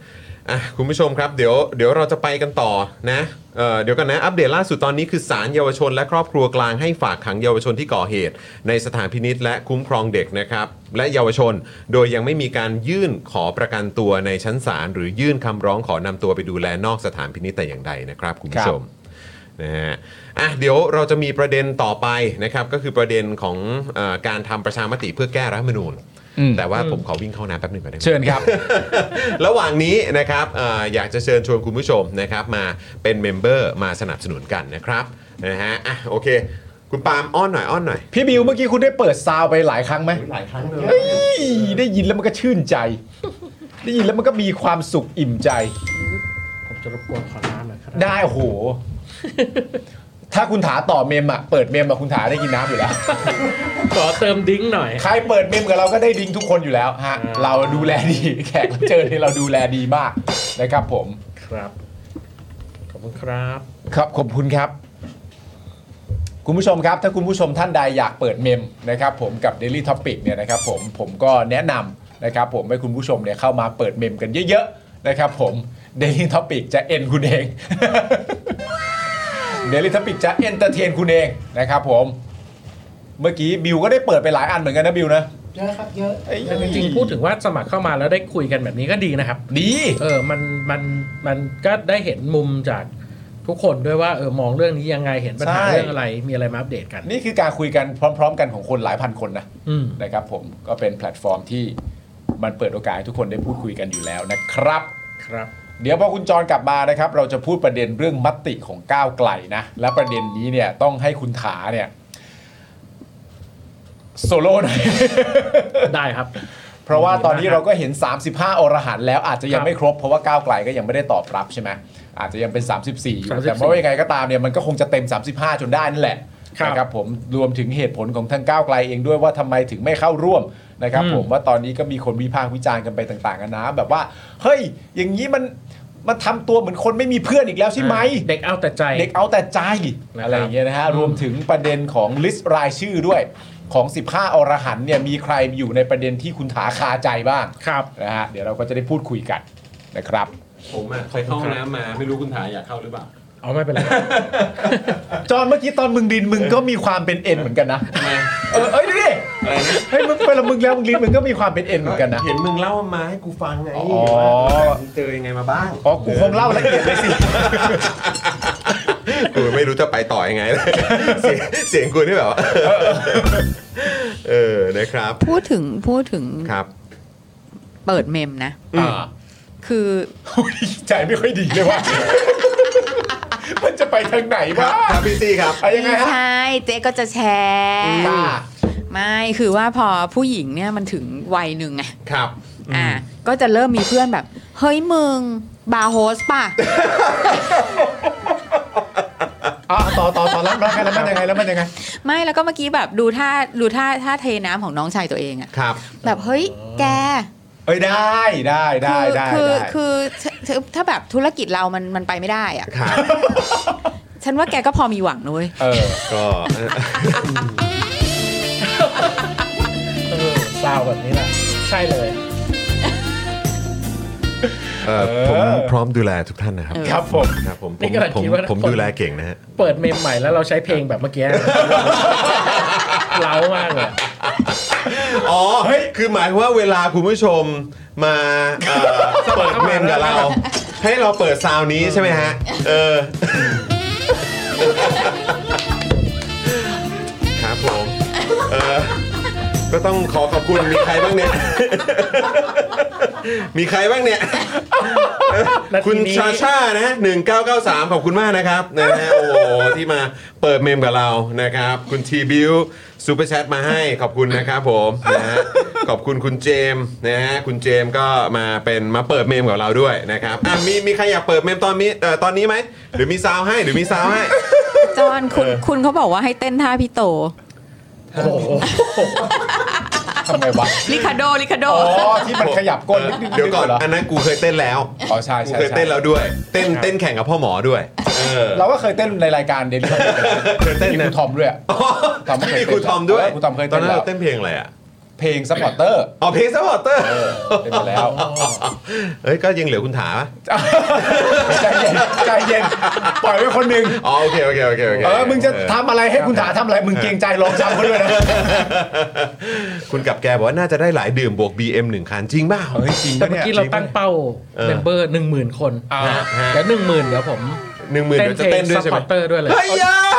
อ่ะคุณผู้ชมครับเดี๋ยวเดี๋ยวเราจะไปกันต่อนะเอ่อเดี๋ยวกันนะอัปเดตล่าสุดตอนนี้คือศาลเยาวชนและครอบครัวกลางให้ฝากขังเยาวชนที่ก่อเหตุในสถานพินิจและคุ้มครองเด็กนะครับและเยาวชนโดยยังไม่มีการยื่นขอประกันตัวในชั้นศาลหรือยื่นคำร้องขอนำตัวไปดูแลนอกสถานพินิจแต่อย่างใดนะครับคุณผู้ชมนะฮะอ่ะเดี๋ยวเราจะมีประเด็นต่อไปนะครับก็คือประเด็นของเอ่อการทำประชามติเพื่อแก้รัฐธรรมนูญแต่ว่าผมขอวิ่งเข้าน้ำแป๊บหนึ่งก่อนได้ไหมเชิญครับระหว่างนี้นะครับเอออยากจะเชิญชวนคุณผู้ชมนะครับมาเป็นเมมเบอร์มาสนับสนุนกันนะครับนะฮะอ่ะโอเคคุณปาล์มอ้อนหน่อยอ้อนหน่อยพี่บิวเมื่อกี้คุณได้เปิดซาวไปหลายครั้งไหมหลายครั้งเลยเฮ้ยได้ยินแล้วมันก็ชื่นใจ ได้ยินแล้วมันก็มีความสุขอิ่มใจผมจะรบกวนขอน้ำหน่อยครับได้โอ้โห ถ้าคุณถาต่อเมมอ่ะเปิดเมมอ่ะคุณถาได้กินน้ำอยู่แล้วขอเติมดิ้งหน่อยใครเปิดเมมกับเราก็ได้ดิ้งทุกคนอยู่แล้วฮะอ่าเราดูแลดี แขกรับเชิญที่เราดูแลดีมากนะครับผมครับขอบคุณครับครับขอบคุณครับ คุณผู้ชมครับ ถ้าคุณผู้ชมท่านใดอยากเปิดเมมนะครับผมกับ Daily Topic เนี่ยนะครับผมผมก็แนะนำนะครับผมให้คุณผู้ชมเนี่ยเข้ามาเปิดเมมกันเยอะๆนะครับผม Daily Topic จะเอ็นคุณเอง Daily Topic จะเอนเตอร์เทนคุณเองนะครับผมเมื่อกี้บิวก็ได้เปิดไปหลายอันเหมือนกันนะบิวนะเยอะครับเยอะแต่จริงๆพูดถึงว่าสมัครเข้ามาแล้วได้คุยกันแบบนี้ก็ดีนะครับดีเออมันมันมันก็ได้เห็นมุมจากทุกคนด้วยว่าเออมองเรื่องนี้ยังไงเห็นปัญหาใช่เรื่องอะไรมีอะไรมาอัปเดตกันนี่คือการคุยกันพร้อม ๆ กันของคนหลายพันคนนะอืมนะครับผมก็เป็นแพลตฟอร์มที่มันเปิดโอกาสให้ทุกคนได้พูดคุยกันอยู่แล้วนะครับครับเดี๋ยวพอคุณจรกลับมานะครับเราจะพูดประเด็นเรื่องมติของก้าวไกลนะและประเด็นนี้เนี่ยต้องให้คุณถาเนี่ยโซโล่หน่อยได้ครับเพราะว่าตอนนี้เราก็เห็นสามสิบห้าอรหันต์แล้วอาจจะยังไม่ครบเพราะว่าก้าวไกลก็ยังไม่ได้ตอบรับใช่ไหมอาจจะยังเป็นสามสิบสี่อยู่สามสิบสี่แต่ว่ายังไงก็ตามเนี่ยมันก็คงจะเต็มสามสิบห้าจนได้นั่นแหละครับนะครับผมรวมถึงเหตุผลของทางก้าวไกลเองด้วยว่าทำไมถึงไม่เข้าร่วมนะครับอืมผมว่าตอนนี้ก็มีคนวิพากษ์วิจารณ์กันไปต่างๆกันานะแบบว่าเฮ้ยอย่างนี้มันมันทำตัวเหมือนคนไม่มีเพื่อนอีกแล้วใช่ไหมเด็กเอาแต่ใจเด็กเอาแต่ใจนะครับอะไรอย่างเงี้ยนะฮะรวมถึงประเด็นของลิสต์รายชื่อด้วยของสิบห้าอรหันต์เนี่ยมีใครอยู่ในประเด็นที่คุณถาคาใจบ้างครับนะฮะเดี๋ยวเราก็จะได้พูดคุยกันนะครับผมอ่ะเคยเข้าห้องน้ำมาไม่รู้คุณถาอยากเข้าหรือเปล่าเอาไม่เป็นไรจอห์นเมื่อกี้ตอนมึงดินมึงก็มีความเป็นเอ็นเหมือนกันนะทำไมเออเอ้ยดูดิอะไรนะเฮ้ยมึงเวลามึงแล้วมึงดินมึงก็มีความเป็นเอ็นเหมือนกันนะเห็นมึงเล่ามาให้กูฟังไงอ๋อว่ามึงเจอยังไงมาบ้างอ๋อกูคงเล่าละเอียดเลยสิกูไม่รู้จะไปต่อยังไงเลยเสียงเสียงกูนี่แบบว่าเออนะครับพูดถึงพูดถึงครับเปิดเมมนะอ่าคือใจไม่ค่อยดีเลยว่ะ มันจะไปทางไหนครัวะบครับพี่ซี่ครับอะยังไงไม่ฮะใช่เจ๊ก็จะแชร์อ่าไม่คือว่าพอผู้หญิงเนี่ยมันถึงวัยหนึ่งไงครับอ่าก็จะเริ่มมีเพื่อนแบบ เฮ้ยมึงบาร์โฮสป่ะอ่ะต่อต่อต่อแล้วแล้วไงแล้วมันยังไงแล้วมันยังไงไม่แล้วก็เมื่อกี้แบบดูท่าดูท่าท่าเทน้ำของน้องชายตัวเองอะครับแบบเฮ้ยแกเอ้ยได้ได้ได้ได้คือได้คือคือถ้าแบบธุรกิจเรามันมันไปไม่ได้อะครับฉันว่าแกก็พอมีหวังนุ้ยเออก็เออซาวแบบนี้แหละใช่เลยเอ่อผมพร้อมดูแลทุกท่านนะครับครับผมครับผมผนี่มกำลังผมคิดว่าผมคนดูแลเก่งนะฮะเปิดเมมใหม่แล้วเราใช้เพลงแบบเมื่อกี้ เล้ามากเลยอ๋อเฮ้ยคือหมายความว่าเวลาคุณผู้ชมมาเอ่อเปิดเมมกับเรา ให้เราเปิดซาวน์นี้ใช่ไหมฮะเออครับผมเออก็ต้องขอขอบคุณมีใครบ้างเนี่ย มีใครบ้างเนี่ยนาทีคุณนี้ชาชานะหนึ่งเก้าเก้าสามขอบคุณมากนะครับนะฮะโอ้โหที่มาเปิดเมมกับเรานะครับ คุณทีบิวซูเปอร์แชทมาให้ขอบคุณนะครับผมนะฮะขอบคุณคุณเจมส์นะฮะคุณเจมส์ก็มาเป็นมาเปิดเมมกับเราด้วยนะครับอ่ะมีมีใครอยากเปิดเมมตอนนี้เอ่อตอนนี้ไหมหรือมีซาวให้หรือมีซาวให้จอนคุณคุณเขาบอกว่าให้เต้นท่าพี่โตโอ้โหทำไมวะลิคาโดลิคาโดอ๋อที่มันขยับก้นนิดนึงเดี๋ยวก่อนเหรออันนั้นกูเคยเต้นแล้วอ๋อใช่กูใช่เคยเต้นแล้วด้วย เต้นเต้นแข่งกับพ่อหมอด้วยเออเราก็เคยเต้นในรายการเดลิทอมเคยเต้นมีนะครูทอมด้วยอะ ทอมก็เคยมีเต้นครูทอมด้วยครูทอมเคยตอนเต้นนั้นแล้วเราเต้นเพลงอะไรอ่ะเพลงซัพพอร์เตอร์อ๋อเพลงซัพพอร์เตอร์เป็นไปแล้วเฮ้ยก็ยังเหลือคุณถาใจเย็นใจเย็นปล่อยไว้คนหนึ่งอ๋อโอเคโอเคโอเคโอเคเออมึงจะทำอะไรให้คุณถาทำอะไรมึงเกรงใจลองซ้ำเขาด้วยนะคุณกับแกบอกว่าน่าจะได้หลายดื่มบวก บี เอ็ม หนึ่งคันจริงเปล่าเฮ้ยจริงแต่เมื่อกี้เราตั้งเป้าเมมเบอร์หนึ่งหมื่นคนแล้วหนึ่งหมื่นเดี๋ยวผมหนึ่งหมื่นเดี๋ยวจะเต้นด้วยใช่ไหมเต้นเพลงซัพพอร์เตอร์ด้วยเลยเฮ้ย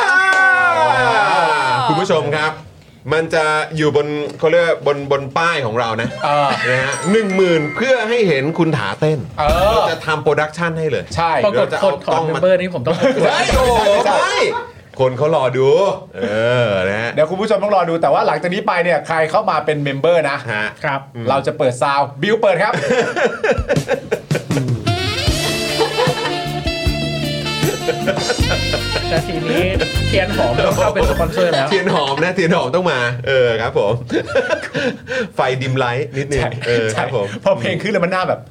คุณผู้ชมครับมันจะอยู่บนเขาเรียกบนบนป้ายของเรานะนะฮะหนึ่งหมื่นเพื่อให้เห็นคุณถาเต้นเราจะทำโปรดักชันให้เลยใช่ปรากฏคนของเมมเบอร์นี้ผมต้องใช่โอ้ใช่คนเขารอดูเออนะฮะเดี๋ยวคุณผู้ชมต้องรอดูแต่ว่าหลังจากนี้ไปเนี่ยใครเข้ามาเป็นเมมเบอร์นะครับเราจะเปิดซาวด์บิวเปิดครับแต่ทีนี้เทียนหอมต้องเข้าเป็นสปอนเซอร์แล้วเทียนหอมนะเทียนหอมต้องมาเออครับผมไฟดิมไลท์นิดนึงเออครับผมพอเพลงขึ้นแล้วมันหน้าแบบ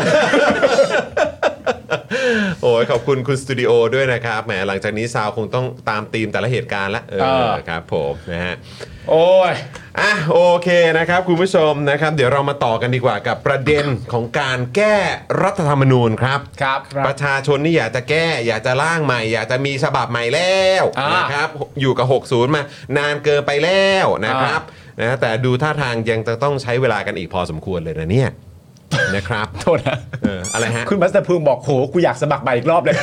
โอ้ยขอบคุณคุณสตูดิโอด้วยนะครับแหมหลังจากนี้ซาวคงต้องตามธีมแต่ละเหตุการณ์ละเออครับผมนะฮะโอ้ยอ่ะโอเคนะครับคุณผู้ชมนะครับเดี๋ยวเรามาต่อกันดีกว่ากับประเด็นของการแก้รัฐธรรมนูญครับครับประชาชนนี่อยากจะแก้อยากจะร่างใหม่อยากจะมีฉบับใหม่แล้วนะครับอยู่กับหกสิบมานานเกินไปแล้วนะครับนะแต่ดูท่าทางยังจะต้องใช้เวลากันอีกพอสมควรเลยนะเนี่ยนะครับโทษนะเอออะไรฮะคุณมัสเตอร์พึงบอกโหกูอยากสมัครใหม่อีกรอบเลย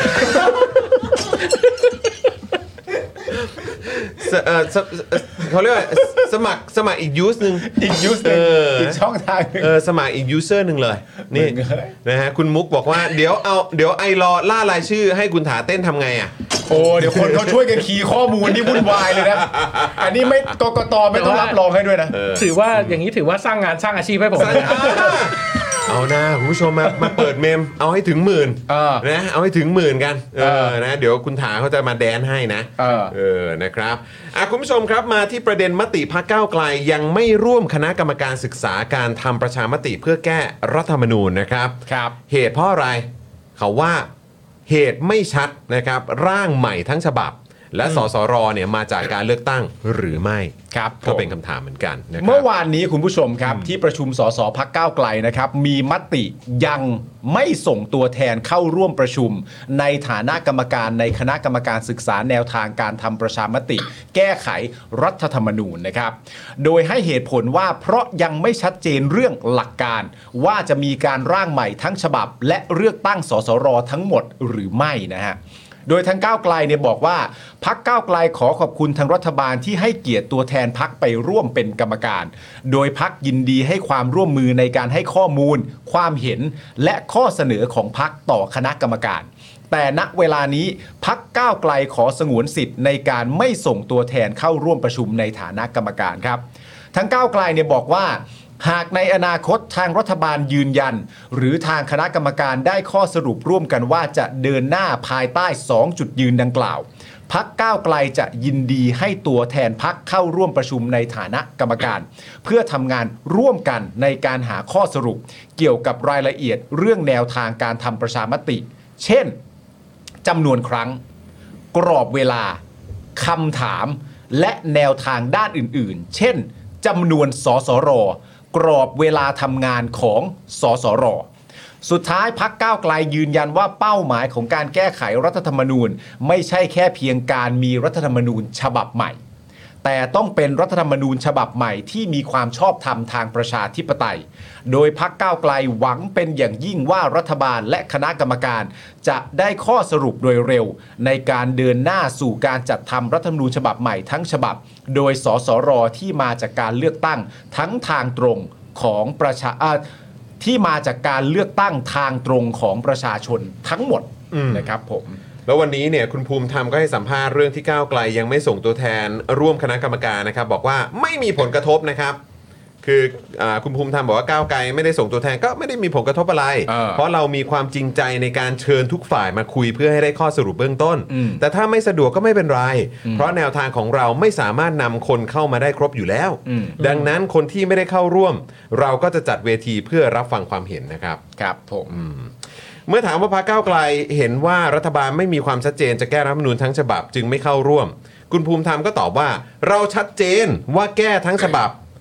เขาเรียกว่าสมัครสมัครอีกยูสหนึ่งอีกยูสหนึ่งอีกช่องทางเออสมัครอีกยูเซอร์หนึ่งเลยนี่นะฮะคุณมุกบอกว่าเดี๋ยวเอาเดี๋ยวไอรอล่ารายชื่อให้คุณถาเต้นทำไงอ่ะโอ้เดี๋ยวคนเขาช่วยกันคีย์ข้อมูลนี่วุ่นวายเลยนะอันนี้ไม่กกตไม่ต้องรับรองให้ด้วยนะถือว่าอย่างนี้ถือว่าสร้างงานสร้างอาชีพให้ผมเอาหน้าคุณผู้ชมมามาเปิดเมมเอาให้ถึงหมื่นนะเอาให้ถึงหมื่นกันเออนะเดี๋ยวคุณถาเขาจะมาแดนให้นะเออนะครับอ่ะคุณผู้ชมครับมาที่ประเด็นมติพรรคก้าวไกลยังไม่ร่วมคณะกรรมการศึกษาการทำประชามติเพื่อแก้รัฐธรรมนูญนะครับครับเหตุเพราะอะไรเขาว่าเหตุไม่ชัดนะครับร่างใหม่ทั้งฉบับและสสรเนี่ยมาจากการเลือกตั้งหรือไม่ครับก็เป็นคำถามเหมือนกันนะครับเมื่อวานนี้คุณผู้ชมครับที่ประชุมสสพรรคก้าวไกลนะครับมีมติยังไม่ส่งตัวแทนเข้าร่วมประชุมในฐานะกรรมการในคณะกรรมการศึกษาแนวทางการทำประชามติแก้ไขรัฐธรรมนูญนะครับโดยให้เหตุผลว่าเพราะยังไม่ชัดเจนเรื่องหลักการว่าจะมีการร่างใหม่ทั้งฉบับและเลือกตั้งสสรทั้งหมดหรือไม่นะฮะโดยทางก้าวไกลเนี่ยบอกว่าพรรคก้าวไกลขอขอบคุณทางรัฐบาลที่ให้เกียรติตัวแทนพรรคไปร่วมเป็นกรรมการโดยพรรคยินดีให้ความร่วมมือในการให้ข้อมูลความเห็นและข้อเสนอของพรรคต่อคณะกรรมการแต่ณเวลานี้พรรคก้าวไกลขอสงวนสิทธิ์ในการไม่ส่งตัวแทนเข้าร่วมประชุมในฐานะกรรมการครับทางก้าวไกลเนี่ยบอกว่าหากในอนาคตทางรัฐบาลยืนยันหรือทางคณะกรรมการได้ข้อสรุปร่วมกันว่าจะเดินหน้าภายใต้สองจุดยืนดังกล่าวพรรคก้าวไกลจะยินดีให้ตัวแทนพรรคเข้าร่วมประชุมในฐานะกรรมการเพื่อทำงานร่วมกันในการหาข้อสรุปเกี่ยวกับรายละเอียดเรื่องแนวทางการทำประชามติเช่นจำนวนครั้งกรอบเวลาคำถามและแนวทางด้านอื่นๆเช่นจำนวนสสรกรอบเวลาทำงานของสสรสุดท้ายพรรคก้าวไกลยืนยันว่าเป้าหมายของการแก้ไขรัฐธรรมนูญไม่ใช่แค่เพียงการมีรัฐธรรมนูญฉบับใหม่แต่ต้องเป็นรัฐธรรมนูญฉบับใหม่ที่มีความชอบธรรมทางประชาธิปไตยโดยพรรคก้าวไกลหวังเป็นอย่างยิ่งว่ารัฐบาลและคณะกรรมการจะได้ข้อสรุปโดยเร็วในการเดินหน้าสู่การจัดทำรัฐธรรมนูญฉบับใหม่ทั้งฉบับโดยสสรที่มาจากการเลือกตั้งทั้งทางตรงของประชาที่มาจากการเลือกตั้งทางตรงของประชาชนทั้งหมดนะครับผมแล้ววันนี้เนี่ยคุณภูมิธรรมก็ให้สัมภาษณ์เรื่องที่ก้าวไกลยังไม่ส่งตัวแทนร่วมคณะกรรมการนะครับบอกว่าไม่มีผลกระทบนะครับคืออ่าคุณภูมิธรรมบอกว่าก้าวไกลไม่ได้ส่งตัวแทนก็ไม่ได้มีผลกระทบอะไรเพราะเรามีความจริงใจในการเชิญทุกฝ่ายมาคุยเพื่อให้ได้ข้อสรุปเบื้องต้นแต่ถ้าไม่สะดวกก็ไม่เป็นไรเพราะแนวทางของเราไม่สามารถนำคนเข้ามาได้ครบอยู่แล้วดังนั้นคนที่ไม่ได้เข้าร่วมเราก็จะจัดเวทีเพื่อรับฟังความเห็นนะครับครับผมเมื่อถามว่าพรรคก้าวไกลเห็นว่ารัฐบาลไม่มีความชัดเจนจะแก้รัฐธรรมนูญทั้งฉบับจึงไม่เข้าร่วมคุณภูมิธรรมก็ตอบว่าเราชัดเจนว่าแก้ทั้งฉบับ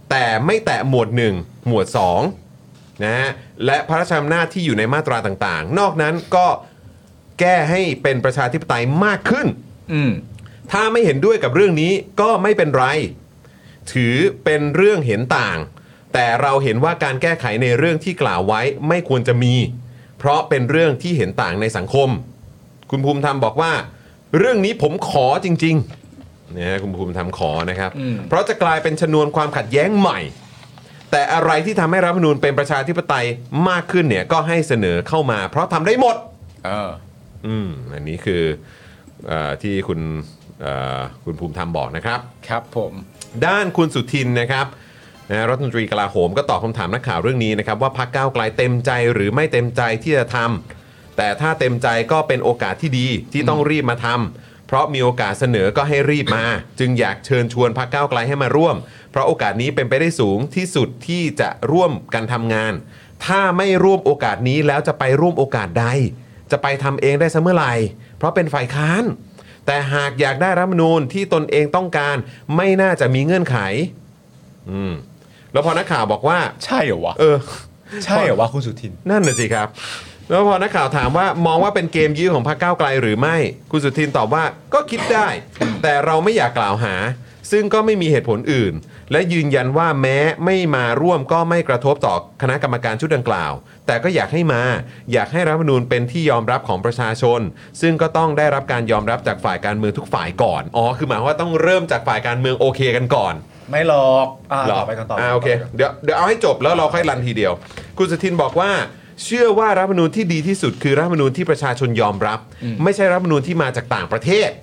แต่ไม่แตะหมวดหนึ่งหมวดสองนะฮะและพระราชอำนาจที่อยู่ในมาตราต่างๆนอกนั้นก็แก้ให้เป็นประชาธิปไตยมากขึ้นถ้าไม่เห็นด้วยกับเรื่องนี้ก็ไม่เป็นไรถือเป็นเรื่องเห็นต่างแต่เราเห็นว่าการแก้ไขในเรื่องที่กล่าวไว้ไม่ควรจะมีเพราะเป็นเรื่องที่เห็นต่างในสังคมคุณภูมิธรรมบอกว่าเรื่องนี้ผมขอจริงๆนะคุณภูมิธรรมขอนะครับเพราะจะกลายเป็นชนวนความขัดแย้งใหม่แต่อะไรที่ทำให้รัฐธรรมนูญเป็นประชาธิปไตยมากขึ้นเนี่ยก็ให้เสนอเข้ามาเพราะทำได้หมดเอออืมอันนี้คือเอ่อที่คุณเอ่อคุณภูมิธรรมบอกนะครับครับผมด้านคุณสุทินนะครับนะรัฐมนตรีกลาโหมก็ตอบคำถามนักข่าวเรื่องนี้นะครับว่าพรรคก้าวไกลเต็มใจหรือไม่เต็มใจที่จะทำแต่ถ้าเต็มใจก็เป็นโอกาสที่ดีที่ต้องรีบมาทำเพราะมีโอกาสเสนอก็ให้รีบมาจึงอยากเชิญชวนพรรคก้าวไกลให้มาร่วมเพราะโอกาสนี้เป็นไปได้สูงที่สุดที่จะร่วมกันทำงานถ้าไม่ร่วมโอกาสนี้แล้วจะไปร่วมโอกาสใดจะไปทำเองได้เสมอไหร่เพราะเป็นฝ่ายค้านแต่หากอยากได้รัฐธรรมนูญที่ตนเองต้องการไม่น่าจะมีเงื่อนไขอืมแล้วพอนักข่าวบอกว่าใช่เหรอวะเออใช่เหรอวะคุณสุทินนั่นน่ะสิครับแล้วพอนักข่าวถามว่ามองว่าเป็นเกมยื้อของพรรคก้าวไกลหรือไม่คุณสุทินตอบว่าก็คิดได้แต่เราไม่อยากกล่าวหาซึ่งก็ไม่มีเหตุผลอื่นและยืนยันว่าแม้ไม่มาร่วมก็ไม่กระทบต่อคณะกรรมการชุดดังกล่าวแต่ก็อยากให้มาอยากให้รัฐธรรมนูญเป็นที่ยอมรับของประชาชนซึ่งก็ต้องได้รับการยอมรับจากฝ่ายการเมืองทุกฝ่ายก่อนอ๋อคือหมายว่าต้องเริ่มจากฝ่ายการเมืองโอเคกันก่อนไม่หรอกอ่าต่อไปกันต่ออ่าโอเคเดี๋ยวเดี๋ยวเอาให้จบแล้วเราค่อยรันทีเดียวคุณสุทินบอกว่าเชื่อว่ารัฐธรรมนูญที่ดีที่สุดคือรัฐธรรมนูญที่ประชาชนยอมรับไม่ใช่รัฐธรรมนูญที่มาจากต่างประเทศ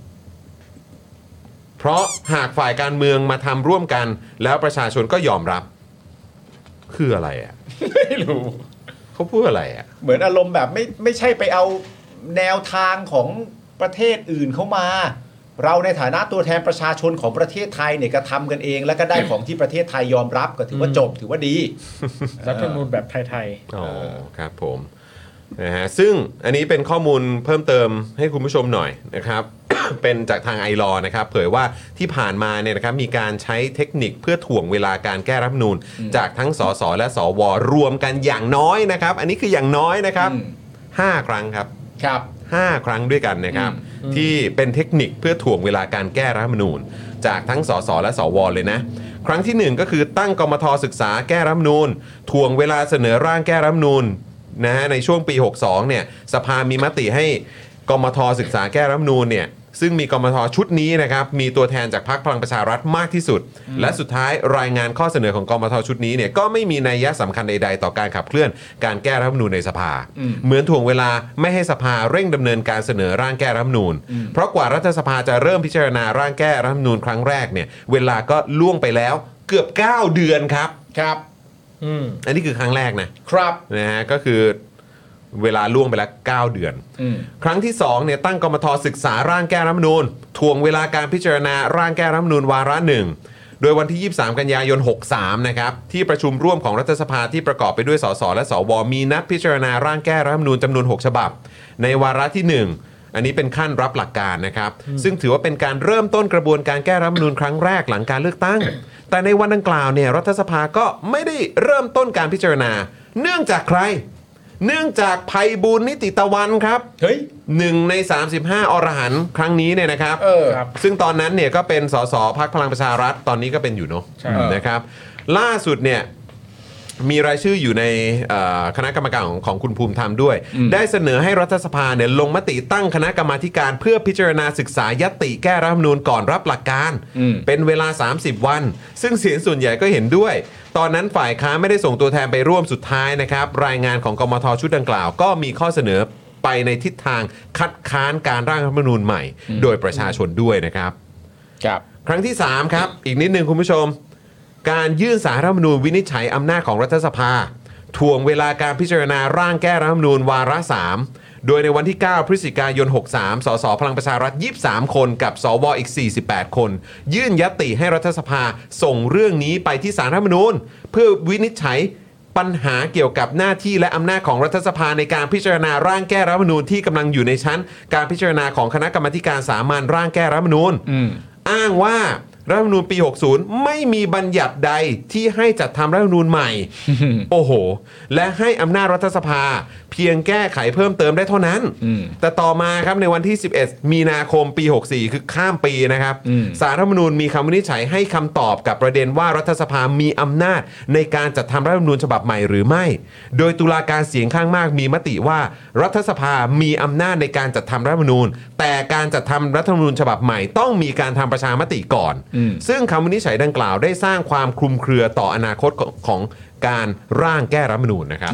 เพราะหากฝ่ายการเมืองมาทำร่วมกันแล้วประชาชนก็ยอมรับคืออะไรอ่ะไม่รู้เขาพูดอะไรอ่ะเหมือนอารมณ์แบบไม่ไม่ใช่ไปเอาแนวทางของประเทศอื่นเข้ามาเราในฐานะตัวแทนประชาชนของประเทศไทยเนี่ยก็ทำกันเองแล้วก็ได้ของที่ประเทศไทยยอมรับก็ถือว่าจบถือว่าดีรัฐธรรมนูญแบบไทยๆอ๋อครับผมนะฮะซึ่งอันนี้เป็นข้อมูลเพิ่มเติมให้คุณผู้ชมหน่อยนะครับ เป็นจากทางไอลอนะครับเผยว่าที่ผ่านมาเนี่ยนะครับมีการใช้เทคนิคเพื่อถ่วงเวลาการแก้รัฐธรรมนูญจากทั้งสสและสวรวมกันอย่างน้อยนะครับอันนี้คืออย่างน้อยนะครับห้าครั้งครับครับห้าครั้งด้วยกันนะครับที่เป็นเทคนิคเพื่อถ่วงเวลาการแก้รัฐธรรมนูญจากทั้งสสและสวเลยนะครั้งที่หนึ่งก็คือตั้งกมท.ศึกษาแก้รัฐธรรมนูญถ่วงเวลาเสนอร่างแก้รัฐธรรมนูญนะฮะในช่วงปีหกสิบสองเนี่ยสภามีมติให้กมท.ศึกษาแก้รัฐธรรมนูญเนี่ยซึ่งมีกมท.ชุดนี้นะครับมีตัวแทนจากพรรคพลังประชารัฐมากที่สุดและสุดท้ายรายงานข้อเสนอของกมท.ชุดนี้เนี่ยก็ไม่มีนัยสำคัญใดๆต่อการขับเคลื่อนการแก้รัฐธรรมนูญในสภาเหมือนถ่วงเวลาไม่ให้สภาเร่งดำเนินการเสนอร่างแก้รัฐธรรมนูญเพราะกว่ารัฐสภาจะเริ่มพิจารณาร่างแก้รัฐธรรมนูญครั้งแรกเนี่ยเวลาก็ล่วงไปแล้วเกือบเก้าเดือนครับครับอันนี้คือครั้งแรกนะครับนะฮะก็คือเวลาล่วงไปแล้วเก้าเดือนครั้งที่สองเนี่ยตั้งกมท.ศึกษาร่างแก้รัฐธรรมนูญถ่วงเวลาการพิจารณาร่างแก้รัฐธรรมนูญวาระหนึ่งโดยวันที่ยี่สิบสามกันยายนหกสิบสามนะครับที่ประชุมร่วมของรัฐสภาที่ประกอบไปด้วยสสและสวมีนัดพิจารณาร่างแก้รัฐธรรมนูญจำนวนหกฉบับในวาระที่หนึ่งอันนี้เป็นขั้นรับหลักการนะครับซึ่งถือว่าเป็นการเริ่มต้นกระบวนการแก้รัฐธรรมนูญครั้งแรกหลังการเลือกตั้งแต่ในวันดังกล่าวเนี่ยรัฐสภาก็ไม่ได้เริ่มต้นการพิจารณาเนื่องจากใครเนื่องจากไพบูลย์นิติตะวันครับเฮ้ยหนึ่งในสามสิบห้าอรหันต์ครั้งนี้เนี่ยนะครับเออซึ่งตอนนั้นเนี่ยก็เป็นสสพรรคพลังประชารัฐตอนนี้ก็เป็นอยู่เนาะนะครับล่าสุดเนี่ยมีรายชื่ออยู่ในคณะกรรมการของของคุณภูมิธรรมด้วยได้เสนอให้รัฐสภาเนี่ยลงมติตั้งคณะกรรมาธิการเพื่อพิจารณาศึกษายติแก้รัฐธรรมนูญก่อนรับหลักการเป็นเวลาสามสิบวันซึ่งเสียงส่วนใหญ่ก็เห็นด้วยตอนนั้นฝ่ายค้านไม่ได้ส่งตัวแทนไปร่วมสุดท้ายนะครับรายงานของกมท.ชุดดังกล่าวก็มีข้อเสนอไปในทิศทางคัดค้านการร่างรัฐธรรมนูญใหม่โดยประชาชนด้วยนะครับครับครั้งที่สามครับอีกนิดนึงคุณผู้ชมการยื่นสารรัฐธรรมนูญวินิจฉัยอำนาจของรัฐสภาถ่วงเวลาการพิจารณาร่างแก้รัฐธรรมนูญวาระสามโดยในวันที่เก้าพฤศจิกายนหกสิบสามสสพลังประชารัฐยี่สิบสามคนกับสวอีกสี่สิบแปดคนยื่นยติให้รัฐสภาส่งเรื่องนี้ไปที่ศาลรัฐธรรมนูญเพื่อวินิจฉัยปัญหาเกี่ยวกับหน้าที่และอำนาจของรัฐสภาในการพิจารณาร่างแก้รัฐธรรมนูญที่กำลังอยู่ในชั้นการพิจารณาของคณะกรรมาธิการสามัญร่างแก้รัฐธรรมนูญอ้างว่ารัฐธรรมนูญปีหกสิบไม่มีบัญญัติใดที่ให้จัดทำรัฐธรรมนูญใหม่ โอ้โหและให้อำนาจรัฐสภาเพียงแก้ไขเพิ่มเติมได้เท่านั้นแต่ต่อมาครับในวันที่สิบเอ็ดมีนาคมปีหกสิบสี่คือข้ามปีนะครับศาลรัฐธรรมนูญมีคำวินิจฉัยให้คำตอบกับประเด็นว่ารัฐสภามีอำนาจในการจัดทำรัฐธรรมนูญฉบับใหม่หรือไม่โดยตุลาการเสียงข้างมากมีมติว่ารัฐสภามีอำนาจในการจัดทำรัฐธรรมนูญแต่การจัดทำรัฐธรรมนูญฉบับใหม่ต้องมีการทำประชามติก่อนซึ่งคำวินิจฉัยดังกล่าวได้สร้างความคลุมเครือต่ออนาคตของของการร่างแก้รัฐธรรมนูญนะครับ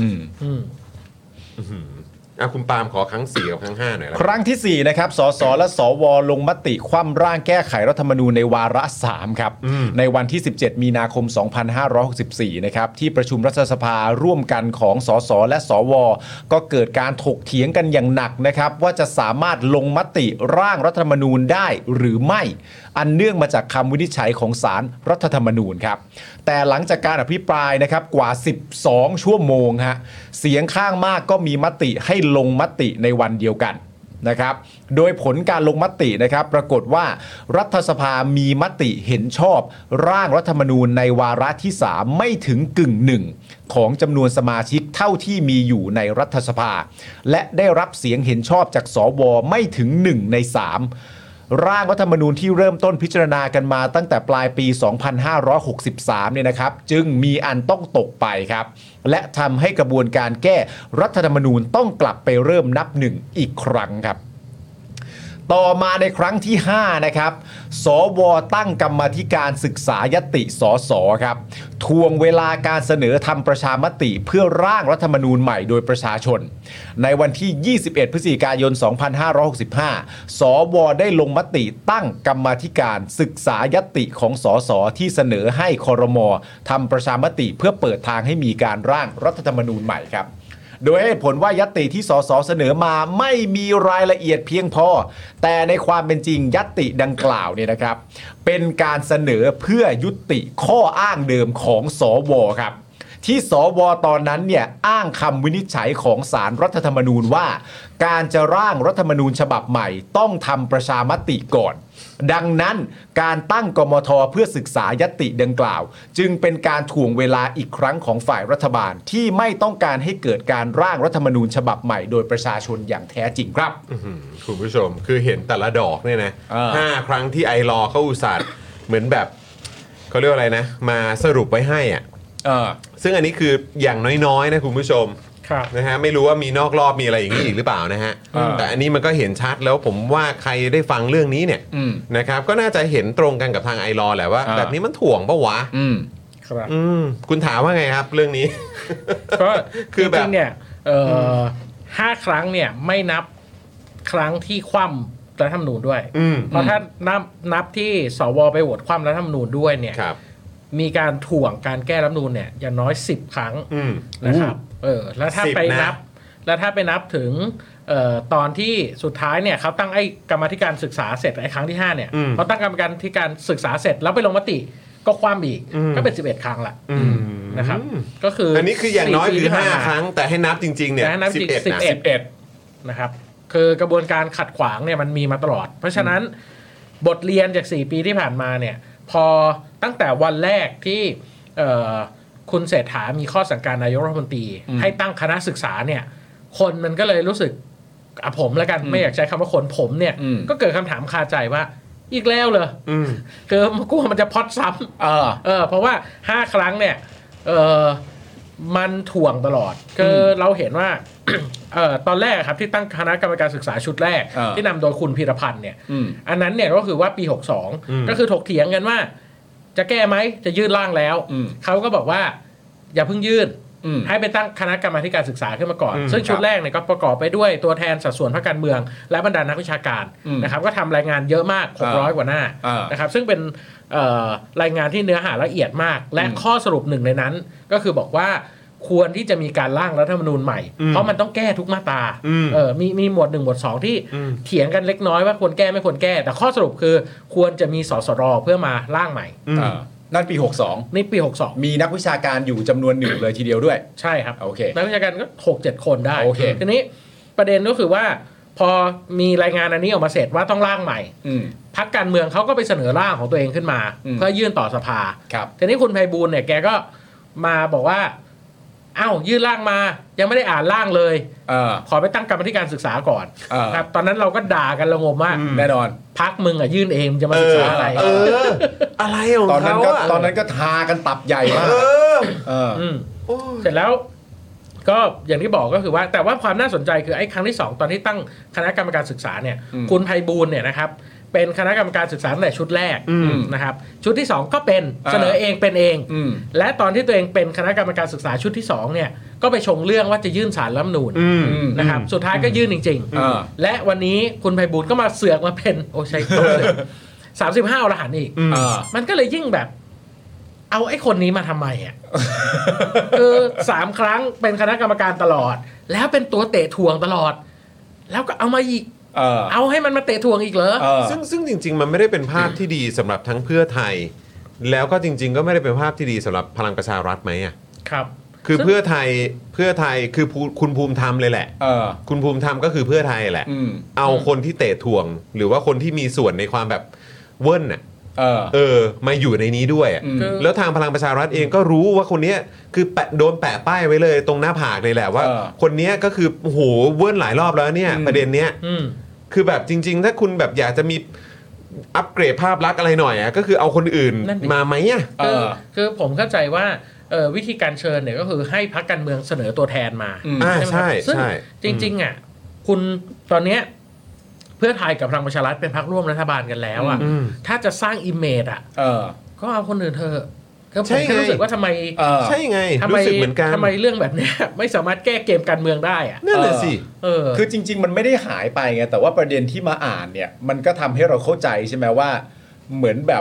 อ่ะคุณปาล์มขอครั้งสี่กับครั้งห้าหน่อยละครั้งที่สี่นะครับสสและสวลงมติคว่ำร่างแก้ไขรัฐธรรมนูญในวาระสามครับในวันที่สิบเจ็ดมีนาคมสองพันห้าร้อยหกสิบสี่นะครับที่ประชุมรัฐสภาร่วมกันของสสและสวก็เกิดการถกเถียงกันอย่างหนักนะครับว่าจะสามารถลงมติร่างรัฐธรรมนูญได้หรือไม่อันเนื่องมาจากคำวินิจฉัยของศาลรัฐธรรมนูญครับแต่หลังจากการอภิปรายนะครับกว่าสิบสองชั่วโมงฮะเสียงข้างมากก็มีมติให้ลงมติในวันเดียวกันนะครับโดยผลการลงมตินะครับปรากฏว่ารัฐสภามีมติเห็นชอบร่างรัฐธรรมนูญในวาระที่สามไม่ถึงกึ่งหนึ่งของจำนวนสมาชิกเท่าที่มีอยู่ในรัฐสภาและได้รับเสียงเห็นชอบจากสวไม่ถึงหนึ่งในสามร่างรัฐธรรมนูญที่เริ่มต้นพิจารณากันมาตั้งแต่ปลายปีสองพันห้าร้อยหกสิบสามเนี่ยนะครับจึงมีอันต้องตกไปครับและทำให้กระบวนการแก้รัฐธรรมนูญต้องกลับไปเริ่มนับหนึ่งอีกครั้งครับต่อมาในครั้งที่ห้านะครับสวตั้งกรรมาธิการศึกษายติสสครับทวงเวลาการเสนอทำประชามติเพื่อร่างรัฐธรรมนูญใหม่โดยประชาชนในวันที่ยี่สิบเอ็ดพฤศจิกายนสองพันห้าร้อยหกสิบห้าสวได้ลงมติตั้งกรรมาธิการศึกษายติของสสที่เสนอให้ครม.ทำประชามติเพื่อเปิดทางให้มีการร่างรัฐธรรมนูญใหม่ครับโดยเหตุผลว่าญัตติที่สสเสนอมาไม่มีรายละเอียดเพียงพอแต่ในความเป็นจริงญัตติดังกล่าวเนี่ยนะครับเป็นการเสนอเพื่อยุติข้ออ้างเดิมของสวครับที่สวตอนนั้นเนี่ยอ้างคำวินิจฉัยของศาลรัฐธรรมนูญว่าการจะร่างรัฐธรรมนูญฉบับใหม่ต้องทำประชามติก่อนดังนั้นการตั้งกมธ.เพื่อศึกษาญัตติดังกล่าวจึงเป็นการถ่วงเวลาอีกครั้งของฝ่ายรัฐบาลที่ไม่ต้องการให้เกิดการร่างรัฐธรรมนูญฉบับใหม่โดยประชาชนอย่างแท้จริงครับคุณผู้ชมคือเห็นแต่ละดอกเนี่ยนะห้าครั้งที่ไอรอเขาอุตส่าห์เหมือนแบบเขาเรียกอะไรนะมาสรุปไว้ให้อ่ะซึ่งอันนี้คืออย่างน้อยๆนะคุณผู้ชมนะฮะไม่รู้ว่ามีนอกรอบมีอะไรอย่างนี้อีกหรือเปล่านะฮะแต่อันนี้มันก็เห็นชัดแล้วผมว่าใครได้ฟังเรื่องนี้เนี่ยนะครับก็น่าจะเห็นตรงกันกับทางไอรอแหละว่าแบบนี้มันถ่วงปะวะครับคุณถามว่าไงครับเรื่องนี้ก็คือแบบเนี่ยห้าครั้งเนี่ยไม่นับครั้งที่คว่ำรัฐธรรมนูญด้วยเพราะถ้านับนับที่สวไปโหวตคว่ำรัฐธรรมนูญด้วยเนี่ยมีการถ่วงการแก้รัฐธรรมนูญเนี่ยอย่างน้อยสิบครั้งนะครับเออแล้วถ้าไปนับแล้วถ้าไปนับถึงเอ่อตอนที่สุดท้ายเนี่ยเขาตั้งไอ้กรรมาธิการศึกษาเสร็จไอ้ครั้งที่ห้าเนี่ยเขาตั้งกรรมการที่การศึกษาเสร็จแล้วไปลงมติก็คว่ำอีกก็เป็นสิบเอ็ดครั้งละนะครับก็คืออันนี้คืออย่างน้อยคือห้าครั้งแต่ให้นับจริงๆเนี่ยสิบเอ็ดนะสิบเอ็ดนะครับคือกระบวนการขัดขวางเนี่ยมันมีมาตลอดเพราะฉะนั้นบทเรียนจากสี่ปีที่ผ่านมาเนี่ยพอตั้งแต่วันแรกที่คุณเศรษฐามีข้อสั่งการนายกรัฐมนตรีให้ตั้งคณะศึกษาเนี่ยคนมันก็เลยรู้สึกอ่ะผมแล้วกันไม่อยากใช้คำว่าคนผมเนี่ยก็เกิดคำถามคาใจว่าอีกแล้วเหรอคือกลัวมันจะพอดซ้ำเออเออเพราะว่าห้าครั้งเนี่ยเออมันถ่วงตลอดคือเราเห็นว่าเออตอนแรกครับที่ตั้งคณะกรรมการศึกษาชุดแรกที่นำโดยคุณพีรพันธ์เนี่ยอันนั้นเนี่ยก็คือว่าปีหกสิบสองก็คือถกเถียงกันว่าจะแก้ไหมจะยื่นร่างแล้วเขาก็บอกว่าอย่าเพิ่งยื่นให้ไปตั้งคณะกรรมาธิการศึกษาขึ้นมาก่อนซึ่งชุดแรกเนี่ยก็ประกอบไปด้วยตัวแทนสัดส่วนพรรคการเมืองและบรรดานักวิชาการนะครับก็ทำรายงานเยอะมากหกร้อยกว่าหน้านะครับซึ่งเป็นรายงานที่เนื้อหาละเอียดมากและข้อสรุปหนึ่งในนั้นก็คือบอกว่าควรที่จะมีการร่างรัฐธรรมนูญใหม่เพราะมันต้องแก้ทุกมาตราเออมีมีหมวดหนึ่งหมวดสองที่เถียงกันเล็กน้อยว่าควรแก้ไม่ควรแก้แต่ข้อสรุปคือควรจะมีสสรเพื่อมาร่างใหม่นั่นปีหกสิบสองนี่ปีหกสิบสองมีนักวิชาการอยู่จำนวนหนึ่งเลยทีเดียวด้วยใช่ครับโอเคนักวิชาการก็ หกเจ็ด คนได้โอเคทีนี้ประเด็นก็คือว่าพอมีรายงานอันนี้ออกมาเสร็จว่าต้องร่างใหม่พรรคการเมืองเขาก็ไปเสนอร่างของตัวเองขึ้นมาเพื่อยื่นต่อสภาทีนี้คุณไพบูลย์เนี่ยแกก็มาบอกว่าอ้าวยื่นร่างมายังไม่ได้อ่านร่างเลยเออขอไปตั้งกรรมธิการศึกษาก่อนครับตอนนั้นเราก็ด่ากันระงมมากแน่นอนพรรคมึงอ่ะยื่นเองจะมาศึกษาอะไรเอออะไรของเขาตอนนั้นก็ตอนนั้นก็ทากันตับใหญ่มากเออเสร็จแล้วก็อย่างที่บอกก็คือว่าแต่ว่าความน่าสนใจคือไอ้ครั้งที่สองตอนที่ตั้งคณะกรรมการศึกษาเนี่ยคุณไพบูลย์เนี่ยนะครับเป็นคณะกรรมการศึกษาตั้งแต่ชุดแรกนะครับชุดที่สองก็เป็นเสนอเองเป็นเองและตอนที่ตัวเองเป็นคณะกรรมการศึกษาชุดที่สองเนี่ยก็ไปชงเรื่องว่าจะยื่นศาลรัฐธรรมนูญนะครับสุดท้ายก็ยื่นจริงๆและวันนี้คุณไพบูลย์ก็มาเสือกมาเป็นโอ้ใช่สามสิบห้าอรหันต์อีกมันก็เลยยิ่งแบบเอาไอ้คนนี้มาทำไมอ่ะคือสามครั้งเป็นคณะกรรมการตลอดแล้วเป็นตัวเตะถ่วงตลอดแล้วก็เอามาอีกเออเอาให้มันมาเตะถ่วงอีกเหรอซึ่งซึ่งจริงๆมันไม่ได้เป็นภาพที่ดีสำหรับทั้งเพื่อไทยแล้วก็จริงๆก็ไม่ได้เป็นภาพที่ดีสำหรับพลังประชารัฐไหมอ่ะครับคือเพื่อไทยเพื่อไทยคือคุณภูมิธรรมเลยแหละคุณภูมิธรรมก็คือเพื่อไทยแหละเอาคนที่เตะถ่วงหรือว่าคนที่มีส่วนในความแบบเวิ้นน่ะเออเออมาอยู่ในนี้ด้วยแล้วทางพลังประชารัฐเองก็รู้ว่าคนนี้คือแปะโดนแปะป้ายไว้เลยตรงหน้าผากเลยแหละว่าคนนี้ก็คือโอ้โหเวิ้นหลายรอบแล้วเนี่ยประเด็นเนี้ยคือแบบจริงๆถ้าคุณแบบอยากจะมีอัปเกรดภาพลักษณ์อะไรหน่อยอ่ะก็คือเอาคนอื่นมาไหมอ่ะคือคือผมเข้าใจว่าวิธีการเชิญเนี่ยก็คือให้พรรคการเมืองเสนอตัวแทนมาใช่ใช่จริงๆอ่ะคุณตอนเนี้ยเพื่อไทยกับพลังประชารัฐเป็นพรรคร่วมรัฐบาลกันแล้วอ่ะถ้าจะสร้างอิมเมจอ่ะก็เอาคนอื่นเถอะก็ผมแค่รู้สึกว่าทำไมใช่ไงทำไมทำไมเรื่องแบบนี้ไม่สามารถแก้เกมการเมืองได้อ่ะนั่นแหละสิคือจริงๆมันไม่ได้หายไปไงแต่ว่าประเด็นที่มาอ่านเนี่ยมันก็ทำให้เราเข้าใจใช่ไหมว่าเหมือนแบบ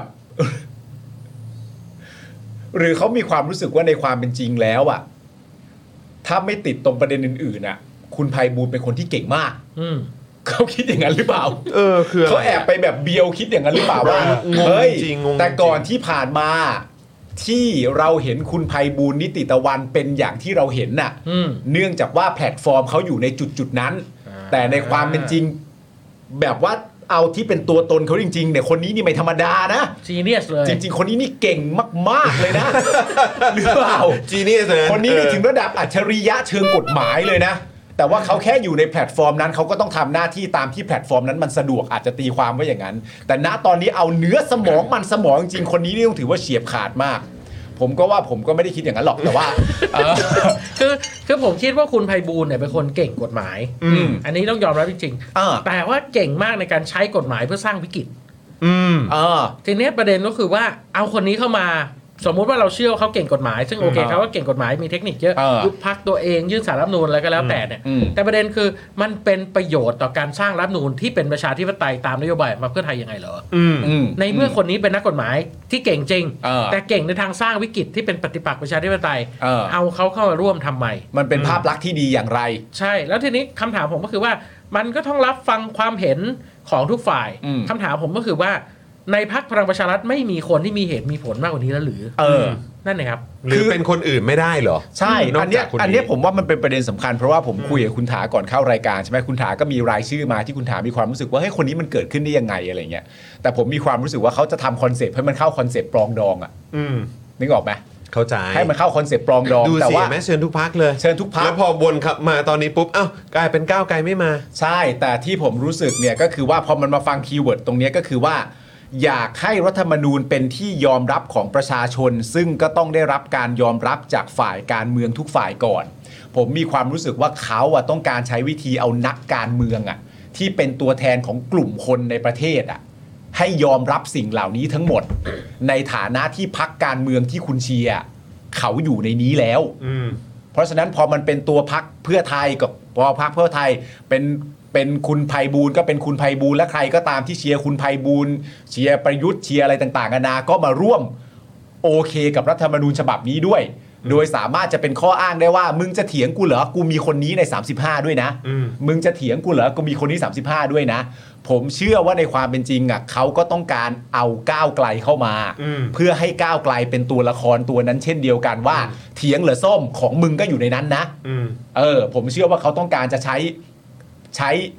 หรือเขามีความรู้สึกว่าในความเป็นจริงแล้วอ่ะถ้าไม่ติดตรงประเด็นอื่นๆอ่ะคุณไพบูลย์เป็นคนที่เก่งมากเขาคิดอย่างนั้นหรือเปล่าเออคือเขาแอบไปแบบเบียวคิดอย่างนั้นหรือเปล่าว่าเฮ้ยแต่ก่อนที่ผ่านมาที่เราเห็นคุณไพบูลย์นิติตะวันเป็นอย่างที่เราเห็นน่ะเนื่องจากว่าแพลตฟอร์มเขาอยู่ในจุดจุดนั้นแต่ในความเป็นจริงแบบว่าเอาที่เป็นตัวตนเขาจริงๆเนี่ยคนนี้นี่ไม่ธรรมดานะจีเนียสเลยจริงๆคนนี้นี่เก่งมากๆเลยนะหรือเปล่าจีเนียสเลยคนนี้นี่ถึงระดับอัจฉริยะเชิงกฎหมายเลยนะแต่ว่าเขาแค่อยู่ในแพลตฟอร์มนั้นเขาก็ต้องทำหน้าที่ตามที่แพลตฟอร์มนั้นมันสะดวกอาจจะตีความว่าอย่างนั้นแต่ณตอนนี้เอาเนื้อสมองมันสมองจริงคนนี้นี่ต้องถือว่าเฉียบขาดมากผมก็ว่าผมก็ไม่ได้คิดอย่างนั้นหรอกแต่ว่าคือคือผมคิดว่าคุณไพบูลย์เนี่ยเป็นคนเก่งกฎหมายอันนี้ต้องยอมรับจริงๆแต่ว่าเก่งมากในการใช้กฎหมายเพื่อสร้างวิกฤตทีนี้ประเด็นก็คือว่าเอาคนนี้เข้ามาสมมุติว่าเราเชื่อว่าเขาเก่งกฎหมายซึ่งโอเคเขาก็เก่งกฎหมายมีเทคนิคเยอะยุบพรรคตัวเองยื่นสารรัฐธรรมนูญอะไรก็แล้วแต่เนี่ยแต่ประเด็นคือมันเป็นประโยชน์ต่อการสร้างรัฐธรรมนูญที่เป็นประชาธิปไตยตามนโยบายมาเพื่อไทยยังไงเหรอในเมื่อคนนี้เป็นนักกฎหมายที่เก่งจริงแต่เก่งในทางสร้างวิกฤตที่เป็นปฏิปักษ์ประชาธิปไตยเอาเขาเข้ามาร่วมทำไมมันเป็นภาพลักษณ์ที่ดีอย่างไรใช่แล้วทีนี้คำถามผมก็คือว่ามันก็ต้องรับฟังความเห็นของทุกฝ่ายคำถามผมก็คือว่าในพรรคพลังประชารัฐไม่มีคนที่มีเหตุมีผลมากกว่านี้แล้วหรือเออนั่นเองครับหรือเป็นคนอื่นไม่ได้เหรอใช่อันนี้อันนี้ผมว่ามันเป็นประเด็นสำคัญเพราะว่าผมคุยกับคุณถาก่อนเข้ารายการใช่ไหมคุณถาก็มีรายชื่อมาที่คุณถามีความรู้สึกว่าเฮ้ยคนนี้มันเกิดขึ้นได้ยังไงอะไรเงี้ยแต่ผมมีความรู้สึกว่าเขาจะทำคอนเซปต์ให้มันเข้าคอนเซปต์ปรองดองอ่ะนึกออกไหมเข้าใจให้มันเข้าคอนเซปต์ปรองดองแต่ว่าแม้เชิญทุกพรรคเลยเชิญทุกพรรคแล้วพอวนมาตอนนี้ปุ๊บอ้าวกลายเป็นก้าวไกลไม่มาใช่แต่ที่ผมรู้สึกเนี่ยก็คือว่าพอมันมาฟังคีย์เวิร์ดตรงนี้ก็คือว่าอยากให้รัฐธรรมนูญเป็นที่ยอมรับของประชาชนซึ่งก็ต้องได้รับการยอมรับจากฝ่ายการเมืองทุกฝ่ายก่อนผมมีความรู้สึกว่าเขาอะต้องการใช้วิธีเอานักการเมืองอะที่เป็นตัวแทนของกลุ่มคนในประเทศอะให้ยอมรับสิ่งเหล่านี้ทั้งหมดในฐานะที่พรรคการเมืองที่คุณเชียร์เขาอยู่ในนี้แล้วเพราะฉะนั้นพอมันเป็นตัวพรรคเพื่อไทยกับพอพรรคเพื่อไทยเป็นเป็นคุณไพบูลย์ก็เป็นคุณไพบูลย์และใครก็ตามที่เชียร์คุณไพบูลย์เชียร์ประยุทธ์เชียร์อะไรต่างๆนานาก็มาร่วมโอเคกับรัฐธรรมนูญฉบับนี้ด้วยโดยสามารถจะเป็นข้ออ้างได้ว่ามึงจะเถียงกูเหรอกูมีคนนี้ในสามสิบห้าด้วยนะมึงจะเถียงกูเหรอกูมีคนนี้สามสิบห้าด้วยนะผมเชื่อว่าในความเป็นจริงอ่ะเขาก็ต้องการเอาก้าวไกลเข้ามาเพื่อให้ก้าวไกลเป็นตัวละครตัวนั้นเช่นเดียวกันว่าเถียงเหรอส้มของมึงก็อยู่ในนั้นนะเออผมเชื่อว่าเขาต้องการจะใช้ใช้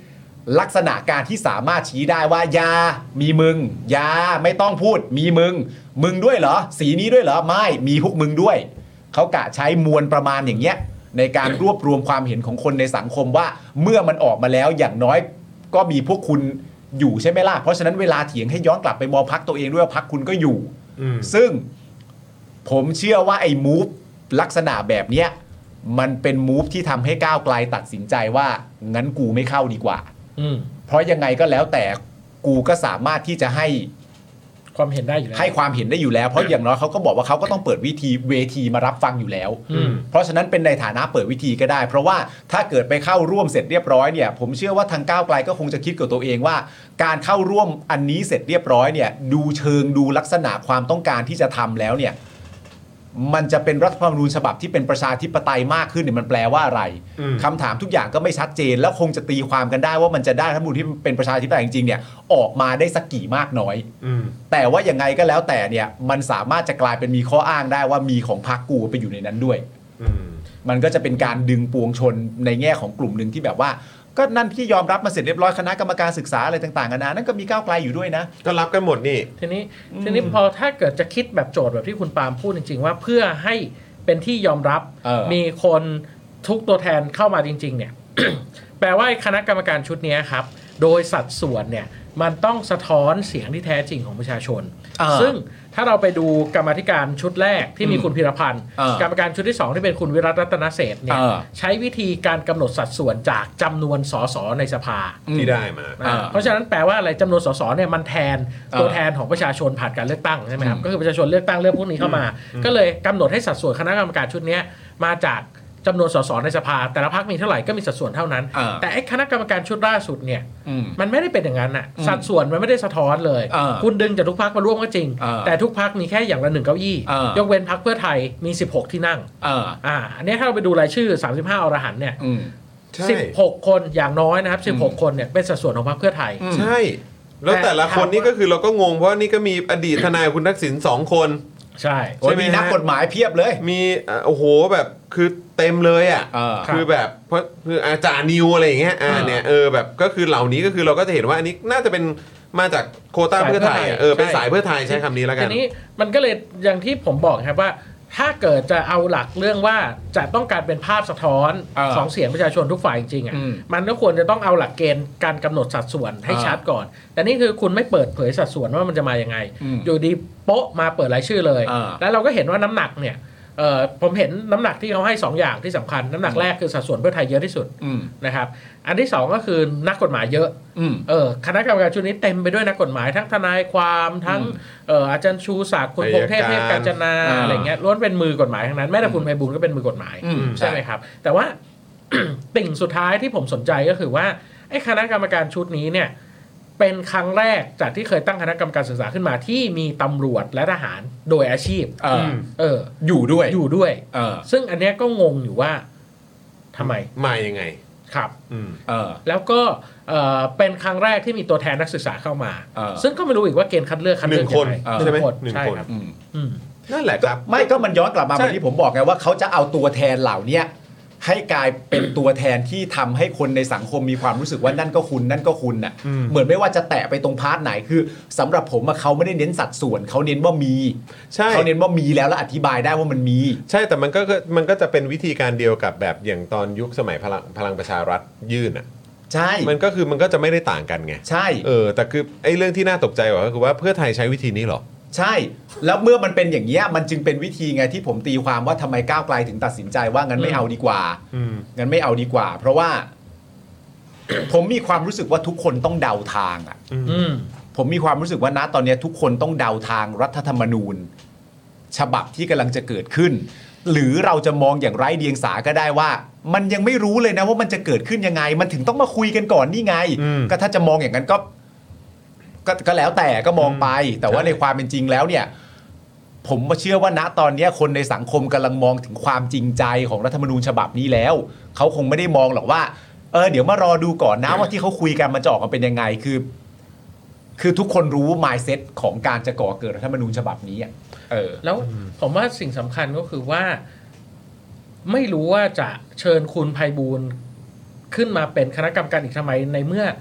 ลักษณะการที่สามารถชี้ได้ว่ายามีมึงยาไม่ต้องพูดมีมึงมึงด้วยเหรอสีนี้ด้วยเหรอไม่มีพวกมึงด้วยเขากะใช้มวลประมาณอย่างเงี้ยในการรวบรวมความเห็นของคนในสังคมว่าเมื่อมันออกมาแล้วอย่างน้อยก็มีพวกคุณอยู่ใช่ไหมล่ะเพราะฉะนั้นเวลาเถียงให้ย้อนกลับไปมองพรรคตัวเองด้วยว่าพรรคคุณก็อยู่ซึ่งผมเชื่อว่าไอ้มูฟลักษณะแบบเนี้ยมันเป็นมูฟที่ทำให้ก้าวไกลตัดสินใจว่างั้นกูไม่เข้าดีกว่าเพราะยังไงก็แล้วแต่กูก็สามารถที่จะให้ความเห็นได้อยู่แล้วให้ความเห็นได้อยู่แล้วเพราะอย่างน้อยเขาก็บอกว่าเขาก็ต้องเปิดวิธีเวทีมารับฟังอยู่แล้วเพราะฉะนั้นเป็นในฐานะเปิดวิธีก็ได้เพราะว่าถ้าเกิดไปเข้าร่วมเสร็จเรียบร้อยเนี่ยผมเชื่อว่าทางก้าวไกลก็คงจะคิดกับตัวเองว่าการเข้าร่วมอันนี้เสร็จเรียบร้อยเนี่ยดูเชิงดูลักษณะความต้องการที่จะทำแล้วเนี่ยมันจะเป็นรัฐธรรมนูญฉบับที่เป็นประชาธิปไตยมากขึ้นเนี่ยมันแปลว่าอะไรคำถามทุกอย่างก็ไม่ชัดเจนแล้วคงจะตีความกันได้ว่ามันจะได้รัฐธรรมนูญที่เป็นประชาธิปไตยจริงๆเนี่ยออกมาได้สักกี่มากน้อยแต่ว่ายังไงก็แล้วแต่เนี่ยมันสามารถจะกลายเป็นมีข้ออ้างได้ว่ามีของพรรคกูไปอยู่ในนั้นด้วยมันก็จะเป็นการดึงปวงชนในแง่ของกลุ่มหนึ่งที่แบบว่าก็นั่นที่ยอมรับมาเสร็จเรียบร้อยคณะกรรมการศึกษาอะไรต่างๆกันานะนั่นก็มีก้าวไกลอยู่ด้วยนะก็รับกันหมดนี่ทีนี้ทีนี้พอถ้าเกิดจะคิดแบบโจทย์แบบที่คุณปาล์มพูดจริงๆว่าเพื่อให้เป็นที่ยอมรับมีคนทุกตัวแทนเข้ามาจริงๆเนี่ย แปลว่าคณะกรรมการชุดนี้ครับโดยสัดส่วนเนี่ยมันต้องสะท้อนเสียงที่แท้จริงของประชาชนซึ่งถ้าเราไปดูกรรมาธิการชุดแรกที่มีคุณพีรพันธ์กรรมการชุดที่สองที่เป็นคุณวิรัตรัตนเศรษฐ์เนี่ยใช้วิธีการกำหนดสัดส่วนจากจำนวนสสในสภาที่ได้มาเพราะฉะนั้นแปลว่าอะไรจำนวนสสเนี่ยมันแทนตัวแทนของประชาชนผ่านการเลือกตั้งใช่ไหมครับก็คือประชาชนเลือกตั้งเลือกพวกนี้เข้ามาก็เลยกำหนดให้สัดส่วนคณะกรรมการชุดนี้มาจากจำนวนสสในสภาแต่ละพรรคมีเท่าไหร่ก็มีสัดส่วนเท่านั้นแต่ไอ้คณะกรรมการชุดล่าสุดเนี่ยมันไม่ได้เป็นอย่างนั้นน่ะสัดส่วนมันไม่ได้สะท้อนเลยคุณดึงจากทุกพรรคมาร่วมก็จริงแต่ทุกพรรคมีแค่อย่างละหนึ่งเก้าอี้ยกเว้นพรรคเพื่อไทยมีสิบหกที่นั่งอ่าอันนี้ถ้าเราไปดูรายชื่อสามสิบห้าอรหันต์เนี่ยสิบหกคนอย่างน้อยนะครับสิบหกคนเนี่ยเป็นสัดส่วนของพรรคเพื่อไทยใช่แล้วแต่ละคนนี่ก็คือเราก็งงเพราะนี่ก็มีอดีตทนายคุณทักษิณสองคนใช่มีนักกฎหมายเพียบเลยมีโอ้โหแบบคือเต็มเลยอ่ะคือแบบเพราะคืออาจารย์นิวอะไรอย่างเงี้ยอ่าเนี่ยเออแบบก็คือเหล่านี้ก็คือเราก็จะเห็นว่าอันนี้น่าจะเป็นมาจากโควต้าเพื่อไทยเออเป็นสายเพื่อไทยใช้คำนี้แล้วกันทีนี้มันก็เลยอย่างที่ผมบอกครับว่าถ้าเกิดจะเอาหลักเรื่องว่าจะต้องการเป็นภาพสะท้อนของเสียงประชาชนทุกฝ่ายจริงๆอ่ะมันก็ควรจะต้องเอาหลักเกณฑ์การกำหนดสัดส่วนให้ชัดก่อนแต่นี่คือคุณไม่เปิดเผยสัดส่วนว่ามันจะมายังไงอยู่ดีโป๊ะมาเปิดรายชื่อเลยแล้วเราก็เห็นว่าน้ำหนักเนี่ยเอ่อผมเห็นน้ำหนักที่เขาให้สองอย่างที่สำคัญน้ำหนักแรกคือสัดส่วนเพื่อไทยเยอะที่สุดนะครับอันที่สองก็คือนักกฎหมายเยอะเออคณะกรรมการชุดนี้เต็มไปด้วยนักกฎหมายทั้งทนายความทั้งเอ่ออาจารย์ชูศักดิ์คุณพงษ์เทพเทพกาญจนาอะไรเงี้ยล้วนเป็นมือกฎหมายทั้งนั้นแม้แต่คุณไพบูลย์ก็เป็นมือกฎหมายใช่ไหมครับแต่ว่า ติ่งสุดท้ายที่ผมสนใจก็คือว่าไอ้คณะกรรมการชุดนี้เนี่ยเป็นครั้งแรกจากที่เคยตั้งคณะกรรมการศึกษาขึ้นมาที่มีตำรวจและทหารโดยอาชีพเออเอออยู่ด้วยอยู่ด้วยเออซึ่งอันเนี้ยก็งงอยู่ว่าทำไมมายังไงครับเออแล้วก็เออเป็นครั้งแรกที่มีตัวแทนนักศึกษาเข้ามาซึ่งก็ไม่รู้อีกว่าเกณฑ์คัดเลือกคัดเลือกยังไงใช่ไหมใช่ครับนั่นแหละครับไม่ก็มันย้อนกลับมาเหมือนที่ผมบอกไงว่าเขาจะเอาตัวแทนเหล่านี้ให้กลายเป็นตัวแทนที่ทำให้คนในสังคมมีความรู้สึกว่านั่นก็คุณนั่นก็คุณน่ะเหมือนไม่ว่าจะแตะไปตรงพาร์ทไหนคือสำหรับผมเขาไม่ได้เน้นสัดส่วนเขาเน้นว่ามีเขาเน้นว่ามีแล้วแล้วอธิบายได้ว่ามันมีใช่แต่มันก็มันก็จะเป็นวิธีการเดียวกับแบบอย่างตอนยุคสมัยพลังพลังประชารัฐยื่นอ่ะใช่มันก็คือมันก็จะไม่ได้ต่างกันไงใช่เออแต่คือไอ้เรื่องที่น่าตกใจกว่าก็คือว่าเพื่อไทยใช้วิธีนี้หรอใช่แล้วเมื่อมันเป็นอย่างนี้มันจึงเป็นวิธีไงที่ผมตีความว่าทำไมก้าวไกลถึงตัดสินใจว่างั้นไม่เอาดีกว่างั้นไม่เอาดีกว่าเพราะว่า ผมมีความรู้สึกว่าทุกคนต้องเดาทางอ่ะผมมีความรู้สึกว่าณตอนนี้ทุกคนต้องเดาทางรัฐธรรมนูญฉบับที่กำลังจะเกิดขึ้นหรือเราจะมองอย่างไร้เดียงสาก็ได้ว่ามันยังไม่รู้เลยนะว่ามันจะเกิดขึ้นยังไงมันถึงต้องมาคุยกันก่อนนี่ไงก็ถ้าจะมองอย่างนั้นก็ก็ก็แล้วแต่ก็มองไปแต่ว่าในความเป็นจริงแล้วเนี่ยผมเชื่อว่าณตอนนี้คนในสังคมกำลังมองถึงความจริงใจของรัฐธรรมนูญฉบับนี้แล้วเขาคงไม่ได้มองหรอกว่าเออเดี๋ยวมารอดูก่อนนะว่าที่เขาคุยกันมันจะออกมาเป็นยังไงคือคือทุกคนรู้ mindset ของการจะก่อเกิดรัฐธรรมนูญฉบับนี้อ่ะเออแล้วผมว่าสิ่งสำคัญก็คือว่าไม่รู้ว่าจะเชิญคุณไพบูลย์ขึ้นมาเป็นคณะกรรมการอีกทำไมในเมื่อ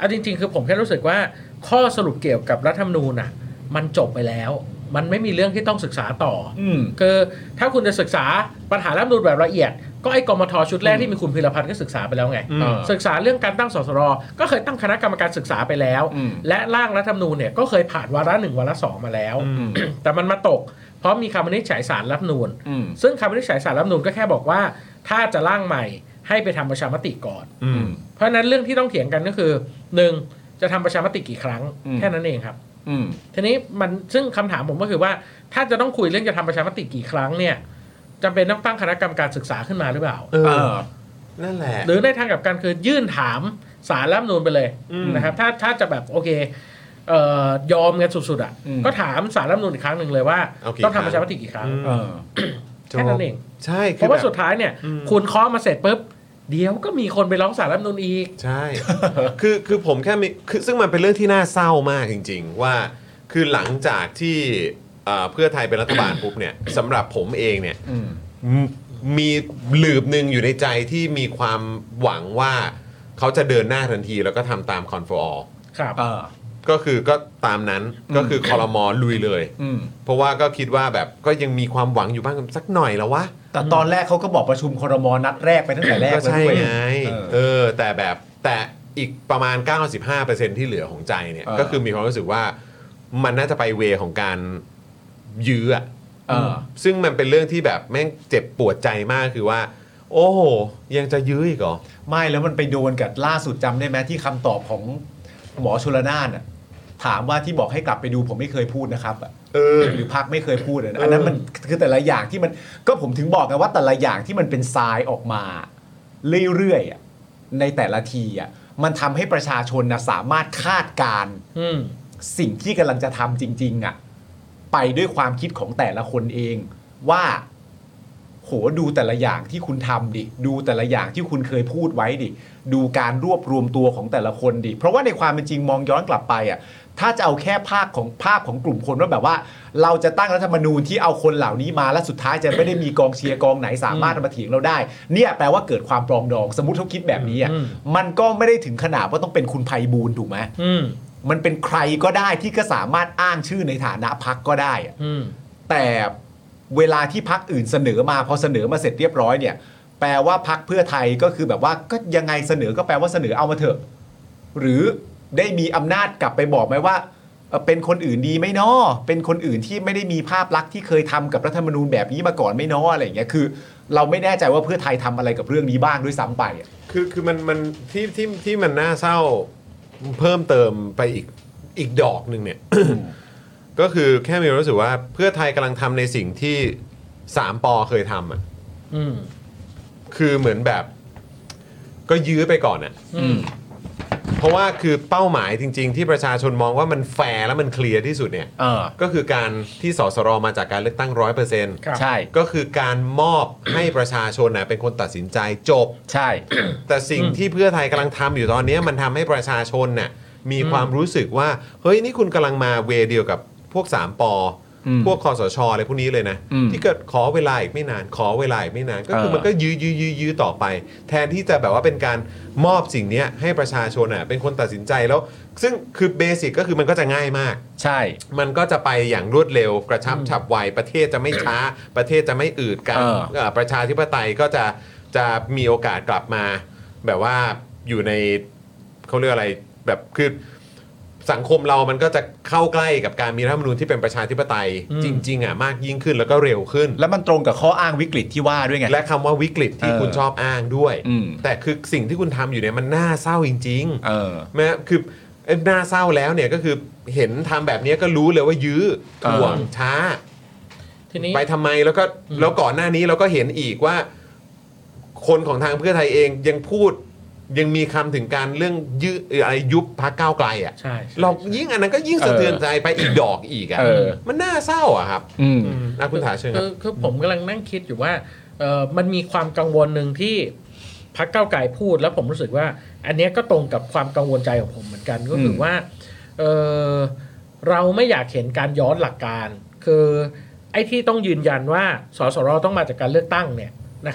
เอาจริงๆคือผมแค่รู้สึกว่าข้อสรุปเกี่ยวกับรัฐธรรมนูญอ่ะมันจบไปแล้วมันไม่มีเรื่องที่ต้องศึกษาต่ออืคือถ้าคุณจะศึกษาปัญหารัฐธรรมนูญแบบละเอียดก็ไอ้กมทชุดแรกที่มีคุณพีรพันธ์ก็ศึกษาไปแล้วไงศึกษาเรื่องการตั้งสสรก็เคยตั้งคณะกรรมการศึกษาไปแล้วและร่างรัฐธรรมนูญเนี่ยก็เคยผ่านวาระหนึ่งวาระสองมาแล้วแต่มันมาตกเพราะมีคำวินิจฉัยศาลรัฐธรรมนูญซึ่งคำวินิจฉัยศาลรัฐธรรมนูญก็แค่บอกว่าถ้าจะร่างใหม่ให้ไปทำประชามติก่อนเพราะฉะนั้นเรื่องที่ต้องเถียงกันก็คือหนึ่งจะทำประชามติกี่ครั้งแค่นั้นเองครับทีนี้มันซึ่งคำถามผมก็คือว่าถ้าจะต้องคุยเรื่องจะทำประชามติกี่ครั้งเนี่ยจำเป็นต้องตั้งคณะกรรมการศึกษาขึ้นมาหรือเปล่าเออนั่นแหละหรือในทางกลับกันคือยื่นถามศาลรัฐธรรมนูญไปเลยนะครับถ้าถ้าจะแบบโอเคเอ่อยอมกันสุดๆอ่ะก็ถามศาลรัฐธรรมนูญอีกครั้งหนึ่งเลยว่าต้องทำประชามติกี่ครั้งแค่นั้นเองใช่เพราะว่าสุดท้ายเนี่ยคุณเคาะมาเสร็จปุ๊บเดี๋ยวก็มีคนไปร้องศาลรัฐธรรมนูญอีกใช่ คือคือผมแค่มีคือซึ่งมันเป็นเรื่องที่น่าเศร้ามากจริงๆว่าคือหลังจากที่เพื่อไทยเป็นรัฐบาลปุ๊บเนี่ยสำหรับผมเองเนี่ยมีหลืบหนึ่งอยู่ในใจที่มีความหวังว่าเขาจะเดินหน้าทันทีแล้วก็ทำตามคอนโฟออครับก็คือก็ตามนั้นก็คือคอรมอลุยเลยเพราะว่าก็คิดว่าแบบก็ยังมีความหวังอยู่บ้างสักหน่อยแล้ววะแต่ตอนแรกเขาก็บอกประชุมคอรมอนัดแรกไปตั้งแต่แรกแล้วด้วยไงเออแต่แบบแต่อีกประมาณ เก้าสิบห้าเปอร์เซ็นต์ ที่เหลือของใจเนี่ยก็คือมีความรู้สึกว่ามันน่าจะไปเวของการยื้ออ่ะซึ่งมันเป็นเรื่องที่แบบแม่งเจ็บปวดใจมากคือว่าโอ้โหยังจะยื้ออีกเหรอไม่แล้วมันไปโดนกับล่าสุดจำได้ไหมที่คำตอบของหมอชลน่านอ่ะถามว่าที่บอกให้กลับไปดูผมไม่เคยพูดนะครับเออหรือพักไม่เคยพูดอันนั้นมันคือแต่ละอย่างที่มันก็ผมถึงบอกไงว่าแต่ละอย่างที่มันเป็นทรายออกมาเรื่อยๆในแต่ละทีอ่ะมันทำให้ประชาชนนะสามารถคาดการณ์สิ่งที่กำลังจะทำจริงๆอ่ะไปด้วยความคิดของแต่ละคนเองว่าโหดูแต่ละอย่างที่คุณทำดิดูแต่ละอย่างที่คุณเคยพูดไว้ดิดูการรวบรวมตัวของแต่ละคนดิเพราะว่าในความเป็นจริงมองย้อนกลับไปอ่ะถ้าจะเอาแค่ภาพของภาพของกลุ่มคนว่าแบบว่าเราจะตั้งรัฐธรรมนูญที่เอาคนเหล่านี้มาแล้วสุดท้ายจะไม่ได้มีกองเชียร์กองไหนสามารถมาเถียงเราได้เนี่ยแปลว่าเกิดความปรองดองสมมุติเขาคิดแบบนี้อ่ะมันก็ไม่ได้ถึงขนาดว่าต้องเป็นคุณไพบูลย์ถูกไหมมันเป็นใครก็ได้ที่ก็สามารถอ้างชื่อในฐานะพรรคก็ได้อ่ะแต่เวลาที่พรรคอื่นเสนอมาพอเสนอมาเสร็จเรียบร้อยเนี่ยแปลว่าพรรคเพื่อไทยก็คือแบบว่าก็ยังไงเสนอก็แปลว่าเสนอเอามาเถอะหรือได้มีอำนาจกลับไปบอกไหมว่าเป็นคนอื่นดีไหมน้อเป็นคนอื่นที่ไม่ได้มีภาพลักษณ์ที่เคยทำกับรัฐธรรมนูญแบบนี้มาก่อนไม่น้ออะไรอย่างเงี้ยคือเราไม่แน่ใจว่าเพื่อไทยทำอะไรกับเรื่องนี้บ้างด้วยซ้ำไปคือคือมันมันที่ที่ที่มันน่าเศร้าเพิ่มเติมไปอีกอีกดอกหนึ่งเนี่ย ก็คือแค่มีรู้สึกว่าเพื่อไทยกำลังทำในสิ่งที่สามปอเคยทำอ่ะคือเหมือนแบบก็ยื้อไปก่อนอ่ะเพราะว่าคือเป้าหมายจริงๆที่ประชาชนมองว่ามันแฟร์และมันเคลียร์ที่สุดเนี่ยก็คือการที่สสรมาจากการเลือกตั้ง ร้อยเปอร์เซ็นต์ใช่ก็คือการมอบให้ประชาชนนะเป็นคนตัดสินใจจบใช่แต่สิ่งที่เพื่อไทยกำลังทำอยู่ตอนนี้มันทำให้ประชาชนน่ะมีความรู้สึกว่าเฮ้ยนี่คุณกำลังมาเวเดียวกับพวกสามปอพวกคสชอะไรพวกนี้เลยนะที่เกิดขอเวลาอีกไม่นานขอเวลาอีกไม่นานก็คือมันก็ยื้อยื้อยื้อยื้อต่อไปแทนที่จะแบบว่าเป็นการมอบสิ่งนี้ให้ประชาชนอ่ะเป็นคนตัดสินใจแล้วซึ่งคือเบสิกก็คือมันก็จะง่ายมากใช่มันก็จะไปอย่างรวดเร็วกระชับฉับไวประเทศจะไม่ช้าประเทศจะไม่อืดกันประชาธิปไตยก็จะจะมีโอกาสกลับมาแบบว่าอยู่ในเขาเรียกอะไรแบบคือสังคมเรามันก็จะเข้าใกล้กับการมีรัฐธรรมนูญที่เป็นประชาธิปไตยจริงๆอ่ะมากยิ่งขึ้นแล้วก็เร็วขึ้นแล้วมันตรงกับข้ออ้างวิกฤตที่ว่าด้วยไงและคำว่าวิกฤตที่คุณชอบอ้างด้วยแต่คือสิ่งที่คุณทำอยู่เนี่ยมันน่าเศร้าจริงๆแม้คือน่าเศร้าแล้วเนี่ยก็คือเห็นทำแบบนี้ก็รู้เลยว่ายื้อถ่วงช้าทีนี้ไปทำไมแล้วก็แล้วก่อนหน้านี้เราก็เห็นอีกว่าคนของทางเพื่อไทยเองยังพูดยังมีคำถึงการเรื่องยื้ออะไรยุบพรรคก้าวไกลอ่ะใช่เรายิ่งอันนั้นก็ยิ่งสะเทือนใจไปอีกดอกอีกอ่ะมันน่าเศร้าอ่ะครับอืมนะคุณถาเชิญครับคือผมกำลังนั่งคิดอยู่ว่าเออมันมีความกังวลหนึ่งที่พรรคก้าวไกลพูดแล้วผมรู้สึกว่าอันนี้ก็ตรงกับความกังวลใจของผมเหมือนกันก็คือว่าเออเราไม่อยากเห็นการย้อนหลักการคือไอ้ที่ต้องยืนยันว่าสสรต้องมาจากการเลือกตั้งเนี่ยนะครับ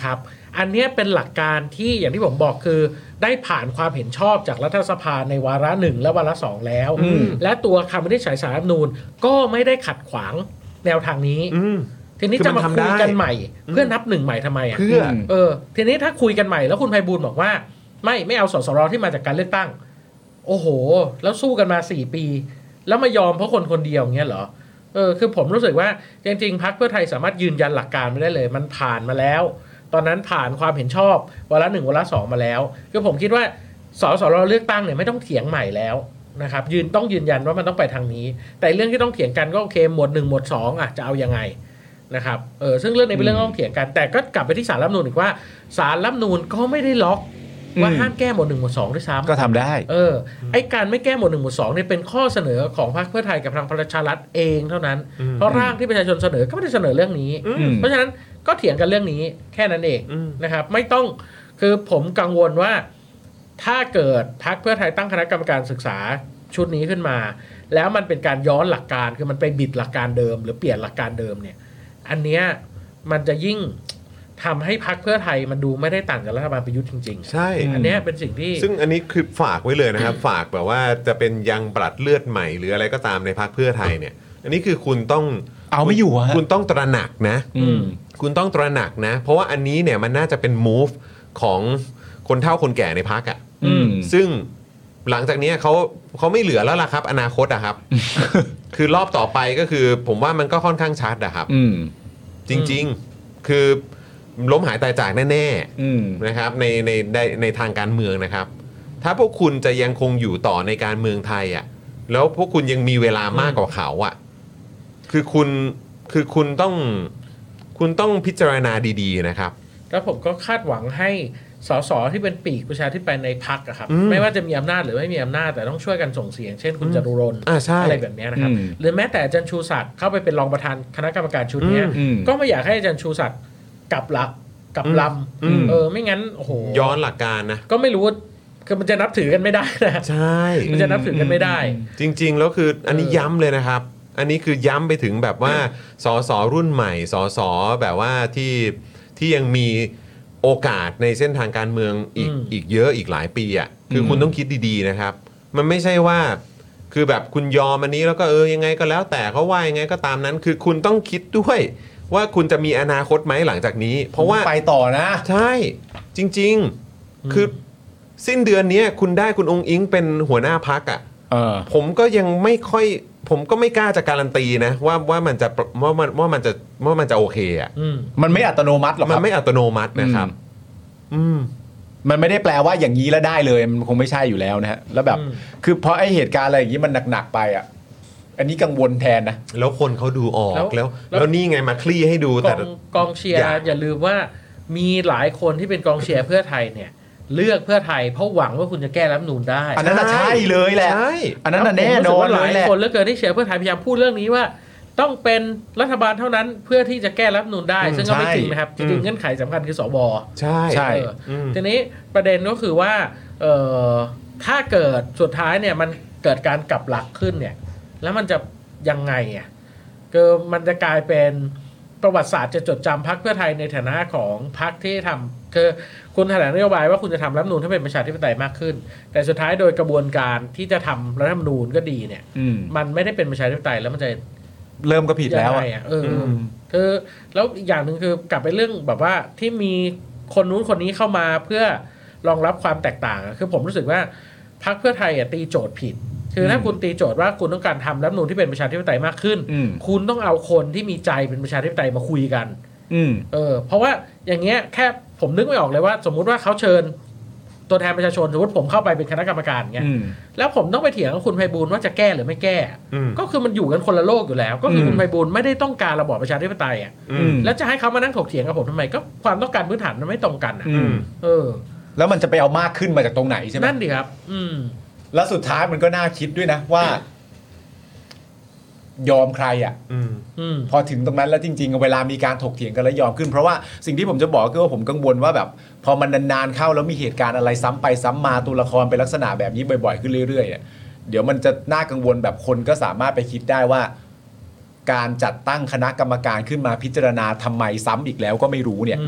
อันนี้เป็นหลักการที่อย่างที่ผมบอกคือได้ผ่านความเห็นชอบจากรัฐสภาในวาระหนึ่งและวาระสองแล้วและตัวคำวินิจฉัยศาลรัฐธรรมนูญก็ไม่ได้ขัดขวางแนวทางนี้ทีนี้จะมาคุยกันใหม่เพื่อนับหนึ่งใหม่ทำไมอ่ะเพื่อเออทีนี้ถ้าคุยกันใหม่แล้วคุณไพบูลย์บอกว่าไม่ไม่เอาสสรที่มาจากการเลือกตั้งโอ้โหแล้วสู้กันมาสี่ปีแล้วมายอมเพราะคนคนเดียวอย่างเงี้ยเหรอเออคือผมรู้สึกว่าจริงๆพรรคเพื่อไทยสามารถยืนยันหลักการไม่ได้เลยมันผ่านมาแล้วตอนนั้นผ่านความเห็นชอบวาระหนึ่งวาระสองมาแล้วคือผมคิดว่าสสรเลือกตั้งเนี่ยไม่ต้องเถียงใหม่แล้วนะครับยืนต้องยืนยันว่ามันต้องไปทางนี้แต่เรื่องที่ต้องเถียงกันก็โอเคหมวดหนึ่งหมวดสองอ่ะจะเอายังไงนะครับเออซึ่งเรื่องนี้เป็นเรื่องต้องเถียงกันแต่ก็กลับไปที่ศาลรัฐธรรมนูญอีกว่าศาลรัฐธรรมนูญก็ไม่ได้ล็อกว่าห้ามแก้หมวดหนึ่งหมวดสองด้วยซ้ำก็ทำได้เออไอ้การไม่แก้หมวดหนึ่งหมวดสองเนี่ยเป็นข้อเสนอของพรรคเพื่อไทยกับทางประชารัฐเองเท่านั้นเพราะร่างที่ประชาชนเสนอก็ไม่ได้เสนอเรื่องนี้เพราะฉะนั้นก็เถียงกันเรื่องนี้แค่นั้นเองนะครับไม่ต้องคือผมกังวลว่าถ้าเกิดพรรคเพื่อไทยตั้งคณะกรรมการศึกษาชุดนี้ขึ้นมาแล้วมันเป็นการย้อนหลักการคือมันไปบิดหลักการเดิมหรือเปลี่ยนหลักการเดิมเนี่ยอันเนี้ยมันจะยิ่งทำให้พรรคเพื่อไทยมันดูไม่ได้ต่างจากรัฐบาลประยุทธ์จริงๆใช่อันนี้เป็นสิ่งที่ซึ่งอันนี้คือฝากไว้เลยนะครับ ฝากแบบว่าจะเป็นยังปลัดเลือดใหม่หรืออะไรก็ตามในพรรคเพื่อไทยเนี่ยอันนี้คือคุณต้องเอาไม่อยู่ฮะคุณต้องตระหนักนะคุณต้องตระหนักนะเพราะว่าอันนี้เนี่ยมันน่าจะเป็น move ของคนเฒ่าคนแก่ในพรรคอ่ะซึ่งหลังจากนี้เขาเขาไม่เหลือแล้วล่ะครับอนาคตอะครับ คือรอบต่อไปก็คือผมว่ามันก็ค่อนข้างชัดอะครับจริงๆคือล้มหายตายจากแน่ๆนะครับในในในในทางการเมืองนะครับถ้าพวกคุณจะยังคงอยู่ต่อในการเมืองไทยอ่ะแล้วพวกคุณยังมีเวลามากกว่าเขาอ่ะคือคุณคือคุณต้องคุณต้องพิจารณาดีๆนะครับแล้วผมก็คาดหวังให้สสที่เป็นปีกประชาธิปไตยในพรรคอะครับไม่ว่าจะมีอำนาจหรือไม่มีอำนาจแต่ต้องช่วยกันส่งเสียงเช่นคุณจตุรนต์อ, อะไรแบบนี้นะครับหรือแม้แต่อาจารย์ชูศักดิ์เข้าไปเป็นรองประธานคณะกรรมการชุดนี้ก็ไม่อยากให้อาจารย์ชูศักดิ์กลับละกลับลำเออไม่งั้นโอ้โหย้อนหลักการนะก็ไม่รู้คือมันจะนับถือกันไม่ได้นะใช่มันจะนับถือกันไม่ได้จริงๆแล้วคืออันนี้ย้ำเลยนะครับอันนี้คือย้ำไปถึงแบบว่าสสรุ่นใหม่สสแบบว่าที่ที่ยังมีโอกาสในเส้นทางการเมืองอีกอีกเยอะอีกหลายปีอ่ะคือคุณต้องคิดดีๆนะครับมันไม่ใช่ว่าคือแบบคุณยอมอันนี้แล้วก็เออยังไงก็แล้วแต่เขาว่ายังไงก็ตามนั้นคือคุณต้องคิดด้วยว่าคุณจะมีอนาคตไหมหลังจากนี้เพราะว่าไปต่อนะใช่จริงๆคือสิ้นเดือนนี้คุณได้คุณองค์อิงเป็นหัวหน้าพรรคอ่ะผมก็ยังไม่ค่อยผมก็ไม่กล้าจะการันตีนะว่าว่ามันจะว่ามันว่ามันจะว่ามันจะโอเคอ่ะมันไม่อัตโนมัติหรอกมันไม่อัตโนมัตินะครับอืมมันไม่ได้แปลว่าอย่างนี้แล้วได้เลยมันคงไม่ใช่อยู่แล้วนะฮะแล้วแบบคือเพราะไอ้เหตุการณ์อะไรอย่างนี้มันหนักๆไปอ่ะอันนี้กังวลแทนนะแล้วคนเขาดูออกแล้วแล้วนี่ไงมาคลี่ให้ดูแต่กองเชียร์อย่าลืมว่ามีหลายคนที่เป็นกองเชียร์เพื่อไทยเนี่ยเลือกเพื่อไทยเพราะหวังว่าคุณจะแก้รัฐธรรมนูญได้อันนั้นใช่เลยแหละอันนั้นแน่นอนหลายคนเหลือเกินที่เชียร์เพื่อไทยพยายามพูดเรื่องนี้ว่าต้องเป็นรัฐบาลเท่านั้นเพื่อที่จะแก้รัฐธรรมนูญได้ซึ่งก็ไม่จริงนะครับจริงๆเงื่อนไขสำคัญคือสวใช่ใช่ทีนี้ประเด็นก็คือว่าถ้าเกิดสุดท้ายเนี่ยมันเกิดการกลับหลักขึ้นเนี่ยแล้วมันจะยังไงอ่ะก็มันจะกลายเป็นประวัติศาสตร์จะจดจำพรรคเพื่อไทยในฐานะของพรรคที่ทำคือคุณแถลงนโยบายว่าคุณจะทำรัฐธรรมนูญให้เป็นประชาธิปไตยมากขึ้นแต่สุดท้ายโดยกระบวนการที่จะทำรัฐธรรมนูญก็ดีเนี่ยมันไม่ได้เป็นประชาธิปไตยแล้วมันจะเริ่มก็ผิดแล้วอ่ะเออคือแล้วอีกอย่างหนึ่งคือกลับไปเรื่องแบบว่าที่มีคนนู้นคนนี้เข้ามาเพื่อรองรับความแตกต่างคือผมรู้สึกว่าพรรคเพื่อไทยตีโจทย์ผิดคือถ้าคุณตีโจทย์ว่าคุณต้องการทำรัฐธรรมนูญที่เป็นประชาธิปไตยมากขึ้นคุณต้องเอาคนที่มีใจเป็นประชาธิปไตยมาคุยกันเออเพราะว่าอย่างเงี้ยแค่ผมนึกไม่ออกเลยว่าสมมุติว่าเขาเชิญตัวแทนประชาชนสมมติผมเข้าไปเป็นคณะกรรมการเงี้ยแล้วผมต้องไปเถียงกับคุณไพบูลย์ว่าจะแก้หรือไม่แก้ก็คือมันอยู่กันคนละโลกอยู่แล้วก็คือคุณไพบูลย์ไม่ได้ต้องการระบอบประชาธิปไตยอ่ะแล้วจะให้เขามานั่งถกเถียงกับผมทำไมก็ความต้องการพื้นฐานมันไม่ตรงกันอ่ะเออแล้วมันจะไปเอามากขึ้นมาจากตรงไหนใช่ไหมนั่นดิครับอืมแล้วสุดท้ายมันก็น่าคิดด้วยนะว่ายอมใครอ่ะพอถึงตรงนั้นแล้วจริงๆเวลามีการถกเถียงกันแล้วยอมขึ้นเพราะว่าสิ่งที่ผมจะบอกคือว่าผมกังวลว่าแบบพอมันนานๆเข้าแล้วมีเหตุการณ์อะไรซ้ำไปซ้ำมาตัวละครเป็นลักษณะแบบนี้บ่อยๆขึ้นเรื่อยๆเดี๋ยวมันจะน่ากังวลแบบคนก็สามารถไปคิดได้ว่าการจัดตั้งคณะกรรมการขึ้นมาพิจารณาทำไมซ้ำอีกแล้วก็ไม่รู้เนี่ย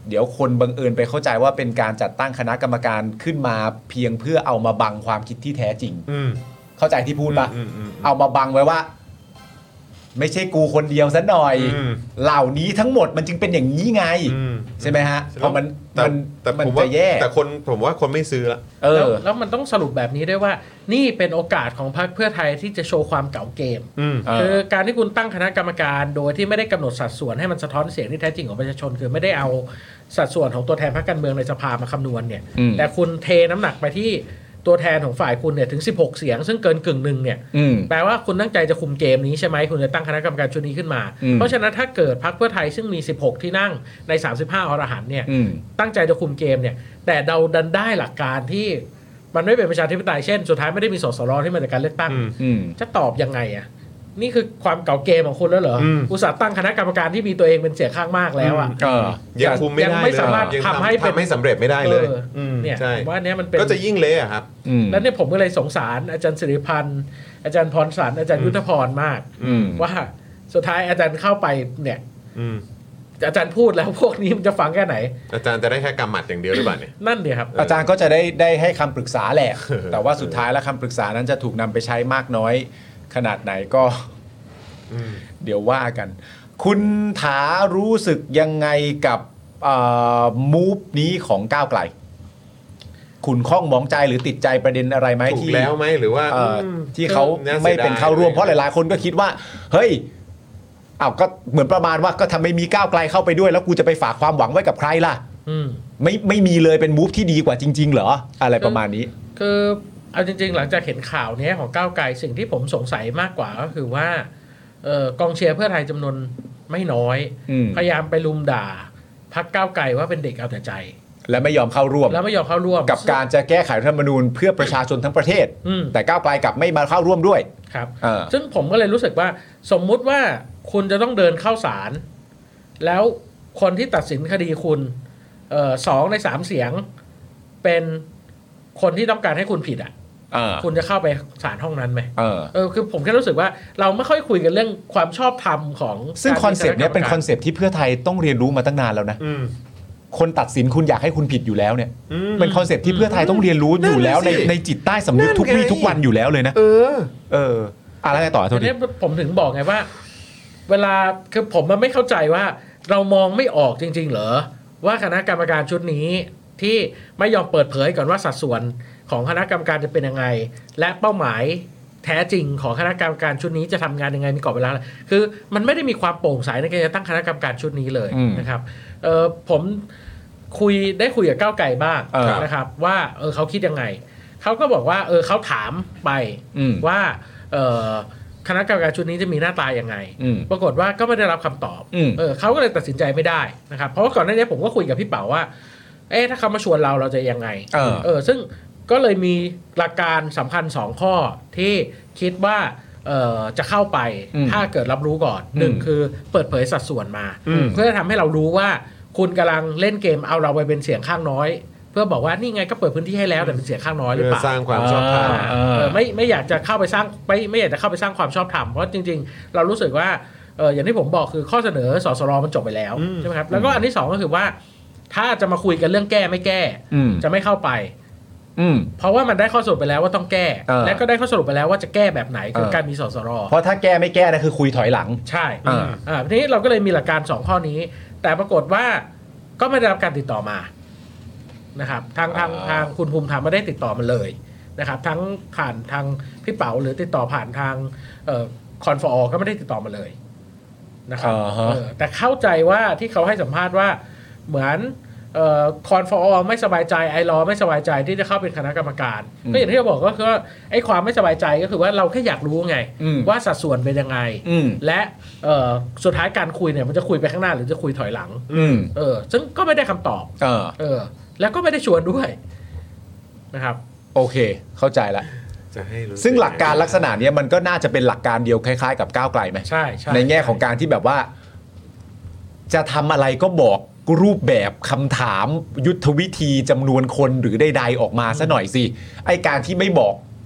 เดี๋ยวคนบังเอิญไปเข้าใจว่าเป็นการจัดตั้งคณะกรรมการขึ้นมาเพียงเพื่อเอามาบังความคิดที่แท้จริงเข้าใจที่พูดปะเอามาบังไว้ว่าไม่ใช่กูคนเดียวซะหน่อยเหล่านี้ทั้งหมดมันจึงเป็นอย่างนี้ไงใช่ไหมฮะเพราะมันมันแต่ผมว่าแต่คนผมว่าคนไม่ซื้อละเออแล้วมันต้องสรุปแบบนี้ด้วยว่านี่เป็นโอกาสของพรรคเพื่อไทยที่จะโชว์ความเก่าเกมคือการที่คุณตั้งคณะกรรมการโดยที่ไม่ได้กำหนดสัดส่วนให้มันสะท้อนเสียงที่แท้จริงของประชาชนคือไม่ได้เอาสัดส่วนของตัวแทนพรรคการเมืองในสภามาคำนวณเนี่ยแต่คุณเทน้ำหนักไปที่ตัวแทนของฝ่ายคุณเนี่ยถึงสิบหกเสียงซึ่งเกินกึ่งหนึ่งเนี่ยแปลว่าคุณตั้งใจจะคุมเกมนี้ใช่ไหมคุณจะตั้งคณะกรรมการชุดนี้ขึ้นมาเพราะฉะนั้นถ้าเกิดพรรคเพื่อไทยซึ่งมีสิบหกที่นั่งในสามสิบห้าอรหันต์เนี่ยตั้งใจจะคุมเกมเนี่ยแต่เดาดันได้หลักการที่มันไม่เป็นประชาธิปไตยเช่นสุดท้ายไม่ได้มีสสรที่มาจากการเลือกตั้งจะตอบยังไงอ่ะนี่คือความเก่าเกมของคุณแล้วเหรออุตส่าห์ตั้งคณะกรรมการที่มีตัวเองเป็นเสียงข้างมากแล้วอ่ะยังคุมไม่ได้ยังไม่สามารถทำให้เป็นไม่สำเร็จไม่ได้เลยเนี่ยว่าเนี้ยมันเป็นก็จะยิ่งเละครับแล้วเนี่ยผมก็เลยสงสารอาจารย์สิริพันธ์อาจารย์พรสารอาจารย์ยุทธพรมากว่าสุดท้ายอาจารย์เข้าไปเนี่ยอาจารย์พูดแล้วพวกนี้มันจะฟังแค่ไหนอาจารย์จะได้แค่กำหมัดอย่างเดียวหรือเปล่าเนี่ยนั่นเดียครับอาจารย์ก็จะได้ได้ให้คำปรึกษาแหละแต่ว่าสุดท้ายแล้วคำปรึกษานั้นจะถูกนำไปใช้มากน้อยขนาดไหนก็เดี๋ยวว่ากันคุณถารู้สึกยังไงกับมูฟนี้ของก้าวไกลคุณข้องมองใจหรือติดใจประเด็นอะไรไหมที่ถูกแล้วไหมหรือว่าที่เขาไม่เป็นเข้าร่วมเพราะหลายๆคนก็คิดว่าเฮ้ยอ้าวก็เหมือนประมาณว่าก็ทำไม่มีก้าวไกลเข้าไปด้วยแล้วกูจะไปฝากความหวังไว้กับใครล่ะไม่ไม่มีเลยเป็นมูฟที่ดีกว่าจริงๆเหรออะไรประมาณนี้คือเอาจริงๆหลังจากเห็นข่าวนี้ของก้าวไกลสิ่งที่ผมสงสัยมากกว่าก็คือว่าเอ่อกองเชียร์เพื่อไทยจำนวนไม่น้อยพยายามไปลุมด่าพรรคก้าวไกลว่าเป็นเด็กเอาแต่ใจและไม่ยอมเข้าร่วมแล้วไม่ยอมเข้าร่วมกับการจะแก้ไขรัฐธรรมนูญเพื่อประชาชนทั้งประเทศแต่ก้าวไกลกลับไม่มาเข้าร่วมด้วยครับซึ่งผมก็เลยรู้สึกว่าสมมุติว่าคุณจะต้องเดินเข้าศาลแล้วคนที่ตัดสินคดีคุณเอ่อสองในสามเสียงเป็นคนที่ต้องการให้คุณผิดอ่ะคุณจะเข้าไปศาลห้องนั้นไหมเออเออคือผมแค่รู้สึกว่าเราไม่ค่อยคุยกันเรื่องความชอบธรรมของซึ่งคอนเซปต์นี้เป็นคอนเซปต์ที่เพื่อไทยต้องเรียนรู้มาตั้งนานแล้วนะคนตัดสินคุณอยากให้คุณผิดอยู่แล้วเนี่ยเป็นคอนเซปต์ที่เพื่อไทยต้องเรียนรู้อยู่แล้วในในจิตใต้สำนึกทุกวี่ทุกวันอยู่แล้วเลยนะเออเอออะไรต่อทีนี้ผมถึงบอกไงว่าเวลาคือผมมันไม่เข้าใจว่าเรามองไม่ออกจริงๆเหรอว่าคณะกรรมการชุดนี้ที่ไม่ยอมเปิดเผยก่อนว่าสัดส่วนของคณะกรรมการจะเป็นยังไงและเป้าหมายแท้จริงของคณะกรรมการชุดนี้จะทำงานยังไงมีกรอบเวลาคือมันไม่ได้มีความโปร่งใสในการจะตั้งคณะกรรมการชุดนี้เลยนะครับเออผมคุยได้คุยกับก้าวไกลบ้างนะครับว่าเออเขาคิดยังไงเขาก็บอกว่าเออเขาถามไปว่าเออคณะกรรมการชุดนี้จะมีหน้าตายังไงปรากฏว่าก็ไม่ได้รับคำตอบเออเขาก็เลยตัดสินใจไม่ได้นะครับเพราะว่าก่อนหน้านี้ผมก็คุยกับพี่เป๋าว่าเอ๊ะถ้าเขามาชวนเราเราจะยังไงเออเออซึ่งก็เลยมีหลักการสำคัญสองข้อที่คิดว่าเอ่อจะเข้าไปถ้าเกิดรับรู้ก่อนหนึ่งคือเปิดเผยสัดส่วนมาเพื่อทำให้เรารู้ว่าคุณกำลังเล่นเกมเอาเราไปเป็นเสียงข้างน้อยเพื่อบอกว่านี่ไงก็เปิดพื้นที่ให้แล้วแต่เป็นเสียงข้างน้อยหรือเปล่าสร้างความชอบธรรมไม่ไม่อยากจะเข้าไปสร้างไม่ไม่อยากจะเข้าไปสร้างความชอบธรรมเพราะจริงๆเรารู้สึกว่าเอออย่างที่ผมบอกคือข้อเสนอสสรมันจบไปแล้วใช่ไหมครับแล้วก็อันที่สองก็คือว่าถ้าจะมาคุยกันเรื่องแก้ไม่แก้จะไม่เข้าไปเพราะว่ามันได้ข้อสรุปไปแล้วว่าต้องแก้และก็ได้ข้อสรุปไปแล้วว่าจะแก้แบบไหนคือการมีสสรเพราะถ้าแก้ไม่แก้นะคือคุยถอยหลังใช่อ่าทีนี้เราก็เลยมีหลักการสองข้อนี้แต่ปรากฏว่าก็ไม่ได้รับการติดต่อมานะครับทางทางทางคุณภูมิธรรมไม่ได้ติดต่อมาเลยนะครับทั้งผ่านทางพี่เป๋าหรือติดต่อผ่านทางคอนฟอร์ก็ไม่ได้ติดต่อมาเลยนะครับแต่เข้าใจว่าที่เขาให้สัมภาษณ์ว่าเหมือนคอนฟอร์ไม่สบายใจไอรอไม่สบายใจที่จะเข้าเป็นคณะกรรมการก็อย่างที่เราบอกก็คือว่าไอ้ความไม่สบายใจก็คือว่าเราแค่อยากรู้ไงว่าสัดส่วนเป็นยังไงและสุดท้ายการคุยเนี่ยมันจะคุยไปข้างหน้าหรือจะคุยถอยหลังเออซึ่งก็ไม่ได้คำตอบเออแล้วก็ไม่ได้ชวนด้วยนะครับโอเคเข้าใจละซึ่งหลักการลักษณะนี้มันก็น่าจะเป็นหลักการเดียวคล้ายๆกับก้าวไกลไหมใช่ใช่ในแง่ของการที่แบบว่าจะทำอะไรก็บอกรูปแบบคำถามยุทธวิธีจำนวนคนหรือใดๆออกมาซะหน่อยสิไอการที่ไม่บอก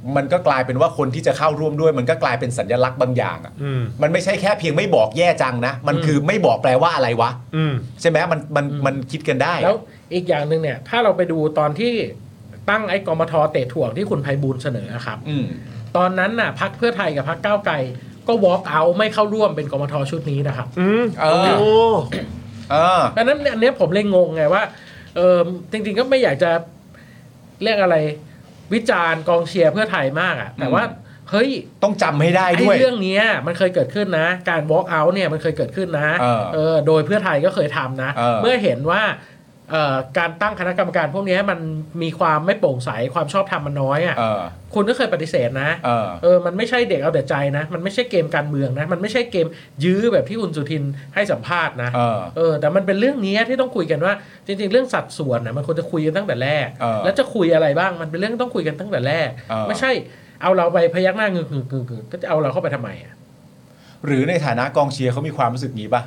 มันก็กลายเป็นว่าคนที่จะเข้าร่วมด้วยมันก็กลายเป็นสัญลักษณ์บางอย่างอ่ะมันไม่ใช่แค่เพียงไม่บอกแย่จังนะมันคือไม่บอกแปลว่าอะไรวะใช่ไหมมันมันมันคิดกันได้แล้วอีกอย่างหนึ่งเนี่ยถ้าเราไปดูตอนที่ตั้งไอ้กมท.เตะถ่วงที่คุณไพบูลย์เสนอครับตอนนั้นน่ะพรรคเพื่อไทยกับพรรคก้าวไกลก็ walk out ไม่เข้าร่วมเป็นกมท.ชุดนี้นะครับอืมเออเออดังนั้นอันนี้ผมเลยงงไงว่าเออจริงๆก็ไม่อยากจะเรียกอะไรวิจารณ์กองเชียร์เพื่อไทยมากอ่ะแต่ว่าเฮ้ยต้องจำให้ได้ด้วยเรื่องนี้มันเคยเกิดขึ้นนะการ walk out เนี่ยมันเคยเกิดขึ้นนะเออเออโดยเพื่อไทยก็เคยทำนะเเมื่อเห็นว่าการตั้งคณะกรรมการพวกนี้มันมีความไม่โปร่งใสความชอบธรรมมันน้อยอ่ะคุณก็เคยปฏิเสธนะเออเออมันไม่ใช่เด็กเอาแต่ใจนะมันไม่ใช่เกมการเมืองนะมันไม่ใช่เกมยื้อแบบที่คุณสุทินให้สัมภาษณ์นะเออเออแต่มันเป็นเรื่องนี้ที่ต้องคุยกันว่าจริงๆเรื่องสัดส่วนนะมันควรจะคุยกันตั้งแต่แรกแล้วจะคุยอะไรบ้างมันเป็นเรื่องต้องคุยกันตั้งแต่แรกไม่ใช่เอาเราไปพยักหน้างึกๆๆก็จะเอาเราเข้าไปทำไมอ่ะหรือในฐานะกองเชียร์เขามีความรู้สึกนี้ป่ะ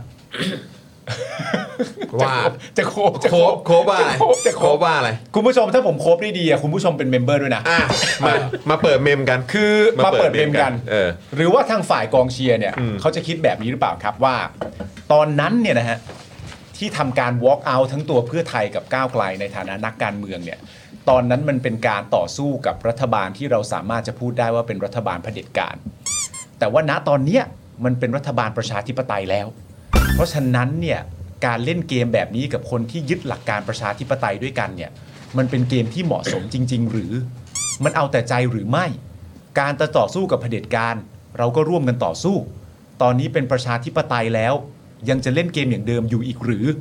ว่าจะโคบจะโคบโคบว่าจะโคบว่าอะไรคุณผู้ชมถ้าผมโคบได้ดีอ่ะคุณผู้ชมเป็นเมมเบอร์ด้วยนะมามาเปิดเมมกันคือมาเปิดเมมกันหรือว่าทางฝ่ายกองเชียร์เนี่ยเขาจะคิดแบบนี้หรือเปล่าครับว่าตอนนั้นเนี่ยนะฮะที่ทำการ walk out ทั้งตัวเพื่อไทยกับก้าวไกลในฐานะนักการเมืองเนี่ยตอนนั้นมันเป็นการต่อสู้กับรัฐบาลที่เราสามารถจะพูดได้ว่าเป็นรัฐบาลเผด็จการแต่ว่าณตอนเนี้ยมันเป็นรัฐบาลประชาธิปไตยแล้วเพราะฉะนั้นเนี่ยการเล่นเกมแบบนี้กับคนที่ยึดหลักการประชาธิปไตยด้วยกันเนี่ยมันเป็นเกมที่เหมาะสมจริงๆหรือมันเอาแต่ใจหรือไม่การจะต่อสู้กับเผด็จการเราก็ร่วมกันต่อสู้ตอนนี้เป็นประชาธิปไตยแล้วยังจะเล่นเกมอย่างเดิมอยู่อีกหรือ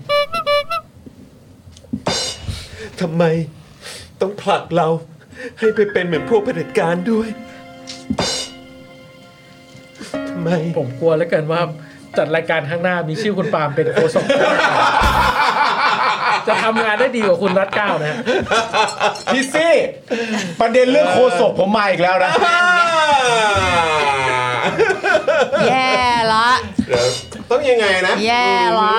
ทำไมต้องผลักเราให้ไปเป็นเหมือนพวกเผด็จการด้วยทำไมผมกลัวแล้วกันว่าจัดรายการข้างหน้ามีชื่อคุณปาล์มเป็นโฆษกจะทำงานได้ดีกว่าคุณรัฐเก้านะพี่ซี่ประเด็นเรื่องโฆษกผมมาอีกแล้วนะแย่ละต้องยังไงนะแย่ละ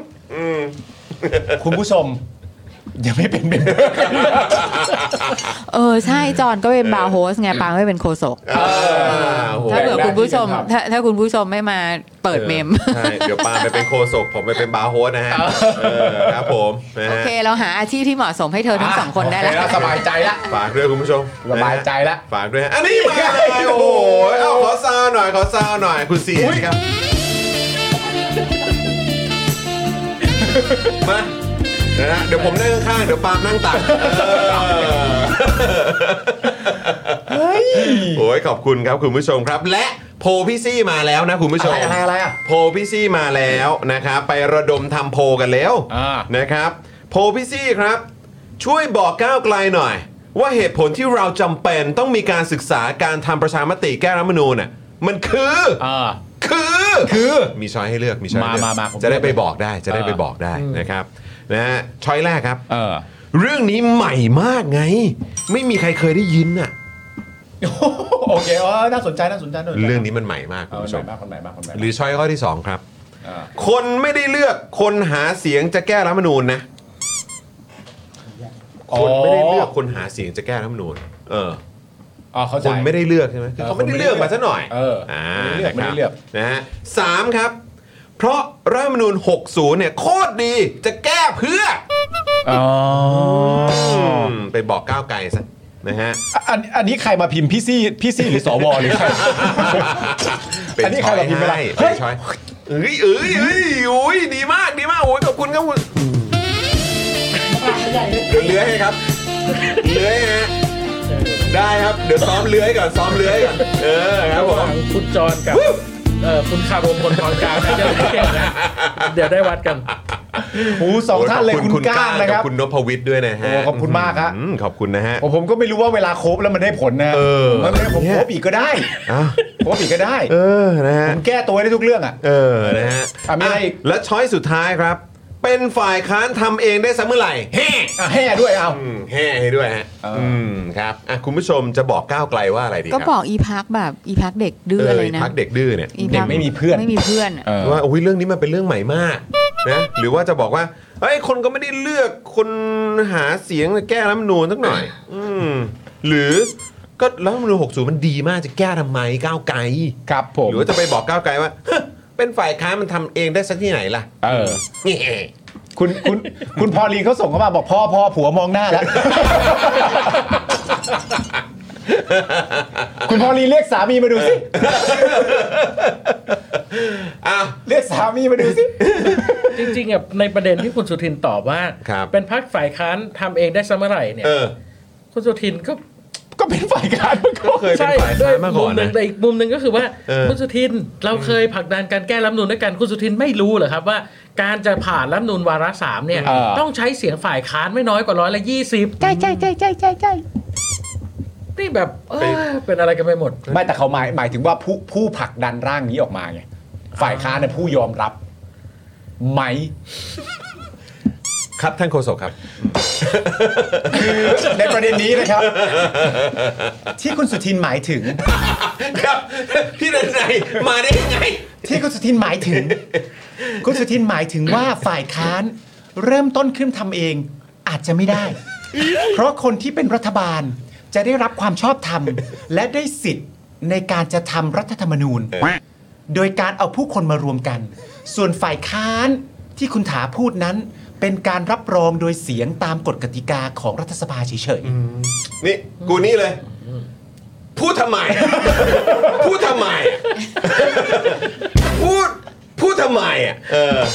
คุณผู้ชมยังไม่เป็นเมมเบอร์เออใช่จอนก็เป็นบาร์โฮสไงปางไม่เป็นโฆษกถ้าเกิดคุณผู้ชมถ้าถ้าคุณผู้ชมไม่มาเปิดเมมใช่เดี๋ยวปางไปเป็นโฆษกผมไปเป็นบาร์โฮสนะฮะครับผมโอเคเราหาอาชีพที่เหมาะสมให้เธอทั้งสองคนได้แล้วสบายใจละฝากด้วยคุณผู้ชมสบายใจละฝากด้วยอันนี้มาเลยโอ้โหเอาขอซาวหน่อยขอซาวหน่อยคุณซีครับมานะฮะเดี๋ยวผมนั่งข้างๆเดี๋ยวปาล์มนั่งตักโอ้ยขอบคุณครับคุณผู้ชมครับและโพลพี่ซี่มาแล้วนะคุณผู้ชมอะไรอะไรอ่ะโพลพี่ซี่มาแล้วนะครับไประดมทำโพลกันแล้วนะครับโพลพี่ซี่ครับช่วยบอกก้าวไกลหน่อยว่าเหตุผลที่เราจำเป็นต้องมีการศึกษาการทำประชามติแก้รัฐธรรมนูญน่ะมันคือคือคือมีช้อยให้เลือกมีช้อยให้เลือกจะได้ไปบอกได้จะได้ไปบอกได้นะครับนะฮะช้อยแรกครับเออเรื่องนี้ใหม่มากไงไม่มีใครเคยได้ยินน่ะโอเคอ๋อน่าสนใจน่าสนใจเรื่องนี้มันใหม่มากคุณผู้ชมคนใหม่มากคนใหม่หรือช้อยข้อที่สองครับคนไม่ได้เลือกคนหาเสียงจะแก้รัฐธรรมนูญนะคนไม่ได้เลือกคนหาเสียงจะแก้รัฐธรรมนูญเออคนไม่ได้เลือกใช่ไหมเขาไม่ได้เลือกมาซะหน่อยเอออ่าไม่ได้เลือกนะฮะสามครับเพราะรัฐธรรมนูญหกสิบเนี่ยโคตรดีจะแก้เพื่ออ๋อไปบอกก้าวไกลซะนะฮะอันอันนี้ใครมาพิมพ์พี่ซี่พี่ซี่หรือสวหรือใครอันนี้ใครมาพิมพ์ไม่ได้เฮ้ยเอ้ยเอ้ยเอ้ยโอ้ยดีมากดีมากโอ้ยขอบคุณครับคุณเดี๋ยวเลื้อยให้ครับเลื้อยฮะได้ครับเดี๋ยวซ้อมเลื้อยก่อนซ้อมเลื้อยก่อนเออครับผมคุณจอนกับเออคุณคารมพลทองกลางเดี๋ยวเก่งนะเดี๋ยวได้วัดกันหูสองท่านเลยคุณก้างนะครับคุณนพวิทย์ด้วยนะฮะขอบคุณมากครับขอบคุณนะฮะผมก็ไม่รู้ว่าเวลาโคบแล้วมันได้ผลนะมันไม่ผมโคบอีกก็ได้โคบอีกก็ได้เออนะฮะผมแก้ตัวได้ทุกเรื่องอ่ะเออนะฮะมีอะไรอีกและช้อยสุดท้ายครับเป็นฝ่ายค้านทำเองได้สักเมื่อไหร่แห่แห่ด้วยเอาแห่ให้ด้วยฮะอืมครับอ่ะคุณผู้ชมจะบอกก้าวไกลว่าอะไรดีครับก็บอกอีพักแบบอีพักเด็กดื้ออะไรนะอีพักเด็กดื้อเนี่ยเด็กไม่มีเพื่อนไม่มีเพื่อนว่าโอ้ยเรื่องนี้มันเป็นเรื่องใหม่มากนะหรือว่าจะบอกว่าเฮ้ยคนก็ไม่ได้เลือกคนหาเสียงแก้รัฐธรรมนูญสักหน่อยอืมหรือก็รัฐธรรมนูญหกสิบมันดีมากจะแก้ทำไมก้าวไกลครับผมหรือว่าจะไปบอกก้าวไกลว่าเป็นฝ่ายค้านมันทำเองได้สักที่ไหนล่ะเออคุณคุณคุณพอลีนเขาส่งเข้ามาบอกพ่อพ่อผัวมองหน้าแล้ว คุณพอลีนเรียกสามีมาดูสิอ้าวเรียกสามีมาดูสิจริงๆอ่ะในประเด็นที่คุณสุทินตอบว่าเป็นพรรคฝ่ายค้านทำเองได้เสมอไหร่เนี่ยคุณสุทินก็ก็เป็นฝ่ายค้านมาก่อนเคยเป็นฝ่ายค้านมาก่อนนะแต่อีกมุมหนึ่งก็คือว่าคุณสุทินเราเคยผลักดันการแก้รัฐธรรมนูญด้วยกันคุณสุทินไม่รู้เหรอครับว่าการจะผ่านรัฐธรรมนูญวาระสามเนี่ยต้องใช้เสียงฝ่ายค้านไม่น้อยกว่าร้อยละยี่สิบใช่ใช่ใช่ใช่ใช่ใช่นี่แบบเออเป็นอะไรกันไปหมดไม่แต่เขาหมายหมายถึงว่าผู้ผู้ผลักดันร่างนี้ออกมาไงฝ่ายค้านเนี่ยผู้ยอมรับไหมครับท่านโฆษกครับคือในประเด็นนี้นะครับที่คุณสุทินหมายถึงครับพี่เรนไนมาได้ยังไงที่คุณสุทินหมายถึงคุณสุทินหมายถึงว่าฝ่ายค้านเริ่มต้นขึ้นทำเองอาจจะไม่ได้เพราะคนที่เป็นรัฐบาลจะได้รับความชอบธรรมและได้สิทธิ์ในการจะทำรัฐธรรมนูญโดยการเอาผู้คนมารวมกันส่วนฝ่ายค้านที่คุณถาพูดนั้นเป็นการรับรองโดยเสียงตามกฎกติกาของรัฐสภาเฉยๆนี่กูนี่เลยพูดทำไมพูดทำไมพูดพูดทำไมอ่ะเออ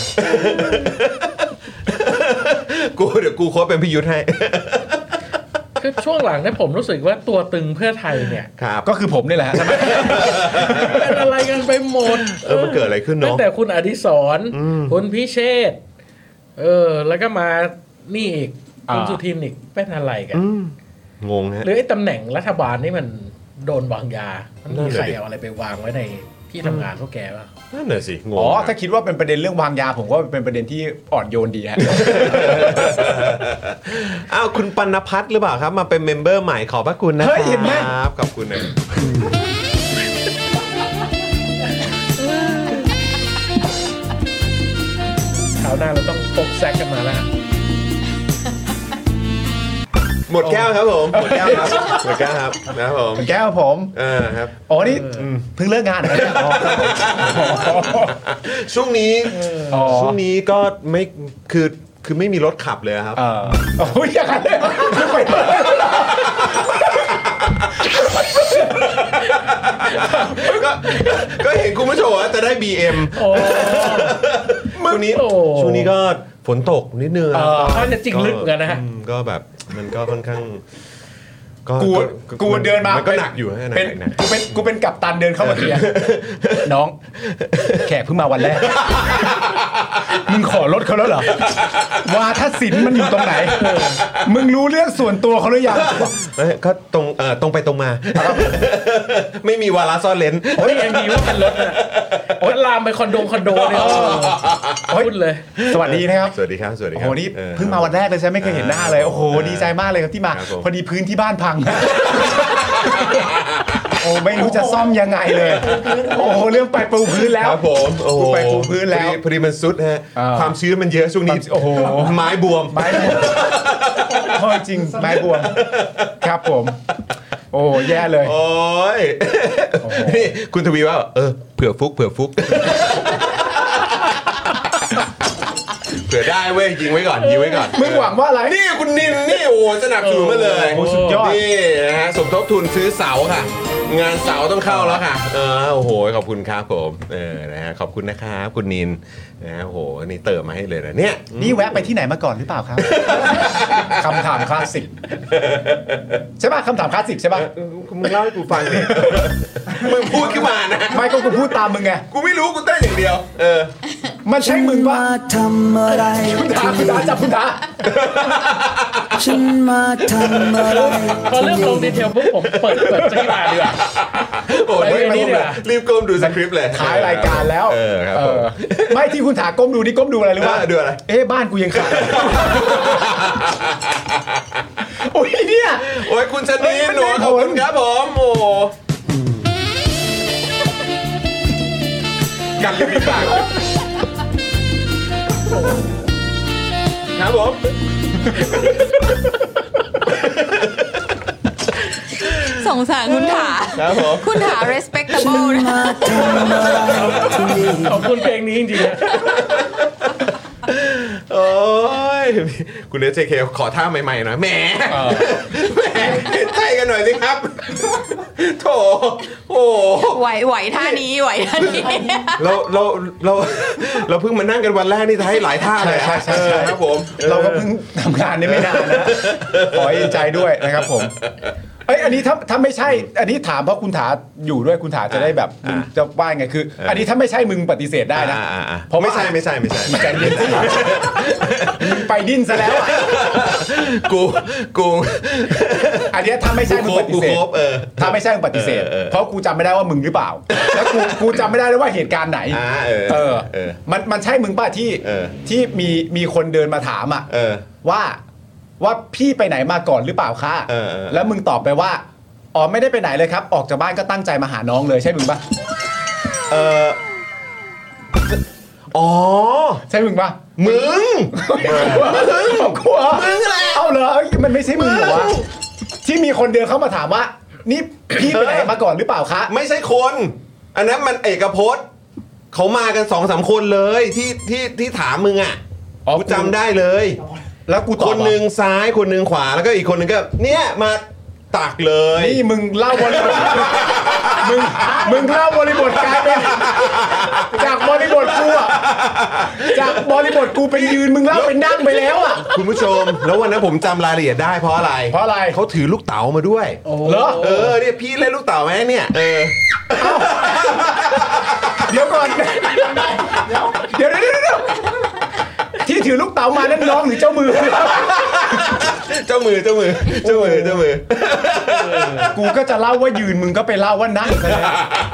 กูเดี๋ยวกูโค้ชเป็นพิยุทธ์ให้คือช่วงหลังเนี่ยผมรู้สึกว่าตัวตึงเพื่อไทยเนี่ยก็คือผมนี่แหละใช่ไหมเป็นอะไรกันไปหมดเออมันเกิดอะไรขึ้นเนาะตั้งแต่คุณอดิศรคุณพิเชษฐ์เออแล้วก็มานี่อีกคุณสุทินอีกเป็นอะไรกันงงฮะหรือไอ้ตำแหน่งรัฐบาลนี่มันโดนวางยามันมีใครเอาอะไรไปวางไว้ในที่ทำงานพวกแกป่ะนั่นน่ะสิงงอ๋อถ้าคิดว่าเป็นประเด็นเรื่องวางยาผมก็เป็นประเด็นที่อ่อนโยนดีฮะอ้าวคุณปณพัฒน์หรือเปล่าครับมาเป็นเมมเบอร์ใหม่ขอบพระคุณนะครับขอบคุณนะคราวหน้าเราต้องปกแซกกันมาแล้วหมดแก้วครับผมหมดแก้วครับหมดแก้วครับนะครับผมแก้วผมเออครับอ๋อนี่เพิ่งเลิกงานเหรอช่วงนี้ช่วงนี้ก็ไม่คือคือไม่มีรถขับเลยครับอ๋อโอ้ยอย่างนั้นเลยก็ก็เห็นคุณผู้ชมว่าจะได้ บี เอ็ม ช่วงนี้ช่วงนี้ก็ฝนตกนิดนึงก็จะจริงลึกกันนะฮะก็แบบมันก็ค่อนข้างกูกูเดินมามันก็หนักอยู่ฮะเป็นกูเป็นกูเป็นกัปตันเดินเข้ามาเคลียร์น้องแขกเพิ่งมาวันแรกมึงขอรถเขาแล้วเหรอวาทศิลป์มันอยู่ตรงไหนมึงรู้เรื่องส่วนตัวเขาหรือยังก็ตรงเอ่อตรงไปตรงมาไม่มีวาระซ่อนเลนโอ้ยยังดีว่าเป็นรถอ่ะโอ้ยลามไปคอนโดคอนโดเลยพูดเลยสวัสดีนะครับสวัสดีครับสวัสดีครับโอ้โหนี่เพิ่งมาวันแรกเลยใช่ไม่เคยเห็นหน้าเลยโอ้โหดีใจมากเลยครับที่มาพอดีพื้นที่บ้านพังโอ้ไม่รู้จะซ่อมยังไงเลยโอ้เรื่องไปปูพื้นแล้วครับผมโอ้ไปปูพื้นแล้วพอดีมันซุดฮะความชื้นมันเยอะช่วงนี้โอ้โหไม้บวมไม้บวมพอจริงไม้บวมครับผมโอ้แย่เลยโอ้ยนี่คุณทวีว่าเออเผื่อฟุกเผื่อฟุกเผื่อได้เว้ยยิงไว้ก่อนยิงไว้ก่อนมึงหวังว่าอะไรนี่คุณนินนี่โอ้สนับสนุนมาเลยโอ้สุดยอดนี่นะฮะสมทบทุนซื้อเสาค่ะงานเสาต้องเข้าแล้วค่ะเออโอ้โหขอบคุณครับผมเออนะฮะขอบคุณนะครับคุณนินนะโอ้โหนี่เติมมาให้เลยนะเนี่ยนี่แวะไปที่ไหนมาก่อนหรือเปล่าครับคำถามคลาสสิกใช่ป่ะคำถามคลาสสิกใช่ป่ะมึงเล่าให้กูฟังดิมึงพูดขึ้นมานะไม่ก็กูพูดตามมึงไงกูไม่รู้กูเต้นอย่างเดียวเออมันใช่มึงป่ะทำอะไรคุณตาคุณตาจับคุณตาฉันมาทำอะไรพอเริ่มลงดีเทลปุ๊บผมเปิดเปิดจะที่มาดีกว่าโอ้ยรีบรีบก้มดูสคริปต์เลยท้ายรายการแล้วเออครับไม่ที่คุณถาก้มดูนี่ก้มดูอะไรหรือว่าดูอะไรเอ๊ะบ้านกูยังขาดโอ้ยเนี่ยโอ้ยคุณชนีหนูขอบคุณครับผมโอ้กันลิมิตปากครับผมสสงสารคุณถาครับผมคุณถา respectable นะขอบคุณเพลงนี้จริงๆนะโอ้ยคุณเอสเจเคขอท่าใหม่ๆหน่อยแหมแหมเห็นใจกันหน่อยสิครับโถโอ้ไหวไหวท่านี้ไหวท่านี้เราเราเราเราเพิ่งมานั่งกันวันแรกนี่จะให้หลายท่าเลยใช่ใช่ใช่ครับผมเราก็เพิ่งทำงานได้ไม่นานนะขอให้ใจด้วยนะครับผมเอ้ยอันนี้ถ้าถ้าไม่ใช่อันนี้ถามเพราะคุณถาอยู่ด้วยคุณถาจะได้แบบมึงจะว่าไงคือ อันนี้ถ้าไม่ใช่มึงปฏิเสธได้นะเพราะไม่ใช่ไม่ใช่ไม่ใช่ใจเย็นสิมึงไปดิ้นซะแล้วอะกูกูอันเนี้ยถ้าไม่ใช่มึงปฏิเสธกูครบเออถ้าไม่ใช่มึงปฏิเสธเออเออเพราะกูจำไม่ได้ว่ามึงหรือเปล่าแล้วกูกูจำไม่ได้ด้วยว่าเหตุการณ์ไหนอ่าเออเออเออมันมันใช่มึงป่ะที่เออที่มีมีคนเดินมาถามอ่ะเออว่าว่าพี่ไปไหนมาก่อนหรือเปล่าคะเออเออแล้วมึงตอบไปว่าอ๋อไม่ได้ไปไหนเลยครับออกจากบ้านก็ตั้งใจมาหาน้องเลยใช่มึงป่ะเอออ๋อใช่มึงป่ะมึงมึงกลัวมึงแหละเอาเหรอมันไม่ใช่มึงเหรอวะที่มีคนเดินเข้ามาถามว่า นี่พี่ไปไหนมาก่อนหรือเปล่าคะไม่ใช่คน อันนั้นมันเอกพจน์เขามากันสองสามคนเลยที่ที่ที่ถามมึงอ่ะอ๋อกูจำได้เลยแล้วกูตอบคนหนึ่งซ้ายคนหนึ่งขวาแล้วก็อีกคนหนึ่งก็เนี่ยมาตักเลยนี่มึงเล่าบริบทมึงมึงเล่าบริบทกลายเป็นจากบริบทกูอะจากบริบทกูเป็นยืนมึงเล่าเป็นนั่งไปแล้วอะคุณผู้ชม แล้ววันนั้นผมจำรายละเอียดได้เพราะอะไรเพราะอะไรเขาถือลูกเต๋ามาด้วยเหรอเออเนี่ยพี่เล่นลูกเต๋าไหมเนี่ยเออเดี๋ยวก่อนเดี๋ยวเดี๋ยวเดี๋ยวเดี๋ยวที่ถือลูกเต๋ามานั่นน้องหรือเจ้ามือเจ้ามือเจ้ามือเจ้ามือเจ้ามือกูก็จะเล่าว่ายืนมึงก็ไปเล่าว่านั่งซะแล้ว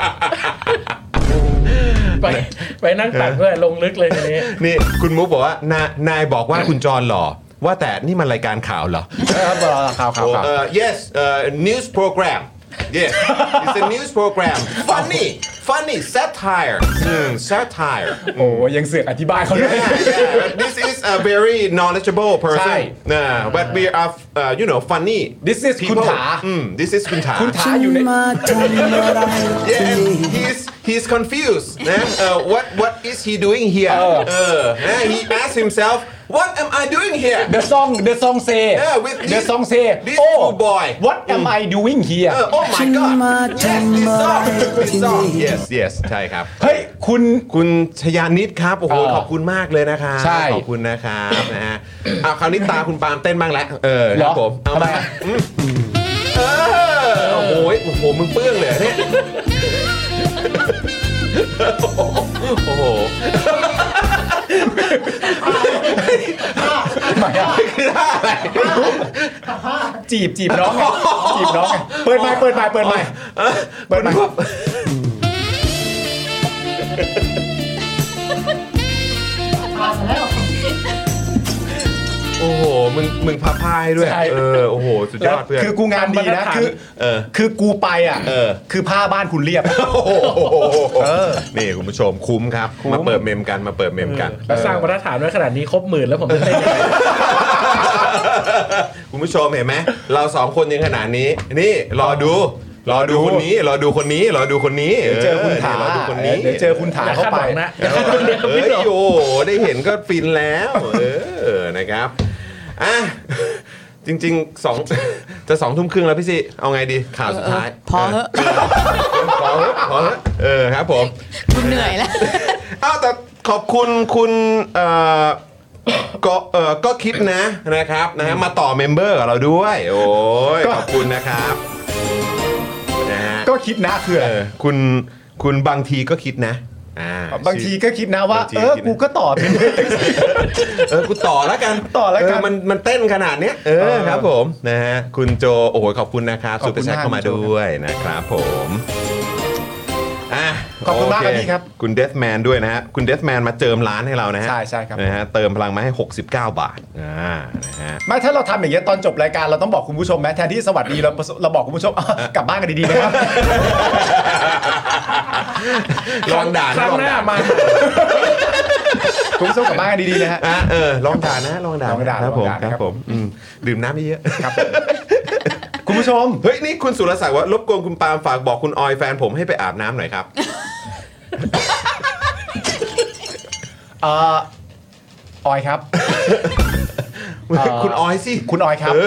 ไปไปนั่งตักด้วยลงลึกเลยทีนี้นี่คุณมุกบอกว่านายนายบอกว่าคุณจรหล่อว่าแต่นี่มันรายการข่าวเหรอครับข่าวข่าวข่าวเอ่อ yes เอ่อ news program yes it's a news program funny funny satire อืม satire โอ้ยังเสือกอธิบายเขาด้วย yeah, yeah. This is a very knowledgeable ใช่ person uh, but we are uh, you know funny This is people. คุณถาอืม this is คุณถาคุณถาอยู่ใน yeah and he's he's confused นะ uh, what what is he doing here เออนะ he asked himself what am I doing here The song The song say Yeah, with The this- song say this Oh two boy. What am I doing here เออ oh my god yes this song this song yes yes ใช่ครับเฮ้ยคุณคุณชยานิดครับ โอ้โหเออขอบคุณมากเลยนะครับใช่ขอบคุณนะครับนะฮะเอาคราวนี้ตาคุณปาล์มเต้นบ้างแล้วเออครับเหรอผมเอาทำไมมาอะอืมเออโอ้โหโอ้โหมึงเปื้องเลยเนี่ยโอ้โหไม่อะคือท่าอะไรจีบจีบน้องไงจีบน้องไงเปิดไมค์เปิดไมค์เปิดไมค์เปิดไมค์โอ้โหมึงมึงพับผ้าให้ด้วยใช่เออโอ้โหสุดยอดเพื่อนคือกูงานดีนะคือเออคือกูไปอ่ะเออคือผ้าบ้านคุณเรียบโอ้โหนี่คุณผู้ชมคุ้มครับ มาเปิดเมมกันมาเปิดเมมกันแล้วสร้างมาตรฐานไว้ขนาดนี้ครบหมื่นแล้วผมจะเต้นยังไงคุณผู้ชมเห็นไหมเราสองคนยังขนาดนี้ นี่รอดูรอดูคนนี้รอดูคนนี้รอดูคนนี้เดี๋ยวเจอคุณถาเรอดูคนนี้เดี๋ยวเจอคุณถาอย่าเข้าคาดไปหวังนะเอ้ยโอ้โหได้เห็นก็ฟินแล้วเออนะครับอ่ะจริงๆสองจะสองทุ่มครึ่งแล้วพี่สิเอาไงดีข่าวสุดท้ายพอเถอะพอเถอะพอเถอะเออครับผมคุณเหนื่อยแล้วอ้าวแต่ขอบคุณคุณเอ่อก็เออก็คิดนะนะครับนะฮะมาต่อเมมเบอร์กับเราด้วยโอ้ยขอบคุณนะครับนะฮะก็คิดนะคืออะไรเออคุณคุณบางทีก็คิดนะอ่าบางทีก็คิดนะว่าบางทีเอก็อคิดนะกูก็ต่อเป็นเออกูต่อแล้วกันต่อแล้วกันเมันมันเต้นขนาดเนี้ยเอเอออครับผมนะฮะคุณโจโอ้โหขอบคุณนะครับขอบซูคุเปอร์แชทณมากเข้ามาด้วยนะครับผมอ่ะขอบคุณมากโครับพี่ครับคุณเด h แมนด้วยนะฮะคุณเด h แมนมาเจิมร้านให้เรานะฮะใช่ใช่ครับนะฮะเติมพลังมาให้หกสิบเก้าบาทอ่านะฮะไม่ถ้าเราทำอย่างเงี้ยตอนจบรายการเราต้องบอกคุณผู้ชมไหมแทนที่สวัสดีเราเราบอกคุณผู้ชมอ่ะกลับบ้านกันดีๆนะครับลองด่าคนะรั้งลองหน้าด่ามาคุณผู้ชมกลับบ้านกันดีๆนะฮะอ่ะเออลองด่านะลองด่าลองด่าครับผมลองด่าครับผมอืมดื่มน้ำเยอะๆครับผมคุณผู้ชมชมเฮ้ยนี่คุณสุรศักดิ์ว่ารบกวนคุณปาล์มฝากบอกคุณออยแฟนผมให้ไปอาบน้ำหน่อยครับเอ่อออยครับคุณออยสิคุณออยครับ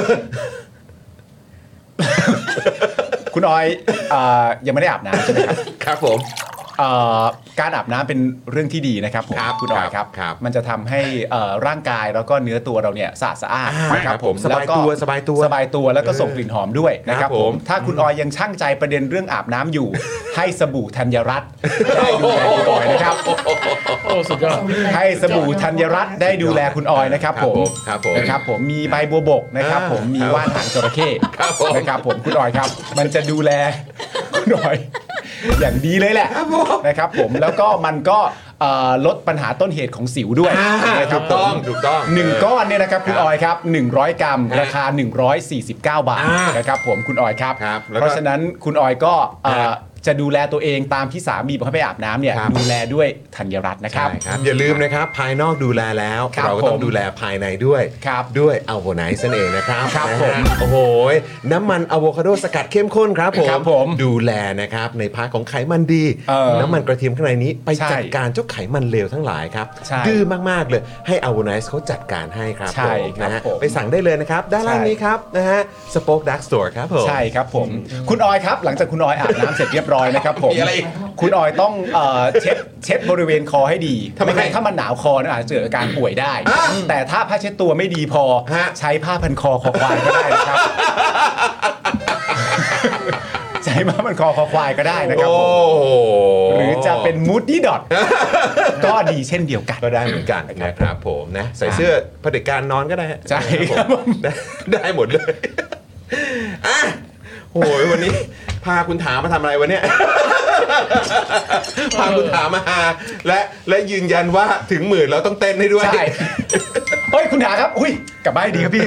คุณออยเอ่อยังไม่ได้อาบน้ำใช่ไหมครับครับผมการอาบน้ำเป็นเรื่องที่ดีนะครับผมคุณออยครับมันจะทำให้ร่างกายแล้วก็เนื้อตัวเราเนี่ยสะอาดสะอาดนะครับผมสบายตัวสบายตัวสบายตัวแล้วก็ส่งกลิ่นหอมด้วยนะครับผมถ้าคุณออยยังชั่งใจประเด็นเรื่องอาบน้ำอยู่ให้สบู่ธัญรัตน์ได้ดูแลคุณออยนะครับโอ้สุดยอดให้สบู่ธัญรัตน์ได้ดูแลคุณออยนะครับผมนะครับผมมีใบบัวบกนะครับผมมีว่านหางจระเข้นะครับผมคุณออยครับมันจะดูแลคุณออยอย่างดีเลยแหละนะครับผมแล้วก็มันก็ลดปัญหาต้นเหตุของสิวด้วยถูกต้องถูกต้องหนึ่งก้อนเนี่ยนะครับคุณออยครับหนึ่งร้อยกรัมราคาหนึ่งร้อยสี่สิบเก้าบาทนะครับผมคุณออยครับเพราะฉะนั้นคุณออยก็จะดูแลตัวเองตามที่สามีบอกให้ไปอาบน้ำเนี่ยดูแลด้วยธัญรัตน์นะครับอย่าลืมนะครับภายนอกดูแลแล้วเราก็ต้องดูแลภายในด้วยด้วยอัลโวไนซ์นั่นเองนะครับครับผมโอ้โหน้ำมันอะโวคาโดสกัดเข้มข้นครับผมดูแลนะครับในพาร์ทของไขมันดีน้ำมันกระเทียมข้างในนี้ไปจัดการเจ้าไขมันเลวทั้งหลายครับดื้อมากๆเลยให้อัลโวไนซ์เขาจัดการให้ครับนะฮะไปสั่งได้เลยนะครับด้านล่างนี้ครับนะฮะสป็อคดักสโตร์ครับผมใช่ครับผมคุณออยครับหลังจากคุณออยอาบน้ำเสร็จเรียบร้อยนะครับผมคุณออยต้องเช็ดเช็ดบริเวณคอให้ดีไม่งั้นถ้ามันหนาวคออาจจะเกิดอาการป่วยได้แต่ถ้าผ้าเช็ดตัวไม่ดีพอใช้ผ้าพันคอคอควายก็ได้นะครับใช้ผ้าพันคอคอควายก็ได้นะครับหรือจะเป็นมูดดี้ดอทก็ดีเช่นเดียวกันก็ได้เหมือนกันนะครับผมนะใส่เสื้อเผด็จการนอนก็ได้ใช่ครับได้หมดเลยอ่ะโอ้ยวันนี้พาคุณถามาทำอะไรวะเนี่ยพาคุณถามาและและยืนยันว่าถึงหมื่นเราต้องเต้นให้ด้วยใช่เฮ้ยคุณถาครับอุ้ยกลับบ้านดีครับพี่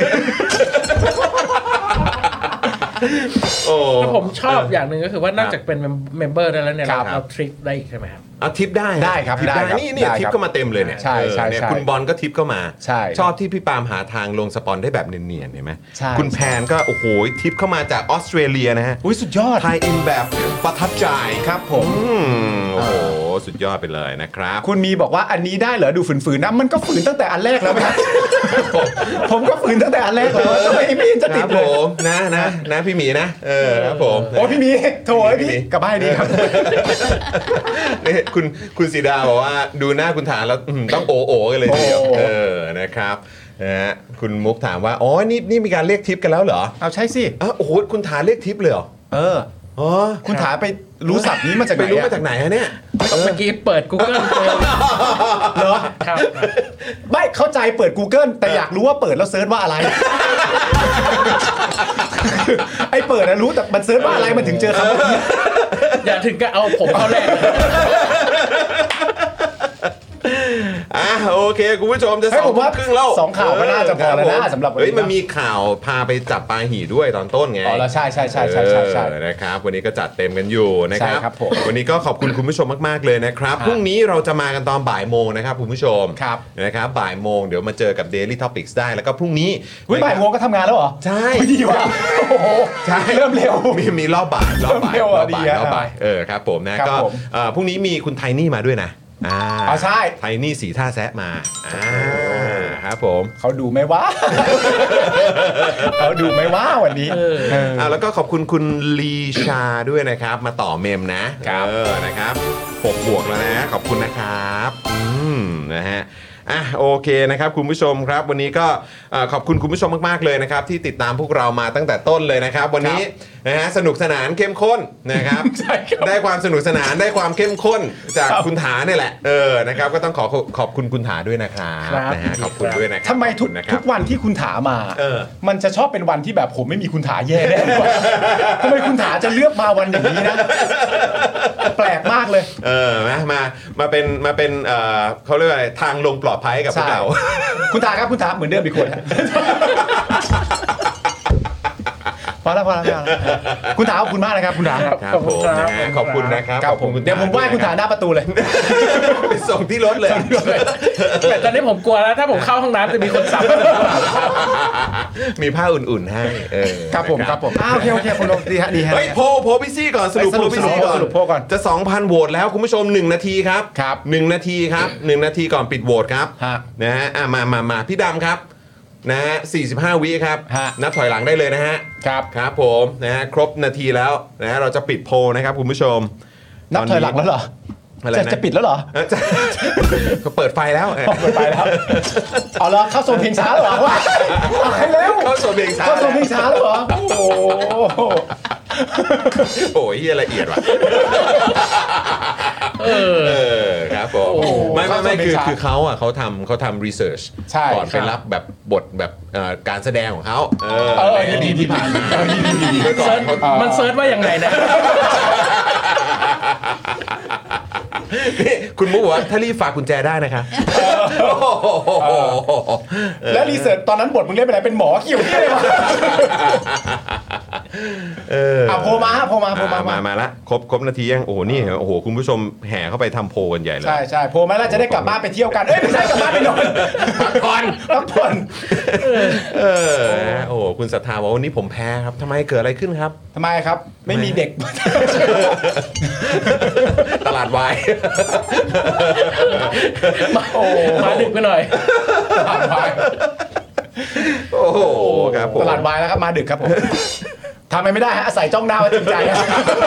โอ้ผมชอบอย่างหนึ่งก็คือว่านอกจากเป็นเมมเบอร์แล้วเนี่ยเราทริปได้อีกใช่ไหมครับเอาทิปได้ได้ครับได้นี่นี่ทิปก็มาเต็มเลยเนี่ยใช่ใช่เนี่ยคุณบอลก็ทิปก็มาใช่ชอบที่พี่ปาล์มหาทางลงสปอนได้แบบเนียนๆเห็นไหมคุณแพนก็โอ้โหทิปเข้ามาจากออสเตรเลียนะฮะอุ้ยสุดยอดไทยอินแบบประทับใจครับผมโอ้โหสุดยอดไปเลยนะครับคุณมีบอกว่าอันนี้ได้เหรอดูฝืนๆนะมันก็ฝืนตั้งแต่อันแรกแล้วครับผมก็ฝืนตั้งแต่อันแรกแล้วไม่ไม่จะติดเลยนะนะนะพี่หมีนะเออครับผมโอ้พี่หมีโถยพี่กลับบ้านดีครับนี่คุณคุณสีดาบอกว่าดูหน้าคุณถาแล้วต้องโอโอกันเลยทีเดียวเออนะครับนะฮะคุณมุกถามว่าอ๋อนี่นี่มีการเรียกทิปกันแล้วเหรอเอาใช่สิอ๋อโอ้โหคุณถาเรียกทิปเลยเหรอเอออ๋อคุณถาไปรู้ศัพท์นี้มาจากไหนไปรู้มาจากไหนฮะเนี่ยเมื่อกี้เปิด Google เหรอครับไม่เข้าใจเปิด Google แต่อยากรู้ว่าเปิดแล้วเซิร์ชว่าอะไรไอ้เปิดนะรู้แต่มันเซิร์ชว่าอะไรมันถึงเจอคำว่าอย่าถึงก็เอาผมเข้าแรกอ่ะโอเคคุณผู้ชมจะสองครึ่งแล้วสองข่าวก็น่าจะพอแล้วนะสำหรับวันนี้มันมีข่าวพาไปจับปลาหี่ด้วยตอนต้นไงอ๋อแล้วใช่ใช่ใช่ใช่ใช่ใช่นะครับวันนี้ก็จัดเต็มกันอยู่นะครับวันนี้ก็ขอบคุณคุณผู้ชมมากๆเลยนะครับพรุ่งนี้เราจะมากันตอนบ่ายโมงนะครับคุณผู้ชมนะครับบ่ายโมงเดี๋ยวมาเจอกับ Daily Topics ได้แล้วก็พรุ่งนี้บ่ายโมงก็ทำงานแล้วเหรอใช่ดีว่ะโอ้โหใช่เริ่มเร็วมีมีรอบบ่ายรอบบ่ายรอบบ่ายรอบบ่ายเออครับผมนะก็พรุ่งนี้มีคุณไทนี่มาด้วยนะอ่าใช่ไทนี่สีท่าแซะมาอ่าครับผมเขาดูไหมวะเขาดูไหมวะวันนี้อ่าแล้วก็ขอบคุณคุณลีชาด้วยนะครับมาต่อเมมนะเออนะครับหกบวกแล้วนะขอบคุณนะครับอืมนะฮะอ่ะโอเคนะครับคุณผู้ชมครับวันนี้ก็ขอบคุณคุณผู้ชมมากๆเลยนะครับที่ติดตามพวกเรามาตั้งแต่ต้นเลยนะครับวันนี้นะฮะสนุกสนานเข้มข้นนะครับได้ความสนุกสนานได้ความเข้มข้นจากคุณถาเนี่ยแหละเออนะครับก็ต้องขอขอบคุณคุณถาด้วยนะครับนะฮะขอบคุณด้วยนะครับทำไมทุกทุกวันที่คุณถามามันจะชอบเป็นวันที่แบบผมไม่มีคุณถาแย่แน่เลยทำไมคุณถาจะเลือกมาวันอย่างนี้นะแปลกมากเลยเออมามามาเป็นมาเป็นเอ่อเขาเรียกอะไรทางลงปลอดภัยกับพวกเราคุณถาครับคุณถาเหมือนเดิมอีกคนพอแล้วพอแล้วคุณถาขอบคุณมากนะครับคุณถาครับผมนะฮะขอบคุณนะครับขอบคุณเดี๋ยวผมไหว้คุณถาหน้าประตูเลยไปส่งที่รถเลยแต่ตอนนี้ผมกลัวแล้วถ้าผมเข้าห้องน้ำจะมีคนสับมีผ้าอุ่นๆให้ครับผมครับผมอ้าวโอเคโอเคคุณลงดีฮะดีฮะเฮ้ยโพโพพี่ซี่ก่อนสรุปโพพี่ซี่ก่อนสรุปโพก่อนจะ สองพัน โหวตแล้วคุณผู้ชมหนึ่งนาทีครับครับหนึ่งนาทีครับหนึ่งนาทีก่อนปิดโหวตครับนะฮะอ่ะมามามาพี่ดำครับนะฮะสี่สิบห้าวิครับนับถอยหลังได้เลยนะฮะครับครับผมนะฮะครบนาทีแล้วนะฮะเราจะปิดโพลนะครับคุณผู้ชมนับถอยหลังแล้วเหรอจะจะปิดแล้วเหรอเขาเปิดไฟแล้วเปิดไฟแล้วเอาละเข้าโซนเพลงช้าแล้วเหรอว่าให้แล้วเข้าโซนเพลงช้าเข้าโซนเพลงช้าแล้วเหรอโอ้โหโอ้ยละเอียดว่ะเออครับผมไม่ไม่ไม่คือคือเขาอ่ะเขาทำเขาทำรีเสิร์ชก่อนไปรับแบบบทแบบการแสดงของเขาเออในอดีตที่ผ่านมามันเซิร์ชว่ายังไงนะนี่คุณมุกบอกว่าถ้ารีบฝากกุญแจได้นะคะแล้วรีเสิร์ชตอนนั้นบทมึงเล่นเป็นอะไรเป็นหมอเกี่ยวที่อะไรวะเอออ่ะโผล่มาโผล่มาโผล่มามามาละครบครบนาทียังโอ้โหนี่โอ้โหคุณผู้ชมแห่เข้าไปทำโพลกันใหญ่เลยใช่ใช่โผล่มาแล้วจะได้กลับบ้านไปเที่ยวกันเอ้ยไม่ใช่กลับบ้านไปนอนพักผ่อนพักผ่อนเออโอ้โหคุณศรัทธาว่าวันนี้ผมแพ้ครับทำไมเกิดอะไรขึ้นครับทำไมครับไม่มีเด็กตลาดวายมาดึกไปหน่อยตลาดวายโอ้โหครับผมตลาดวายแล้วครับมาดึกครับผมทำไมไม่ได้ฮะอาศัยจ้องหน้าไว้จริงใจนะ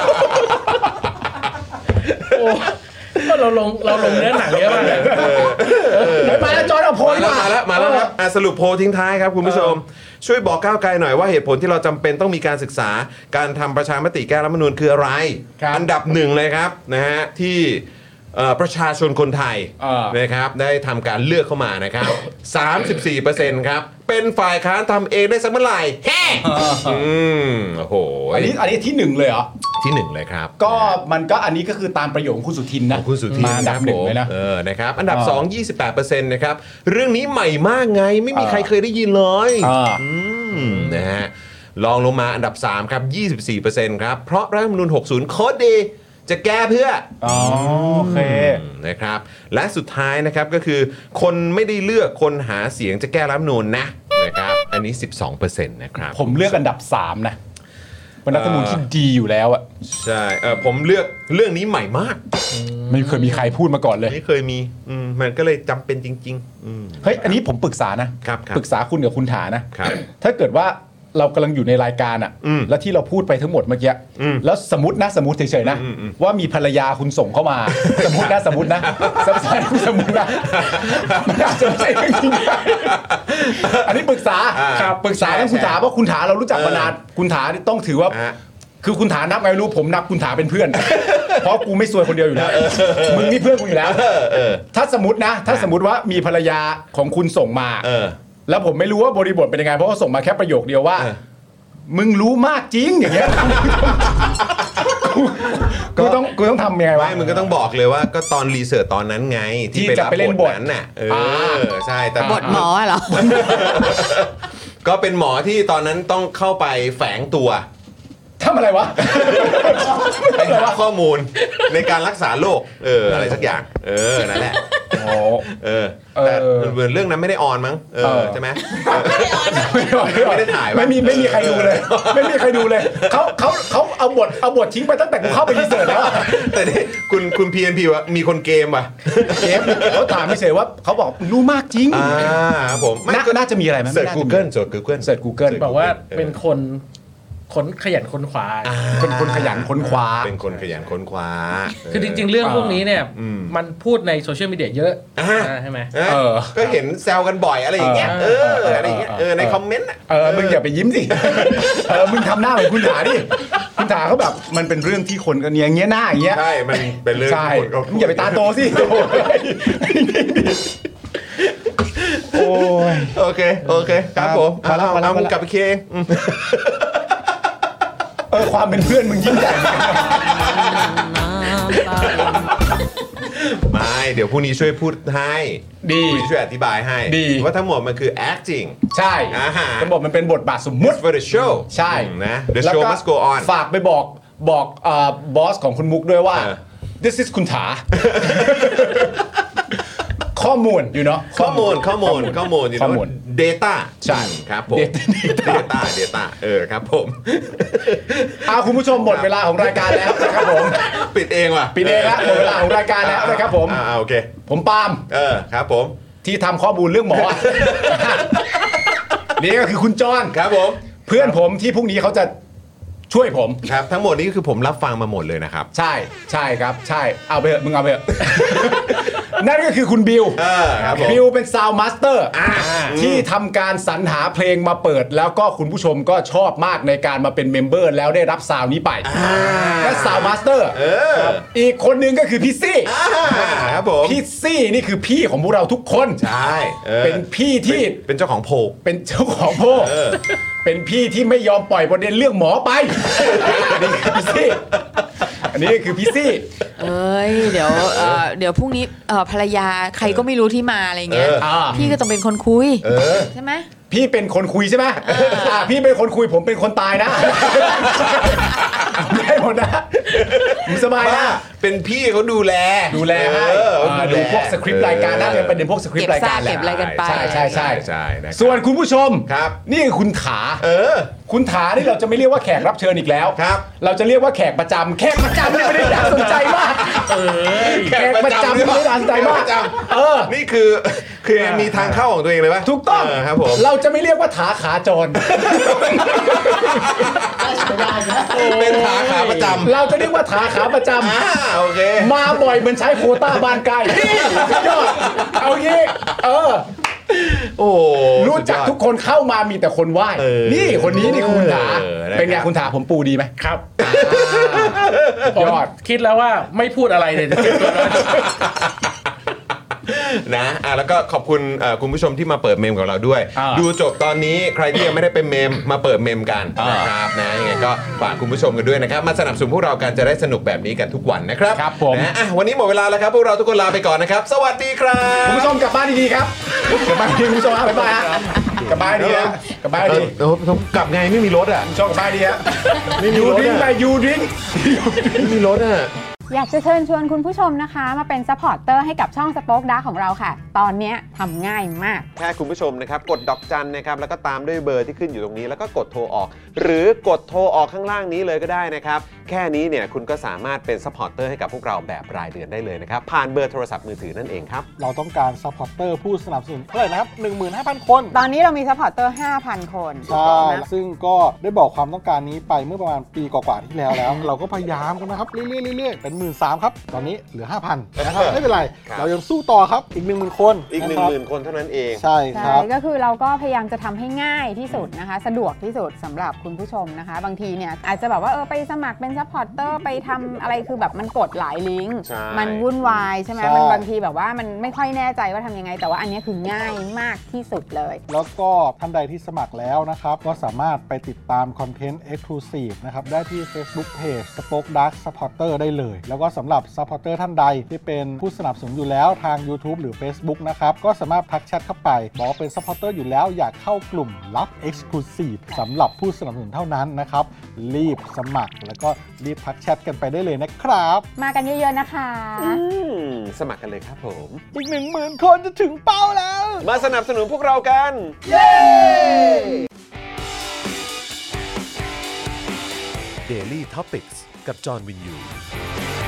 โอ้เราลงเราลงเนื้อหนังเยอะมากเลยมาแล้วจอยเอาโพลมาแล้วมาแล้วครับสรุปโพลทิ้งท้ายครับคุณผู้ชมช่วยบอกก้าวไกลหน่อยว่าเหตุผลที่เราจำเป็นต้องมีการศึกษาการทำประชามติแก้รัฐธรรมนูญคืออะไรอันดับหนึ่งเลยครับนะฮะที่ประชาชนคนไทยนะครับได้ทำการเลือกเข้ามานะครับ สามสิบสี่เปอร์เซ็นต์ ครับเป็นฝ่ายค้านทำเองได้สักเมื่อไหร่แฮ่อืมโอ้โหอันนี้อันนี้ที่หนึ่งเลยเหรอที่หนึ่งเลยครับก็มันก็อันนี้ก็คือตามประโยคคุณสุทินนะคุณสุทินมาอันดับหนึ่งเลยนะเออนะครับอันดับสอง ยี่สิบแปดเปอร์เซ็นต์ นะครับเรื่องนี้ใหม่มากไงไม่มีใครเคยได้ยินเลยอืมนะฮะลองลงมาอันดับสามครับ ยี่สิบสี่เปอร์เซ็นต์ ครับเพราะรัฐธรรมนูญหกสิบโคตรดีจะแก้เพื่ออ๋อโอเคนะครับและสุดท้ายนะครับก็คือคนไม่ได้เลือกคนหาเสียงจะแก้รัฐธรรมนูญนะนะครับอันนี้ สิบสองเปอร์เซ็นต์ นะครับผมเลือกอันดับสามนะเป็นรัฐธรรมนูญที่ดีอยู่แล้วอ่ะใช่เออผมเลือกเรื่องนี้ใหม่มากไม่เคยมีใครพูดมาก่อนเลยไม่เคยมีอืมมันก็เลยจำเป็นจริงๆเฮ้ยอันนี้ผมปรึกษานะครับปรึกษาคุณกับคุณถานะถ้าเกิดว่าเรากำลังอยู่ในรายการอ่ะแล้วที่เราพูดไปทั้งหมดเมื่อกี้แล้วสมมตินะสมมติเฉยๆนะว่ามีภรรยาคุณส่งเข้ามาสมมตินะสมมตินะสมมตินะสมมตินะมันอาจจะไม่ใช่จริงๆอันนี้ปรึกษาปรึกษาทั้งคุณถาเพราะคุณถาเรารู้จักมานานคุณถาต้องถือว่าคือคุณถานับไงรู้ผมนับคุณถาเป็นเพื่อนเพราะกูไม่ซวยคนเดียวอยู่แล้วมึงนี่เพื่อนกูอยู่แล้วถ้าสมมตินะถ้าสมมติว่ามีภรรยาของคุณส่งมาแล้วผมไม่รู้ว่าบริบทเป็นยังไงเพราะว่าส่งมาแค่ประโยคเดียวว่ามึงรู้มากจริงอย่างเงี้ยกูต้องกูต้องทำยังไงวะไม่มึงก็ต้องบอกเลยว่าก็ตอนรีเสิร์ชตอนนั้นไงที่ไปรับบทนั้นน่ะเออใช่แต่บทหมอเหรอก็เป็นหมอที่ตอนนั้นต้องเข้าไปแฝงตัวทำอะไรวะไปหาข้อมูลในการรักษาโรคเอออะไรสักอย่างเออนั่นแหละโอ้เออแต่เหมือนเรื่องนั้นไม่ได้ออนมั้งเออใช่ไหมไม่ได้ออนไม่ได้ถ่ายไม่มีไม่มีใครดูเลยไม่มีใครดูเลยเขาเขาเขาเอาบทเอาบททิ้งไปตั้งแต่กูเข้าไปรีเสิร์ชแล้วแต่นี่คุณคุณพีเอ็นพีว่ามีคนเกมป่ะเกมเขาถามไม่เฉยว่าเขาบอกรู้มากจริงอ่าผมน่าจะมีอะไรไหมเสิร์ช Google เสิร์ช Google เสิร์ช Google บอกว่าเป็นคนค้นขยันค้นคว้าเป็นคนขยันค้นคว้าเป็นคนขยันค้นคว้าคือจริงๆเรื่องพวกนี้เนี่ยมันพูดในโซเชียลมีเดียเยอะใช่ไหมเออก็เห็นแซวกันบ่อยอะไรอย่างเงี้ยเอออะไรอย่างเงี้ยเออในคอมเมนต์เออมึงอย่าไปยิ้มสิเออมึงทำหน้าเหมือนคุณถาดิคุณถาเขาแบบมันเป็นเรื่องที่คนกันเงี้ยหน้าอย่างเงี้ยใช่มันเป็นเรื่องที่คนก็มึงอย่าไปตาโตสิโอ้ยโอเคโอเคครับผมเอาเอามึงกลับไปเคเออความเป็นเพื่อนมึงยิ่งใหญ่ไม่เดี๋ยวพรุ่งนี้ช่วยพูดให้ดีช่วยอธิบายให้ดีว่าทั้งหมดมันคือ acting ใช่ทั้งหมดมันเป็นบทบาทสมมุติ for the show ใช่นะ the show must go on ฝากไปบอกบอกบอสของคุณมุกด้วยว่า this is คุณถาข้อมูลอยู่เนาะข้อมูลข้อมูลข้อมูลอยู่เนาะ data ใช่ครับผม data data เออครับผมเอาคุณผู้ชมหมดเวลาของรายการแล้วนะครับผมปิดเองว่ะปิดเองแล้วหมดเวลาของรายการแล้วนะครับผมอ่าโอเคผมปาล์มเออครับผมที่ทำข้อมูลเรื่องหมอนี่ก็คือคุณจอนครับผมเพื่อนผมที่พรุ่งนี้เขาจะช่วยผมครับทั้งหมดนี้คือผมรับฟังมาหมดเลยนะครับใช่ใช่ครับใช่เอาไปเถอะมึงเอาไปเถอะนั่นก็คือคุณบิวบิวเป็นซาวด์มาสเตอร์ที่ทำการสรรหาเพลงมาเปิดแล้วก็คุณผู้ชมก็ชอบมากในการมาเป็นเมมเบอร์แล้วได้รับซาวด์นี้ไปและซาวด์มาสเตอร์อีกคนนึงก็คือพี่ซี่ครับผมพี่ซี่นี่คือพี่ของพวกเราทุกคนใช่เป็นพี่ที่เป็นเจ้าของโพเป็นเจ้าของโพเป็นพี่ที่ไม่ยอมปล่อยประเด็นเรื่องหมอไปนี่คือพี่ซี่อันนี้คือพี่ซี่เอ้ยเดี๋ยวเอ่อเดี๋ยวพรุ่งนี้เอ่อภรรยาใครก็ไม่รู้ที่มาอะไรเงี้ยพี่ก็ต้องเป็นคนคุยใช่ไหมพี่เป็นคนคุยใช่ไหมพี่เป็นคนคุยผมเป็นคนตายนะได้หมดนะสบายนะเป็นพี่เขาดูแลดูแลให้ดูพวกสคริปต์รายการน่าจะเป็นพวกสคริปต์รายการแหละเก็บอะไรกันไปใช่ใช่ใช่ใช่ส่วนคุณผู้ชมครับนี่คือคุณถาเออคุณถานี่เราจะไม่เรียกว่าแขกรับเชิญอีกแล้วครับเราจะเรียกว่าแขกประจำแขกประจำนี่ไม่ได้น่าสนใจมากแขกประจำนี่ไม่ได้น่าสนใจมากเออนี่คือคือมีทางเข้าของตัวเองเลยป่ะถูกต้องครับผมเราจะไม่เรียกว่าถาขาจรเป็นถาขาประจำเราจะเรียกว่าถาขาประจำอ่าโอเคมาบ่อยเหมือนใช้โควต้าบ้านใกล้ยอดเอางี้เออโอ้รู้จักทุกคนเข้ามามีแต่คนไหว้นี่คนนี้นี่คุณถาเป็นไงคุณถาผมปูดีไหมครับยอดคิดแล้วว่าไม่พูดอะไรเลยนะอ่ะแล้วก็ขอบคุณคุณผู้ชมที่มาเปิดเมมกับเราด้วยดูจบตอนนี้ใครที่ยังไม่ได้เป็นเมมมาเปิดเมมกันนะครับนะยังไงก็ฝากคุณผู้ชมกันด้วยนะครับมาสนับสนุนพวกเรากันจะได้สนุกแบบนี้กันทุกวันนะครับครับผมนะอ่ะวันนี้หมดเวลาแล้วครับพวกเราทุกคนลาไปก่อนนะครับสวัสดีครับคุณผู้ชมกลับบ้านดีๆครับกลับบ้านดีคุณผู้ชมบ๊ายบายฮะกลับบ้านดีฮะกลับบ้านดีโอ้กลับไงไม่มีรถอ่ะชอบกลับบ้านดีฮะยูดริงไปยูดริงไม่มีรถอ่ะอยากจะเชิญชวนคุณผู้ชมนะคะมาเป็นซัพพอร์ตเตอร์ให้กับช่องสป็อคดาร์กของเราค่ะตอนนี้ทำง่ายมากแค่คุณผู้ชมนะครับกดดอกจันนะครับแล้วก็ตามด้วยเบอร์ที่ขึ้นอยู่ตรงนี้แล้วก็กดโทรออกหรือกดโทรออกข้างล่างนี้เลยก็ได้นะครับแค่นี้เนี่ยคุณก็สามารถเป็นซัพพอร์ตเตอร์ให้กับพวกเราแบบรายเดือนได้เลยนะครับผ่านเบอร์โทรศัพท์มือถือนั่นเองครับเราต้องการซัพพอร์ตเตอร์ผู้สนับสนุนเท่าไหร่นะครับ หนึ่งหมื่นห้าพัน คนตอนนี้เรามีซัพพอร์ตเตอร์ ห้าพัน คนใช่ซึ่งก็ได้บอกความต้องการนี้ไปเมื่อประมาณปีกว่าๆที่แล้วแล้วเราก็พยายามกันนะครับเรื่อยๆๆเป็น หนึ่งหมื่นสามพัน ครับตอนนี้เหลือ ห้าพัน นะครับไม่เป็นไรเรายังสู้ต่อครับอีก หนึ่งหมื่น คนอีก หนึ่งหมื่น คนเท่านั้นเองใช่ครับก็คือเราก็พยายามจะทำให้ง่ายที่สุดนะคะสะดวกที่สุดสำหรับคุณผู้ชมนะคะบางทีเนี่ยอาจจะแบบว่าเออไปสมัครเป็นซัพพอร์ตเตอร์ไปทำอะไรคือแบบมันกดหลายลิงก์มันวุ่นวายใช่ไหมมันบางทีแบบว่ามันไม่ค่อยแน่ใจว่าทำยังไงแต่ว่าอันนี้คือง่ายมากที่สุดเลยแล้วก็ท่านใดที่สมัครแล้วนะครับก็สามารถไปติดตามคอนเทนต์ Exclusive นะครับได้ที่ Facebook Page Spoke Dark Supporter ได้เลยแล้วก็สำหรับ Supporter ท่านใดที่เป็นผู้สนับสนุนอยู่แล้วทาง YouTube หรือ Facebook นะครับก็สามารถทักแชทเข้าไปบอกเป็น Supporter อยู่แล้วอยากเข้ากลุ่มลับ Exclusive สำหรับผู้สนับสนุนเท่านั้นนะครับรีบสมัครแล้วก็รีบทักแชทกันไปได้เลยนะครับมากันเยอะๆนะคะสมัครกันเลยครับผมอีก หนึ่งหมื่น คนจะถึงเป้าแล้วมาสนับสนุนพวกเรากันเย้ Daily Topics กับจอห์นวินยู